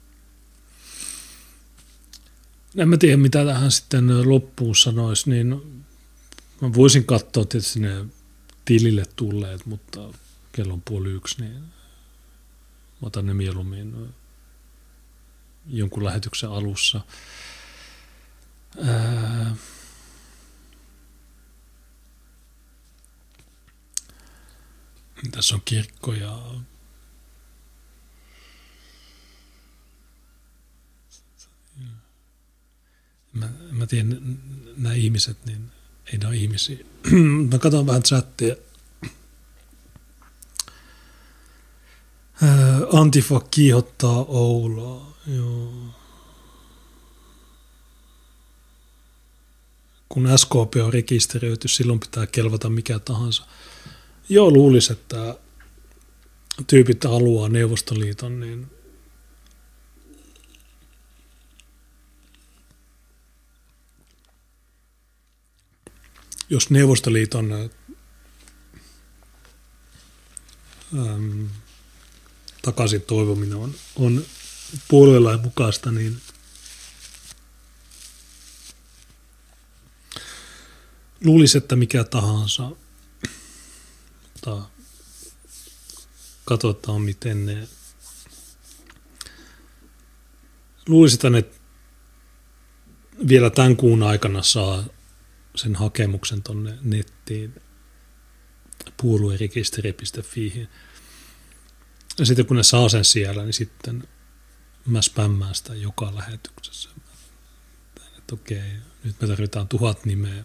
En mä tiedä, mitä tähän sitten loppuun sanoisi, niin mä voisin katsoa tietysti ne tilille tulleet, mutta kello on 12:30, niin mä otan ne mieluummin jonkun lähetyksen alussa. Tässä on kirkko ja mä tiedän, nämä ihmiset, niin ei ne ole ihmisiä. Mä katson vähän chattia. Antifa kiihottaa Oulaa. Joo. Kun SKP on rekisteröity, silloin pitää kelvata mikä tahansa. Joo, luulisi, että tyypit haluaa Neuvostoliiton, niin jos Neuvostoliiton takaisin toivominen on puoluelain mukaista, niin luulisi, että mikä tahansa. Mutta katsotaan, miten ne luulisi, että ne vielä tämän kuun aikana saa sen hakemuksen tonne nettiin puoluerekisteri.fi. Ja sitten kun ne saa sen siellä, niin sitten mä spämmään sitä joka lähetyksessä. Että okei, nyt me tarvitaan 1000 nimeä.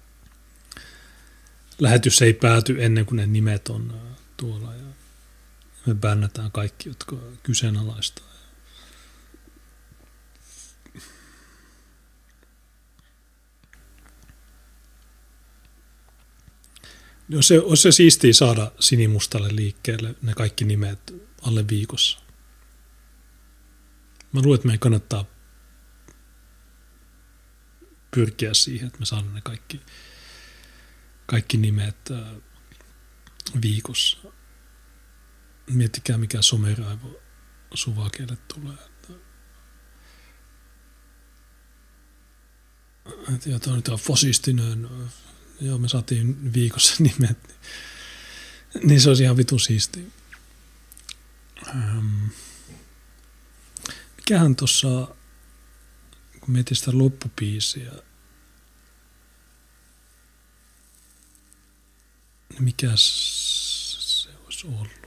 Lähetys ei pääty ennen kuin ne nimet on tuolla. Me bännätään kaikki, jotka kyseenalaistaa. Olisi se siistiä saada sinimustalle liikkeelle ne kaikki nimet alle viikossa. Mä luulen, että meidän kannattaa pyrkiä siihen, että me saadaan ne kaikki nimet viikossa. Miettikää, mikä someraivo Suvakeelle tulee. Ja tämä on nyt fasistinen. Joo, me saatiin viikossa nimet. Niin se olisi ihan vitun siistiä. Mikähän tuossa, kun mietin sitä loppubiisiä, niin mikä se olisi ollut?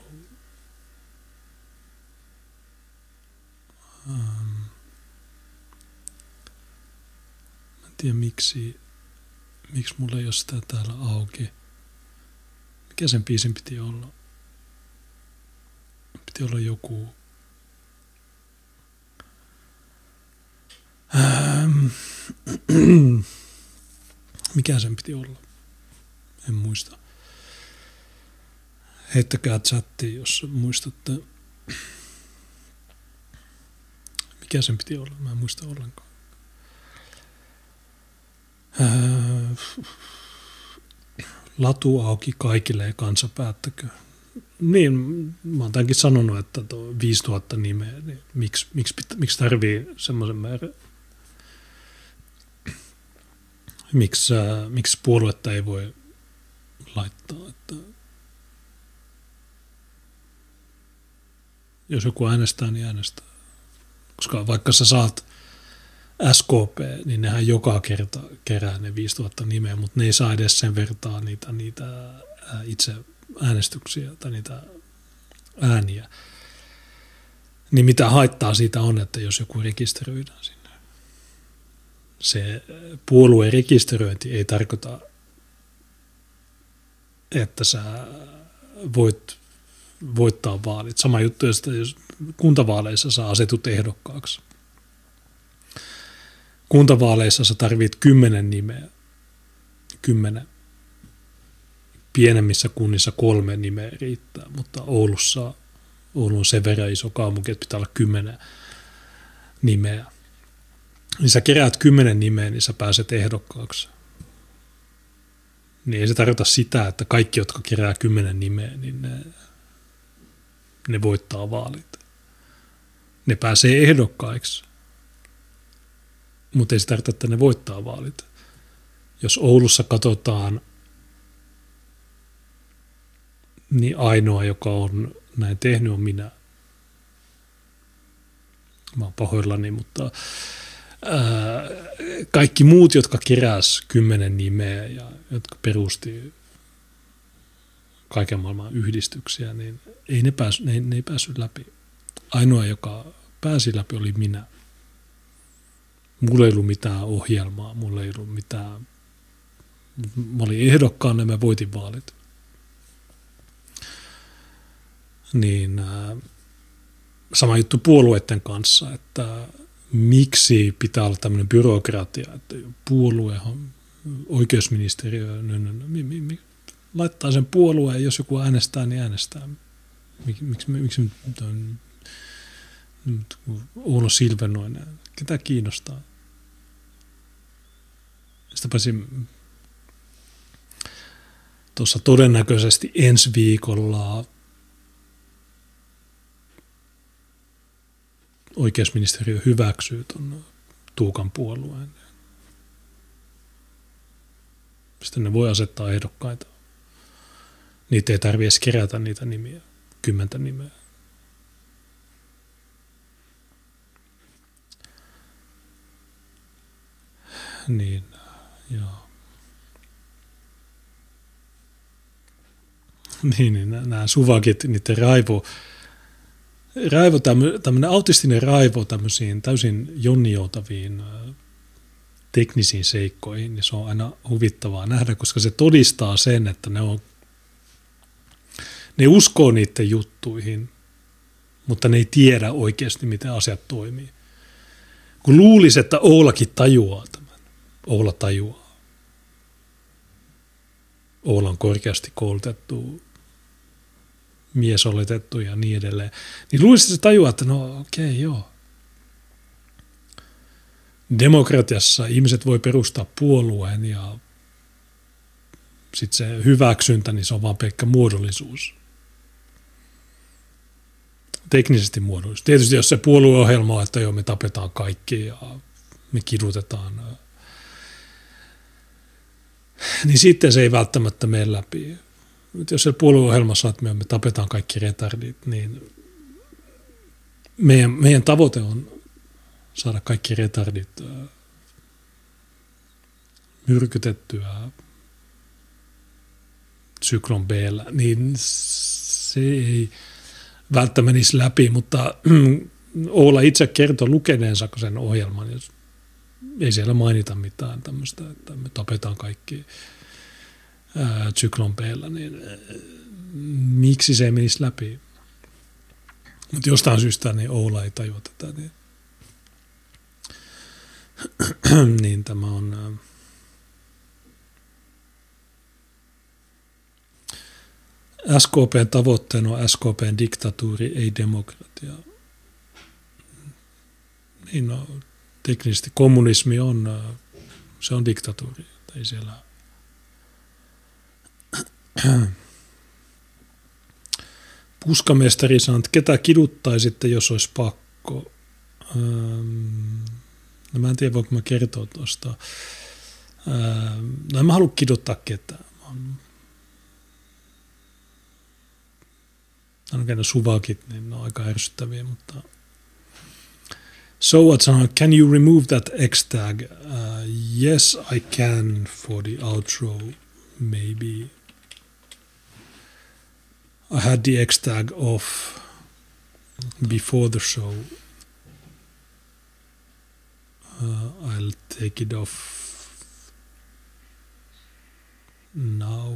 Mä en tiedä miksi mulla ei ole sitä täällä auki. Mikä sen biisin piti olla? Piti olla joku... Mikä sen piti olla? En muista. Heittäkää chattiin, jos muistatte. Mikä sen piti olla? Mä en muista ollenkaan. Latu auki kaikille ja kansa päättäkö. Niin, mä oon tämänkin sanonut, että 5000 nimeä, niin miksi tarvii semmoisen määrän? Miksi puoluetta ei voi laittaa? Että jos joku äänestää, niin äänestää. Koska vaikka sä saat SKP, niin nehän joka kerta kerää ne 5000 nimeä, mutta ne ei saa edes sen vertaa niitä itse äänestyksiä tai niitä ääniä. Niin mitä haittaa siitä on, että jos joku rekisteröidään sinne. Se puolueen rekisteröinti ei tarkoita, että sä voit voittaa vaalit. Sama juttu, jos kuntavaaleissa sä asetut ehdokkaaksi. Kuntavaaleissa sä tarvit 10 nimeä. 10. Pienemmissä kunnissa 3 nimeä riittää, mutta Oulu on sen verran iso kaupunki, että pitää olla 10 nimeä. Niin sä keräät 10 nimeä, niin sä pääset ehdokkaaksi. Niin ei se tarkoita sitä, että kaikki, jotka kerää 10 nimeä, niin ne voittaa vaalit. Ne pääsee ehdokkaiksi, mutta ei se tarkoita, että ne voittaa vaalit. Jos Oulussa katsotaan, niin ainoa, joka on näin tehnyt, on minä. Mä oon pahoillani, mutta kaikki muut, jotka keräs 10 nimeä ja jotka perusti kaiken maailman yhdistyksiä, niin ne ei päässyt läpi. Ainoa, joka pääsi läpi, oli minä. Mulla ei ollut mitään ohjelmaa, mulla ei ollut mitään. Mä olin ehdokkaana ja mä voitin vaalit. Niin sama juttu puolueiden kanssa, että miksi pitää olla tämmöinen byrokratia, että puoluehan, oikeusministeriö, laittaa sen puolueen, jos joku äänestää, niin äänestää. Miksi Oulu Silvenoinen, ketä kiinnostaa? Sitä paitsi tuossa todennäköisesti ensi viikolla oikeusministeriö hyväksyy tuon Tuukan puolueen. Sitten ne voi asettaa ehdokkaita. Niitä ei tarvitse edes kerätä niitä nimiä, 10 nimeä. Niin, joo. Niin, nämä suvakit, niiden raivo, tämmöinen autistinen raivo tämmöisiin täysin jonnijoutaviin teknisiin seikkoihin, niin se on aina huvittavaa nähdä, koska se todistaa sen, että Ne uskoo niiden juttuihin, mutta ne ei tiedä oikeasti, miten asiat toimii. Kun luulisi, että Oulakin tajuaa tämän. Oula tajuaa. Oula on korkeasti koulutettu, miesoletettu ja niin edelleen. Niin luulisi, että se tajuaa, että no okei, joo. Demokratiassa ihmiset voi perustaa puolueen ja sitten se hyväksyntä, niin se on vaan pelkkä muodollisuus. Teknisesti muodollisuus. Tietysti jos se puolueohjelma on, että joo, me tapetaan kaikki ja me kidutetaan, niin sitten se ei välttämättä mene läpi. Jos se puolueohjelmassa on, että me tapetaan kaikki retardit, niin meidän tavoite on saada kaikki retardit myrkytettyä syklon B:llä, niin se ei välttämättä menisi läpi, mutta Oula itse kertoi lukeneensa sen ohjelman, jos ei siellä mainita mitään tämmöistä, että me tapetaan kaikki syklon B:llä, niin miksi se ei menisi läpi? Mutta jostain syystä niin Oula ei tajua tätä, niin tämä on SKP:n tavoitteena on SKP:n diktatuuri, ei demokratia. Niin no, teknisesti kommunismi on, se on diktatuuri, ei siellä. Puskamestari sanoo, että ketä kiduttaisitte, jos olisi pakko. No mä en tiedä, voinko mä kertoa tuosta. No en mä halua kiduttaa ketään. Ainakin suvakit, niin ne on aika ärsyttäviä, mutta So what sanoo, can you remove that X tag? Yes, I can for the outro, maybe. I had the X tag off before the show. I'll take it off now.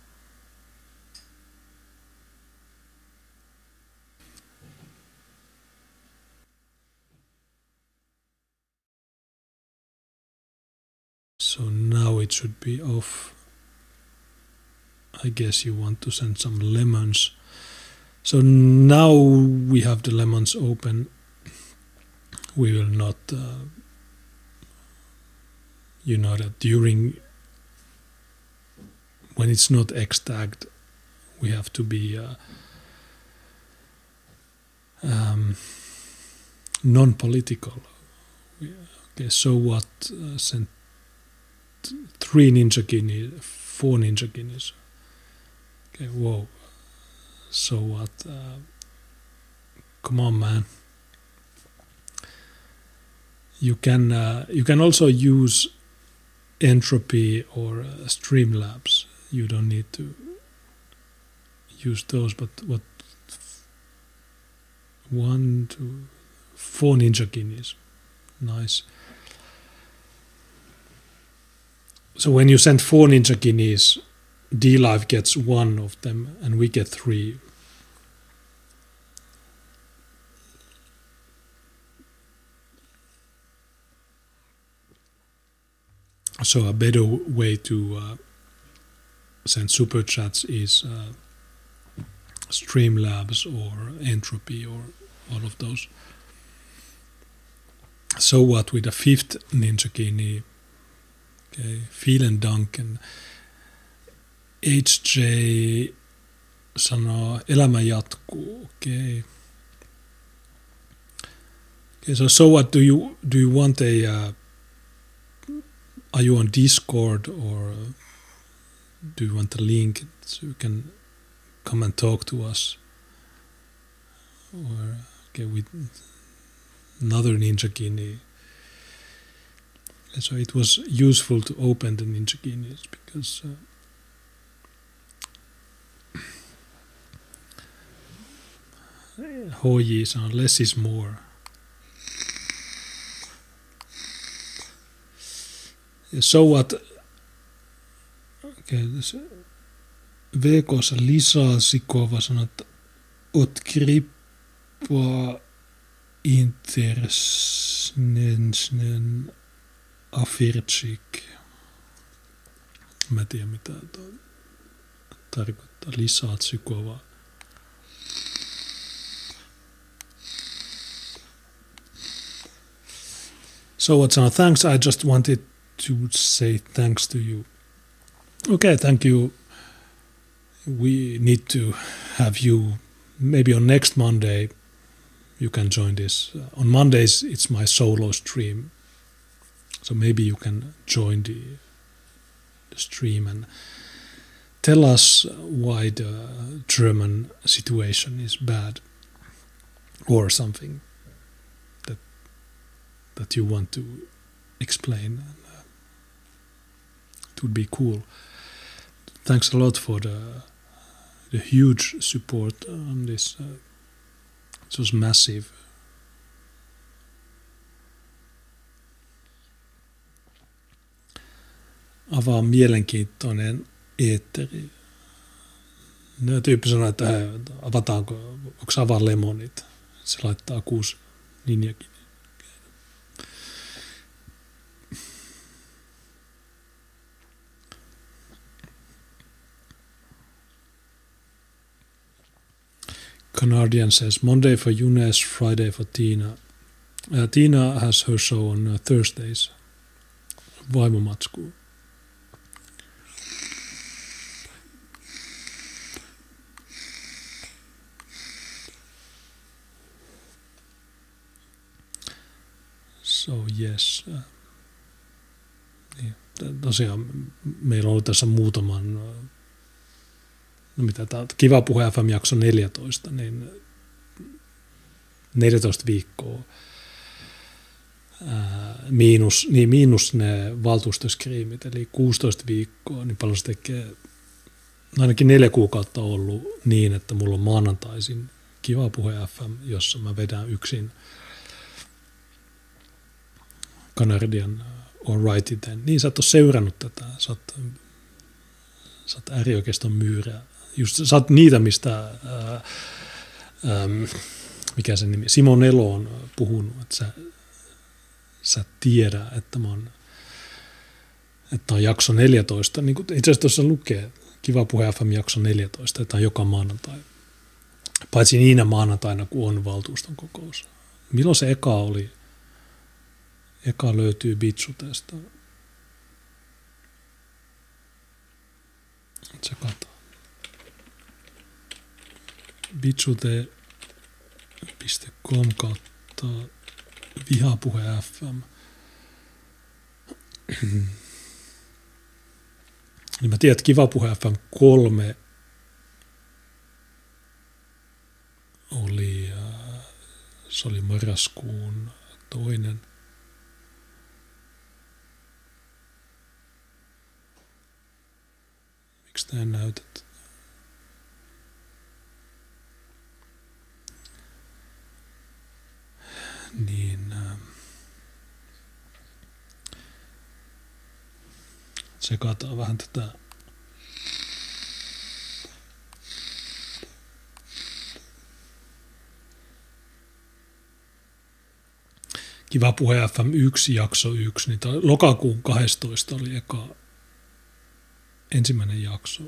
So now it should be off. I guess you want to send some lemons. So now we have the lemons open. We will not, you know that during, when it's not X-tagged, we have to be non-political. Okay, so what, sent 3 ninja guineas, 4 ninja guineas. Okay, whoa. So what? Come on, man. You can also use Entropy or Streamlabs. You don't need to use those, but what? 1, 2, 4 ninja guineas. Nice. So when you send 4 ninja guineas, D-Live gets 1 of them and we get 3. So a better way to send super chats is Streamlabs or Entropy or all of those. So what with the 5th ninja guinea? Okay, vielen Danken. HJ sanoo, elämä jatkuu. Okay. Okay, so what do you want a are you on Discord or do you want a link so you can come and talk to us? Or okay, with another ninja guinea. So it was useful to open the ninja guineas because Hoyi said less is more. So what? Okay, VK:ssa Lisa Sikova sanoi, että ot krippa intersnensnen afirtsik. Mä en tiedä mitä tarkoittaa. Lisa Sikova. So what's on? Thanks. I just wanted to say thanks to you. Okay, thank you. We need to have you maybe on next Monday. You can join this. On Mondays, it's my solo stream. So maybe you can join the stream and tell us why the German situation is bad or something that you want to explain. It would be cool. Thanks a lot for the huge support on this. It was massive. Avaa mielenkiintoinen eetteri. No, tyyppi sanoo, että avataanko, onko avaa lemonit? Se laittaa 6 ninjakin. Canardian says Monday for Younes, Friday for Tina. Tina has her show on Thursdays. Vaimomatskuu. So yes. Niin. Tosiaan meillä on ollut tässä muutaman, no mitä tää on, Kiva Puhe FM jakso 14, niin 14 viikkoa miinus ne valtuustoskriimit, eli 16 viikkoa, niin paljon se tekee, ainakin 4 kuukautta ollut niin, että mulla on maanantaisin Kiva Puhe FM, jossa mä vedän yksin Canardian Alrighty Then. Niin sä et ole seurannut tätä, sä oot äärioikeiston myyrä. Just sä oot niitä, mistä mikä sen nimi, Simon Elo on puhunut, että sä tiedä, että on jakso 14, niin kuin itse asiassa tuossa lukee, Kiva Puhe FM jakso 14, että on joka maanantai. Paitsi niinä maanantaina, kun on valtuuston kokous. Milloin se eka oli? Eka löytyy Bitsutesta. Tsekataan. Bitsute.com kautta Vihapuhe FM. Niin mä tiedän, että Kiva Puhe FM 3 oli, se oli marraskuun 2. Miksi tää näytät? Niin, tsekataan vähän tätä. Kiva Puhe FM 1 jakso 1, niin lokakuun 12 oli ensimmäinen jakso.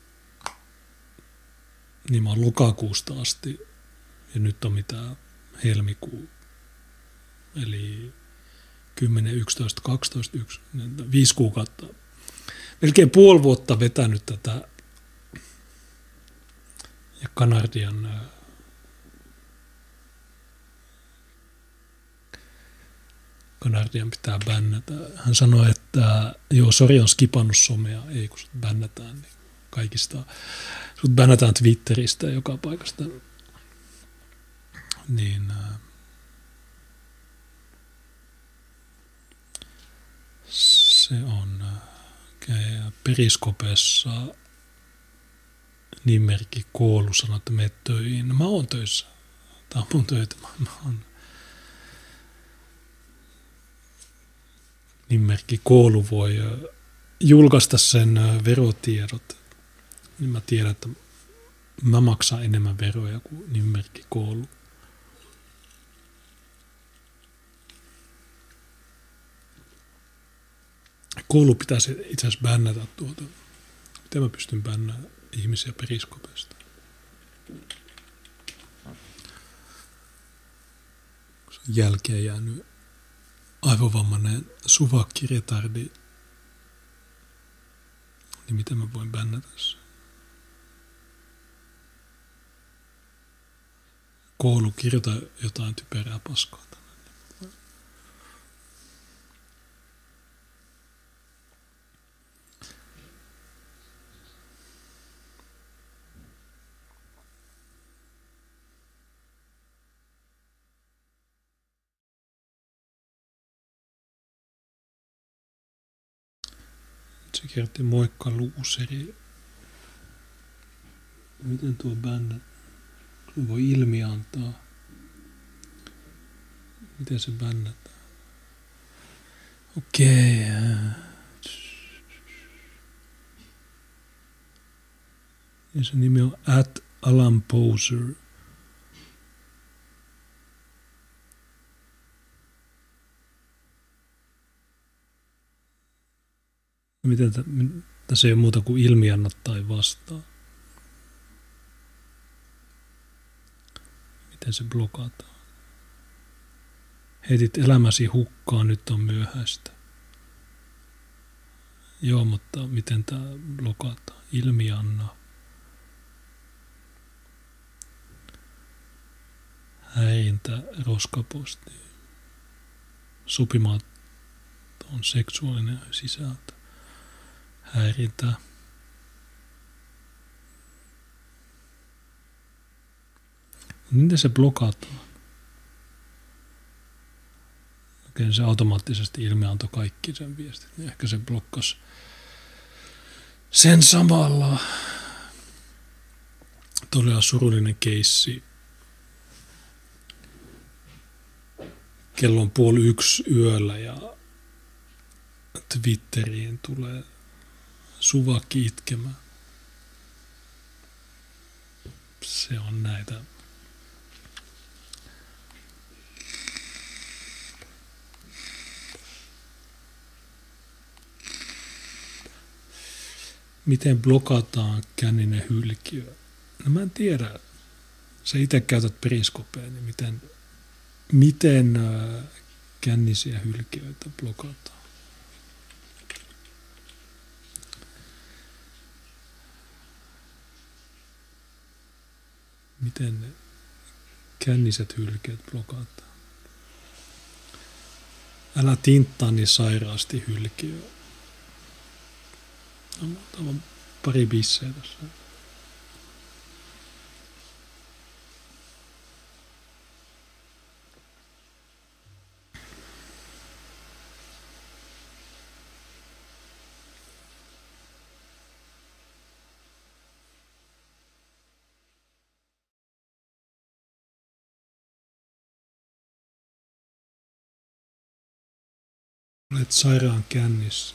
Niin mä oon lokakuusta asti ja nyt on mitä helmikuu. Eli 10, 11, 12, 1, 5 kuukautta. Melkein puoli vuotta vetänyt tätä. Ja Canardian pitää bännätä. Hän sanoi, että joo, sori on skipannut somea. Ei, kun sut bännätään, niin kaikista. Sut bännätään Twitteristä ja joka paikasta. Niin se on Periskopessa nimimerkki Koulu sanoi, että mene töihin. No, mä oon töissä. Tää on mun töitä. Mä oon. Nimimerkki Koulu voi julkaista sen verotiedot niin mä tiedän, että mä maksan enemmän veroja kuin nimimerkki Koulu. Koulu pitäisi itse asiassa bännätä tuota. Miten mä pystyn bännäämään ihmisiä Periskopesta? Kun se on jälkeen jäänyt aivovammainen suvakkiretardi, niin miten mä voin bännätä sen? Koulu, kirjoita jotain typerää paskaa tänne. Se kertoo moikka luuseri. Miten tuo bännä? Se voi ilmi antaa. Miten se bännätään? Okei. Ja se nimi on @alanposer. Miten tässä ei ole muuta kuin ilmianna tai vastaa. Miten se blokataan? Heitit elämäsi hukkaan, nyt on myöhäistä. Joo, mutta miten tämä blokataan? Ilmianna. Häirintä, roskaposti. Sopimaton seksuaalinen sisältö. Häirintä. Miten se blokataan? Okei, se automaattisesti ilmiantoi kaikki sen viestit. Niin ehkä se blokkasi sen samalla. Todella surullinen keissi. Kello on 12:30 yöllä ja Twitteriin tulee Suvakki itkemään. Se on näitä. Miten blokataan känninen hylkiö? No mä en tiedä. Sä itse käytät Periskopea, niin miten kännisiä hylkiöitä blokataan? Miten ne känniset hylkeet blokataan? Älä tinttaa niin sairaasti hylkiöä. No, täällä on pari bissejä tässä. Olet sairaan kännissä.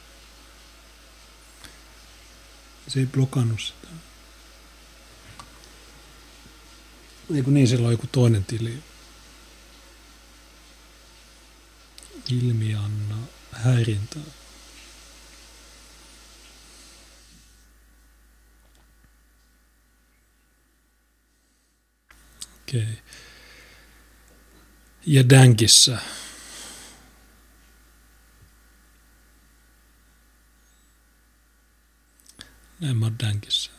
Se ei blokannut sitä. Eiku niin, sillä on joku toinen tili. Ilmianna, häirintää. Okei. Ja Dänkissä. Näin mä oon Dänkissä.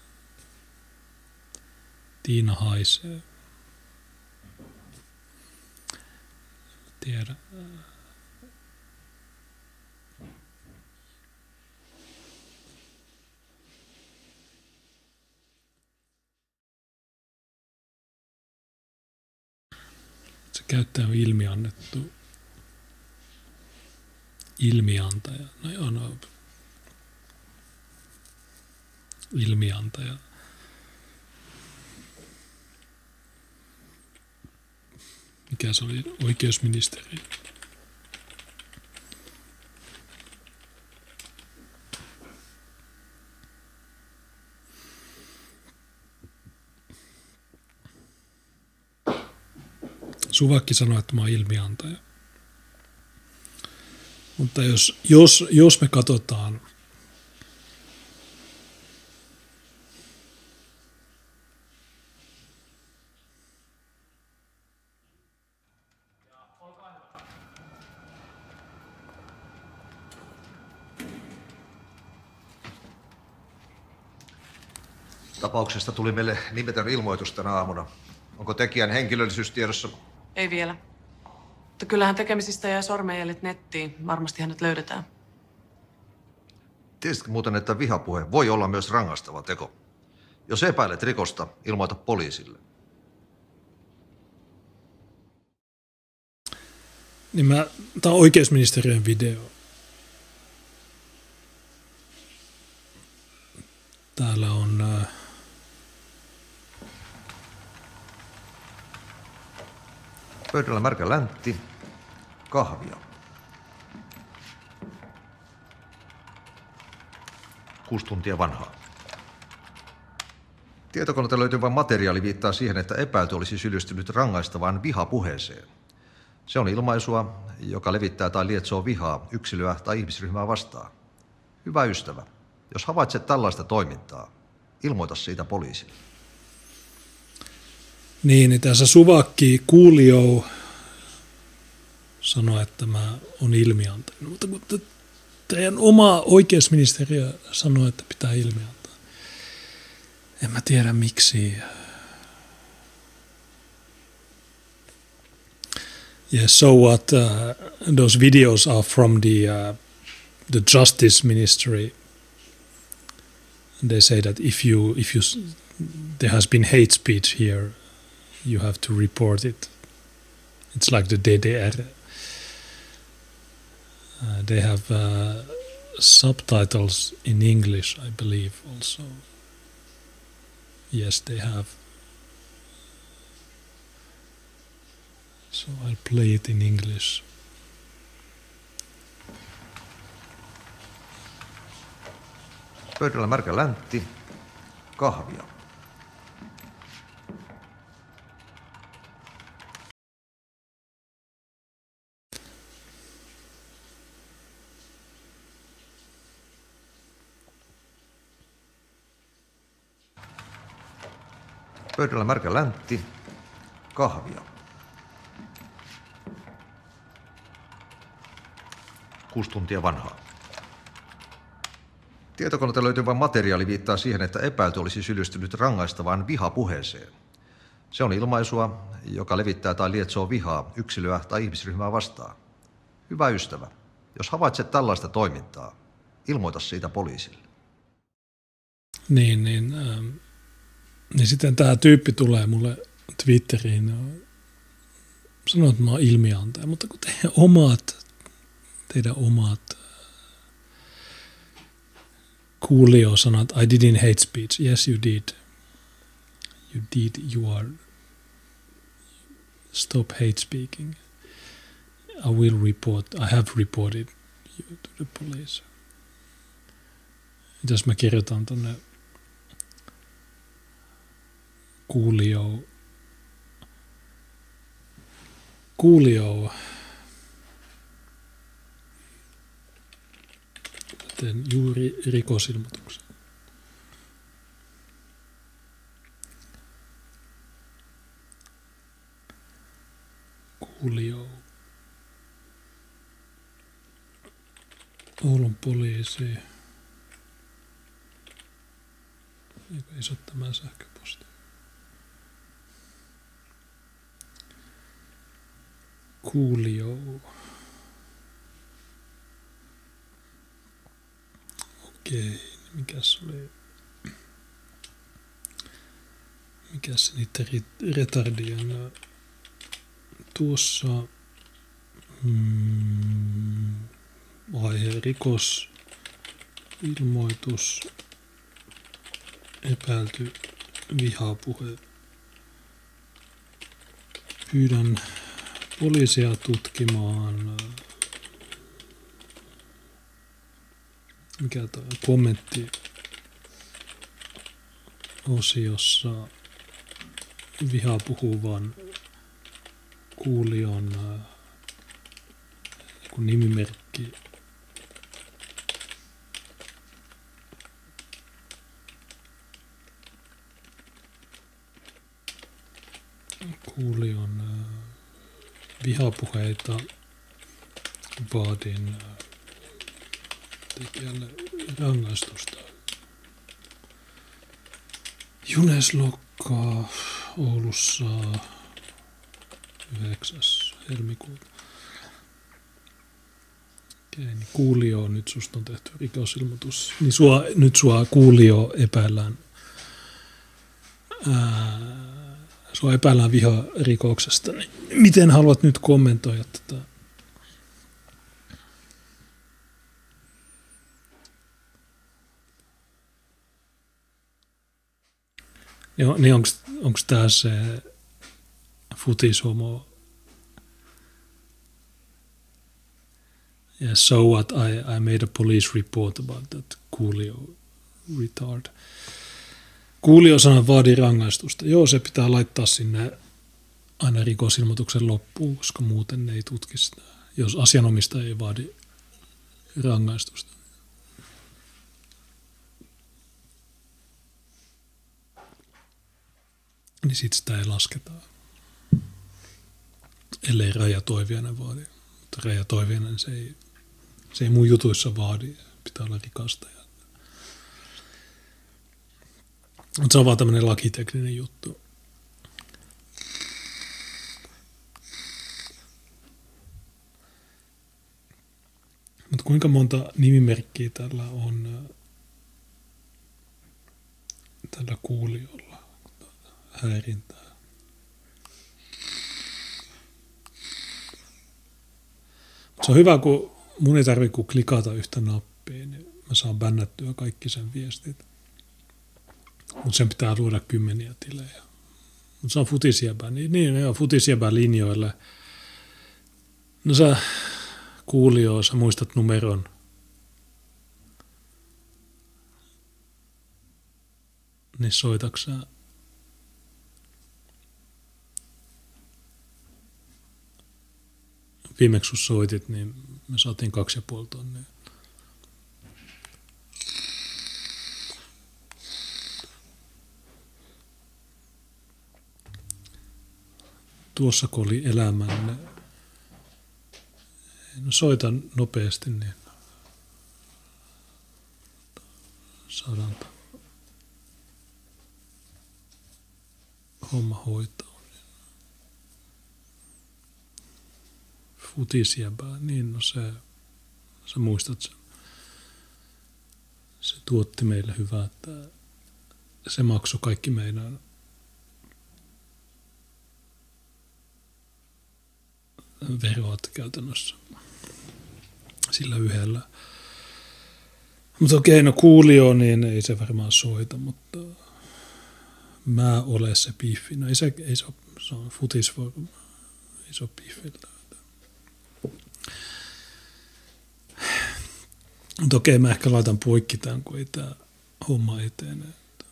Tiina haisee. Tiedä. Se käyttäjä on ilmiannettu. Ilmiantaja. No joo, no. Ilmiantaja. Mikä se oli? Oikeusministeri. Suvakki sanoi, että mä oon ilmiantaja. Mutta jos me katsotaan Tapauksesta tuli meille nimetön ilmoitus tänä aamuna. Onko tekijän henkilöllisyys tiedossa? Ei vielä. Mutta kyllähän tekemisistä jää sormenjäljet nettiin. Varmasti hänet löydetään. Tiesitkö muuten, että vihapuhe voi olla myös rangaistava teko? Jos epäilet rikosta, ilmoita poliisille. Niin tämä on oikeusministeriön video. Täällä on pöydällä märkä läntti, kahvia. 6 tuntia vanhaa. Tietokoneelta löytyvä materiaali viittaa siihen, että epäilty olisi syyllistynyt rangaistavaan vihapuheeseen. Se on ilmaisua, joka levittää tai lietsoo vihaa yksilöä tai ihmisryhmää vastaan. Hyvä ystävä, jos havaitset tällaista toimintaa, ilmoita siitä poliisille. Niin tässä Suvakki Kuuliou sanoi, että mä oon ilmiantaja. Mutta kun teidän oma oikeusministeriö sanoi, että pitää ilmiantaa. En mä tiedä miksi. Yes, so what? Those videos are from the Justice Ministry. They say that if there has been hate speech here, you have to report it. It's like the DDR. They have subtitles in English, I believe, also. Yes, they have. So I'll play it in English. Pöydällä märkä läntti, kahvia. Pöydällä märkä läntti, kahvia. 6 tuntia vanhaa. Tietokoneelta löytyvä materiaali viittaa siihen, että epäilty olisi syyllistynyt rangaistavaan vihapuheeseen. Se on ilmaisua, joka levittää tai lietsoo vihaa yksilöä tai ihmisryhmää vastaan. Hyvä ystävä, jos havaitset tällaista toimintaa, ilmoita siitä poliisille. Niin sitten tämä tyyppi tulee mulle Twitteriin sanoo, että mä oon ilmiantaja, mutta kun teidän omat Kuulio sanat, I didn't hate speech. Yes, you did. You did. You are. Stop hate speaking. I will report. I have reported you to the police. Jos mä kirjoitan tonne Kuulio. Teen juuri rikosilmoituksen. Kuulio. Oulun poliisi. Eikö iso tämä sähköposti? Kuulio. Okei, mikäs se niiden retardien tuossa aihe rikos, ilmoitus, epäilty vihapuhe. Pyydän poliisia tutkimaan mikä tämä kommentti osiossa vihaa puhuvan Kuulion nimimerkki. Kuulion vihapuheita vaadin tekijälle rangaistusta. Juneslokkaa Oulussa 9. helmikuuta. Okei, niin Kuulio, nyt susta on tehty rikosilmoitus. Niin sua Kuulio epäillään. Sua epäillään viharikoksesta. Niin miten haluat nyt kommentoida tätä? Niin onko tämä se futishomo? Yeah, so what? I made a police report about that Kuulio retard. Kuulio sanoi vaadi rangaistusta. Joo, se pitää laittaa sinne aina rikosilmoituksen loppuun, koska muuten ne ei tutki sitä, jos asianomistaja ei vaadi rangaistusta. Niin sit sitä ei lasketa, ellei Raija Toiviainen vaadi. Mutta Raija Toiviainen se ei mun jutuissa vaadi, pitää olla rikastaja. Mutta se on vaan tämmöinen lakitekninen juttu. Mutta kuinka monta nimimerkkiä tällä on tällä Kuuliolla? Häirintää. Se on hyvä, kun mun ei tarvitse kun klikata yhtä nappia, niin mä saan bännättyä kaikki sen viestit. Mutta sen pitää luoda 10 tilejä. Mutta se on futisjäbä. Niin, futisjäbä linjoille. No sä Kuulio, sä muistat numeron. Niin soitaksä viimeksi kun soitit, niin me saatiin 2,5 tonnia. Tuossa kun oli elämänne, no soitan nopeasti, niin saadaan homma hoitaa. Futisjäbää, niin no sä muistat sen. Se tuotti meille hyvää, että se maksoi kaikki meidän verot käytännössä sillä yhdellä. Mutta okei, no Kuulio, niin ei se varmaan soita, mutta mä olen se piffi. No ei se on futisforum, ei se ole piffillä. Mutta okei, mä ehkä laitan poikki tämän, kun ei tämä homma etene.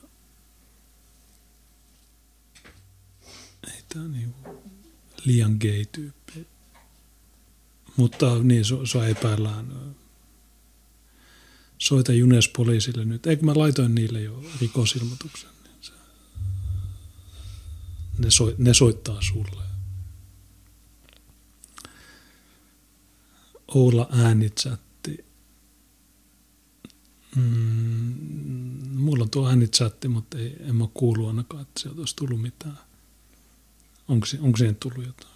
Ei tämä niin liian gay-tyyppi. Mutta niin, sua epäillään. Soita Junes poliisille nyt. Eikö mä laitoin niille jo rikosilmoituksen? Ne soittaa sulle. Oula äänichatti. Mulla on tuo äänichatti, mutta en mä kuullut ainakaan, että sieltä olisi tullut mitään. Onko siihen tullut jotain?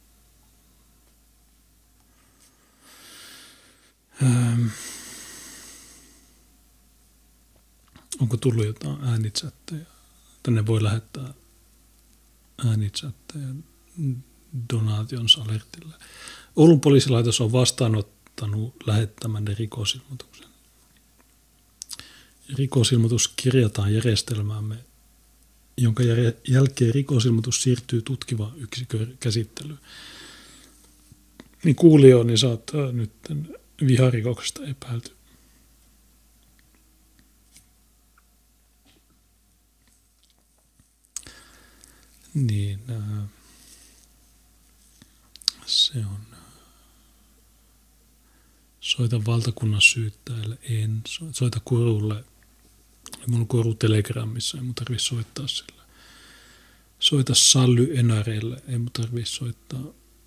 Onko tullut jotain äänichatteja? Tänne voi lähettää äänichatteja Donations alertille. Oulun poliisilaitos on vastaanottanut lähettämänne rikosilmoituksen. Rikosilmoitus kirjataan järjestelmäämme, jonka jälkeen rikosilmoitus siirtyy tutkivaan yksikön käsittelyyn. Niin Kuulio, niin sä oot nyt viharikoksesta epäilty. Niin. Se on soita valtakunnan syyttäjälle, en. Soita Korulle. Mulla on Koru Telegramissa, ei mun tarvitse soittaa sillä. Soita Sally Enarelle, ei mun tarvitse soittaa.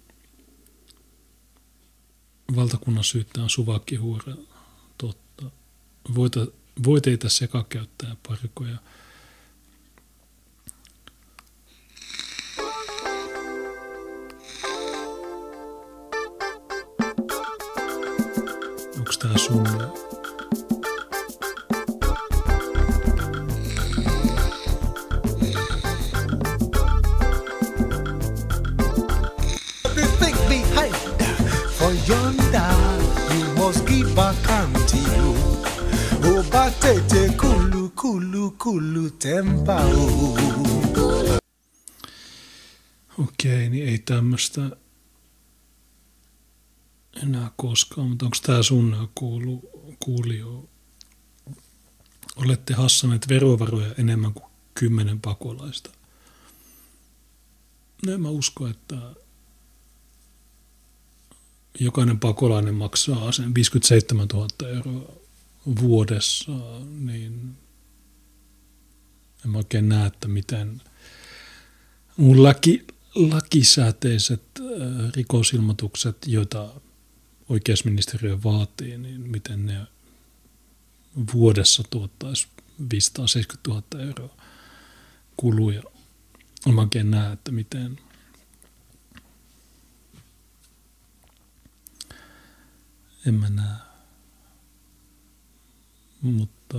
Valtakunnan syyttäjä on Suvakki Huura, totta. Voiteita sekakäyttäjä parikoja. Onks tää sun? For yonder you must give account to you. Obatete kulu kulu kulu tempa. Okei, niin ei tämmöstä enää koskaan, mutta onko tää sun kuulio? Olette hassaneet verovaroja enemmän kuin 10 pakolaista. No en mä usko, että jokainen pakolainen maksaa sen 57 000 euroa vuodessa, niin en mä oikein näe, että miten mun lakisääteiset rikosilmoitukset, joita oikeusministeriö vaatii, niin miten ne vuodessa tuottaisi 570 000 euroa kuluja. En mä oikein näe, että miten en mä näe. Mutta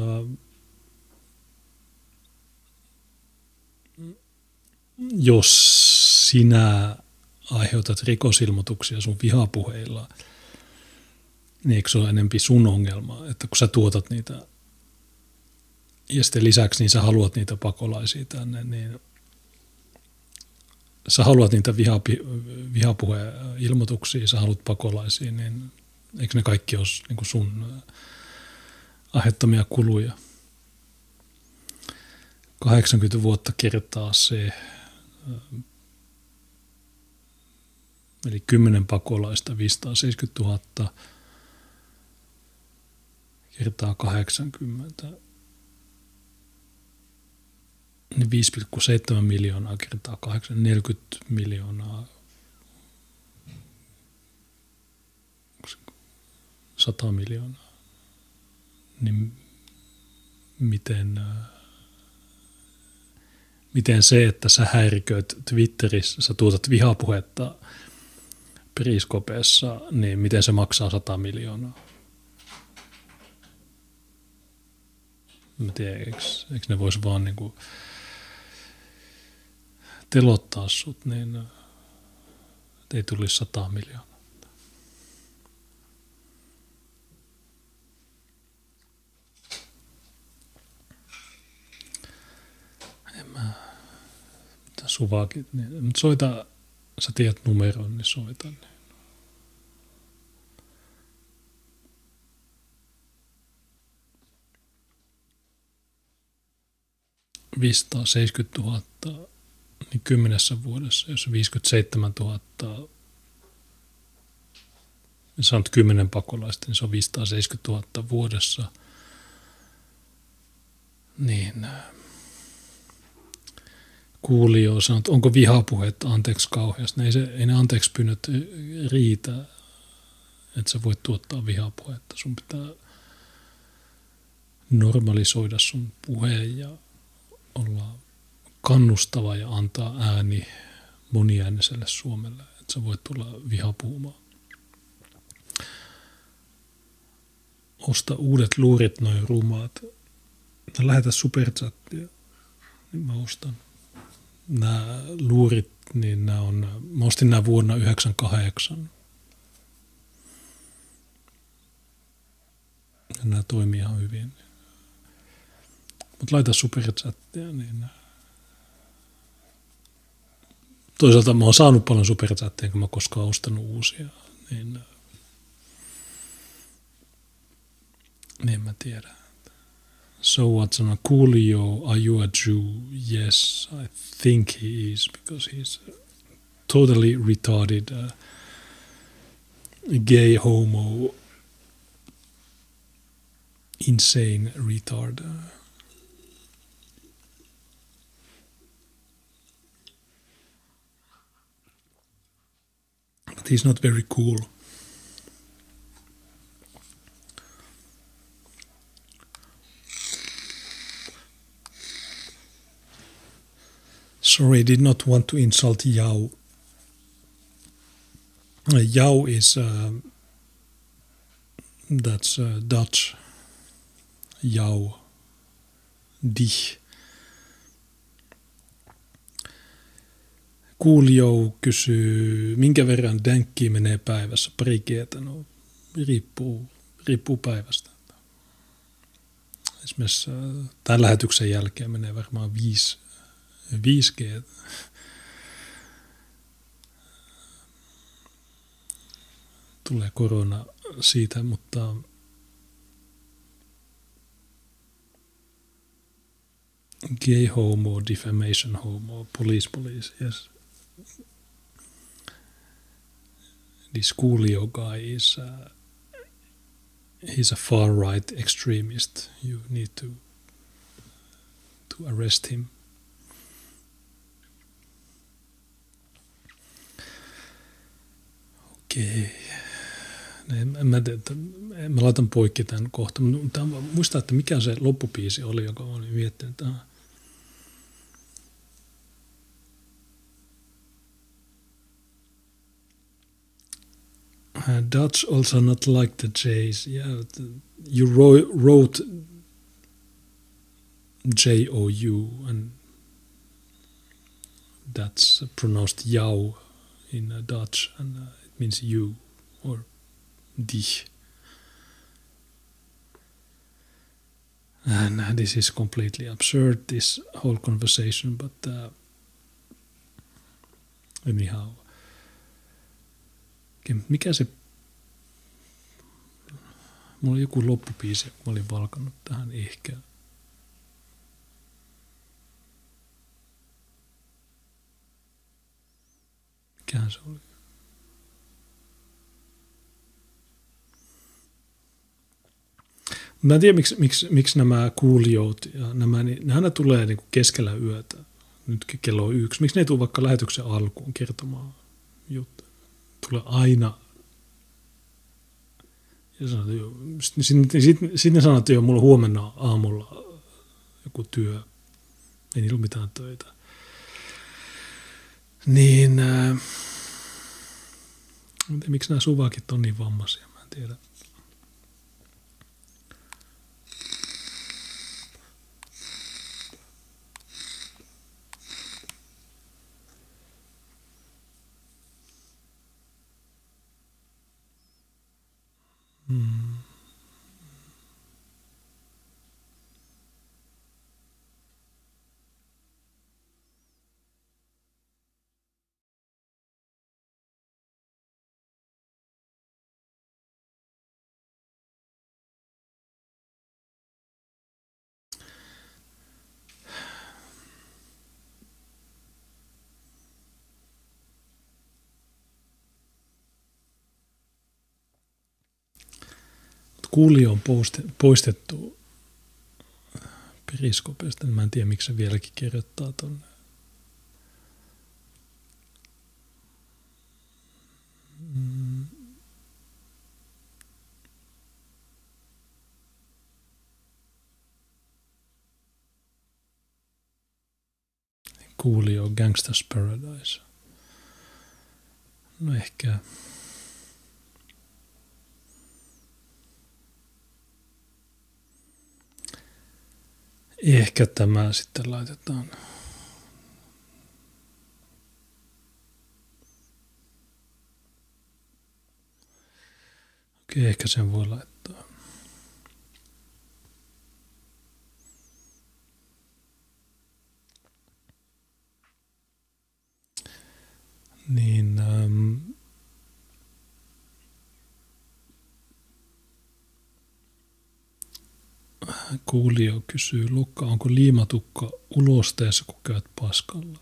jos sinä aiheutat rikosilmoituksia sun vihapuheilla, niin eikö se ole enempi sun ongelma, että kun sä tuotat niitä ja sitten lisäksi niin sä haluat niitä pakolaisia tänne, niin sä haluat niitä vihapuheilmoituksia, sä haluat pakolaisia, niin eikö ne kaikki ole niin kuin sun aiheuttamia kuluja? 80 vuotta kertaa se, eli 10 pakolaista, 570 000 kertaa 80, niin 5,7 miljoonaa kertaa 40 miljoonaa, 100 miljoonaa, niin miten se, että sä häiriköit Twitterissä, sä tuotat vihapuhetta Periskopeessa, niin miten se maksaa 100 miljoonaa? Mä tiedän, eikö ne vois vaan niinku telottaa sut, niin ei tulisi 100 miljoonaa. Suvakit, niin, mutta soita, sä tiedät numeron, niin soita. Niin. $570 000, niin 10 vuodessa, jos 57 000, niin sanot 10 pakolaista, niin se on 570 000 vuodessa. Niin kuulija sanoo, että onko vihapuhetta anteeksi kauheasti. Ei ne anteeksi pyynnöt riitä, että sä voit tuottaa vihapuhetta. Sun pitää normalisoida sun puheen ja olla kannustava ja antaa ääni moniääniselle Suomelle, että sä voit tulla vihapuhumaan. Osta uudet luurit, noin rumaat. Lähetä superchattia, niin mä ostan. Nämä luurit, niin mä ostin nämä vuonna 1998. Ja nämä toimii ihan hyvin. Mutta laita superchattia, niin toisaalta mä oon saanut paljon superchattia, kun mä koskaan ostanut uusia, niin en mä tiedä. So what's on a Coolio? Are you a Jew? Yes, I think he is, because he's totally retarded gay, homo, insane retard. But he's not very cool. Sorry, did not want to insult Yao. Yao is that's Dutch. Yao. Dich. Kuulijou kysyy, minkä verran dänkkiä menee päivässä? Pari G:tä. No, riippuu päivästä. Esimerkiksi tämän lähetyksen jälkeen menee varmaan 5G. Tulee korona siitä, mutta gay, homo, defamation, homo, police, yes. This Coolio guy is he's a far-right extremist. You need to arrest him. Okei. Mä laitan poikki tämän kohta. Muista, että mikä se loppubiisi oli, joka olin miettinyt tähän. Dutch also not like the J's. Yeah, you wrote J-O-U and that's pronounced jou in Dutch and it means you or dich. And this is completely absurd, this whole conversation, but anyhow. Mikä se... Mulla oli joku loppubiisi, kun mä olin valkannut tähän ehkä. Mikähän se oli? Mä en tiedä, miksi nämä kuulijout ja nämä, niin nehän tulee niin kuin keskellä yötä. Nyt kello 1. Miksi ne ei tule vaikka lähetyksen alkuun kertomaan juttuja? Tulee aina. Ja sitten sanoo, että mulla huomenna aamulla joku työ. Ei niillä ole mitään töitä. Niin, en tiedä, miksi nämä suvakit on niin vammaisia, mä en tiedä. Kuulio on poistettu Periskopesta, niin mä en tiedä, miksi se vieläkin kirjoittaa tonne. Kuulio Gangsta's Paradise. No ehkä... Ehkä tämä sitten laitetaan. Okei, ehkä sen voi laittaa. Niin... Kuulija kysyy, Lukka, onko liimatukka ulosteessa, kun käyt paskalla?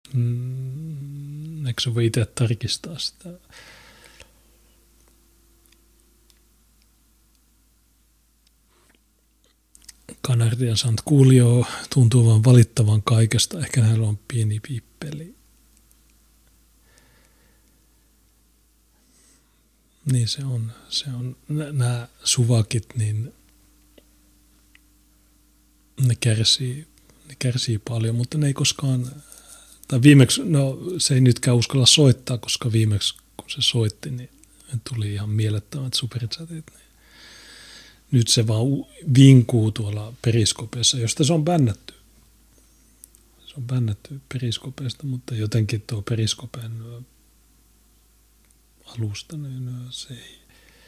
Eikö se voi itse tarkistaa sitä? Kanardian sanat Coolio tuntuu vaan valittavan kaikesta. Ehkä hänellä on pieni pippeli. Niin se on. Nämä suvakit, niin ne kärsii paljon, mutta ne ei koskaan, tai viimeksi, no se ei nytkään uskalla soittaa, koska viimeksi kun se soitti, niin tuli ihan mielettömät superchatit. Niin nyt se vaan vinkuu tuolla Periskopeessa, josta se on bännätty. Se on bännätty Periskopeesta, mutta jotenkin tuo Periskopen alusta, niin se ei.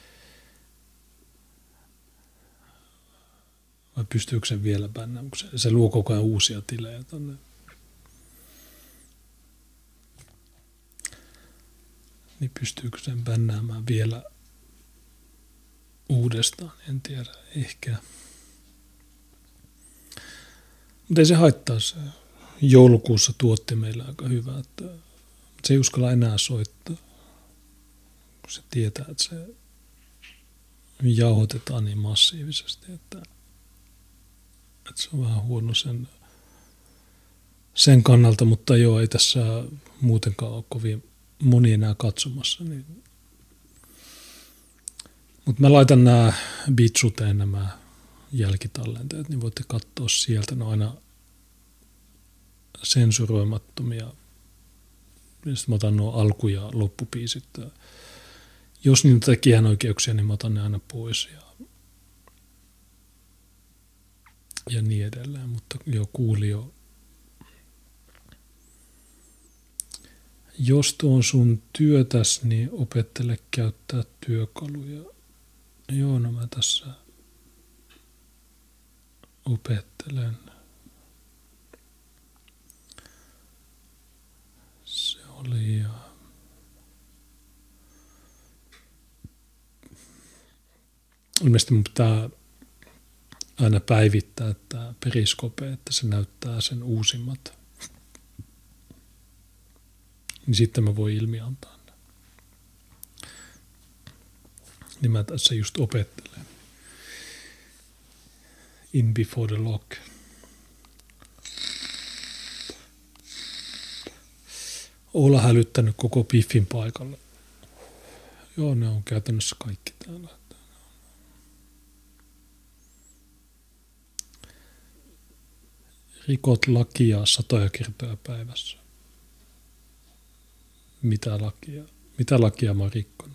Vai pystyykö se vielä bännäämään? Se luo koko ajan uusia tilejä tonne. Niin pystyykö sen bännäämään vielä uudestaan? En tiedä, ehkä. Mutta ei se haittaa. Se joulukuussa tuotti meillä aika hyvää, että se ei uskalla enää soittaa. Kun se tietää, että se jauhotetaan niin massiivisesti, että se on vähän huono sen kannalta, mutta joo, ei tässä muutenkaan ole kovin moni enää katsomassa. Niin. Mutta mä laitan nämä Bitsuteen nämä jälkitallenteet, niin voitte katsoa sieltä. Ne on aina sensuroimattomia. Ja sitten mä otan nuo alku- ja loppupiisit. Jos niitä tekijänoikeuksia, niin mä otan ne aina pois. Ja niin edelleen, mutta jo Coolio. Jos tuo on sun työtäs, niin opettele käyttää työkaluja. Joo, no mä tässä opettelen. Se oli ja ilmeisesti mun pitää aina päivittää tämä Periskope, että se näyttää sen uusimmat. Niin sitten mä voin ilmiantaa ne. Niin mä tässä just opettelen. In before the lock. Olla hälyttänyt koko piffin paikalle. Joo, ne on käytännössä kaikki täällä. Rikot lakia 100 kertaa päivässä. Mitä lakia? Mitä lakia mä oon rikkonut?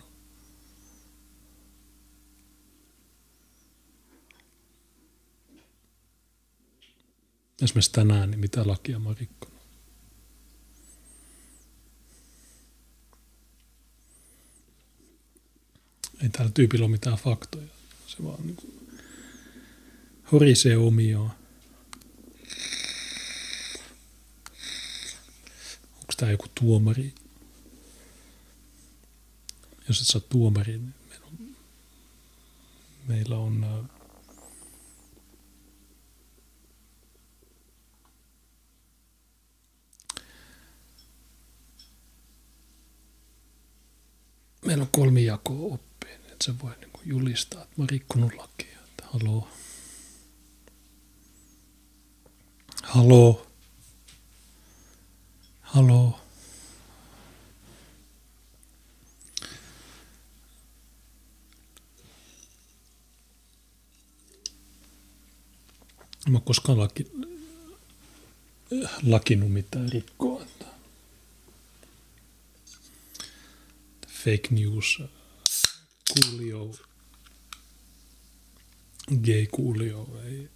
Esimerkiksi tänään, niin mitä lakia mä oon rikkonut? Ei tällä tyypillä ole mitään faktoja. Se vaan niin kuin horisee omioon. Onko tämä joku tuomari? Jos et saa tuomari, niin meillä on kolmijakoa oppiin, että se voi niin kuin julistaa, että mä oon rikkonut lakia. Että Haloo. Mä oon koskaan lakinut mitään rikkoa. Fake news, Coolio, gay Coolio, ei.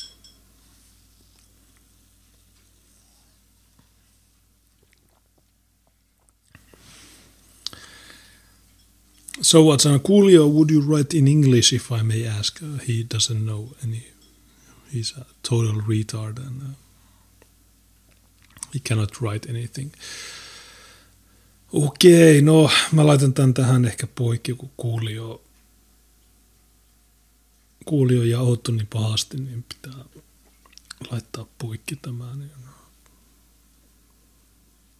So what's Coolio, would you write in English if I may ask? He doesn't know any. He's a total retard and he cannot write anything. Okei, no mä laitan tän tähän ehkä poikki, kun Coolio ja Outto niin pahasti, niin pitää laittaa poikki tämä. Niin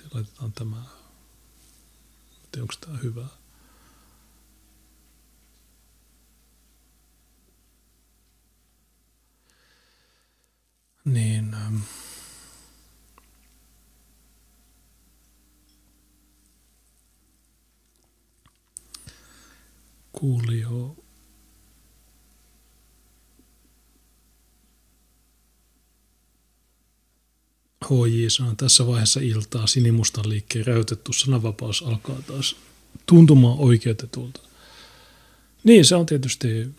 laitetaan tämä. Onko tämä hyvä? Niin. Kuulio. HJ sanoo, tässä vaiheessa iltaa sinimustan liikkeen räytetty sananvapaus alkaa taas tuntumaan oikeutetulta. Niin, se on tietysti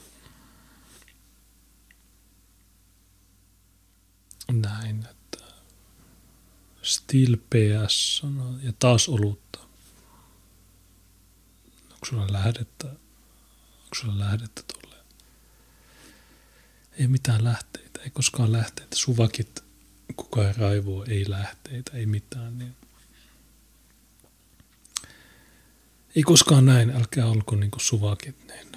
näin, että Still PS sanoo, ja taas olutta. Onko sulla lähdettä tuolle? Ei mitään lähteitä, ei koskaan lähteitä. Suvakit, kukaan raivoo, ei lähteitä, ei mitään. Niin. Ei koskaan näin, älkää olko niin kuin suvakit. Niin.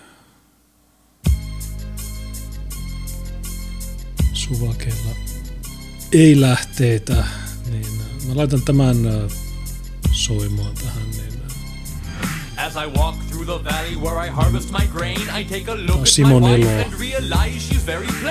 Suvakeilla ei lähteitä. Niin. Mä laitan tämän soimaan tähän. Niin. As I walk through the valley where I harvest my grain, I take a look at my wife and realize she's very plain.